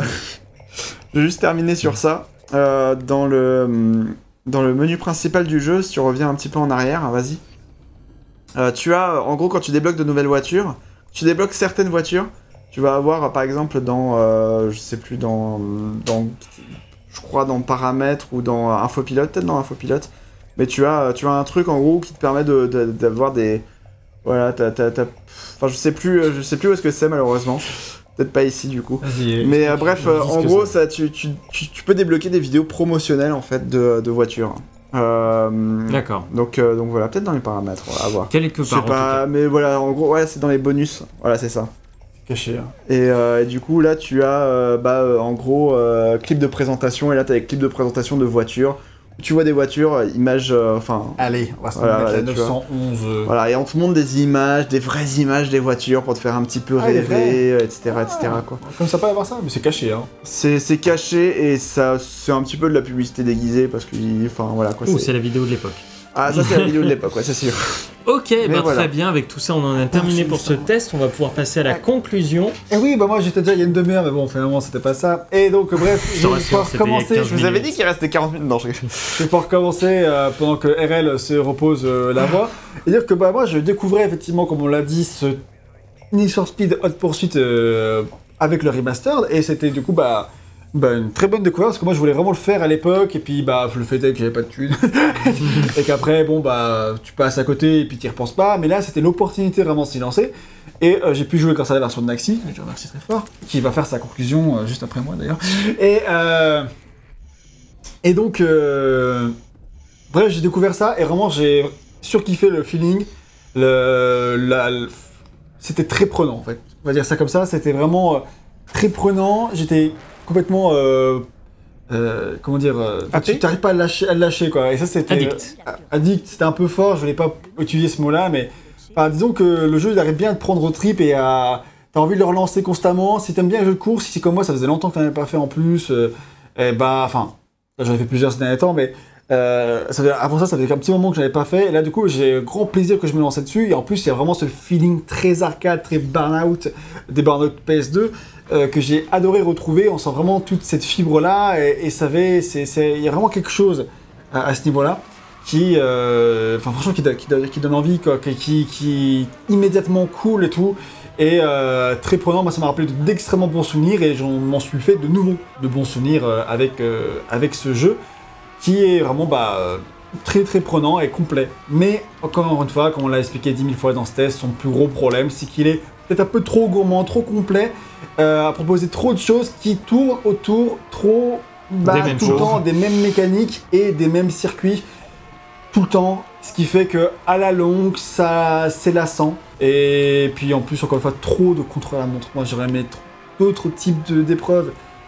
je vais juste terminer sur ça, euh, dans, le, dans le menu principal du jeu, si tu reviens un petit peu en arrière, hein, vas-y. Euh, tu as, en gros, quand tu débloques de nouvelles voitures, tu débloques certaines voitures, tu vas avoir, par exemple, dans, euh, je sais plus, dans... dans je crois dans paramètres ou dans infopilote, peut-être dans infopilote, mais tu as, tu as un truc en gros qui te permet de, de, d'avoir des... Voilà, t'as, t'as, t'as... Enfin, je sais plus, je sais plus où est-ce que c'est malheureusement, peut-être pas ici du coup. Vas-y, mais euh, bref, euh, en gros, ça, tu, tu, tu, tu peux débloquer des vidéos promotionnelles en fait de, de voitures. Euh, D'accord. Donc, euh, donc voilà, peut-être dans les paramètres, on va voir. Quelque part, je sais pas, mais voilà, en gros, ouais, c'est dans les bonus, voilà, c'est ça. Caché. Hein. Et, euh, et du coup, là, tu as, euh, bah, euh, en gros, euh, clip de présentation, et là, tu as des clips de présentation de voitures. Tu vois des voitures, euh, images, enfin... Euh, Allez, on va se voilà, mettre la neuf cent onze. Euh... Voilà, et on te montre des images, des vraies images des voitures pour te faire un petit peu ah, rêver, et cetera, ah, et cetera, quoi. Comme ça, pas avoir ça, mais c'est caché, hein. C'est, c'est caché, et ça, c'est un petit peu de la publicité déguisée, parce que, enfin, voilà, quoi. Ouh, c'est... c'est la vidéo de l'époque. Ah, ça, c'est la vidéo de l'époque, ouais, c'est sûr. Ok, bah voilà. Très bien, avec tout ça, on en a terminé pour ce test. On va pouvoir passer à la conclusion. Et oui, bah moi j'étais déjà il y a une demi-heure, mais bon, finalement, c'était pas ça. Et donc, bref, je vais pouvoir recommencer. Je vous avais dit qu'il restait quarante minutes. Non, je vais pouvoir recommencer euh, pendant que R L se repose euh, la voix. Et dire que bah, moi, je découvrais effectivement, comme on l'a dit, ce Need for Speed Hot Pursuit euh, avec le remastered. Et c'était du coup, bah. Bah, une très bonne découverte parce que moi je voulais vraiment le faire à l'époque et puis bah le fait est que j'avais pas de thunes et qu'après bon bah tu passes à côté et puis t'y repenses pas, mais là c'était l'opportunité vraiment de s'y lancer et euh, j'ai pu jouer grâce à la version de Naxi, je remercie très fort, qui va faire sa conclusion euh, juste après moi d'ailleurs, et euh, et donc euh, bref j'ai découvert ça et vraiment j'ai surkiffé le feeling, le, la, le c'était très prenant en fait, on va dire ça comme ça, c'était vraiment euh, très prenant, j'étais complètement euh, euh, comment dire euh, tu t'arrives pas à le lâcher, à le lâcher quoi, et ça c'était addict euh, addict c'était un peu fort, je voulais pas utiliser ce mot là, mais enfin, disons que le jeu il arrive bien à te prendre au trip et à t'as envie de le relancer constamment. Si t'aimes bien les jeux de course, si c'est comme moi ça faisait longtemps que t'en avais pas fait en plus, euh, et bah enfin j'en ai fait plusieurs ces derniers temps, mais euh, ça fait, avant ça ça fait un petit moment que j'avais pas fait et là du coup j'ai grand plaisir que je me lançais dessus et en plus il y a vraiment ce feeling très arcade, très burn-out des burn-out P S deux Euh, que j'ai adoré retrouver. On sent vraiment toute cette fibre là et, et ça va, c'est, c'est, il y a vraiment quelque chose à, à ce niveau là qui, euh, enfin franchement qui, qui, qui donne envie quoi, qui, qui immédiatement cool et tout et euh, très prenant. Moi ça m'a rappelé d'extrêmement bons souvenirs et j'en m'en suis fait de nouveaux de bons souvenirs euh, avec euh, avec ce jeu qui est vraiment bah euh, très très prenant et complet. Mais encore une fois, comme on l'a expliqué dix mille fois dans ce test, son plus gros problème c'est qu'il est peut-être un peu trop gourmand, trop complet, euh, à proposer trop de choses qui tournent autour trop bah, tout le temps des mêmes mécaniques et des mêmes circuits. tout le temps, ce qui fait que à la longue, ça c'est lassant. Et puis en plus, encore une fois, trop de contre-la-montre. Moi, j'aurais aimé d'autres types de, d'épreuves.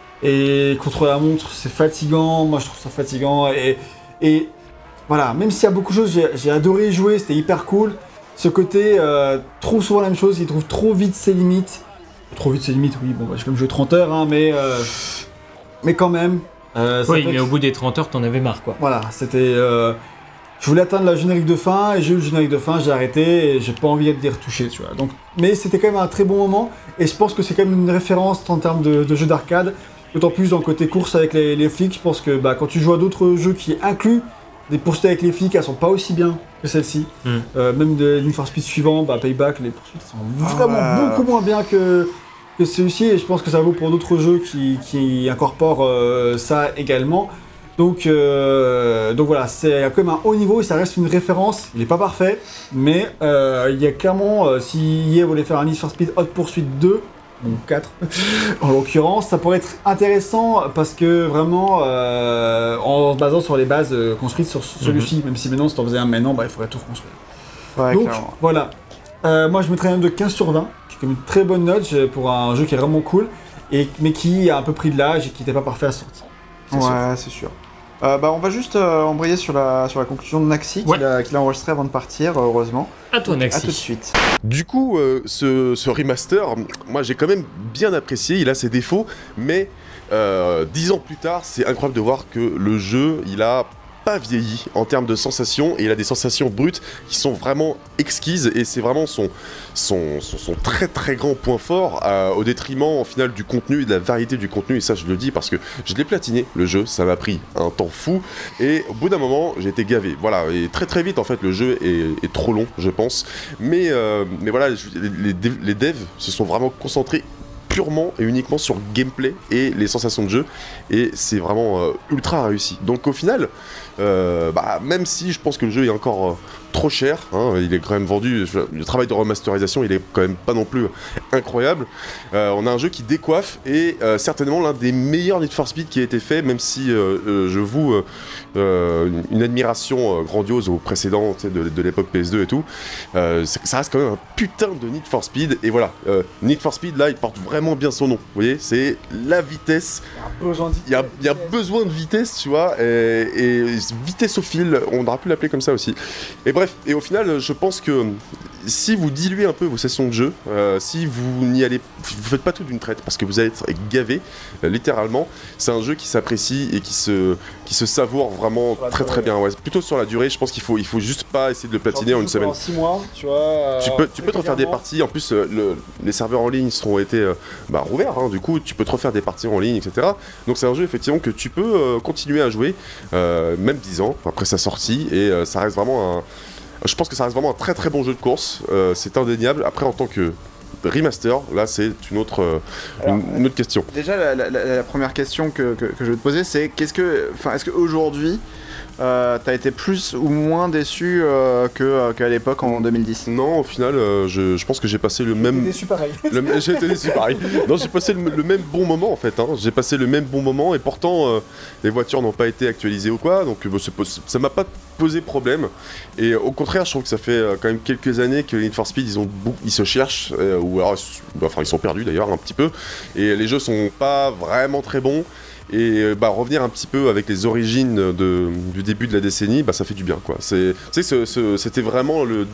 Et contre-la-montre, c'est fatigant. Moi, je trouve ça fatigant. Et, et voilà, même s'il y a beaucoup de choses, j'ai, j'ai adoré y jouer, c'était hyper cool. Ce côté, euh, trop souvent la même chose, il trouve trop vite ses limites. Trop vite ses limites, oui, bon, bah, j'ai quand même joué trente heures, hein, mais, euh, mais quand même. Euh, oui, mais que... au bout des trente heures, t'en avais marre, quoi. Voilà, c'était... Euh... Je voulais atteindre la générique de fin, et j'ai eu le générique de fin, j'ai arrêté, et j'ai pas envie d'y retoucher, tu vois. Donc, mais c'était quand même un très bon moment, et je pense que c'est quand même une référence en termes de, de jeu d'arcade, d'autant plus dans le côté course avec les, les flics. Je pense que bah, quand tu joues à d'autres jeux qui incluent des poursuites avec les flics, elles sont pas aussi bien que celle-ci. Mm. Euh, même de Need for Speed suivant, bah, Payback, les poursuites sont vraiment ah. beaucoup moins bien que... que celui-ci, et je pense que ça vaut pour d'autres jeux qui, qui incorporent euh, ça également. Donc, euh, donc voilà, c'est quand même un haut niveau, ça reste une référence. Il n'est pas parfait, mais euh, il y a clairement, euh, si E A voulait faire un Need for Speed Hot Pursuit deux, bon quatre en l'occurrence, ça pourrait être intéressant parce que vraiment, euh, en se basant sur les bases euh, construites sur celui-ci, mm-hmm. même si maintenant, si t'en faisais un maintenant, bah, il faudrait tout reconstruire. Ouais, donc clairement. Voilà, euh, moi je mettrais un de quinze sur vingt. Comme une très bonne note pour un jeu qui est vraiment cool, et, mais qui a un peu pris de l'âge et qui n'était pas parfait à sortir. C'est ouais, sûr. c'est sûr. Euh, bah, on va juste euh, embrayer sur la, sur la conclusion de Naxi, ouais. qu'il, a, qu'il a enregistré avant de partir, heureusement. À toi, Naxi. À tout de suite. Du coup, euh, ce, ce remaster, moi j'ai quand même bien apprécié, il a ses défauts, mais euh, dix ans plus tard, c'est incroyable de voir que le jeu, il a pas vieilli en termes de sensations, et il a des sensations brutes qui sont vraiment exquises, et c'est vraiment son, son, son, son très très grand point fort, euh, au détriment en final du contenu et de la variété du contenu. Et ça je le dis parce que je l'ai platiné le jeu, ça m'a pris un temps fou, et au bout d'un moment j'ai été gavé, voilà, et très très vite en fait le jeu est, est trop long je pense, mais, euh, mais voilà, les, les, les devs se sont vraiment concentrés purement et uniquement sur le gameplay et les sensations de jeu, et c'est vraiment euh, ultra réussi. Donc au final, euh, bah, même si je pense que le jeu est encore euh, trop cher, hein, il est quand même vendu, le travail de remasterisation il est quand même pas non plus incroyable, euh, on a un jeu qui décoiffe, et euh, certainement l'un des meilleurs Need for Speed qui a été fait, même si euh, euh, je voue euh, euh, une, une admiration euh, grandiose aux précédents de, de l'époque P S deux et tout, euh, ça reste quand même un putain de Need for Speed, et voilà, euh, Need for Speed là il porte vraiment bien son nom, vous voyez, c'est la vitesse, il y a, il y a besoin de vitesse, tu vois, et, et vitesse au fil, on aurait pu l'appeler comme ça aussi. Et bref, et au final, je pense que si vous diluez un peu vos sessions de jeu, euh, si vous n'y allez, vous faites pas tout d'une traite parce que vous allez être gavé, euh, littéralement, c'est un jeu qui s'apprécie et qui se, qui se savoure vraiment très durée, très bien. Ouais, plutôt sur la durée, je pense qu'il faut, il faut juste pas essayer de le platiner genre, en une semaine. six mois, tu vois. Euh, tu peux, tu peux te refaire des parties. En plus, euh, le, les serveurs en ligne seront été euh, bah, rouverts. Hein, du coup, tu peux te refaire des parties en ligne, et cetera. Donc c'est un jeu effectivement que tu peux euh, continuer à jouer, euh, même dix ans après sa sortie, et euh, ça reste vraiment un. Je pense que ça reste vraiment un très très bon jeu de course, euh, c'est indéniable. Après, en tant que remaster, là c'est une autre, euh, Alors, une, une autre question. Déjà, la, la, la première question que, que, que je vais te poser, c'est qu'est-ce que, enfin, est-ce qu'aujourd'hui, euh, t'as été plus ou moins déçu euh, que, euh, qu'à l'époque en deux mille dix? Non, au final, euh, je, je pense que j'ai passé le j'ai même. Été déçu pareil. Le, j'ai été déçu pareil. Non, j'ai passé le, le même bon moment en fait. Hein. J'ai passé le même bon moment, et pourtant euh, les voitures n'ont pas été actualisées ou quoi, donc euh, ça m'a pas posé problème. Et euh, au contraire, je trouve que ça fait euh, quand même quelques années que les Need for Speed ils ont ils se cherchent, euh, ou alors enfin ils sont perdus d'ailleurs un petit peu. Et les jeux sont pas vraiment très bons. Et bah, revenir un petit peu avec les origines de, du début de la décennie, bah, ça fait du bien quoi. C'est, tu sais, ce, ce, c'était vraiment le.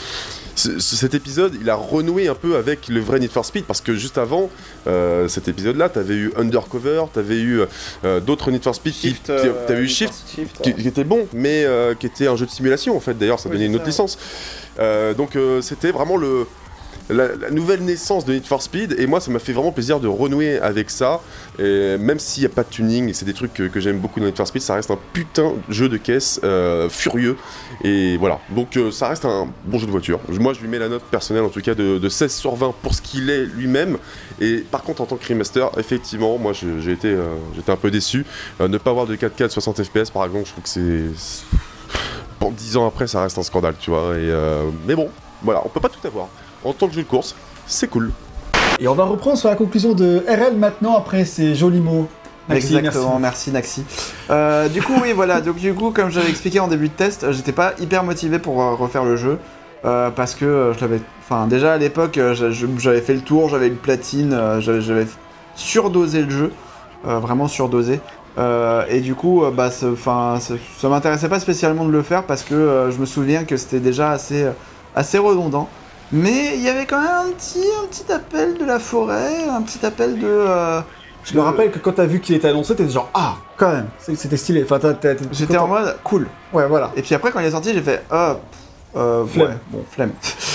C- cet épisode, il a renoué un peu avec le vrai Need for Speed, parce que juste avant euh, cet épisode-là, t'avais eu Undercover, t'avais eu euh, d'autres Need for Speed, Shift, qui, euh, t'avais eu Shift, Shift qui, qui était bon, mais euh, qui était un jeu de simulation en fait. D'ailleurs, ça oui, donnait une autre ça, licence. Euh, donc euh, c'était vraiment le. La, la nouvelle naissance de Need for Speed, et moi ça m'a fait vraiment plaisir de renouer avec ça, et même s'il n'y a pas de tuning, et c'est des trucs que, que j'aime beaucoup dans Need for Speed, ça reste un putain de jeu de caisse euh, furieux, et voilà, donc euh, ça reste un bon jeu de voiture. Moi je lui mets la note personnelle en tout cas de, de seize sur vingt pour ce qu'il est lui-même, et par contre en tant que remaster, effectivement, moi je, j'ai été, euh, j'étais un peu déçu, euh, ne pas avoir de quatre K de soixante F P S par exemple, je trouve que c'est... c'est... Pour dix ans après ça reste un scandale, tu vois, et euh... mais bon, voilà, on peut pas tout avoir. En tant que jeu de course, c'est cool. Et on va reprendre sur la conclusion de R L maintenant, après ces jolis mots Naxi, exactement, merci, merci Naxi. Euh, du coup, oui, voilà. Donc du coup, comme j'avais expliqué en début de test, j'étais pas hyper motivé pour euh, refaire le jeu euh, parce que euh, je l'avais. Enfin, déjà à l'époque, euh, j'avais fait le tour, j'avais une platine, euh, j'avais surdosé le jeu, euh, vraiment surdosé. Euh, et du coup, euh, bah, ça, ça m'intéressait pas spécialement de le faire parce que euh, je me souviens que c'était déjà assez, assez redondant. Mais il y avait quand même un petit, un petit appel de la forêt, un petit appel de... Euh, je me rappelle que quand t'as vu qu'il était annoncé, t'étais genre « Ah, quand même, c'était stylé ». Enfin, j'étais en mode « Cool ». Ouais, voilà. Et puis après, quand il est sorti, j'ai fait « Ah, euh, flemme. Ouais, bon, flemme ».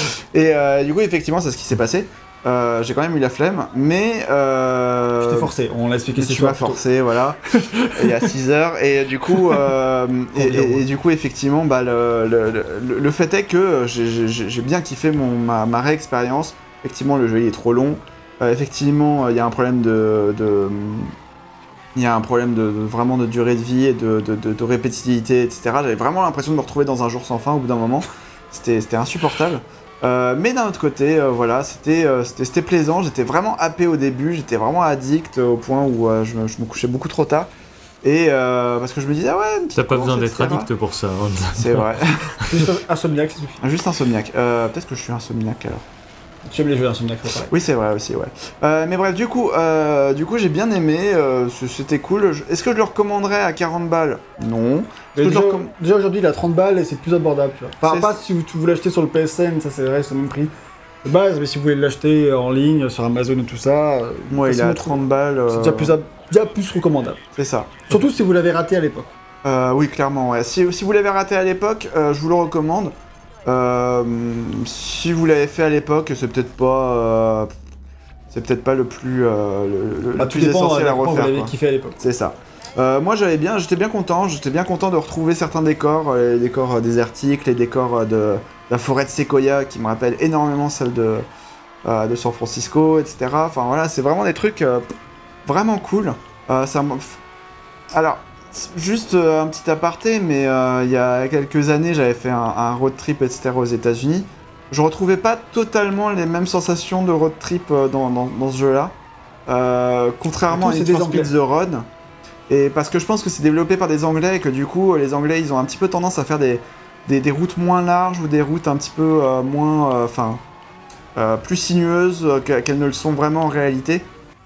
Et euh, du coup, effectivement, c'est ce qui s'est passé. Euh, j'ai quand même eu la flemme, mais... Euh... Je t'ai forcé, on l'a expliqué. Tu m'as forcé, voilà, il y a six heures, et du coup, euh, et, et, et du coup effectivement, bah, le, le, le, le fait est que j'ai bien kiffé mon, ma, ma réexpérience. Effectivement, le jeu il est trop long, euh, effectivement, il y a un problème de... de il y a un problème de, de vraiment de durée de vie et de, de, de, de répétitivité, et cetera. J'avais vraiment l'impression de me retrouver dans un jour sans fin au bout d'un moment, c'était insupportable. Euh, mais d'un autre côté, euh, voilà, c'était euh, plaisant, j'étais vraiment happé au début, j'étais vraiment addict euh, au point où euh, je, me, je me couchais beaucoup trop tard. Et euh, parce que je me disais, ah ouais, t'as pas besoin d'être addict pour ça. Hein. C'est vrai. Juste insomniaque, ça suffit. Juste insomniaque. Euh, Peut-être que je suis insomniaque alors. Tu aimes les jeux d'insomniaque, c'est vrai. Oui, c'est vrai aussi, ouais. Euh, mais bref, du coup, euh, du coup j'ai bien aimé, euh, c'était cool. Est-ce que je le recommanderais à quarante balles? Non. Déjà, recomm... déjà aujourd'hui, il a trente balles et c'est plus abordable, tu vois. Enfin, pas si vous, vous l'acheter sur le P S N, ça c'est vrai, c'est le même prix de base, mais si vous voulez l'acheter en ligne, sur Amazon et tout ça... Ouais, il est à trente balles... Euh... C'est déjà plus, ab... déjà plus recommandable. C'est ça. Surtout si vous l'avez raté à l'époque. Euh, oui, clairement, ouais. Si, si vous l'avez raté à l'époque, euh, je vous le recommande. Euh, si vous l'avez fait à l'époque, c'est peut-être pas, euh, c'est peut-être pas le plus, euh, le, le, bah, le plus dépend, essentiel à refaire. Vous l'avez kiffé à l'époque. C'est ça. Euh, moi, j'avais bien, j'étais bien content, j'étais bien content de retrouver certains décors, les décors désertiques, les décors de la forêt de séquoia qui me rappellent énormément celle de, euh, de San Francisco, et cetera. Enfin voilà, c'est vraiment des trucs euh, vraiment cool. Euh, ça, alors. Juste euh, un petit aparté, mais euh, il y a quelques années, j'avais fait un, un road trip, et cetera aux États-Unis. Je retrouvais pas totalement les mêmes sensations de road trip euh, dans, dans, dans ce jeu-là, euh, contrairement à Need for Speed The Road. Et parce que je pense que c'est développé par des Anglais et que du coup, les Anglais, ils ont un petit peu tendance à faire des, des, des routes moins larges ou des routes un petit peu euh, moins, enfin, euh, euh, plus sinueuses euh, qu'elles ne le sont vraiment en réalité.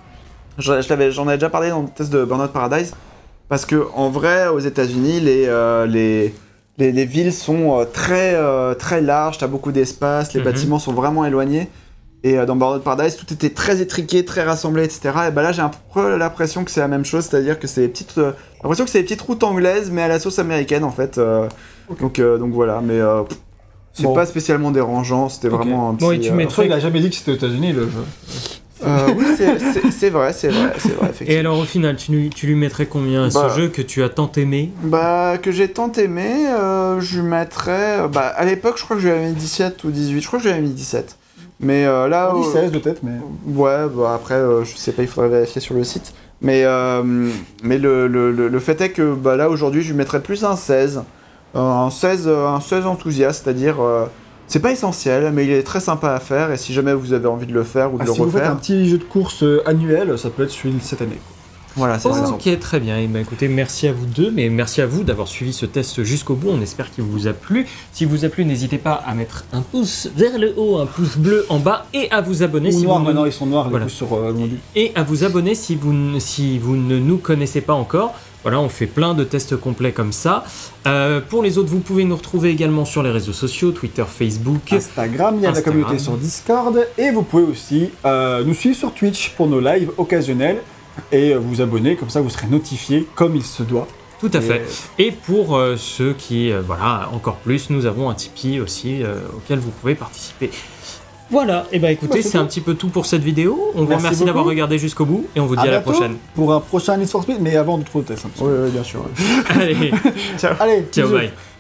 J'en avais déjà parlé dans le test de Burnout Paradise. Parce que en vrai, aux États-Unis, les, euh, les, les, les villes sont euh, très, euh, très larges, t'as beaucoup d'espace, les mm-hmm. bâtiments sont vraiment éloignés. Et euh, dans Burnout Paradise, tout était très étriqué, très rassemblé, et cetera. Et bah là, j'ai un peu l'impression que c'est la même chose, c'est-à-dire que c'est des petites, euh, l'impression que c'est des petites routes anglaises, mais à la sauce américaine en fait. Euh, okay. Donc, euh, donc voilà, mais euh, c'est bon. Pas spécialement dérangeant. C'était okay. vraiment un petit. Bon, et tu mettrais... euh... il a jamais dit que c'était aux États-Unis le jeu. Euh, oui, c'est vrai, c'est vrai, c'est vrai, effectivement. Et alors au final, tu lui, tu lui mettrais combien à bah, ce jeu que tu as tant aimé? Bah, que j'ai tant aimé, euh, je lui mettrais... Bah, à l'époque, je crois que je lui avais mis dix-sept ou dix-huit, je crois que je lui avais mis dix-sept. Mais euh, là... Oh, seize peut-être, mais... Ouais, bah après, euh, je sais pas, il faudrait vérifier sur le site. Mais, euh, mais le, le, le, le fait est que bah, là, aujourd'hui, je lui mettrais plus un seize. Euh, un seize, un seize enthousiaste, c'est-à-dire... Euh, c'est pas essentiel, mais il est très sympa à faire, et si jamais vous avez envie de le faire ou de ah, le si refaire... Si vous faites un petit jeu de course annuel, ça peut être celui de cette année. Voilà, c'est ça. Ok, très bien. Et bah, écoutez, merci à vous deux, mais merci à vous d'avoir suivi ce test jusqu'au bout. On espère qu'il vous a plu. Si vous a plu, n'hésitez pas à mettre un pouce vers le haut, un pouce bleu en bas, et à vous abonner. Ou si noir, vous maintenant nous... ils sont noirs, voilà. les pouces sur euh, le mobile. Et à vous abonner si vous, si vous ne nous connaissez pas encore. Voilà, on fait plein de tests complets comme ça. Euh, pour les autres, vous pouvez nous retrouver également sur les réseaux sociaux, Twitter, Facebook, Instagram, il y a Instagram. La communauté sur Discord, et vous pouvez aussi euh, nous suivre sur Twitch pour nos lives occasionnels, et vous abonner, comme ça vous serez notifié comme il se doit. Tout à et fait. Et pour euh, ceux qui, euh, voilà, encore plus, nous avons un Tipeee aussi euh, auquel vous pouvez participer. Voilà, et bah écoutez, bah, c'est un petit peu tout pour cette vidéo. On vous remercie d'avoir regardé jusqu'au bout et on vous dit à, à la prochaine. Pour un prochain Need for Speed, mais avant de trouver le test. Oui, oui, bien sûr. Allez, ciao. Allez, ciao, bye.